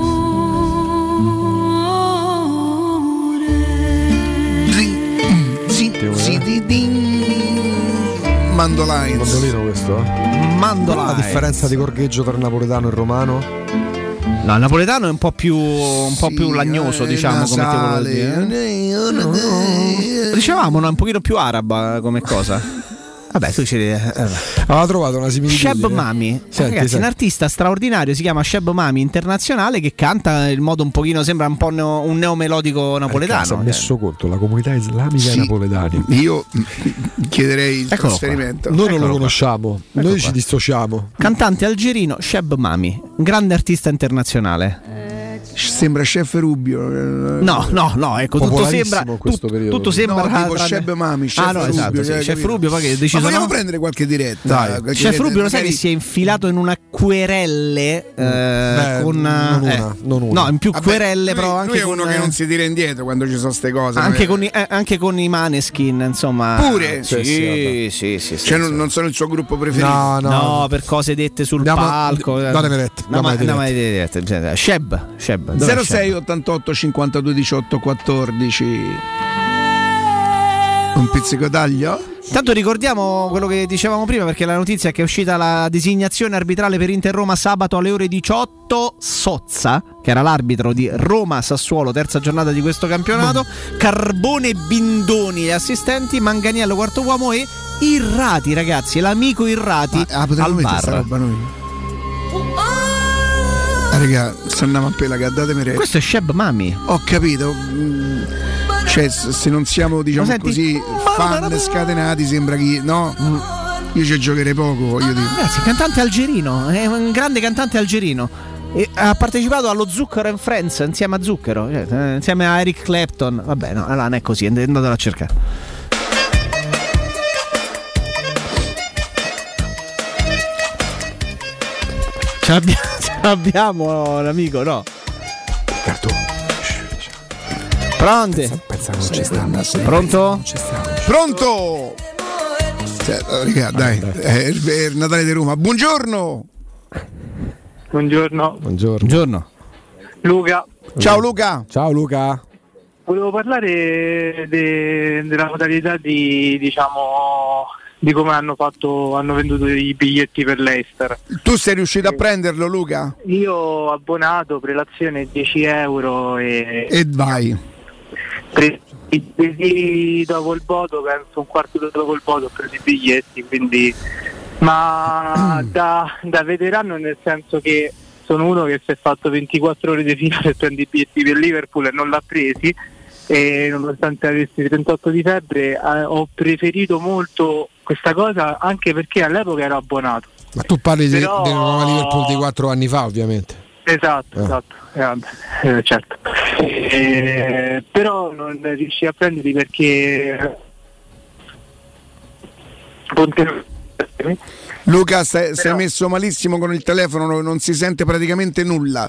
Mandolino questo? Mandolino. La differenza di gorgheggio tra napoletano e romano? No, il napoletano è un po' più lagnoso, diciamo, nasale, come te dicevamo, no, un pochino più araba come cosa. Vabbè, tu ci aveva trovato una similitudine. Sheb Mami, ragazzi, un artista straordinario, si chiama Sheb Mami internazionale, che canta in modo un pochino, sembra un po' un neomelodico napoletano. Si è messo conto la comunità islamica e napoletani. Io chiederei il trasferimento. Noi non lo conosciamo, noi ci dissociamo. Cantante algerino Sheb Mami, grande artista internazionale. Sembra Chef Rubio. No, ecco, tutto sembra tutto sembra tipo Chef Mami, Chef Rubio, esatto, sì. Chef Rubio, poi che ha deciso. Ma vogliamo prendere qualche diretta? Dai. Chef Rubio, lo sai che si è infilato in una querelle con non una. No, in più querelle, però anche lui è uno che non si tira indietro quando ci sono ste cose. Anche con i Maneskin, insomma. Pure? Sì. Cioè non sono il suo gruppo preferito. No, per cose dette sul palco. Sheb 06 88 52 18 14. Un pizzico d'aglio? Intanto ricordiamo quello che dicevamo prima, perché la notizia è che è uscita la designazione arbitrale per Inter-Roma sabato alle ore 18. Sozza, che era l'arbitro di Roma-Sassuolo, terza giornata di questo campionato, Carbone Bindoni gli assistenti, Manganiello quarto uomo e Irrati, ragazzi, l'amico Irrati al bar. Raga, se andiamo a pela che datemi retta. Questo è Sheb Mami. Ho capito. Cioè, se non siamo, diciamo così, fan scatenati, sembra che no. Io ci giocherei poco, voglio dire. Ragazzi, cantante algerino, è un grande cantante algerino. E ha partecipato allo Zucchero and Friends insieme a Zucchero, cioè, insieme a Eric Clapton. Vabbè, no, allora non è così, andatelo a cercare. Ce l'abbiamo l'amico, no? Pronte? Pronto? Pronto? Raga, dai, è il Natale di Roma. Buongiorno. Buongiorno. Luca. Ciao Luca. Ciao Luca. Volevo parlare della modalità di come hanno venduto i biglietti per l'Eister. Tu sei riuscito a prenderlo, Luca? Io ho abbonato, prelazione 10 euro e vai. Dopo il voto, penso un quarto d'ora dopo il voto ho preso i biglietti, quindi ma da veterano, nel senso che sono uno che si è fatto 24 ore di fila per prendere i biglietti per Liverpool e non l'ha presi, e nonostante avessi 38 di febbre ho preferito molto questa cosa, anche perché all'epoca ero abbonato. Ma tu parli del Roma Liverpool di 4 anni fa, ovviamente. Esatto, certo. Però non riuscii a prenderli perché Luca, sei messo malissimo con il telefono, non si sente praticamente nulla.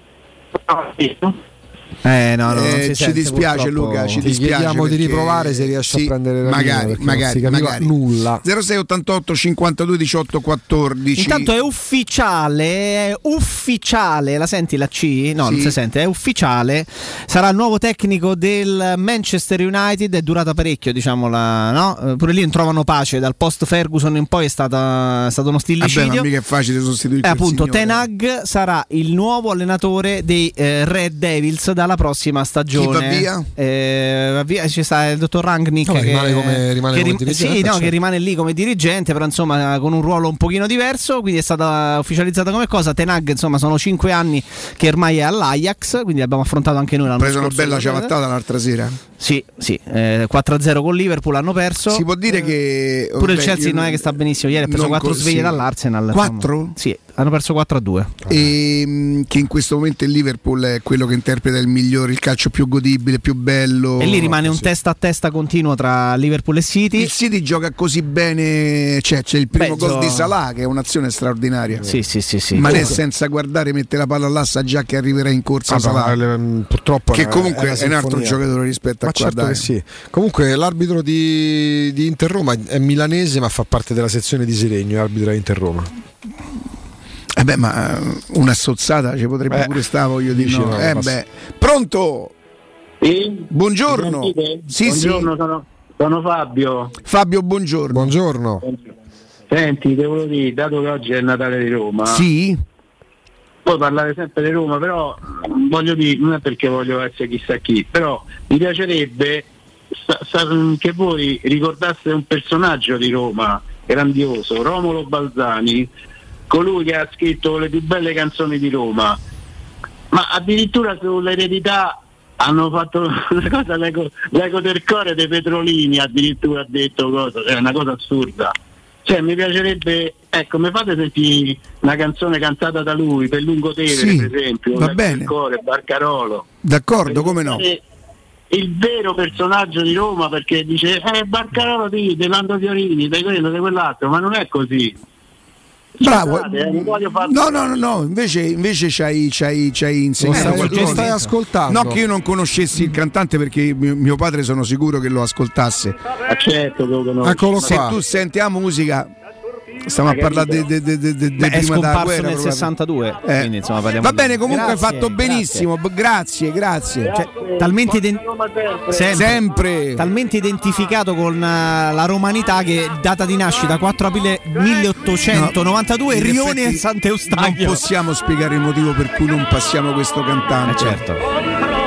Ci dispiace, Luca, ci dispiace. Chiediamo di riprovare se riesci a prendere la magari nulla. 06 88 52 18 14. Intanto è ufficiale, la senti la C? No, non si sente, è ufficiale. Sarà il nuovo tecnico del Manchester United, è durata parecchio, diciamola, no? Pure lì non trovano pace, dal post Ferguson in poi è stato uno stillicidio. Vabbè, ma mica è facile sostituire. Appunto, Ten Hag sarà il nuovo allenatore dei Red Devils dalla prossima stagione. Chi va via? Ci sta il dottor Rangnick che rimane lì come dirigente, però insomma con un ruolo un pochino diverso, quindi è stata ufficializzata come cosa. Ten Hag, insomma, sono 5 anni che ormai è all'Ajax, quindi abbiamo affrontato anche noi l'anno scorso. Preso una bella ciabattata l'altra sera. Sì, 4-0 con Liverpool hanno perso. Si può dire che pure il Chelsea non è che sta benissimo, ieri ha preso 4 sveglie dall'Arsenal. 4? Sì, hanno perso 4-2. E che in questo momento il Liverpool è quello che interpreta il migliore, il calcio più godibile, più bello. E lì rimane un testa a testa continuo tra Liverpool e City. Il City gioca così bene, c'è il primo gol di Salah che è un'azione straordinaria. Sì. Ma lei senza guardare mette la palla là, sa già che arriverà in corsa Salah. Purtroppo che comunque è un altro giocatore rispetto a qua. Certo che sì. Comunque l'arbitro di Inter-Roma è milanese, ma fa parte della sezione di Seregno, arbitra Inter-Roma. Ma una sozzata ci potrebbe pure stare, voglio dire. No, pronto? Sì? Buongiorno. Sì, buongiorno, sono Fabio. Fabio, buongiorno. Senti, devo dire, dato che oggi è il Natale di Roma. Sì. Puoi parlare sempre di Roma, però voglio dire, non è perché voglio essere chissà chi, però mi piacerebbe che voi ricordaste un personaggio di Roma grandioso, Romolo Balzani, colui che ha scritto le più belle canzoni di Roma, ma addirittura sull'eredità hanno fatto una cosa, l'eco del cuore dei Petrolini addirittura ha detto cosa, è una cosa assurda. Cioè mi piacerebbe, ecco, mi fate sentire una canzone cantata da lui, per Lungotevere per esempio, va bene. Il cuore, Barcarolo. D'accordo, come no? Il vero personaggio di Roma, perché dice Barcarolo di Lando Fiorini, di quello, di quell'altro, ma non è così. Bravo. No, invece c'hai insegnato. Lo stai ascoltando. No, che io non conoscessi il cantante, perché mio padre sono sicuro che lo ascoltasse. Certo, eccolo se qua. tu senti la musica, stiamo a parlare di è scomparso nel 62, quindi insomma parliamo. Va bene, comunque hai fatto benissimo, grazie. Cioè, talmente sempre talmente identificato con la romanità che data di nascita 4 aprile 1892, Rione e Sant'Eustachio. Non possiamo spiegare il motivo per cui non passiamo questo cantante. Certo.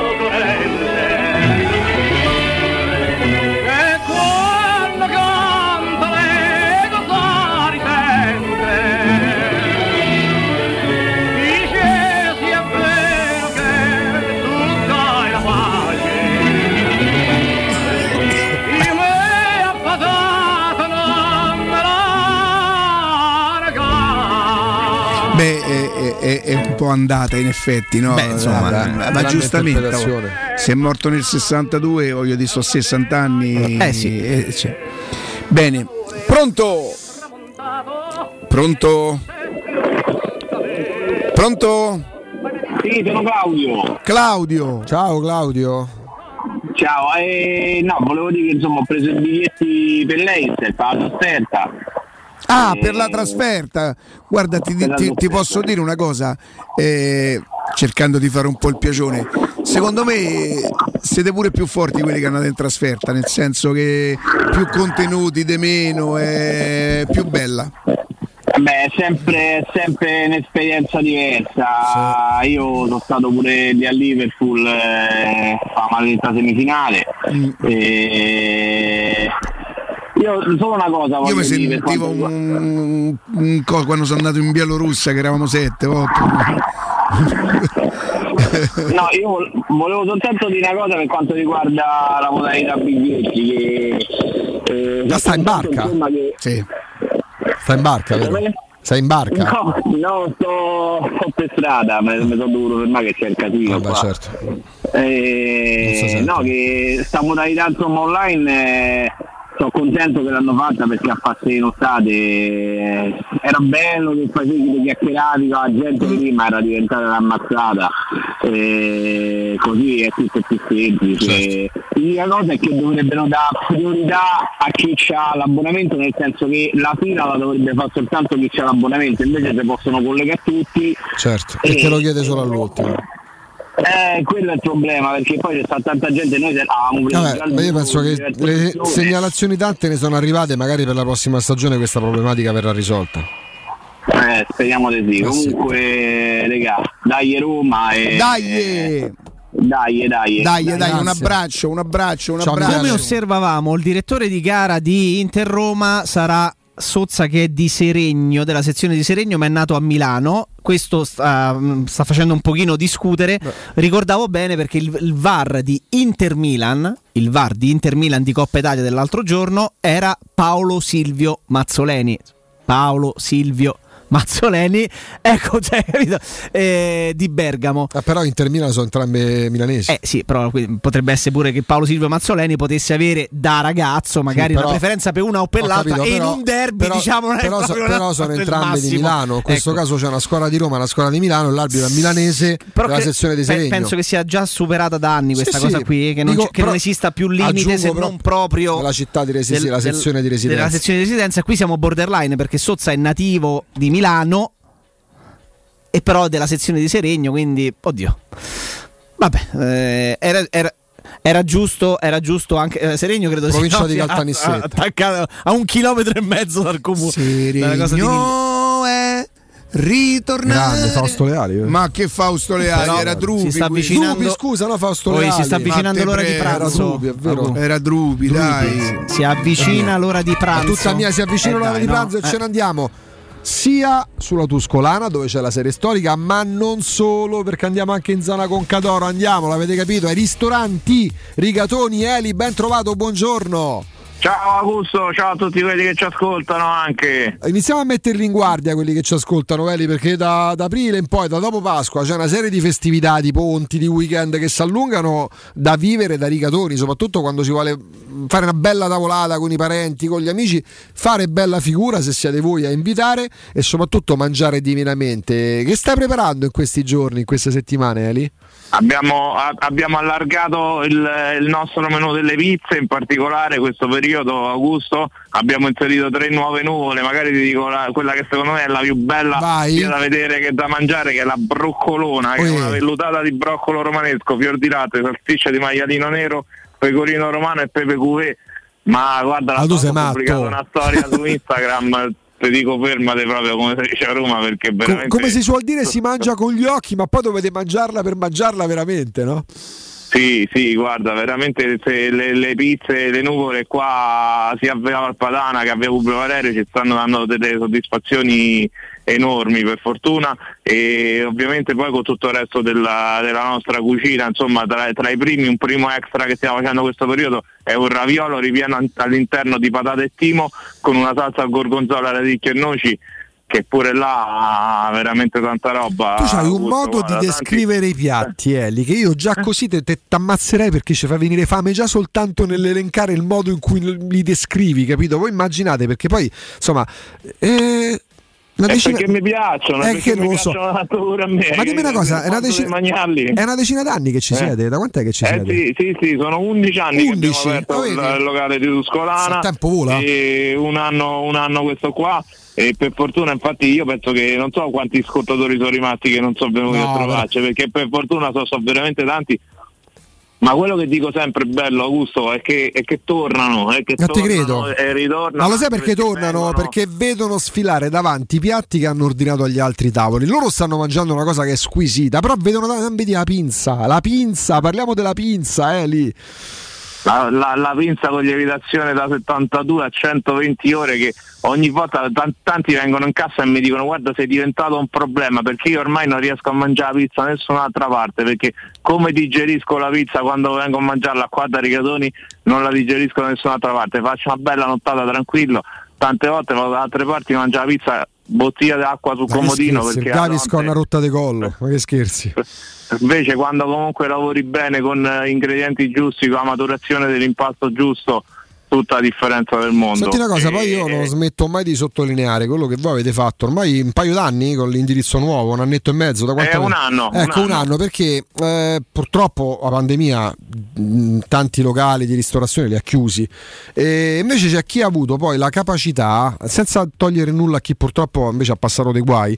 È un po' andata in effetti, no? Ma giustamente se è morto nel 62, voglio dire, so 60 anni. Sì. Bene, pronto? Sì, sono Claudio. Ciao Claudio. Ciao, no, volevo dire che insomma ho preso i biglietti per l'Einster, per la trasferta. Per la trasferta. Guarda, ti posso dire una cosa, cercando di fare un po' il piacione. Secondo me siete pure più forti quelli che andate in trasferta, nel senso che più contenuti, de meno, è più bella. Beh, è sempre un'esperienza diversa. Io sono stato pure lì a Liverpool, la maledetta semifinale. Io solo una cosa voglio dire. Io mi sentivo un quando sono andato in Bielorussia, che eravamo 7, 8. No, io volevo soltanto dire una cosa per quanto riguarda la modalità biglietti, che ma sta in barca? Sì. Sta in barca, vero? Sei in barca? No, sto per strada, mi sono dovuto fermare che c'è il casino. Vabbè, certo. No, che sta modalità insomma online, sono contento che l'hanno fatta, perché a farsi le nottate era bello che facevi le chiacchierate con la gente prima, era diventata un'ammazzata, così è tutto più semplice. Certo. L'unica cosa è che dovrebbero dare priorità a chi ha l'abbonamento, nel senso che la fila la dovrebbe fare soltanto chi ha l'abbonamento, invece si possono collegare tutti. Certo, e te lo chiede solo all'ultimo. Quello è il problema, perché poi c'è tanta gente, noi ma io penso che le segnalazioni tante ne sono arrivate, magari per la prossima stagione questa problematica verrà risolta. Speriamo di sì. Comunque, regà, dai Roma e Dai, un abbraccio. Come osservavamo, il direttore di gara di Inter-Roma sarà Sozza, che è di Seregno, della sezione di Seregno, ma è nato a Milano. Questo sta facendo un pochino discutere. Ricordavo bene perché il VAR di Inter-Milan, di Coppa Italia dell'altro giorno, era Paolo Silvio Mazzoleni. Mazzoleni, ecco, cioè, capito? Di Bergamo. Però Inter Milan sono entrambe milanesi. Sì, però potrebbe essere pure che Paolo Silvio Mazzoleni potesse avere da ragazzo magari una preferenza per una o per l'altra, capito, e in un derby diciamo non è però sono entrambe di Milano. In questo caso c'è una squadra di Roma, una squadra di Milano, l'arbitro è milanese della sezione di Seregno. Penso che sia già superata da anni questa cosa qui, che non esista più limite se non proprio la città di la sezione di residenza. Della sezione di residenza. Qui siamo borderline perché Sozza è nativo di Milano e però della sezione di Seregno, quindi oddio. Vabbè, era giusto anche Seregno, credo provincia di Caltanissetta, attaccato a 1,5 chilometri dal comune. Seregno è ritornato. Grande Fausto Leali. Ma che Fausto Leali? Però era Drupi. Si sta avvicinando. Drupi, scusa, no, Fausto Leali. Si sta avvicinando l'ora di pranzo. Era Drupi, dai. Si avvicina l'ora di pranzo. Tutta mia, si avvicina l'ora di pranzo e ce ne andiamo. Sia sulla Tuscolana dove c'è la serie storica, ma non solo, perché andiamo anche in zona Concadoro. Andiamo, l'avete capito, ai ristoranti Rigatoni. Eli, ben trovato, buongiorno. Ciao Augusto, ciao a tutti quelli che ci ascoltano anche. Iniziamo a metterli in guardia quelli che ci ascoltano, Eli, perché da aprile in poi, da dopo Pasqua, c'è una serie di festività, di ponti, di weekend che si allungano da vivere da Rigatoni, soprattutto quando si vuole fare una bella tavolata con i parenti, con gli amici, fare bella figura se siete voi a invitare e soprattutto mangiare divinamente. Che stai preparando in questi giorni, in queste settimane, Eli? Abbiamo allargato il nostro menù delle pizze, in particolare questo periodo, Augusto, abbiamo inserito 3 nuove nuvole, magari ti dico quella che secondo me è la più bella sia da vedere che da mangiare, che è la broccolona, che è una vellutata di broccolo romanesco, fior di latte, salsiccia di maialino nero, pecorino romano e pepe cuvée. Ma guarda, ho pubblicato una storia su Instagram. Ti dico, fermate proprio, come si dice a Roma, perché veramente come si suol dire, si mangia con gli occhi, ma poi dovete mangiarla per mangiarla veramente, no? Sì, guarda, veramente se le pizze, le nuvole qua sia a Valpadana che a Via Publio Valerio ci stanno dando delle soddisfazioni enormi, per fortuna, e ovviamente poi con tutto il resto della nostra cucina, insomma, tra i primi, un primo extra che stiamo facendo questo periodo è un raviolo ripieno all'interno di patate e timo con una salsa al gorgonzola, radicchio e noci, che pure là ha veramente tanta roba. Tu c'hai un modo di descrivere i piatti, Eli, che io già così ti ammazzerei, perché ci fa venire fame già soltanto nell'elencare il modo in cui li descrivi, capito? Voi immaginate, perché poi insomma perché mi piacciono, perché mi piacciono tanto pure a me. Ma dimmi una cosa, è una decina d'anni che ci siete? Da quant'è che ci siete? Sì, sono 11 anni che abbiamo aperto il locale di Tuscolana. Il tempo vola. E un anno questo qua. E per fortuna, infatti, io penso che non so quanti ascoltatori sono rimasti che non sono venuti a trovarci, perché per fortuna sono veramente tanti. Ma quello che dico sempre bello, Augusto, è che tornano, ti credo. E ritornano. Ma lo sai perché tornano? Perché vedono sfilare davanti i piatti che hanno ordinato agli altri tavoli. Loro stanno mangiando una cosa che è squisita, però vedono vedi la pinza, parliamo della pinza, lì. La pinza con lievitazione da 72 a 120 ore, che ogni volta tanti vengono in cassa e mi dicono: guarda, sei diventato un problema, perché io ormai non riesco a mangiare la pizza da nessun'altra parte, perché come digerisco la pizza quando vengo a mangiarla qua da Rigatoni non la digerisco da nessun'altra parte. Faccio una bella nottata tranquillo, tante volte vado da altre parti a mangiare la pizza, bottiglia d'acqua sul comodino, perché Gavisco una rotta di collo, ma che scherzi. Invece quando comunque lavori bene con ingredienti giusti, con la maturazione dell'impasto giusto, tutta la differenza del mondo. Senti una cosa, poi io non smetto mai di sottolineare quello che voi avete fatto ormai un paio d'anni con l'indirizzo nuovo, un annetto e mezzo, da quanto un anno. Ecco, un anno, perché purtroppo la pandemia tanti locali di ristorazione li ha chiusi, e invece c'è chi ha avuto poi la capacità, senza togliere nulla a chi purtroppo invece ha passato dei guai,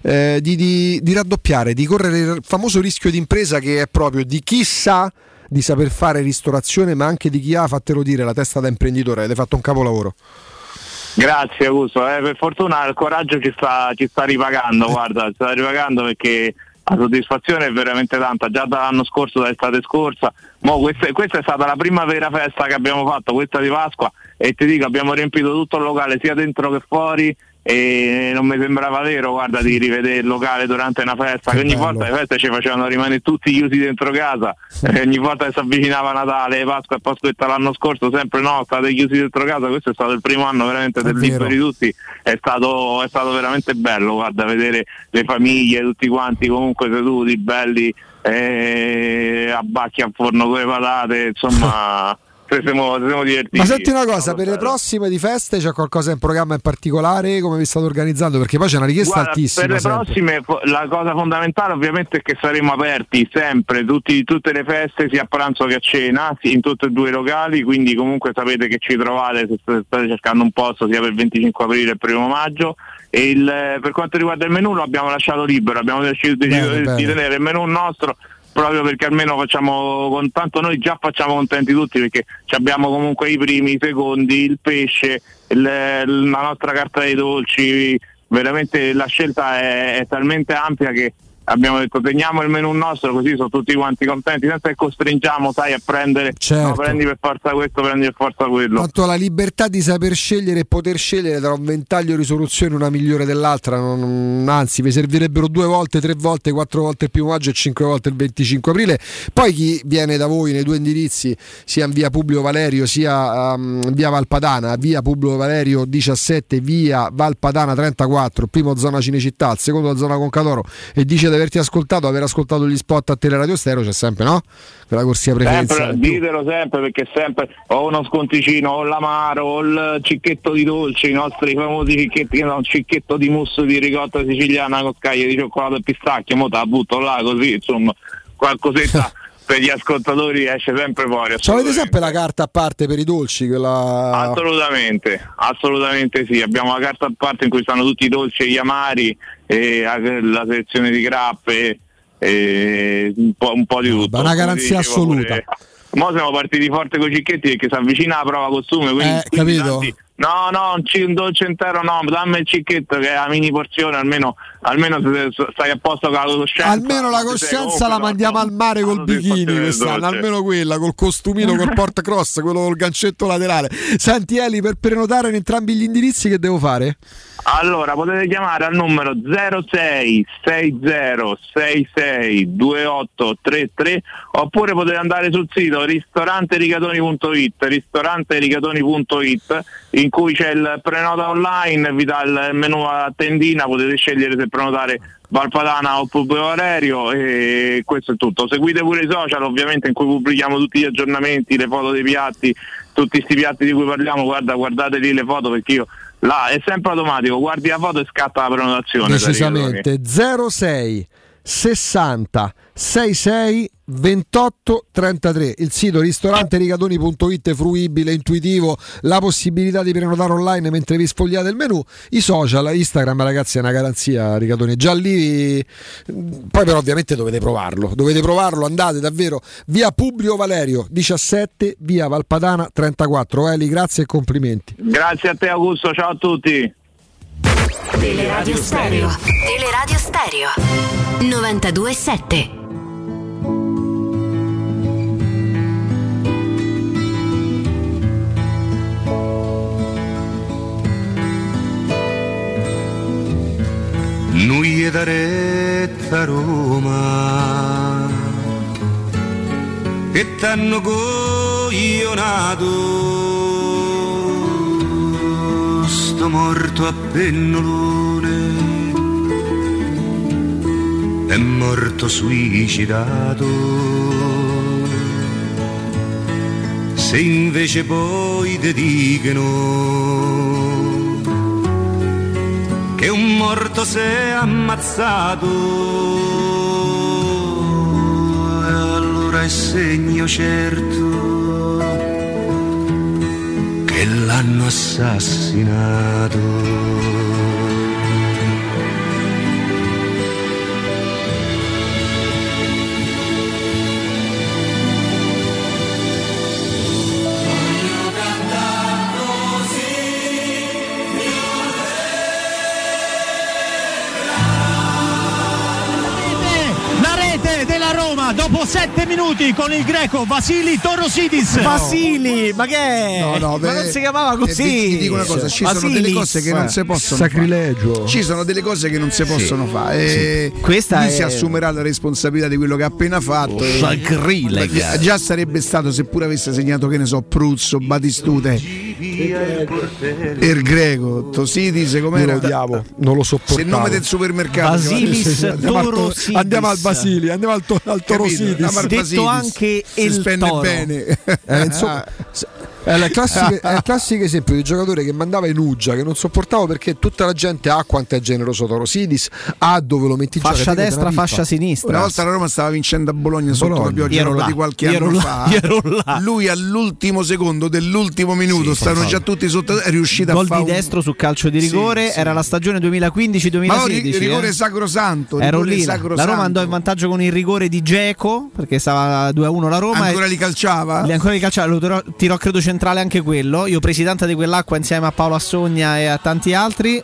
di raddoppiare, di correre il famoso rischio di impresa, che è proprio di chi sa di saper fare ristorazione, ma anche di chi ha, fatelo dire, la testa da imprenditore. Avete fatto un capolavoro. Grazie Augusto, per fortuna il coraggio ci sta ripagando, guarda, ci sta ripagando, perché la soddisfazione è veramente tanta, già dall'anno scorso, dall'estate scorsa. Questa è stata la prima vera festa che abbiamo fatto, questa di Pasqua, e ti dico, abbiamo riempito tutto il locale sia dentro che fuori, e non mi sembrava vero, guarda, di rivedere il locale durante una festa, che ogni volta le feste ci facevano rimanere tutti chiusi dentro casa, ogni volta che si avvicinava Natale, Pasqua e Pasquetta l'anno scorso sempre no, state chiusi dentro casa. Questo è stato il primo anno veramente del liberi tutti, è stato veramente bello, guarda, vedere le famiglie tutti quanti comunque seduti belli, a bacchi a forno con le patate, insomma. Siamo divertiti. Ma senti una cosa, per le prossime di feste c'è qualcosa in programma in particolare? Come vi state organizzando? Perché poi c'è una richiesta altissima. Per le prossime la cosa fondamentale ovviamente è che saremo aperti sempre, tutte le feste sia a pranzo che a cena, in tutti e due i locali, quindi comunque sapete che ci trovate se state cercando un posto sia per il 25 aprile e il 1 maggio. E per quanto riguarda il menù lo abbiamo lasciato libero, abbiamo deciso di tenere il menù nostro, proprio perché almeno tanto noi già facciamo contenti tutti, perché abbiamo comunque i primi, i secondi, il pesce, la nostra carta dei dolci, veramente la scelta è talmente ampia che abbiamo detto teniamo il menù nostro, così sono tutti quanti contenti, senza che costringiamo, sai, a prendere, no, prendi per forza questo, prendi per forza quello. Tanto la libertà di saper scegliere e poter scegliere tra un ventaglio di soluzioni una migliore dell'altra, anzi vi servirebbero 2 volte, 3 volte, 4 volte il 1 maggio e 5 volte il 25 aprile. Poi chi viene da voi nei 2 indirizzi, sia in via Publio Valerio sia via Valpadana, via Publio Valerio 17, via Valpadana 34, il primo zona Cinecittà, il secondo zona Concadoro, e dice di averti ascoltato, aver ascoltato gli spot a Teleradio Stereo, c'è sempre, no? Quella corsia preferenziale. Ditelo sempre, perché sempre o uno sconticino o l'amaro o il cicchetto di dolce, i nostri famosi cicchetti, un cicchetto di mousse di ricotta siciliana con scaglie di cioccolato e pistacchio, mo te la butto là così, insomma, qualcosetta per gli ascoltatori esce sempre fuori. Avete sempre la carta a parte per i dolci? Quella... Assolutamente sì, abbiamo la carta a parte in cui stanno tutti i dolci e gli amari, e la selezione di grappe, e un po' di tutto. Una garanzia assoluta. Mo siamo partiti forte con i cicchetti perché si avvicina la prova costume, quindi capito? Tanti, no, un dolce intero no, dammi il cicchetto che è la mini porzione, almeno stai a posto con la coscienza. Almeno la coscienza la mandiamo al mare col bikini quest'anno, almeno quella, col costumino, col port cross, quello col gancetto laterale. Senti Eli, per prenotare in entrambi gli indirizzi che devo fare? Allora potete chiamare al numero 06 60 66 2833, oppure potete andare sul sito ristoranterigatoni.it, in cui c'è il prenota online, vi dà il menu a tendina, potete scegliere se prenotare Valpadana o Publio Valerio, e questo è tutto. Seguite pure i social ovviamente, in cui pubblichiamo tutti gli aggiornamenti, le foto dei piatti, tutti questi piatti di cui parliamo, guardate lì le foto, perché io là è sempre automatico, guardi la foto e scatta la prenotazione. Decisamente. 06 60 66 28 33, il sito ristoranterigatoni.it è fruibile, intuitivo, la possibilità di prenotare online mentre vi sfogliate il menu. I social, Instagram ragazzi è una garanzia, Rigatoni, già lì, poi però ovviamente dovete provarlo, andate davvero via Publio Valerio 17, via Valpadana 34. Eli, grazie e complimenti. Grazie a te Augusto, ciao a tutti. Teleradio Stereo 92.7. Noi è da retta Roma che t'hanno coglionato, sto morto a pennolone, è morto suicidato. Se invece poi ti dicono che un morto si è ammazzato, e allora è segno certo che l'hanno assassinato. della Roma dopo 7 minuti con il greco Vasili Torosidis. Vasili, ma che è? No, ma non si chiamava così. Ti dico una cosa, ci sono delle cose che non si possono sacrilegio fare. Ci sono delle cose che non si possono fare. Questa lui si assumerà la responsabilità di quello che ha appena fatto. Sacrilega. Già sarebbe stato, seppur avesse segnato, che ne so, Pruzzo, Batistute e il greco Tosidis, com'era? Non lo sopportavo. Se il nome del supermercato Basilis Torosidis. Andiamo al Basili, andiamo al Torosidis. Detto anche il spende Toro. bene. Insomma, è il classico esempio di giocatore che mandava in uggia, che non sopportavo, perché tutta la gente quanto è generoso Torosidis, dove lo metti in gioco. Fascia destra, fascia sinistra. Una volta la Roma stava vincendo a Bologna sotto la pioggia di qualche anno fa. Lui all'ultimo secondo dell'ultimo minuto stavano già tutti sotto, è riuscito gol a fare di destro su calcio di rigore. Era la stagione 2015-2016. Ma rigore sacrosanto. Ero lì. La Roma andò in vantaggio con il rigore di Dzeko, perché stava 2-1 la Roma. Ancora li calciava? Lo tirò credo centrale anche quello. Io presidente di quell'acqua insieme a Paolo Assogna e a tanti altri.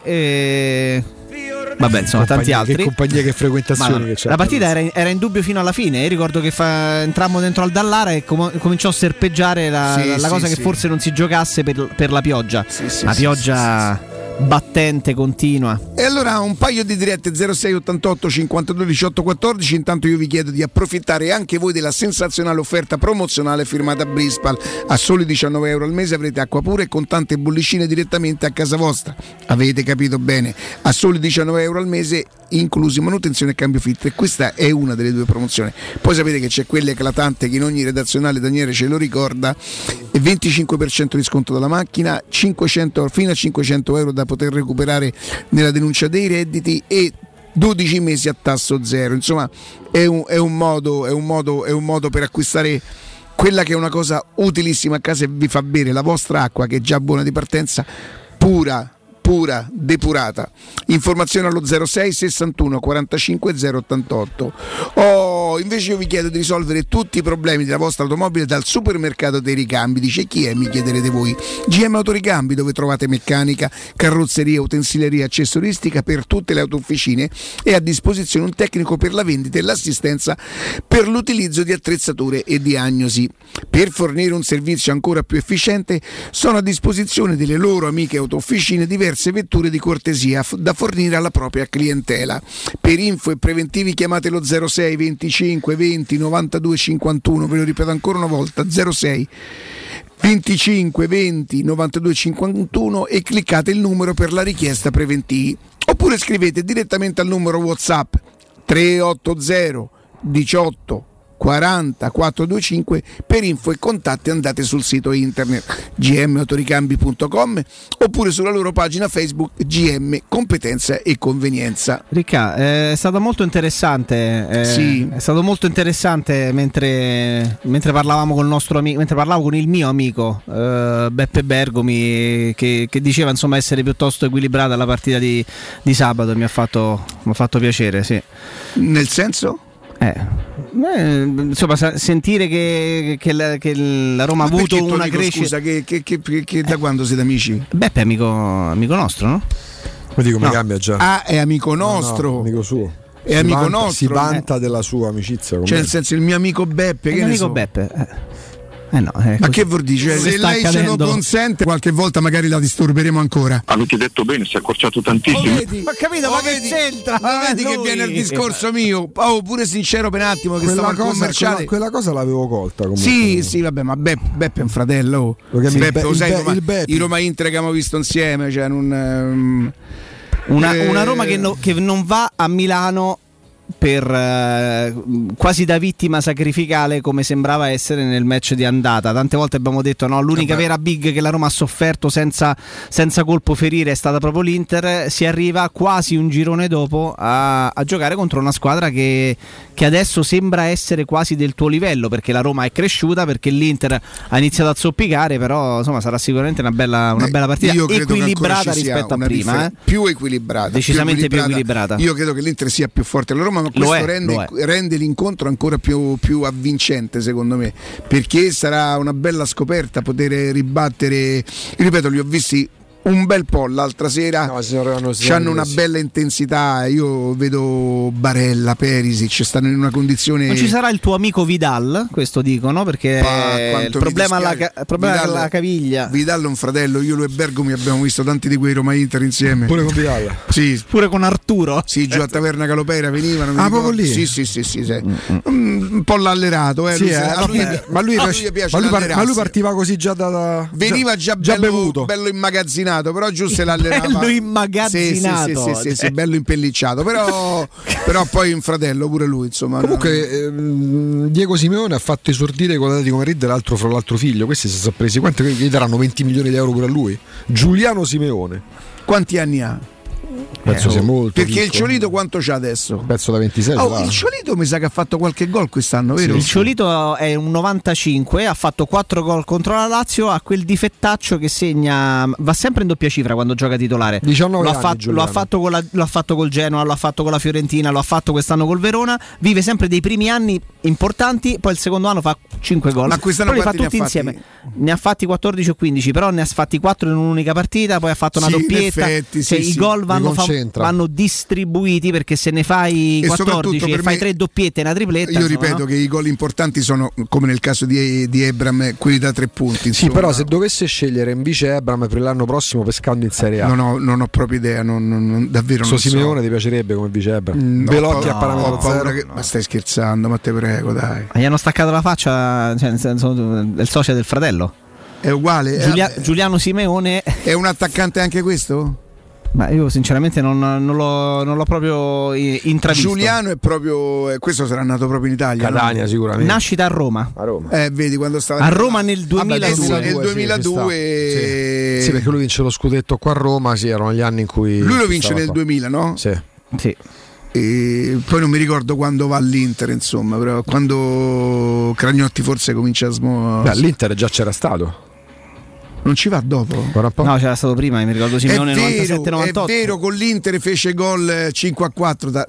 Vabbè, insomma, tanti altri. Che compagnia, che frequentazioni che c'è. La partita era in dubbio fino alla fine. Io ricordo che entrammo dentro al Dallara e cominciò a serpeggiare la cosa che forse non si giocasse per la pioggia. La pioggia battente, continua. E allora un paio di dirette 06 88 52 18 14. Intanto io vi chiedo di approfittare anche voi della sensazionale offerta promozionale firmata Brispal. A soli 19 euro al mese avrete acqua pura e con tante bollicine direttamente a casa vostra. Avete capito bene? A soli 19 euro al mese, inclusi manutenzione e cambio filtro. E questa è una delle due promozioni. Poi sapete che c'è quella eclatante che in ogni redazionale Daniele ce lo ricorda, e 25% di sconto dalla macchina, 500, fino a 500 euro da poter recuperare nella denuncia dei redditi e 12 mesi a tasso zero. Insomma, è un modo per acquistare quella che è una cosa utilissima a casa e vi fa bere la vostra acqua, che è già buona di partenza, pura, depurata. Informazione allo 06 61 45 088. Invece io vi chiedo di risolvere tutti i problemi della vostra automobile dal supermercato dei ricambi. Dice chi è, mi chiederete voi. GM Autoricambi, dove trovate meccanica, carrozzeria, utensileria, accessoristica per tutte le autofficine, e a disposizione un tecnico per la vendita e l'assistenza per l'utilizzo di attrezzature e diagnosi. Per fornire un servizio ancora più efficiente sono a disposizione delle loro amiche autofficine diverse vetture di cortesia da fornire alla propria clientela. Per info e preventivi chiamate lo 06 25 20 92 51, ve lo ripeto ancora una volta, 06 25 20 92 51, e cliccate il numero per la richiesta preventivi, oppure scrivete direttamente al numero WhatsApp 380 18 40 425. Per info e contatti andate sul sito internet gmautoricambi.com oppure sulla loro pagina Facebook GM Competenza e Convenienza. Ricca, è stato molto interessante. È stato molto interessante mentre parlavamo con il nostro amico, mentre parlavo con il mio amico Beppe Bergomi, che diceva insomma essere piuttosto equilibrata la partita di sabato. Mi ha fatto piacere, sì. Nel senso? Insomma, sentire che la Roma ha avuto una crescita. Scusa, che da quando siete amici? Beppe è amico nostro, no? Vedi come cambia già. È amico nostro. No, amico suo. È amico nostro. Si vanta della sua amicizia. Cioè, nel senso, il mio amico Beppe. Che amico Beppe. No, ma che vuol dire? Se lei ce lo consente, qualche volta magari la disturberemo ancora. Avete detto bene, si è accorciato tantissimo. Ma capito, ma che c'entra? Ma vedi che viene il discorso mio. Pure sincero per un attimo, che stava al commerciale. Quella cosa l'avevo colta comunque. Sì, vabbè, ma Beppe è un fratello. Beppe, i Roma Inter che abbiamo visto insieme, cioè non una Roma che non va a Milano per quasi da vittima sacrificale come sembrava essere nel match di andata. Tante volte abbiamo detto l'unica vera big che la Roma ha sofferto senza colpo ferire è stata proprio l'Inter. Si arriva quasi un girone dopo a giocare contro una squadra che adesso sembra essere quasi del tuo livello, perché la Roma è cresciuta, perché l'Inter ha iniziato a zoppicare, però insomma sarà sicuramente una bella partita, equilibrata rispetto a prima, più equilibrata, decisamente più equilibrata. Io credo che l'Inter sia più forte della Roma, ma questo rende l'incontro ancora più avvincente, secondo me, perché sarà una bella scoperta poter ribattere. Ripeto, li ho visti un bel po'. L'altra sera hanno una bella intensità. Io vedo Barella, Perisic, stanno in una condizione. Non ci sarà il tuo amico Vidal, questo dicono, perché il problema alla caviglia. Vidal è un fratello, io lui e Bergomi abbiamo visto tanti di quei Roma-Inter insieme. Pure con Vidal? Sì. Pure con Arturo? Sì, giù a Taverna Calopera venivano. Proprio lì? Sì. Un po' l'allerato. Sì, ma lui partiva così già veniva già bevuto, bello immagazzinato, però giù se l'allenava. Bello immagazzinato. Sì, bello impellicciato, però poi un fratello pure lui, insomma. Comunque Diego Simeone ha fatto esordire con l'Atletico Madrid l'altro figlio. Questi si sono presi, quanto gli daranno 20 milioni di euro pure a lui? Giuliano Simeone. Quanti anni ha? Penso sia molto perché piccolo. Il Ciolito quanto c'ha adesso? Penso da 26. Il Ciolito mi sa che ha fatto qualche gol quest'anno, vero? Il Ciolito è un 95, ha fatto 4 gol contro la Lazio, ha quel difettaccio che segna, va sempre in doppia cifra quando gioca titolare. 19 anni, lo ha fatto col Genoa, lo ha fatto con la Fiorentina, lo ha fatto quest'anno col Verona, vive sempre dei primi anni importanti, poi il secondo anno fa 5 gol. Ma quest'anno li fa tutti insieme. Ne ha fatti 14 o 15, però ne ha fatti 4 in un'unica partita, poi ha fatto una doppietta. I gol vanno distribuiti, perché se ne fai 14 e fai 3 doppiette e una tripletta. Io ripeto che i gol importanti sono, come nel caso di Ebram, quelli da 3 punti. Sì, però se dovesse scegliere invece Ebram per l'anno prossimo pescando in Serie A, non ho proprio idea, davvero non so. Simeone ti piacerebbe come vice Ebram? Velotti a parametro zero. Ma stai scherzando, ma te prego, dai. Ma gli hanno staccato la faccia, cioè, nel senso, del socio del fratello. È uguale. Giuliano Simeone è un attaccante anche questo? Ma io sinceramente non l'ho proprio intravisto. Giuliano è proprio questo sarà nato proprio in Italia. Catania, no? Sicuramente. Nascita a Roma. Vedi quando stava a Roma nel 2002. Nel 2002 sì, perché lui vince lo scudetto qua a Roma, sì, erano gli anni in cui lui lo vince nel 2000, no? Sì. E poi non mi ricordo quando va all'Inter, insomma, però quando Cragnotti forse comincia a all'Inter già c'era stato. Non ci va dopo? No, c'era stato prima, mi ricordo Simeone 97-98. È vero, con l'Inter fece gol 5-4.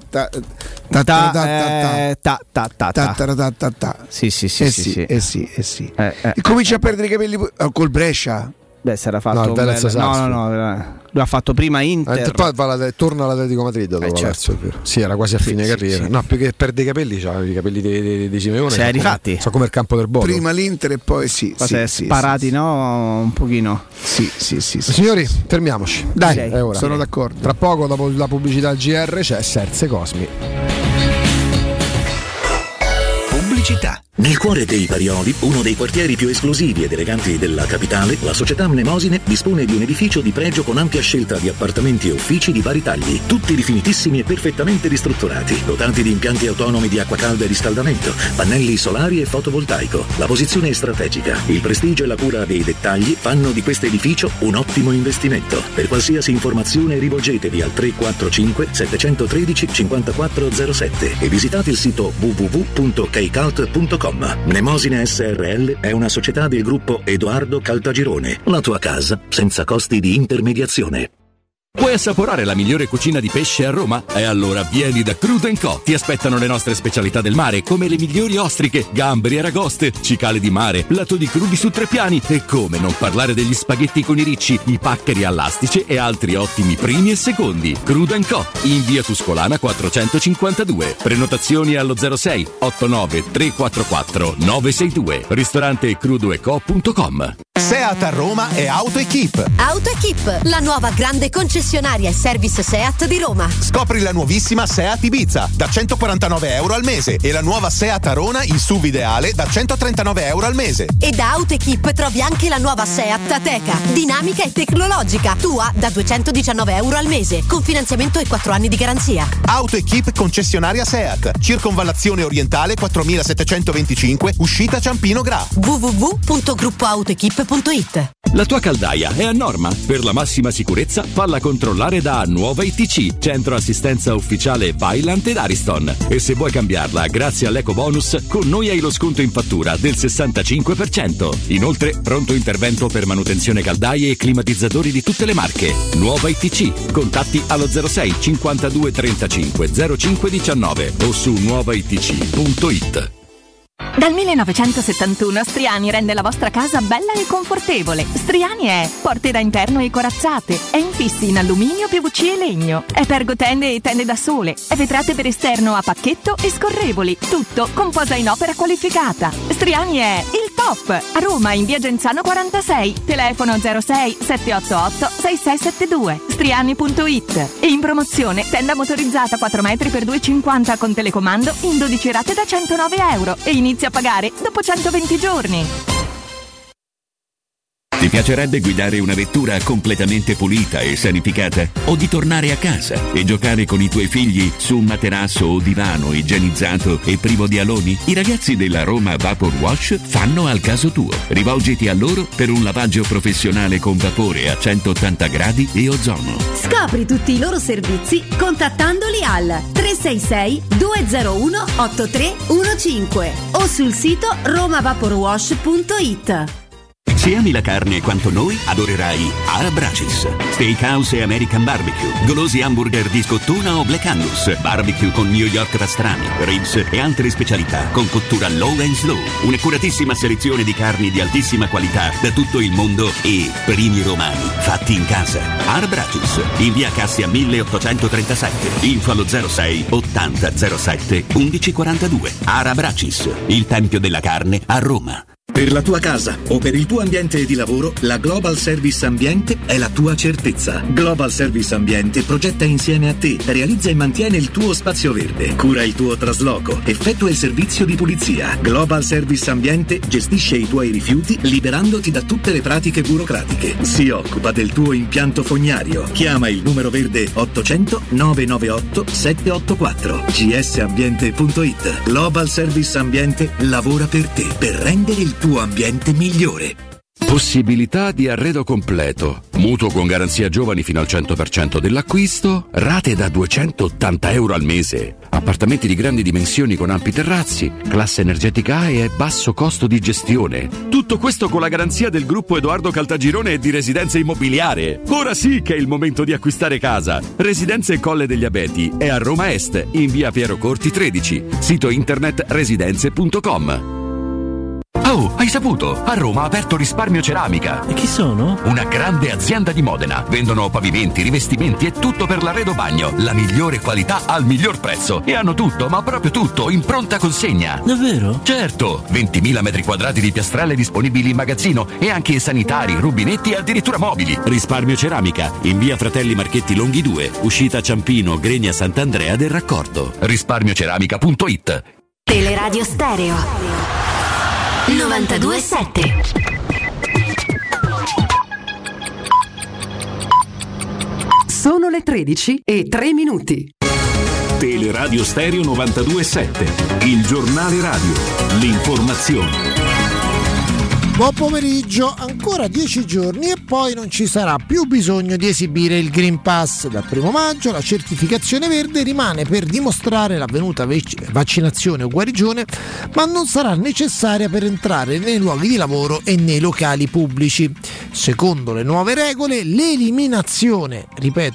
Sì. Comincia a perdere i capelli col Brescia. Beh, si era fatto no, lui ha fatto prima Inter. Poi torna all'Atletico Madrid dopo certo. Sì, era quasi a fine carriera. No, più che perde i capelli, c'ha i capelli di Simeone. Cioè, rifatti. So come il campo del Bodo. Prima l'Inter e poi sparati, no? Un pochino. Sì. Signori, fermiamoci. Dai, è ora. Sono d'accordo. Tra poco, dopo la pubblicità al GR, c'è Serse Cosmi. Pubblicità. Nel cuore dei Parioli, uno dei quartieri più esclusivi ed eleganti della capitale, la società Mnemosine dispone di un edificio di pregio con ampia scelta di appartamenti e uffici di vari tagli, tutti rifinitissimi e perfettamente ristrutturati, dotati di impianti autonomi di acqua calda e riscaldamento, pannelli solari e fotovoltaico. La posizione è strategica, il prestigio e la cura dei dettagli fanno di questo edificio un ottimo investimento. Per qualsiasi informazione rivolgetevi al 345 713 5407 e visitate il sito www.kcult.com. Mnemosine SRL è una società del gruppo Edoardo Caltagirone. La tua casa senza costi di intermediazione. Vuoi assaporare la migliore cucina di pesce a Roma? E allora vieni da Crudo & Co. Ti aspettano le nostre specialità del mare, come le migliori ostriche, gamberi, aragoste, cicale di mare, lato di crudi su 3 piani e come non parlare degli spaghetti con i ricci, i paccheri all'astice e altri ottimi primi e secondi. Crudo & Co. in via Tuscolana 452. Prenotazioni allo 06 89 344 962. Ristorante crudoeco.com. Seat a Roma è AutoEquip. AutoEquip, la nuova grande concessionaria e service Seat di Roma. Scopri la nuovissima Seat Ibiza da 149 euro al mese e la nuova Seat Arona in SUV ideale da 139 euro al mese. E da AutoEquip trovi anche la nuova Seat Ateca, dinamica e tecnologica, tua da 219 euro al mese, con finanziamento e 4 anni di garanzia. AutoEquip concessionaria Seat, circonvallazione orientale 4725, uscita Ciampino Gra. www.gruppoautoequip.it. La tua caldaia è a norma. Per la massima sicurezza falla controllare da Nuova ITC, centro assistenza ufficiale Vaillant ed Ariston. E se vuoi cambiarla grazie all'eco bonus, con noi hai lo sconto in fattura del 65%. Inoltre pronto intervento per manutenzione caldaie e climatizzatori di tutte le marche. Nuova ITC, contatti allo 06 52 35 05 19 o su nuovaitc.it. Dal 1971 Striani rende la vostra casa bella e confortevole. Striani è porte da interno e corazzate, è infissi in alluminio, PVC e legno, è pergotende e tende da sole, è vetrate per esterno a pacchetto e scorrevoli, tutto con posa in opera qualificata. Striani è il top! A Roma in via Genzano 46, telefono 06 788 6672, striani.it. E in promozione tenda motorizzata 4 metri per 2,50 con telecomando in 12 rate da 109 euro e inizia a pagare dopo 120 giorni. Ti piacerebbe guidare una vettura completamente pulita e sanificata? O di tornare a casa e giocare con i tuoi figli su un materasso o divano igienizzato e privo di aloni? I ragazzi della Roma Vapor Wash fanno al caso tuo. Rivolgiti a loro per un lavaggio professionale con vapore a 180 gradi e ozono. Scopri tutti i loro servizi contattandoli al 366 201 8315 o sul sito romavaporwash.it. Se ami la carne quanto noi, adorerai Ara Bracis. Steakhouse e American Barbecue, golosi hamburger di scottuna o Black Angus, barbecue con New York pastrami, ribs e altre specialità con cottura low and slow. Un'accuratissima selezione di carni di altissima qualità da tutto il mondo e primi romani fatti in casa. Ara Bracis, in via Cassia 1837, info allo 06 80 07 1142. Ara Bracis, il tempio della carne a Roma. Per la tua casa o per il tuo ambiente di lavoro, la Global Service Ambiente è la tua certezza. Global Service Ambiente progetta insieme a te, realizza e mantiene il tuo spazio verde, cura il tuo trasloco, effettua il servizio di pulizia. Global Service Ambiente gestisce i tuoi rifiuti liberandoti da tutte le pratiche burocratiche. Si occupa del tuo impianto fognario. Chiama il numero verde 800 998 784. gsambiente.it. Global Service Ambiente lavora per te, per rendere il tuo ambiente migliore. Possibilità di arredo completo, mutuo con garanzia giovani fino al 100% dell'acquisto, rate da 280 euro al mese, appartamenti di grandi dimensioni con ampi terrazzi, classe energetica A e basso costo di gestione. Tutto questo con la garanzia del gruppo Edoardo Caltagirone e di Residenza Immobiliare. Ora sì che è il momento di acquistare casa. Residenze Colle degli Abeti è a Roma Est, in via Piero Corti 13, sito internet residenze.com. Oh, hai saputo? A Roma ha aperto Risparmio Ceramica. E chi sono? Una grande azienda di Modena. Vendono pavimenti, rivestimenti e tutto per l'arredo bagno. La migliore qualità al miglior prezzo. E hanno tutto, ma proprio tutto, in pronta consegna. Davvero? Certo! 20.000 metri quadrati di piastrelle disponibili in magazzino e anche sanitari, rubinetti e addirittura mobili. Risparmio Ceramica, in via Fratelli Marchetti Longhi 2, uscita Ciampino, Gregna Sant'Andrea del Raccordo. Risparmioceramica.it. Teleradio Stereo 92.7. Sono le 13:03. Teleradio Stereo 92.7, il giornale radio, l'informazione. Buon pomeriggio, ancora 10 giorni e poi non ci sarà più bisogno di esibire il Green Pass. Dal 1 maggio la certificazione verde rimane per dimostrare l'avvenuta vaccinazione o guarigione, ma non sarà necessaria per entrare nei luoghi di lavoro e nei locali pubblici. Secondo le nuove regole, l'eliminazione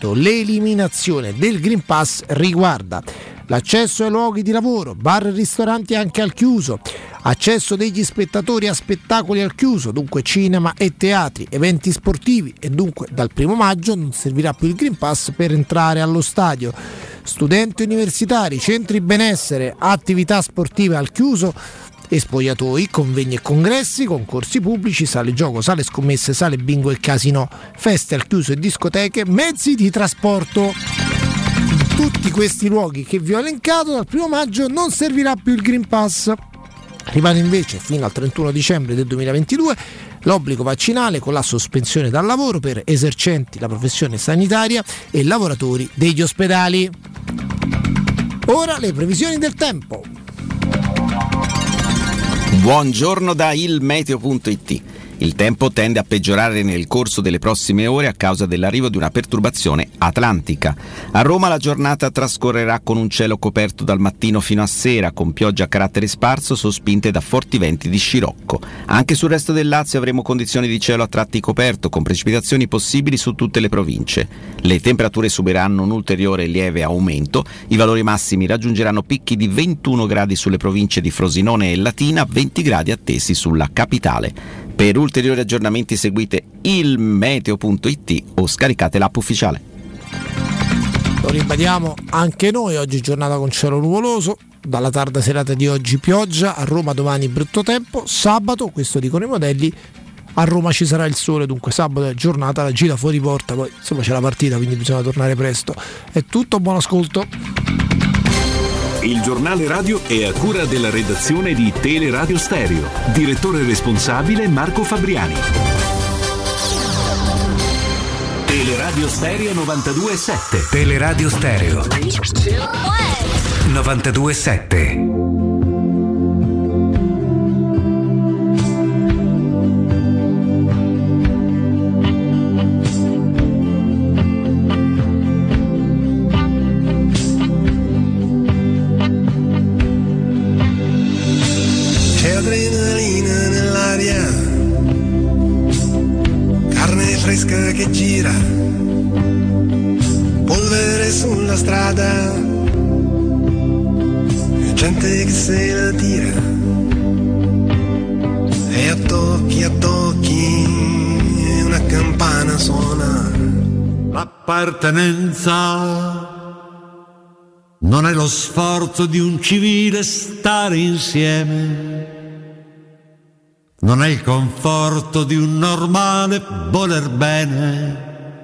del Green Pass riguarda l'accesso ai luoghi di lavoro, bar e ristoranti anche al chiuso, accesso degli spettatori a spettacoli al chiuso, dunque cinema e teatri, eventi sportivi, e dunque dal 1 maggio non servirà più il Green Pass per entrare allo stadio. Studenti universitari, centri benessere, attività sportive al chiuso e spogliatoi, convegni e congressi, concorsi pubblici, sale gioco, sale scommesse, sale bingo e casino, feste al chiuso e discoteche, mezzi di trasporto. Tutti questi luoghi che vi ho elencato dal 1 maggio non servirà più il Green Pass. Rimane invece fino al 31 dicembre del 2022 l'obbligo vaccinale con la sospensione dal lavoro per esercenti la professione sanitaria e lavoratori degli ospedali. Ora le previsioni del tempo. Buongiorno da ilmeteo.it. Il tempo tende a peggiorare nel corso delle prossime ore a causa dell'arrivo di una perturbazione atlantica. A Roma la giornata trascorrerà con un cielo coperto dal mattino fino a sera, con piogge a carattere sparso sospinte da forti venti di scirocco. Anche sul resto del Lazio avremo condizioni di cielo a tratti coperto, con precipitazioni possibili su tutte le province. Le temperature subiranno un ulteriore lieve aumento, i valori massimi raggiungeranno picchi di 21 gradi sulle province di Frosinone e Latina, 20 gradi attesi sulla capitale. Per ulteriori aggiornamenti seguite ilmeteo.it o scaricate l'app ufficiale. Lo ribadiamo anche noi, oggi giornata con cielo nuvoloso, dalla tarda serata di oggi pioggia, a Roma domani brutto tempo, sabato, questo dicono i modelli, a Roma ci sarà il sole, dunque sabato è giornata, la gira fuori porta, poi insomma c'è la partita, quindi bisogna tornare presto. È tutto, buon ascolto. Il giornale radio è a cura della redazione di Teleradio Stereo. Direttore responsabile Marco Fabriani. Teleradio Stereo 92.7. Teleradio Stereo 92.7. Fresca che gira, polvere sulla strada, gente che se la tira, e a tocchi una campana suona. L'appartenenza non è lo sforzo di un civile stare insieme, non è il conforto di un normale voler bene.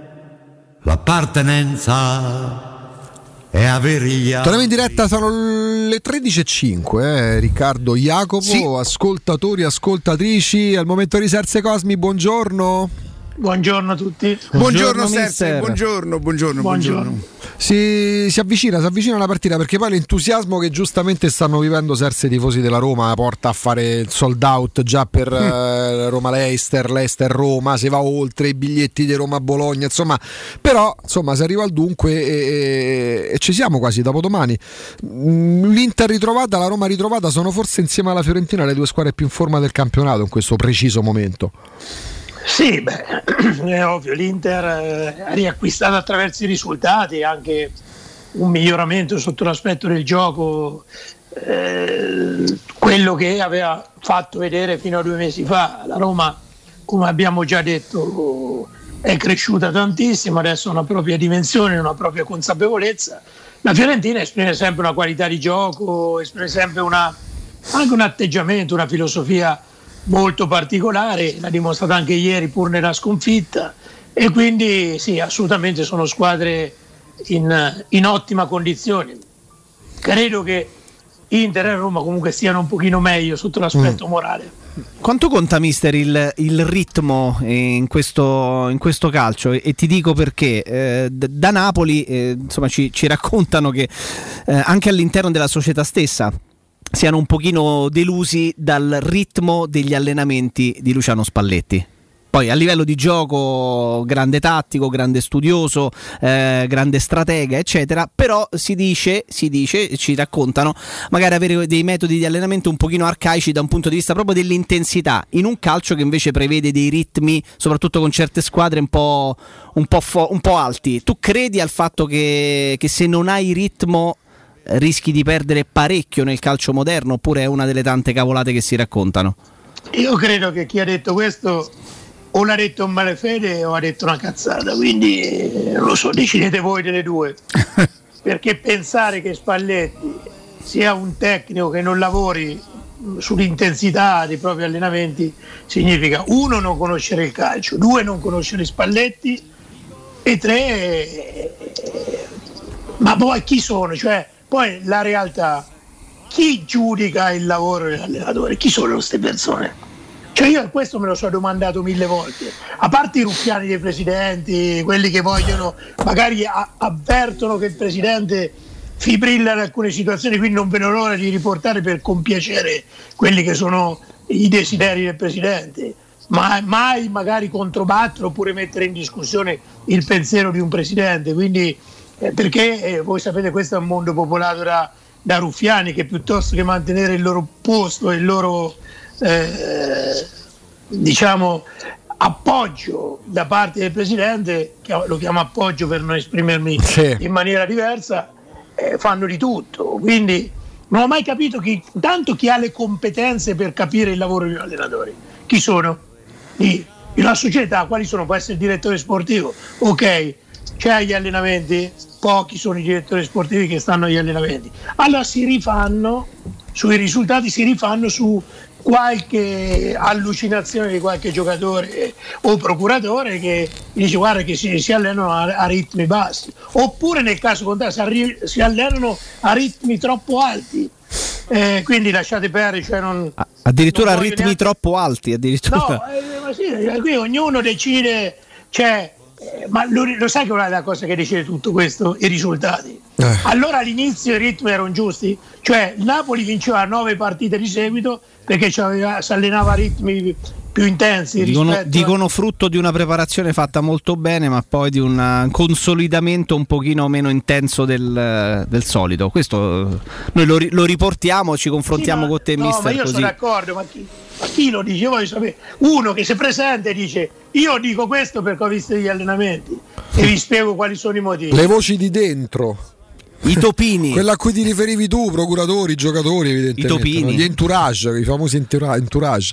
L'appartenenza è avere gli altri. Torniamo in diretta, sono le 13.05, Riccardo, Jacopo, sì. Ascoltatori, ascoltatrici, al momento di Serse Cosmi, buongiorno. Buongiorno a tutti. Buongiorno Serse, buongiorno. Si avvicina la partita, perché poi l'entusiasmo che giustamente stanno vivendo Serse tifosi della Roma porta a fare il sold out già per Roma-Leicester, Leicester-Roma, si va oltre i biglietti di Roma-Bologna, insomma, però insomma si arriva al dunque e ci siamo quasi dopodomani. L'Inter ritrovata, la Roma ritrovata, sono forse insieme alla Fiorentina le due squadre più in forma del campionato in questo preciso momento. Sì, è ovvio, l'Inter ha riacquistato attraverso i risultati anche un miglioramento sotto l'aspetto del gioco, quello che aveva fatto vedere fino a 2 mesi fa. La Roma, come abbiamo già detto, è cresciuta tantissimo, adesso ha una propria dimensione, una propria consapevolezza. La Fiorentina esprime sempre una qualità di gioco, esprime sempre anche un atteggiamento, una filosofia molto particolare, l'ha dimostrato anche ieri pur nella sconfitta, e quindi sì, assolutamente sono squadre in ottima condizione. Credo che Inter e Roma comunque stiano un pochino meglio sotto l'aspetto morale. Quanto conta, mister, il ritmo in questo calcio? E ti dico perché da Napoli insomma ci raccontano che anche all'interno della società stessa siano un pochino delusi dal ritmo degli allenamenti di Luciano Spalletti. Poi a livello di gioco, grande tattico, grande studioso, grande stratega, eccetera, però si dice, ci raccontano, magari avere dei metodi di allenamento un pochino arcaici da un punto di vista proprio dell'intensità, in un calcio che invece prevede dei ritmi, soprattutto con certe squadre un po' alti. Tu credi al fatto che se non hai ritmo rischi di perdere parecchio nel calcio moderno, oppure è una delle tante cavolate che si raccontano? Io credo che chi ha detto questo o l'ha detto in malefede o ha detto una cazzata, quindi non lo so, decidete voi delle due. Perché pensare che Spalletti sia un tecnico che non lavori sull'intensità dei propri allenamenti significa 1 non conoscere il calcio, 2 non conoscere Spalletti, e 3 ma poi chi sono? Cioè, poi la realtà, chi giudica il lavoro dell'allenatore? Chi sono queste persone? Cioè io questo me lo sono domandato 1000 volte, a parte i ruffiani dei presidenti, quelli che vogliono, magari avvertono che il presidente fibrilla in alcune situazioni, quindi non vedono l'ora di riportare per compiacere quelli che sono i desideri del presidente. mai magari controbattere oppure mettere in discussione il pensiero di un presidente, quindi perché voi sapete questo è un mondo popolato da ruffiani che piuttosto che mantenere il loro posto e il loro diciamo appoggio da parte del presidente, lo chiamo appoggio per non esprimermi in maniera diversa, fanno di tutto, quindi non ho mai capito chi ha le competenze per capire il lavoro di un allenatore, chi sono? In una società quali sono? Può essere il direttore sportivo, ok, c'è gli allenamenti, pochi sono i direttori sportivi che stanno agli allenamenti, allora si rifanno sui risultati, si rifanno su qualche allucinazione di qualche giocatore o procuratore che dice guarda che si allenano a ritmi bassi, oppure nel caso contrario si allenano a ritmi troppo alti, quindi lasciate perdere, cioè addirittura a ritmi troppo alti addirittura. No, ma sì, qui ognuno decide, cioè, ma lo sai che è una cosa che decide tutto questo? I risultati. Allora all'inizio i ritmi erano giusti, cioè il Napoli vinceva 9 partite di seguito perché si allenava a ritmi più intensi. Dicono frutto di una preparazione fatta molto bene, ma poi di un consolidamento un pochino meno intenso del solito. Questo noi lo riportiamo, ci confrontiamo con te, mister. Ma io sono d'accordo, ma chi lo dice? Io voglio sapere. Uno che si presenta e dice io dico questo perché ho visto gli allenamenti e vi spiego quali sono i motivi. Le voci di dentro. I topini. Quella a cui ti riferivi tu, procuratori, giocatori, evidentemente. I topini. No? Gli entourage, i famosi entourage.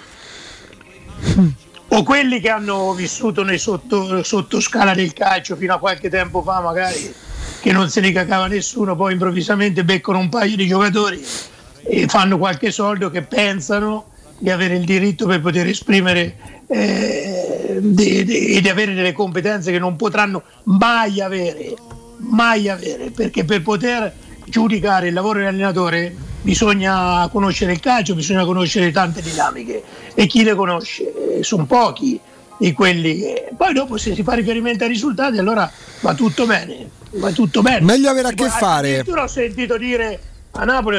O quelli che hanno vissuto nei sottoscala del calcio fino a qualche tempo fa, magari, che non se ne cagava nessuno, poi improvvisamente beccano un paio di giocatori e fanno qualche soldo, che pensano di avere il diritto per poter esprimere e di avere delle competenze che non potranno mai avere, perché per poter giudicare il lavoro dell'allenatore bisogna conoscere il calcio, bisogna conoscere tante dinamiche, e chi le conosce sono pochi di quelli che poi dopo, se si fa riferimento ai risultati, allora va tutto bene. Meglio avere a che fare. Addirittura ho sentito dire a Napoli,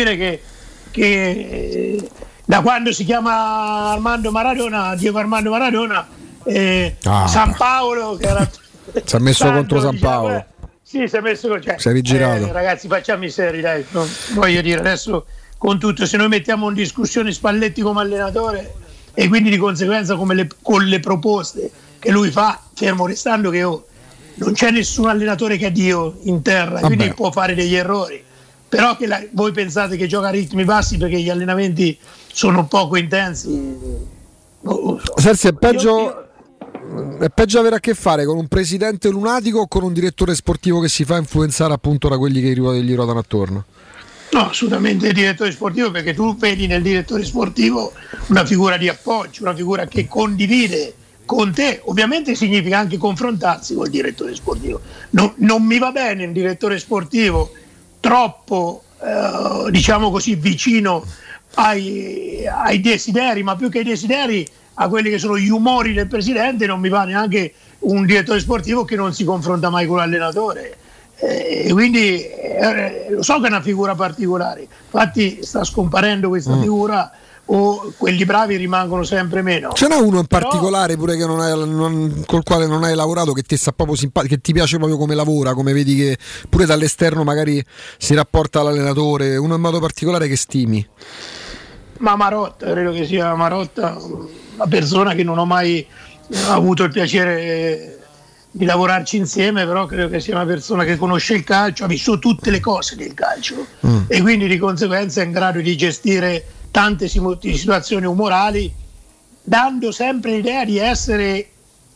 che da quando si chiama Diego Armando Maradona, San Paolo che era si è messo contro San Paolo. Sì, si è messo, si è rigirato. Ragazzi, facciamo i seri, dai. No, voglio dire, adesso con tutto, se noi mettiamo in discussione Spalletti come allenatore e quindi di conseguenza con le proposte che lui fa, fermo restando che non c'è nessun allenatore che è Dio in terra, quindi può fare degli errori, però che voi pensate che gioca a ritmi bassi perché gli allenamenti sono poco intensi? Sersi, è peggio avere a che fare con un presidente lunatico o con un direttore sportivo che si fa influenzare appunto da quelli che gli ruotano attorno? No, assolutamente il direttore sportivo, perché tu vedi nel direttore sportivo una figura di appoggio, una figura che condivide con te. Ovviamente significa anche confrontarsi col direttore sportivo. Non mi va bene un direttore sportivo troppo diciamo così vicino ai desideri, ma più che ai desideri a quelli che sono gli umori del presidente. Non mi va neanche un direttore sportivo che non si confronta mai con l'allenatore, quindi lo so che è una figura particolare, infatti sta scomparendo questa figura, o quelli bravi rimangono sempre meno. Ce n'è uno in particolare pure che col quale non hai lavorato, che ti sta proprio simpatico, che ti piace proprio come lavora, come vedi che pure dall'esterno magari si rapporta all'allenatore, uno in modo particolare che stimi? Ma Marotta, credo che sia Marotta una persona che non ho mai avuto il piacere di lavorarci insieme, però credo che sia una persona che conosce il calcio, ha visto tutte le cose del calcio e quindi di conseguenza è in grado di gestire tante situazioni umorali, dando sempre l'idea di essere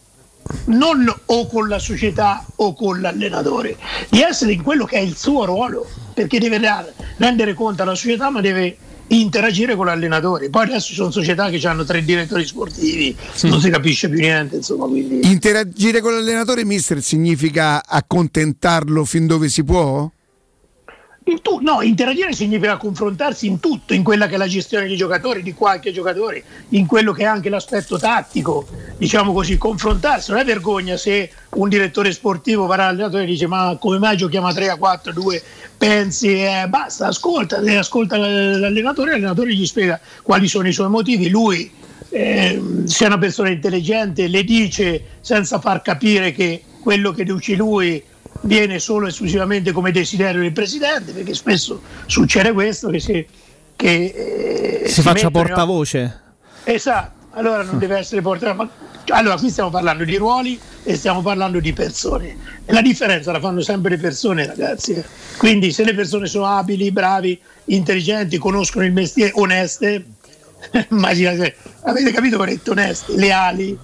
non o con la società o con l'allenatore, di essere in quello che è il suo ruolo, perché deve rendere conto alla società, ma deve interagire con l'allenatore. Poi adesso ci sono società che hanno 3 direttori sportivi, non si capisce più niente, insomma, quindi... Interagire con l'allenatore, mister, significa accontentarlo fin dove si può? No, interagire significa confrontarsi in tutto, in quella che è la gestione dei giocatori, di qualche giocatore, in quello che è anche l'aspetto tattico, diciamo così, confrontarsi. Non è vergogna se un direttore sportivo va all'allenatore e dice ma come mai giochiamo a 3-4-2, pensi, basta, ascolta l'allenatore gli spiega quali sono i suoi motivi, lui se è una persona intelligente le dice senza far capire che quello che dice lui viene solo e esclusivamente come desiderio del presidente, perché spesso succede questo, che si faccia portavoce. Esatto, allora non deve essere portavoce. Allora qui stiamo parlando di ruoli e stiamo parlando di persone, e la differenza la fanno sempre le persone, ragazzi. Quindi se le persone sono abili, bravi, intelligenti, conoscono il mestiere, oneste, immaginate, avete capito che ho detto oneste, leali,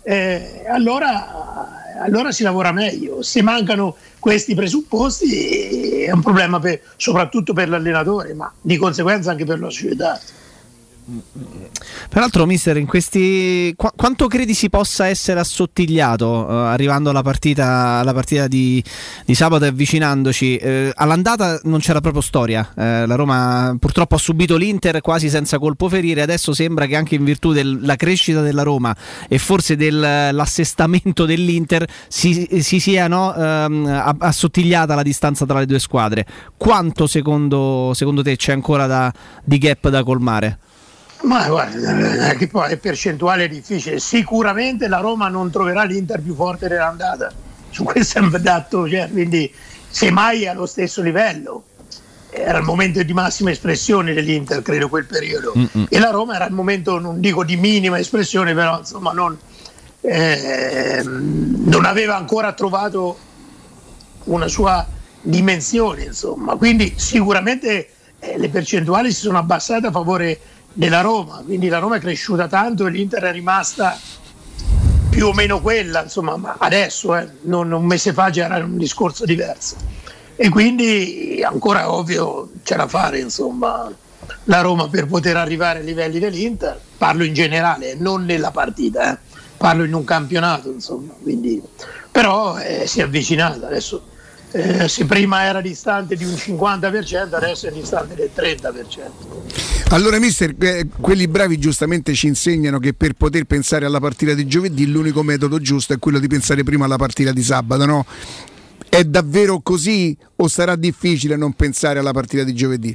allora si lavora meglio. Se mancano questi presupposti è un problema soprattutto per l'allenatore, ma di conseguenza anche per la società. Peraltro, mister, in questi quanto credi si possa essere assottigliato arrivando alla partita di sabato e avvicinandoci? All'andata non c'era proprio storia, la Roma purtroppo ha subito l'Inter quasi senza colpo ferire. Adesso sembra che anche in virtù della crescita della Roma e forse dell'assestamento dell'Inter si sia assottigliata la distanza tra le due squadre. Quanto secondo te c'è ancora di gap da colmare? Ma guarda, che poi è percentuale difficile. Sicuramente la Roma non troverà l'Inter più forte dell'andata, su questo è un dato, quindi semmai è allo stesso livello. Era il momento di massima espressione dell'Inter, credo, quel periodo. E la Roma era il momento, non dico di minima espressione, però insomma non aveva ancora trovato una sua dimensione, insomma. Quindi sicuramente le percentuali si sono abbassate a favore della Roma, quindi la Roma è cresciuta tanto e l'Inter è rimasta più o meno quella, insomma, ma adesso non un mese fa già era un discorso diverso, e quindi ancora ovvio c'è da fare, insomma, la Roma per poter arrivare ai livelli dell'Inter. Parlo in generale, non nella partita, parlo in un campionato, insomma, quindi però si è avvicinata adesso. Se prima era distante di un 50%, adesso è distante del 30%. Allora, mister, quelli bravi giustamente ci insegnano che per poter pensare alla partita di giovedì l'unico metodo giusto è quello di pensare prima alla partita di sabato, no? È davvero così o sarà difficile non pensare alla partita di giovedì?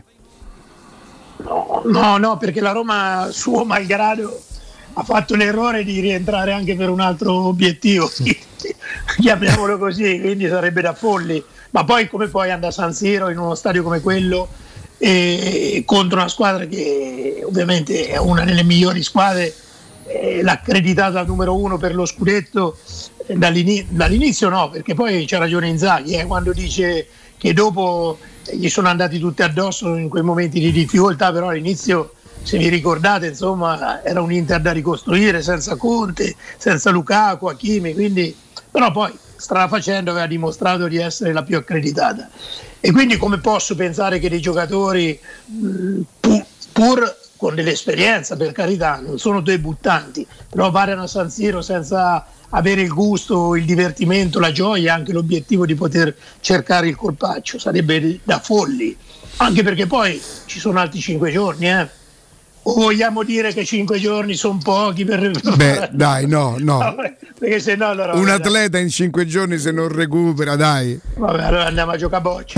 No, perché la Roma, suo malgrado, ha fatto l'errore di rientrare anche per un altro obiettivo, chiamiamolo così, quindi sarebbe da folli. Ma poi come puoi andare a San Siro in uno stadio come quello contro una squadra che ovviamente è una delle migliori squadre, l'accreditata numero uno per lo scudetto dall'inizio? No, perché poi c'ha ragione Inzaghi quando dice che dopo gli sono andati tutti addosso in quei momenti di difficoltà, però all'inizio, se vi ricordate, insomma, era un Inter da ricostruire senza Conte, senza Lukaku, Hakimi, quindi però poi strada facendo aveva dimostrato di essere la più accreditata, e quindi come posso pensare che dei giocatori pur con dell'esperienza, per carità, non sono debuttanti, però variano a San Siro senza avere il gusto, il divertimento, la gioia, anche l'obiettivo di poter cercare il colpaccio? Sarebbe da folli, anche perché poi ci sono altri 5 giorni, O vogliamo dire che 5 giorni sono pochi per... Beh, dai, no. Perché se no, allora, un atleta in 5 giorni se non recupera, dai. Vabbè, allora andiamo a giocare a bocce.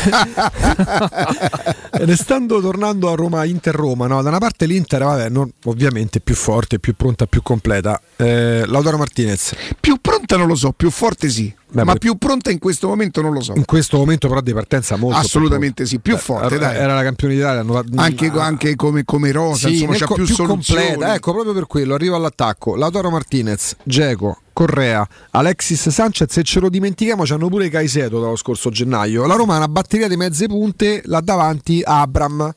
Tornando a Inter-Roma, no? Da una parte l'Inter, ovviamente più forte, più pronta, più completa. Lautaro Martinez. Più pronta non lo so, più forte sì. Ma più pronta in questo momento non lo so. In questo momento però di partenza molto assolutamente più forte, dai. Era la campione d'Italia, anche come rosa, sì, insomma, c'ha più soluzioni. Completa. Ecco, proprio per quello arriva all'attacco Lautaro Martinez, Dzeko, Correa, Alexis Sanchez, e ce lo dimentichiamo, c'hanno pure Caicedo dallo scorso gennaio. La Roma ha una batteria di mezze punte, là davanti Abram,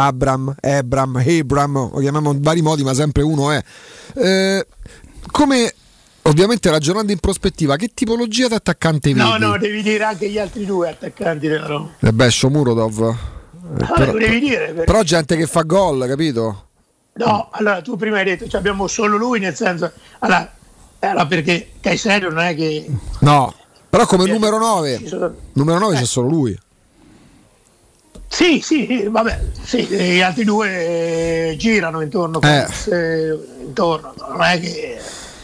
lo chiamiamo in vari modi, ma sempre uno è. Come ovviamente ragionando in prospettiva, che tipologia di attaccante vedi? No, devi dire anche gli altri due attaccanti della Roma. Shomurodov. Lo devi dire. Perché... Però gente che fa gol, capito? No, allora tu prima hai detto abbiamo solo lui, nel senso... Allora perché Caicedo non è che... No, però come numero 9. Numero 9 c'è solo lui. Sì, vabbè, sì, gli altri due girano intorno, intorno, non è che...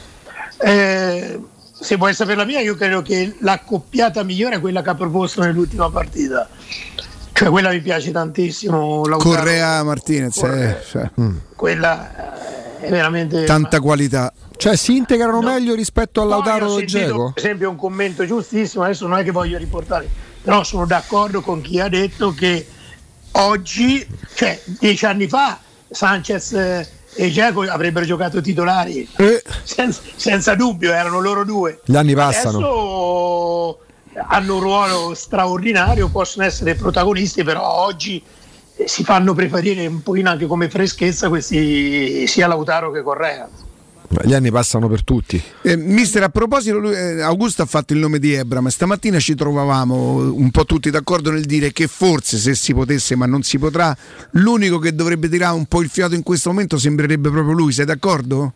se vuoi sapere la mia, io credo che l'accoppiata migliore è quella che ha proposto nell'ultima partita, cioè quella mi piace tantissimo, Correa Martinez. Quella è veramente tanta qualità. Cioè si integrano meglio rispetto a Lautaro e Dzeko? Per esempio un commento giustissimo, adesso non è che voglio riportare, però sono d'accordo con chi ha detto che oggi, cioè 10 anni fa, Sanchez e Dzeko avrebbero giocato titolari, senza dubbio, erano loro due. Gli anni passano. Adesso hanno un ruolo straordinario, possono essere protagonisti, però oggi si fanno preferire un pochino anche come freschezza questi, sia Lautaro che Correa. Gli anni passano per tutti. Mister, a proposito, Augusto ha fatto il nome di Ebram. Stamattina ci trovavamo un po' tutti d'accordo nel dire che forse, se si potesse, ma non si potrà, l'unico che dovrebbe tirare un po' il fiato in questo momento sembrerebbe proprio lui. Sei d'accordo?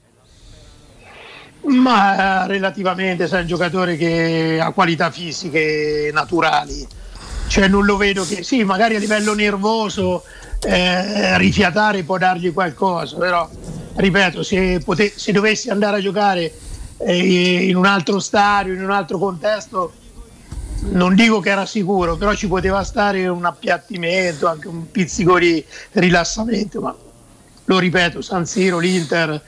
Ma relativamente, sai, un giocatore che ha qualità fisiche naturali, cioè non lo vedo che sì, magari a livello nervoso rifiatare può dargli qualcosa, però ripeto, se dovessi andare a giocare in un altro stadio, in un altro contesto, non dico che era sicuro, però ci poteva stare un appiattimento, anche un pizzico di rilassamento, ma lo ripeto, San Siro, l'Inter,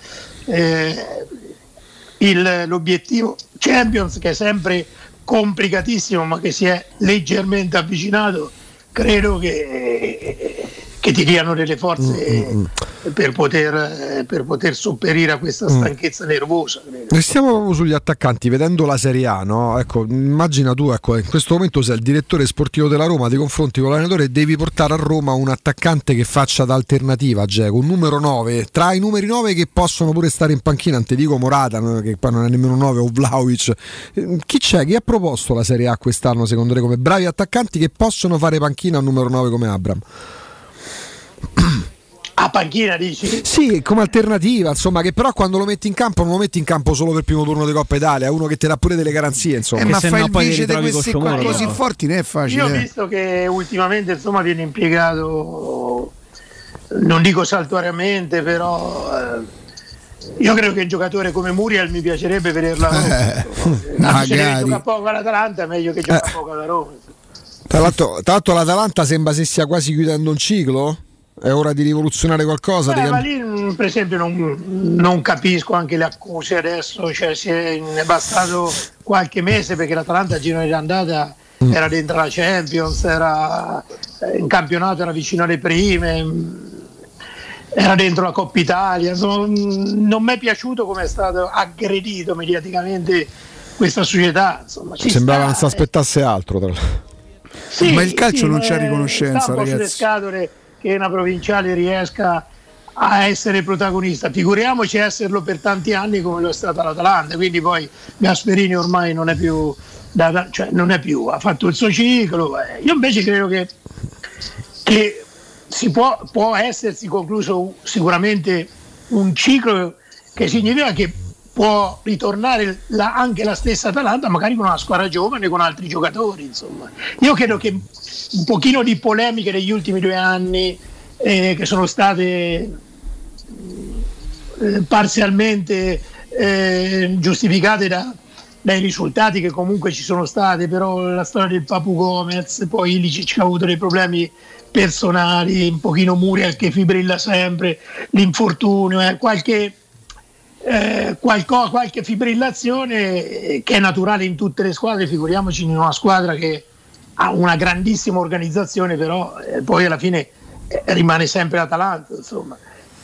l'obiettivo Champions, che è sempre complicatissimo ma che si è leggermente avvicinato, credo che ti diano delle forze per poter sopperire a questa stanchezza nervosa. Restiamo proprio sugli attaccanti, vedendo la Serie A, no? Ecco, immagina tu, ecco, in questo momento sei il direttore sportivo della Roma, ti confronti con l'allenatore e devi portare a Roma un attaccante che faccia da alternativa a Dzeko, un numero 9, tra i numeri 9 che possono pure stare in panchina, non ti dico Morata, che poi non è nemmeno 9, o Vlahovic. Chi c'è? Chi ha proposto la Serie A quest'anno secondo te come bravi attaccanti che possono fare panchina a numero 9 come Abram? A panchina dici? Sì, come alternativa, insomma, che però quando lo metti in campo non lo metti in campo solo per il primo turno di Coppa Italia, è uno che te dà pure delle garanzie, insomma. Ma fai il vice di questi qua così forti, ne è facile. Io ho visto che ultimamente, insomma, viene impiegato, non dico saltuariamente, però io credo che un giocatore come Muriel mi piacerebbe vederla a Roma. Se gioca poco all'Atalanta è meglio che gioca poco alla Roma. Tra l'altro l'Atalanta sembra se stia quasi chiudendo un ciclo. È ora di rivoluzionare qualcosa? Ma lì per esempio non capisco anche le accuse adesso, cioè è bastato qualche mese perché l'Atalanta a girone di andata era dentro la Champions, era in campionato, era vicino alle prime, era dentro la Coppa Italia, insomma, non mi è piaciuto come è stato aggredito mediaticamente questa società, insomma, sembrava non si aspettasse altro sì, ma il calcio non c'è riconoscenza, ragazzi. Sulle scatole che una provinciale riesca a essere protagonista, figuriamoci esserlo per tanti anni come lo è stata l'Atalanta, quindi poi Gasperini ormai non è più, ha fatto il suo ciclo. Io invece credo che si può essersi concluso sicuramente un ciclo, che significa che può ritornare anche la stessa Atalanta, magari con una squadra giovane, con altri giocatori, insomma. Io credo che un pochino di polemiche negli ultimi 2 anni che sono state parzialmente giustificate dai risultati che comunque ci sono stati, però la storia del Papu Gomez, poi Ilicic che ha avuto dei problemi personali, un pochino Muriel che fibrilla sempre, l'infortunio, qualche fibrillazione che è naturale in tutte le squadre, figuriamoci in una squadra che ha una grandissima organizzazione, però poi alla fine rimane sempre l'Atalanta, insomma.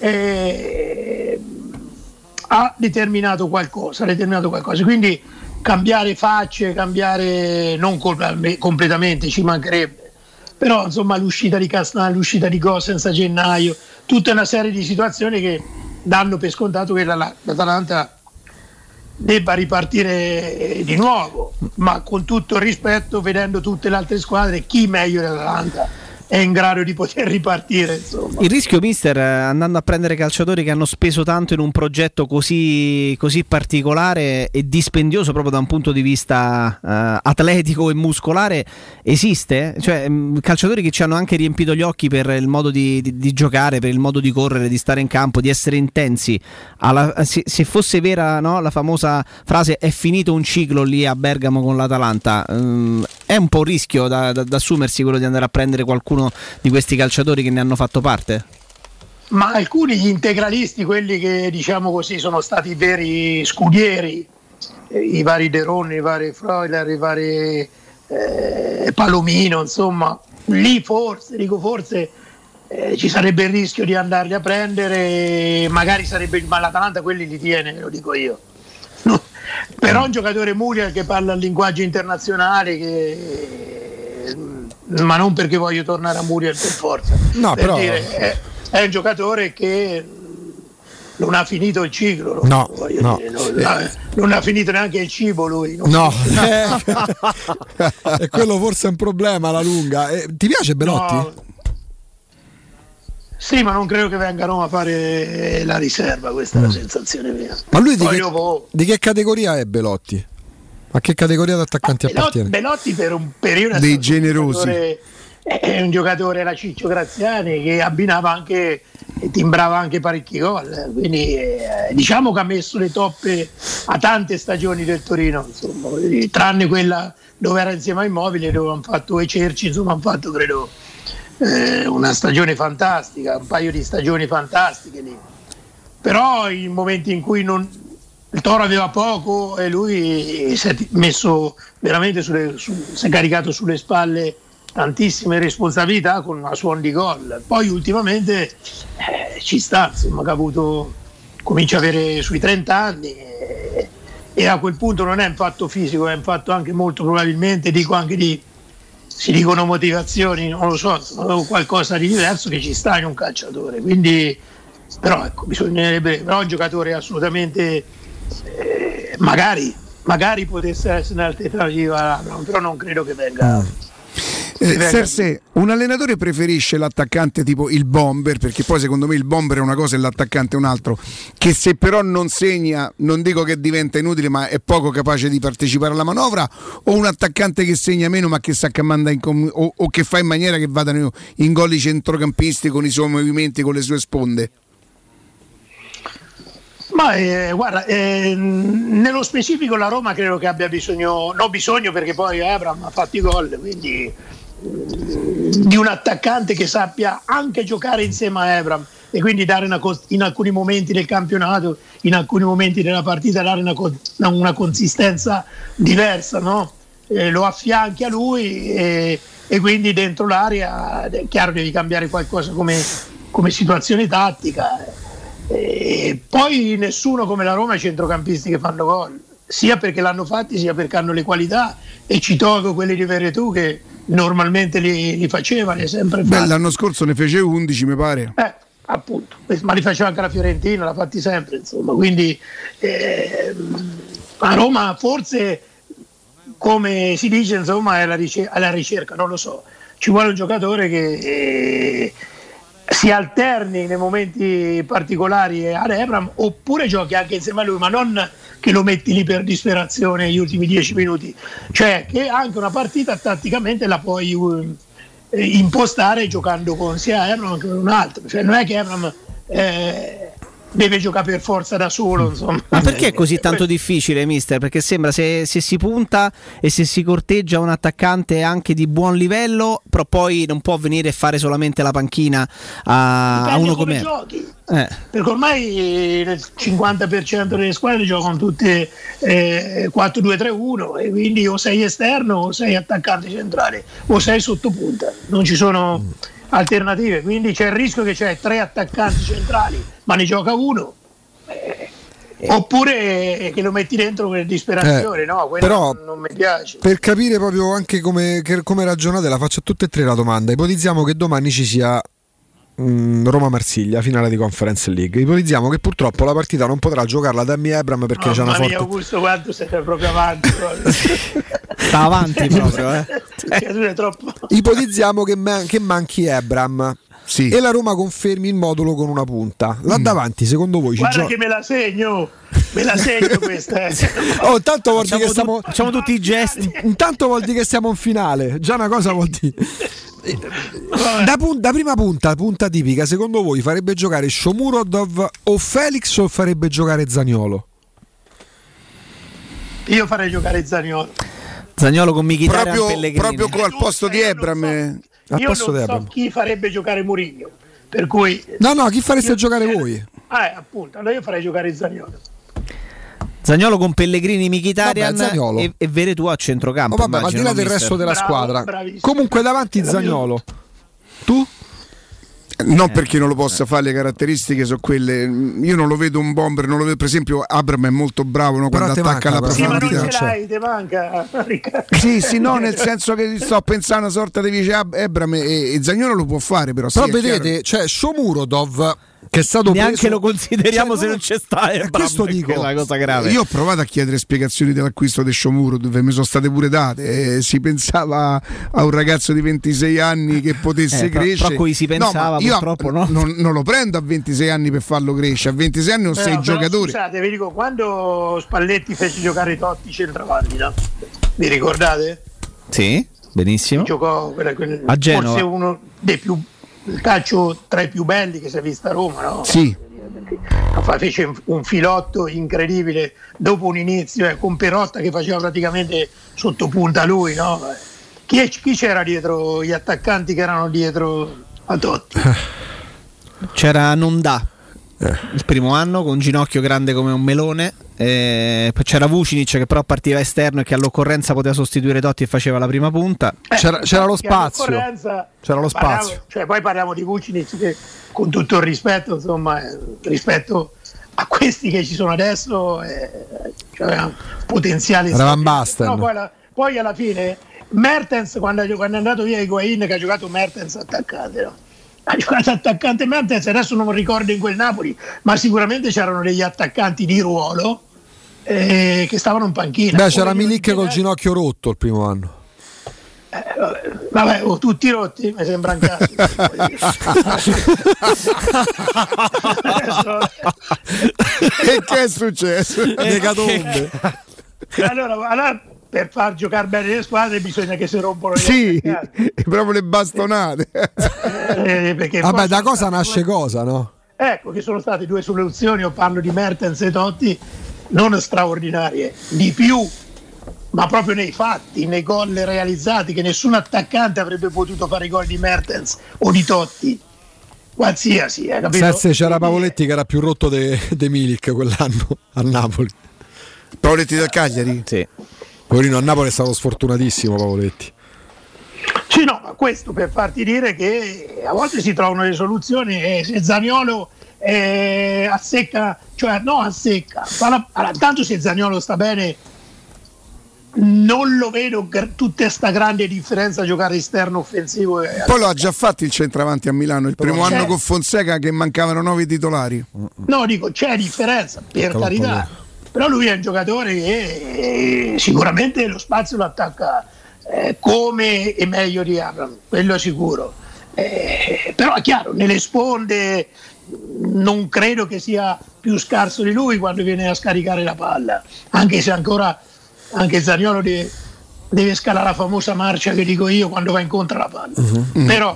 Ha determinato qualcosa, quindi cambiare facce, cambiare non completamente, ci mancherebbe, però insomma l'uscita di Castagna, l'uscita di Gosens a gennaio, tutta una serie di situazioni che danno per scontato che l'Atalanta debba ripartire di nuovo, ma con tutto il rispetto, vedendo tutte le altre squadre, chi meglio dell'Atalanta è in grado di poter ripartire, insomma. Il rischio, mister, andando a prendere calciatori che hanno speso tanto in un progetto così particolare e dispendioso proprio da un punto di vista atletico e muscolare, esiste? Cioè calciatori che ci hanno anche riempito gli occhi per il modo di giocare, per il modo di correre, di stare in campo, di essere intensi. Se fosse vera, no, la famosa frase "è finito un ciclo" lì a Bergamo con l'Atalanta, è un po' un rischio da assumersi quello di andare a prendere qualcuno di questi calciatori che ne hanno fatto parte? Ma alcuni gli integralisti, quelli che diciamo così sono stati veri scudieri, i vari De Ron, i vari Freuler, i vari Palomino, insomma, lì forse ci sarebbe il rischio di andarli a prendere, magari sarebbe il l'Atalanta, quelli li tiene, ve lo dico io. No. Però un giocatore Muriel che parla il linguaggio internazionale, ma non perché voglio tornare a Muriel per forza, no, per però dire, è un giocatore che non ha finito il ciclo, non ha finito neanche il cibo lui. E quello forse è un problema alla lunga. Ti piace Belotti? No. Sì, ma non credo che vengano a fare la riserva, questa è la sensazione mia. Ma lui di che categoria è Belotti? A che categoria di attaccanti appartiene? Belotti per un periodo dei generosi. È un giocatore alla Ciccio Graziani che abbinava anche e timbrava anche parecchi gol, quindi diciamo che ha messo le toppe a tante stagioni del Torino, insomma, tranne quella dove era insieme a Immobile, dove hanno fatto i Cerci, insomma hanno fatto credo una stagione fantastica, un paio di stagioni fantastiche lì. Però in momenti in cui il Toro aveva poco e lui si è messo veramente si è caricato sulle spalle tantissime responsabilità con una suon di gol. Poi ultimamente ci sta, insomma, che comincia a avere sui 30 anni e a quel punto non è un fatto fisico, è un fatto anche molto probabilmente, si dicono motivazioni, non lo so, qualcosa di diverso che ci sta in un calciatore. Quindi però ecco, bisognerebbe, però un giocatore assolutamente magari potesse essere un'alternativa, però non credo che venga. Serse, un allenatore preferisce l'attaccante tipo il bomber, perché poi secondo me il bomber è una cosa e l'attaccante è un altro, che se però non segna, non dico che diventa inutile, ma è poco capace di partecipare alla manovra, o un attaccante che segna meno ma che sa che manda o che fa in maniera che vadano in gol i centrocampisti con i suoi movimenti, con le sue sponde? Ma guarda, nello specifico la Roma credo che abbia bisogno perché poi Abraham ha fatto i gol, quindi di un attaccante che sappia anche giocare insieme a Abraham e quindi dare in alcuni momenti del campionato, in alcuni momenti della partita, dare una consistenza diversa, no? Lo affianchi a lui e quindi dentro l'area è chiaro devi cambiare qualcosa come situazione tattica. E poi nessuno come la Roma ha centrocampisti che fanno gol, sia perché l'hanno fatti sia perché hanno le qualità, e ci tolgo quelli di Veretù che normalmente li faceva, li ha sempre fatti. L'anno scorso ne fece 11 mi pare, appunto, ma li faceva anche la Fiorentina, l'ha fatti sempre, insomma, quindi a Roma forse, come si dice, insomma, è alla ricerca, non lo so, ci vuole un giocatore che si alterni nei momenti particolari ad Abraham, oppure giochi anche insieme a lui, ma non che lo metti lì per disperazione negli ultimi 10 minuti, cioè che anche una partita tatticamente la puoi impostare giocando con sia Abraham che con un altro, cioè non è che Abraham deve giocare per forza da solo, insomma. Ma perché è così tanto difficile, mister? Perché sembra se si punta e se si corteggia un attaccante anche di buon livello, però poi non può venire e fare solamente la panchina a uno come giochi. Perché ormai il 50% delle squadre giocano tutte 4-2-3-1 e quindi o sei esterno o sei attaccante centrale o sei sottopunta, non ci sono alternative, quindi c'è il rischio che c'è 3 attaccanti centrali ma ne gioca uno, oppure che lo metti dentro per disperazione, no? Quello però non mi piace. Per capire proprio anche come ragionate, la faccio a tutte e tre la domanda. Ipotizziamo che domani ci sia Roma-Marsiglia, finale di Conference League. Ipotizziamo che purtroppo la partita non potrà giocarla Tammy Abraham perché c'è una forte... Augusto, quanto sei proprio avanti sta avanti proprio, troppo. Ipotizziamo che manchi Abraham, sì, e la Roma confermi il modulo con una punta. Là davanti, secondo voi guarda che me la segno questa. Intanto vuol dire che facciamo tutti i gesti. Intanto vuol dire che siamo in finale. Già una cosa vuol dire. Da prima punta tipica, secondo voi farebbe giocare Shomurodov o Felix o farebbe giocare Zaniolo? Io farei giocare Zaniolo con Mkhitaryan, proprio al posto di Abraham. Io non so chi farebbe giocare Mourinho, Per cui chi fareste giocare voi? Appunto, allora io farei giocare Zaniolo con Pellegrini, Mkhitaryan e Veretù a centrocampo. Ma al di là del resto della squadra, comunque davanti Zaniolo. Tu? Non perché non lo possa fare, le caratteristiche sono quelle. Io non lo vedo un bomber, non lo vedo, per esempio Abram è molto bravo, no, quando attacca la profondità. Ma non ce l'hai, te manca. Sì, no, nel senso che sto pensando una sorta di vice Abram e Zaniolo lo può fare, però vedete, c'è Shomurodov che è stato neanche preso... lo consideriamo se non c'è sta questo dico, è una cosa grave. Io ho provato a chiedere spiegazioni dell'acquisto di Shomurodov, mi sono state pure date, si pensava a un ragazzo di 26 anni che potesse crescere, però si pensava, purtroppo non lo prendo a 26 anni per farlo crescere, a 26 anni ho 6 giocatori. Scusate, vi dico, quando Spalletti fece giocare Totti centravanti, no? Vi ricordate? Sì, benissimo. Giocò a Genova, forse uno dei più, il calcio tra i più belli che si è vista a Roma, no? Sì. Fece un filotto incredibile dopo un inizio con Perotta che faceva praticamente sottopunta lui, no? Chi c'era dietro gli attaccanti che erano dietro a Totti? C'era Nondà il primo anno con ginocchio grande come un melone, poi c'era Vucinic che però partiva esterno e che all'occorrenza poteva sostituire Totti e faceva la prima punta. C'era lo spazio, poi parliamo di Vucinic che, con tutto il rispetto, insomma, rispetto a questi che ci sono adesso, c'era potenziale. No, poi alla fine Mertens, quando è andato via Higuain, che ha giocato Mertens attaccante, no? Ha giocato attaccante Mertens, adesso non ricordo in quel Napoli, ma sicuramente c'erano degli attaccanti di ruolo che stavano in panchina. C'era Milik col ginocchio rotto il primo anno. Vabbè, tutti rotti, mi sembra un caso. E che è successo? Negatombe. Allora per far giocare bene le squadre bisogna che si rompono gli proprio le bastonate. Vabbè, da cosa nasce cosa, no? Ecco che sono state due soluzioni, io parlo di Mertens e Totti, non straordinarie, di più, ma proprio nei fatti, nei gol realizzati, che nessun attaccante avrebbe potuto fare i gol di Mertens o di Totti, qualsiasi, capito? C'era Pavoletti che era più rotto de Milik quell'anno a Napoli. Pavoletti del Cagliari? Sì. Poverino, a Napoli è stato sfortunatissimo Pavoletti. Sì, no, ma questo per farti dire che a volte si trovano le soluzioni e se Zaniolo a secca, tanto se Zaniolo sta bene non lo vedo tutta sta grande differenza giocare esterno offensivo. Poi lo ha già fatto il centravanti a Milano il primo anno con Fonseca, che mancavano 9 titolari. No, dico, c'è differenza, per carità. Però lui è un giocatore che sicuramente lo spazio lo attacca come e meglio di Abraham, quello è sicuro. Però è chiaro, nelle sponde non credo che sia più scarso di lui quando viene a scaricare la palla, anche se ancora anche Zaniolo deve scalare la famosa marcia che dico io quando va incontro alla palla.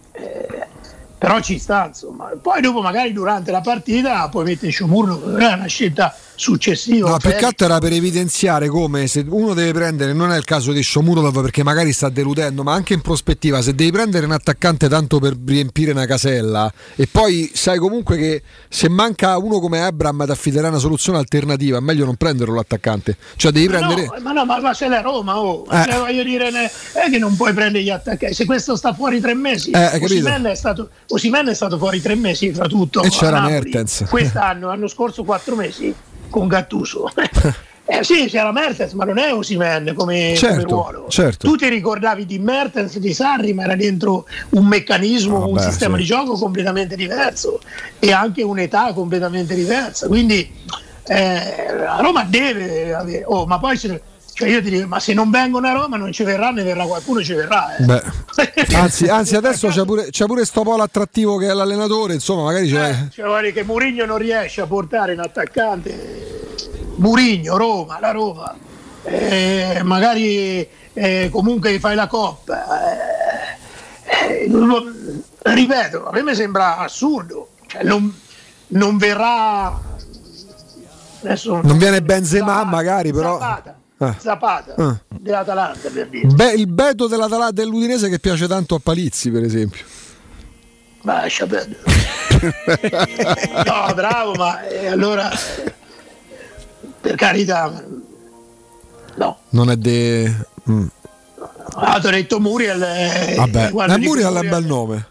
Però ci sta, insomma. Poi dopo magari durante la partita poi mette Shomurodov, è una scelta successiva. No, più che altro era per evidenziare come se uno deve prendere, non è il caso di Shomurodov perché magari sta deludendo, ma anche in prospettiva, se devi prendere un attaccante tanto per riempire una casella e poi sai comunque che se manca uno come Abraham ti affiderà una soluzione alternativa, è meglio non prenderlo l'attaccante, cioè devi prendere. Ma se la Roma, voglio dire, è che non puoi prendere gli attaccanti. Se questo sta fuori 3 mesi, Osimhen è stato fuori 3 mesi tra tutto. E c'era Mertens. Quest'anno, l'anno scorso 4 mesi con Gattuso. Sì, c'era Mertens, ma non è Osimhen come ruolo. Certo. Tu ti ricordavi di Mertens, di Sarri, ma era dentro un meccanismo, un sistema di gioco completamente diverso e anche un'età completamente diversa. Quindi la Roma deve avere. Ma poi io ti dico, ma se non vengono a Roma non ci verrà, ne verrà qualcuno, ci verrà. Anzi adesso c'è pure sto polo attrattivo che è l'allenatore, insomma, magari c'è. Cioè, che Mourinho non riesce a portare un attaccante. Mourinho, Roma, la Roma. Magari comunque fai la Coppa. Ripeto, a me mi sembra assurdo. Cioè, non verrà. Adesso non viene Benzema, magari, però. Zapata dell'Atalanta, per dire. Il Beto dell'Udinese che piace tanto a Palizzi, per esempio. lascia perdere. No, bravo, ma allora per carità, no. Non è de... Ti ho detto Muriel. Vabbè, Muriel è un bel nome.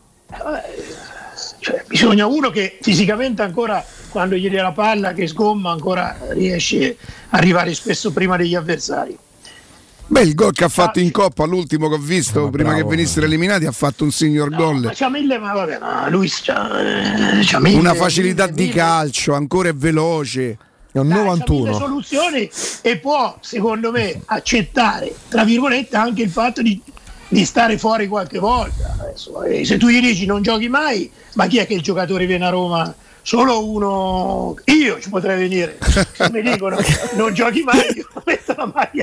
Cioè, bisogna uno che fisicamente ancora, quando gli dà la palla, che sgomma, ancora riesce a arrivare spesso prima degli avversari. Beh, il gol che ha fatto in Coppa, l'ultimo che ho visto, prima che venissero eliminati, ha fatto un signor gol. Ma c'ha mille, ma vabbè, ma lui c'ha mille, una facilità di calcio, ancora è veloce. È un 91. C'ha mille soluzioni e può, secondo me, accettare, tra virgolette, anche il fatto di stare fuori qualche volta. Adesso, se tu gli dici non giochi mai, ma chi è che il giocatore viene a Roma? Solo uno, io ci potrei venire. Se mi dicono non giochi mai, io metto la maglia.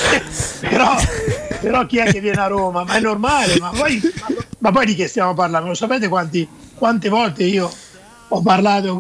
Però chi è che viene a Roma? Ma è normale, ma poi di che stiamo parlando? Lo sapete quante volte io ho parlato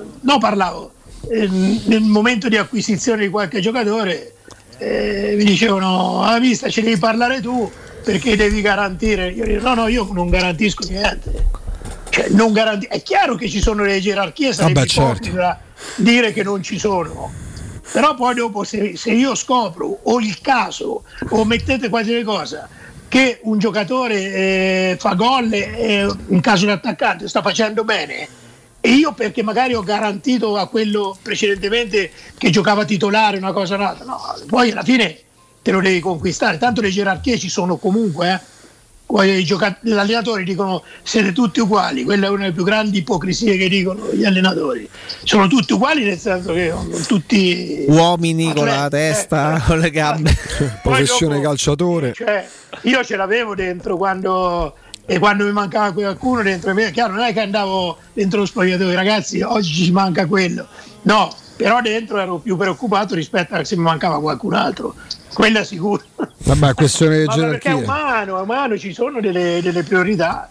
nel momento di acquisizione di qualche giocatore, mi dicevano: vista, ci devi parlare tu perché devi garantire. Io dico, no, io non garantisco niente. Cioè, è chiaro che ci sono le gerarchie, sarebbe ipocrita dire che non ci sono, però poi dopo se io scopro, o il caso, o mettete qualsiasi cosa, che un giocatore fa gol in caso di attaccante sta facendo bene, e io perché magari ho garantito a quello precedentemente che giocava titolare una cosa o un'altra, no, poi alla fine te lo devi conquistare, tanto le gerarchie ci sono comunque, Gli allenatori dicono siete tutti uguali, quella è una delle più grandi ipocrisie che dicono gli allenatori. Sono tutti uguali nel senso che sono tutti uomini con la testa, con le gambe. Professione dopo, calciatore. Cioè, io ce l'avevo dentro quando mi mancava qualcuno dentro me, chiaro, non è che andavo dentro lo spogliatoio, ragazzi, oggi ci manca quello. No, però dentro ero più preoccupato rispetto a se mi mancava qualcun altro. Quella sicuro. Vabbè, questione di gerarchia. Perché è umano, ci sono delle priorità.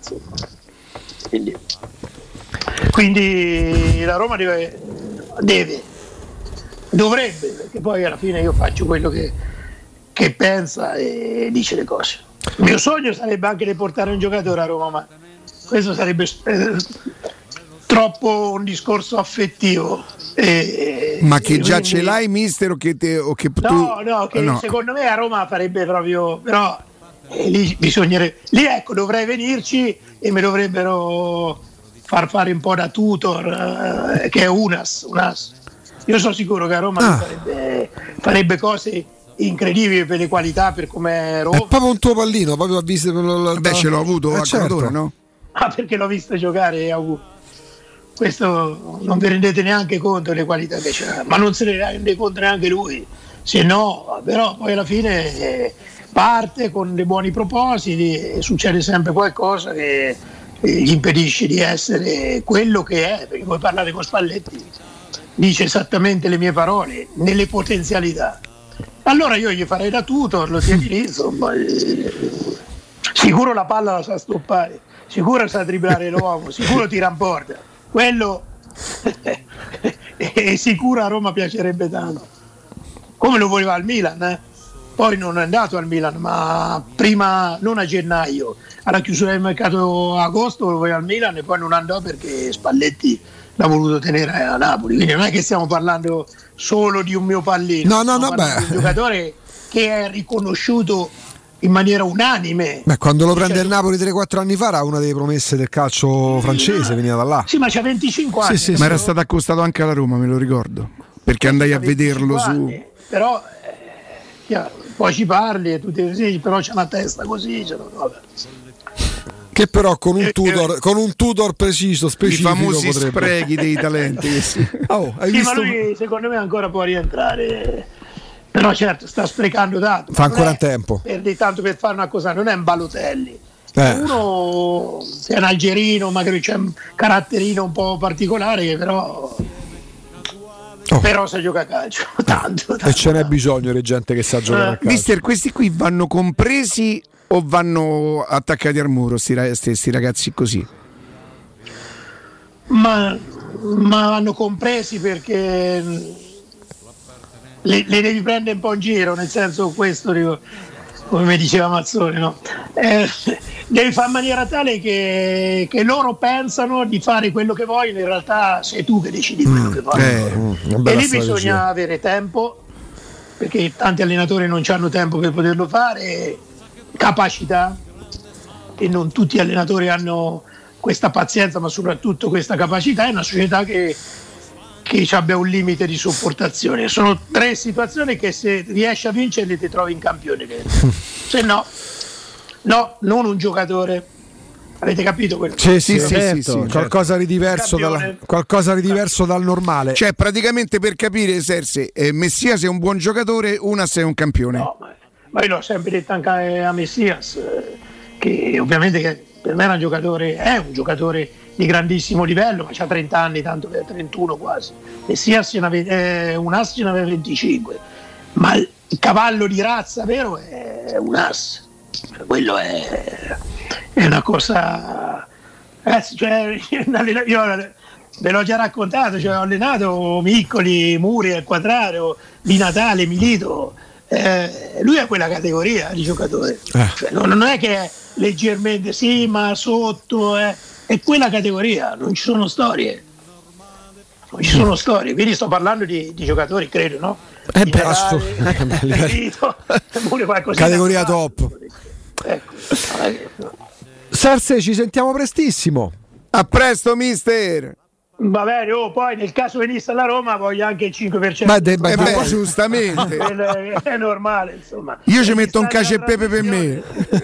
Quindi la Roma dovrebbe, perché poi alla fine io faccio quello che pensa e dice le cose. Il mio sogno sarebbe anche di portare un giocatore a Roma, ma questo sarebbe troppo un discorso affettivo. Ma che già ce l'hai, mister, o che secondo me a Roma farebbe proprio, però lì bisognerebbe, dovrei venirci e mi dovrebbero far fare un po' da tutor, che è UNAS. Io sono sicuro che a Roma farebbe cose incredibili per le qualità, per come Roma. È proprio un tuo pallino, proprio a vista. Beh, ce l'ho avuto a Crotone, no? Perché l'ho visto giocare questo non vi rendete neanche conto delle qualità che c'è, ma non se ne rende conto neanche lui, se no, però poi alla fine parte con dei buoni propositi e succede sempre qualcosa che gli impedisce di essere quello che è, perché voi parlate con Spalletti, dice esattamente le mie parole, nelle potenzialità. Allora io gli farei da tutor, lo tieni lì, insomma, sicuro la palla la sa stoppare, sicuro sa dribblare l'uomo, sicuro tira in porta. Quello è sicuro, a Roma piacerebbe tanto, come lo voleva al Milan, Poi non è andato al Milan, ma prima, non a gennaio, alla chiusura del mercato agosto lo voleva al Milan e poi non andò perché Spalletti l'ha voluto tenere a Napoli. Quindi non è che stiamo parlando solo di un mio pallino, no, di un giocatore che è riconosciuto in maniera unanime. Beh, quando lo prende il Napoli 3-4 anni fa era una delle promesse del calcio francese, veniva da là. Sì, ma c'ha 25 anni. Sì, ma era stato accostato anche alla Roma, me lo ricordo, perché andai a vederlo anni, però chiaro, poi ci parli e tutti così, però c'è una testa così, vabbè. Che però con un tutor preciso, specifico, i famosi potrebbe. Sprechi dei talenti. Hai visto? Ma lui secondo me ancora può rientrare. Però certo sta sprecando tanto. Fa ancora tempo. Tanto per fare una cosa, non è un Balotelli. Uno è un algerino, magari c'è un caratterino un po' particolare che però sa giocare a calcio. Tanto. E ce n'è bisogno di gente che sa giocare a calcio. Mister, questi qui vanno compresi o vanno attaccati al muro, sti ragazzi così? Ma vanno compresi perché le devi prendere un po' in giro, nel senso questo, come mi diceva Mazzoni, no? devi fare in maniera tale che loro pensano di fare quello che vogliono, in realtà sei tu che decidi quello che vogliono. E lì bisogna avere tempo, perché tanti allenatori non hanno tempo per poterlo fare, capacità, e non tutti gli allenatori hanno questa pazienza, ma soprattutto questa capacità. È una società che abbia un limite di sopportazione. Sono 3 situazioni che se riesci a vincere ti trovi in campione dentro. Se no, non un giocatore. Avete capito quello? Sì, qualcosa di diverso dal normale. Cioè, praticamente, per capire, Serse, Messias è un buon giocatore, Unas è un campione. No, ma io l'ho sempre detto anche a Messias, che ovviamente che per me è un giocatore di grandissimo livello, ma c'ha 30 anni, tanto per 31 quasi. Messias Unas ce n'aveva 25, ma il cavallo di razza vero è Unas. Quello è una cosa, cioè, io ve l'ho già raccontato, cioè, ho allenato Miccoli, Muriel, Quadraro, Di Natale, Milito, lui è quella categoria di giocatore, cioè, non è che è leggermente sì ma sotto, è quella categoria, non ci sono storie, quindi sto parlando di giocatori, credo, no? Categoria top. Ecco. Serse, ci sentiamo prestissimo. A presto, mister. Va bene, poi nel caso venisse alla Roma voglio anche il 5%. Ma giustamente. È normale, insomma. Io ci metto un cacio e pepe per me.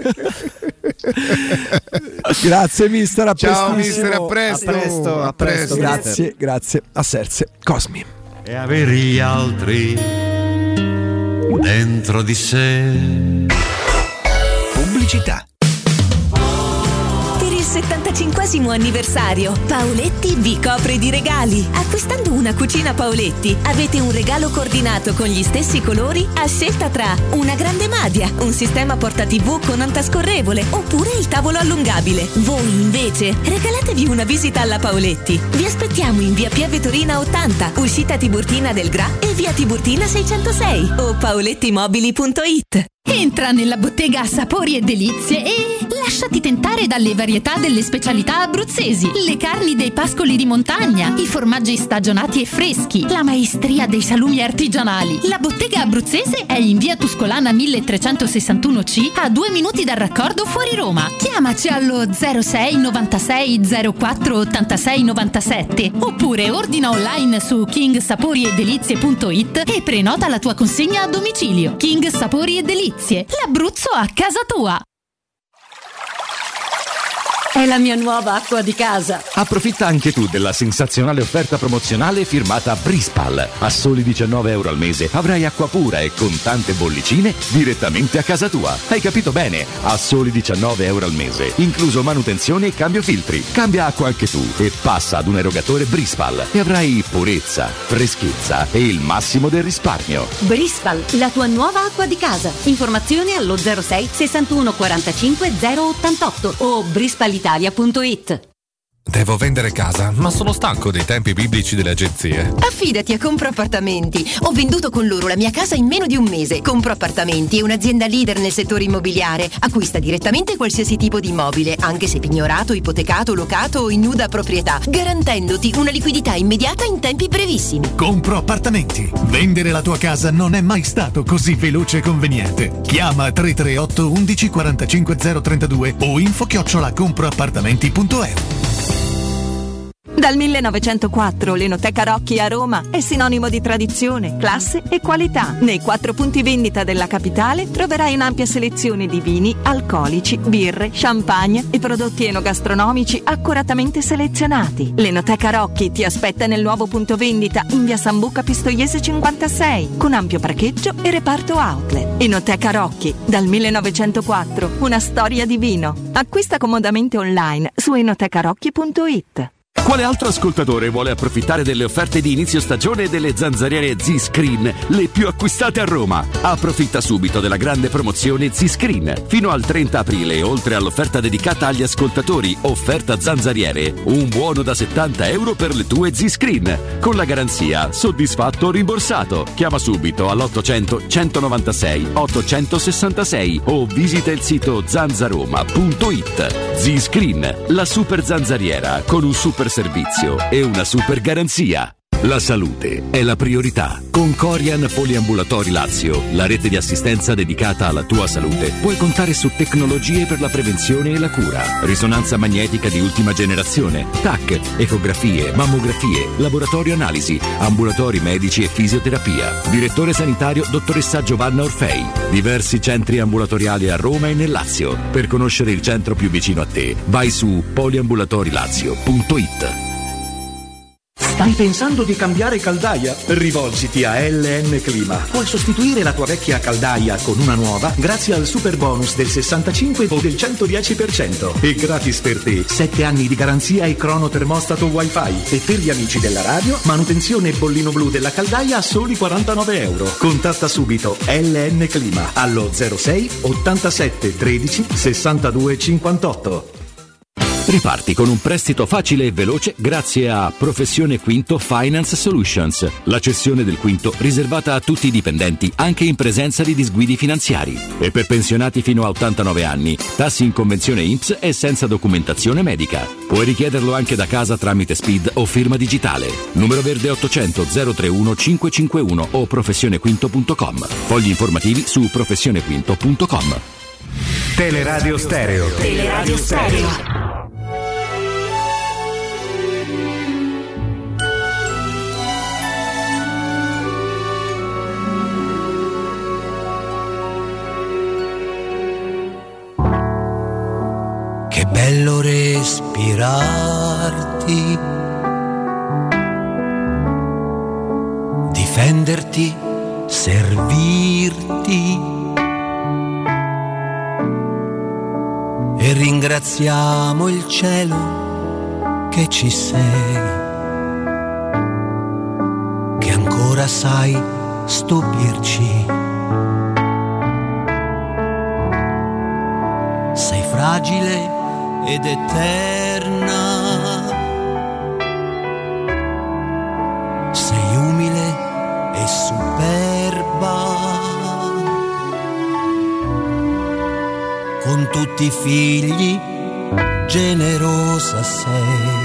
Grazie mister, ciao mister, a presto. Grazie a Serse Cosmi. E avere gli altri dentro di sé. Pubblicità. Per il 75esimo anniversario Paoletti vi copre di regali. Acquistando una cucina Paoletti avete un regalo coordinato con gli stessi colori a scelta tra una grande madia, un sistema porta TV con antascorrevole oppure il tavolo allungabile. Voi invece regalatevi una visita alla Paoletti. Vi aspettiamo in via Pieve Torina 80, uscita Tiburtina del Gra e via Tiburtina 606 o paolettimobili.it. Entra nella bottega Sapori e Delizie e lasciati tentare dalle varietà delle specialità abruzzesi, le carni dei pascoli di montagna, i formaggi stagionati e freschi, la maestria dei salumi artigianali. La bottega abruzzese è in via Tuscolana 1361C, a 2 minuti dal raccordo fuori Roma. Chiamaci allo 06 96 04 86 97 oppure ordina online su kingsaporiedelizie.it e prenota la tua consegna a domicilio. King Sapori e Delizie, l'Abruzzo a casa tua. È la mia nuova acqua di casa. Approfitta anche tu della sensazionale offerta promozionale firmata Brispal. A soli €19 al mese avrai acqua pura e con tante bollicine direttamente a casa tua. Hai capito bene? A soli €19 al mese, incluso manutenzione e cambio filtri. Cambia acqua anche tu e passa ad un erogatore Brispal e avrai purezza, freschezza e il massimo del risparmio. Brispal, la tua nuova acqua di casa. Informazioni allo 06 61 45 088 o brispal.it. Devo vendere casa, ma sono stanco dei tempi biblici delle agenzie. Affidati a Compro Appartamenti. Ho venduto con loro la mia casa in meno di un mese. Compro Appartamenti è un'azienda leader nel settore immobiliare. Acquista direttamente qualsiasi tipo di immobile, anche se pignorato, ipotecato, locato o in nuda proprietà, garantendoti una liquidità immediata in tempi brevissimi. Compro Appartamenti. Vendere la tua casa non è mai stato così veloce e conveniente. Chiama 338 11 45 032 o info@comproappartamenti.eu. Dal 1904 l'Enoteca Rocchi a Roma è sinonimo di tradizione, classe e qualità. Nei 4 punti vendita della capitale troverai un'ampia selezione di vini, alcolici, birre, champagne e prodotti enogastronomici accuratamente selezionati. L'Enoteca Rocchi ti aspetta nel nuovo punto vendita in via Sambuca Pistoiese 56 con ampio parcheggio e reparto outlet. Enoteca Rocchi, dal 1904, una storia di vino. Acquista comodamente online su enotecarocchi.it. Quale altro ascoltatore vuole approfittare delle offerte di inizio stagione delle zanzariere Z-Screen, le più acquistate a Roma? Approfitta subito della grande promozione Z-Screen. Fino al 30 aprile, oltre all'offerta dedicata agli ascoltatori, offerta zanzariere, un buono da €70 per le tue Z-Screen. Con la garanzia soddisfatto o rimborsato. Chiama subito all'800 196 866 o visita il sito zanzaroma.it. Z-Screen, la super zanzariera con un super servizio e una super garanzia. La salute è la priorità. Con Corian Poliambulatori Lazio, la rete di assistenza dedicata alla tua salute, puoi contare su tecnologie per la prevenzione e la cura. Risonanza magnetica di ultima generazione, TAC, ecografie, mammografie, laboratorio analisi, ambulatori medici e fisioterapia. Direttore sanitario dottoressa Giovanna Orfei. Diversi centri ambulatoriali a Roma e nel Lazio. Per conoscere il centro più vicino a te, vai su poliambulatorilazio.it. Stai pensando di cambiare caldaia? Rivolgiti a LN Clima. Puoi sostituire la tua vecchia caldaia con una nuova grazie al super bonus del 65 o del 110%. E gratis per te 7 anni di garanzia e cronotermostato wifi. E per gli amici della radio, manutenzione e bollino blu della caldaia a soli €49. Contatta subito LN Clima allo 06 87 13 62 58. Riparti con un prestito facile e veloce grazie a Professione Quinto Finance Solutions, la cessione del quinto riservata a tutti i dipendenti anche in presenza di disguidi finanziari. E per pensionati fino a 89 anni, tassi in convenzione INPS e senza documentazione medica. Puoi richiederlo anche da casa tramite SPID o firma digitale. Numero verde 800 031 551 o professionequinto.com. Fogli informativi su professionequinto.com. Teleradio Stereo. Teleradio Stereo. Che bello respirarti, difenderti, servirti e ringraziamo il cielo che ci sei, che ancora sai stupirci. Sei fragile ed eterna, sei umile e superba, con tutti i figli generosa sei,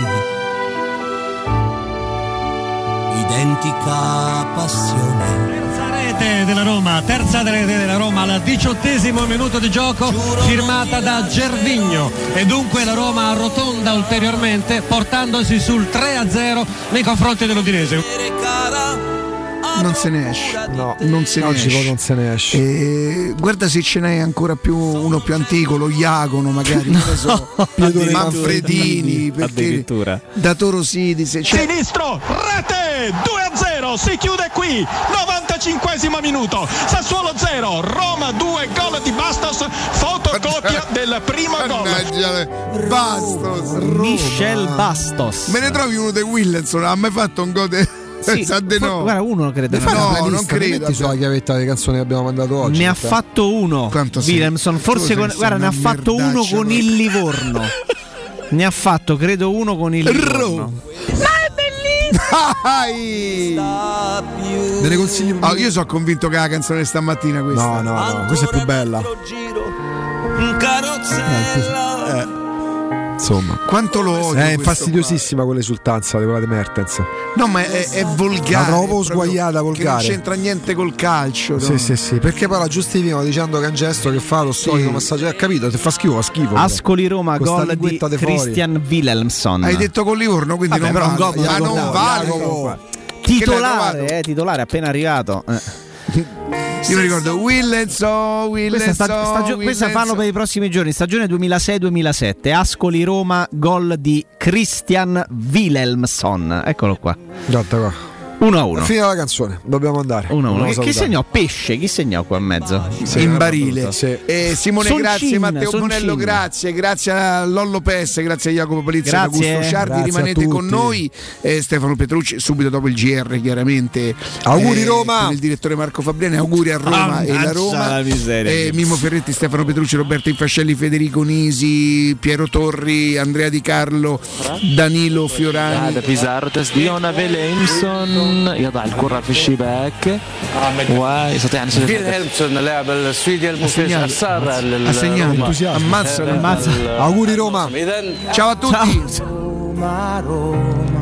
identica passione. Della Roma, terza rete della Roma al 18° minuto di gioco, firmata da Gervinho, e dunque la Roma arrotonda ulteriormente portandosi sul 3-0 nei confronti dell'Udinese. Non se ne esce, non se ne Oggi esce. non se ne esce. Guarda se ce n'è ancora più uno più antico, lo Iagono magari, non so, Manfredini, perché addirittura da Toro Sidis, Sinistro, rete 2-0, si chiude qui, 95° minuto, Sassuolo 0, Roma 2, gol di Bastos, fotocopia del primo gol. Bastos, Michel Bastos. Me ne trovi uno di Willenson, ha mai fatto un gol no. Guarda, uno credo. No, non credo. Sulla chiavetta delle canzoni che abbiamo mandato oggi. Ne ha fatto uno Williamson, forse guarda, ne ha fatto uno con il Livorno. Ne ha fatto credo uno con il Livorno. Me ne consigli? Io sono convinto che la canzone stamattina questa. No, questa è più bella. Insomma, quanto lo odio. È fastidiosissima quell'esultanza di quella di Mertens. No, ma è volgare. La trovo sguagliata, volgare. Non c'entra niente col calcio. Sì, perché poi la giustificano dicendo che è un gesto che fa lo storico massaggio. Hai capito? Ti fa schifo, Ascoli Roma, gol di Christian Wilhelmsson. Hai detto con Livorno, quindi non vale. Ma non vale. Titolare appena arrivato. Io mi ricordo Willenson. Questa fanno per i prossimi giorni, stagione 2006-2007. Ascoli Roma, gol di Christian Wilhelmsson. Eccolo qua. 1-1. Fine la canzone, dobbiamo andare. 1-1. Chi segnò? Pesce, chi segnò qua in mezzo? In barile. Sì. Simone, grazie. Matteo Bonello, grazie a Lollo Pes, grazie a Jacopo Palizia, Augusto Ciardi. Rimanete con noi. Stefano Petrucci subito dopo il GR, chiaramente. Auguri Roma. Con il direttore Marco Fabriani, auguri a Roma e la Roma. La miseria. Mimmo Ferretti, Stefano Petrucci, Roberto Infascelli, Federico Nisi, Piero Torri, Andrea Di Carlo, Danilo Fiorani. هذا في زار تسديده فيلهمسون يضع الكرة في الشباك ويستطيع أن يسجل. فيلهمسون اللاعب السويدي المفيد أثار ammazza. Auguri Roma. Ciao a tutti.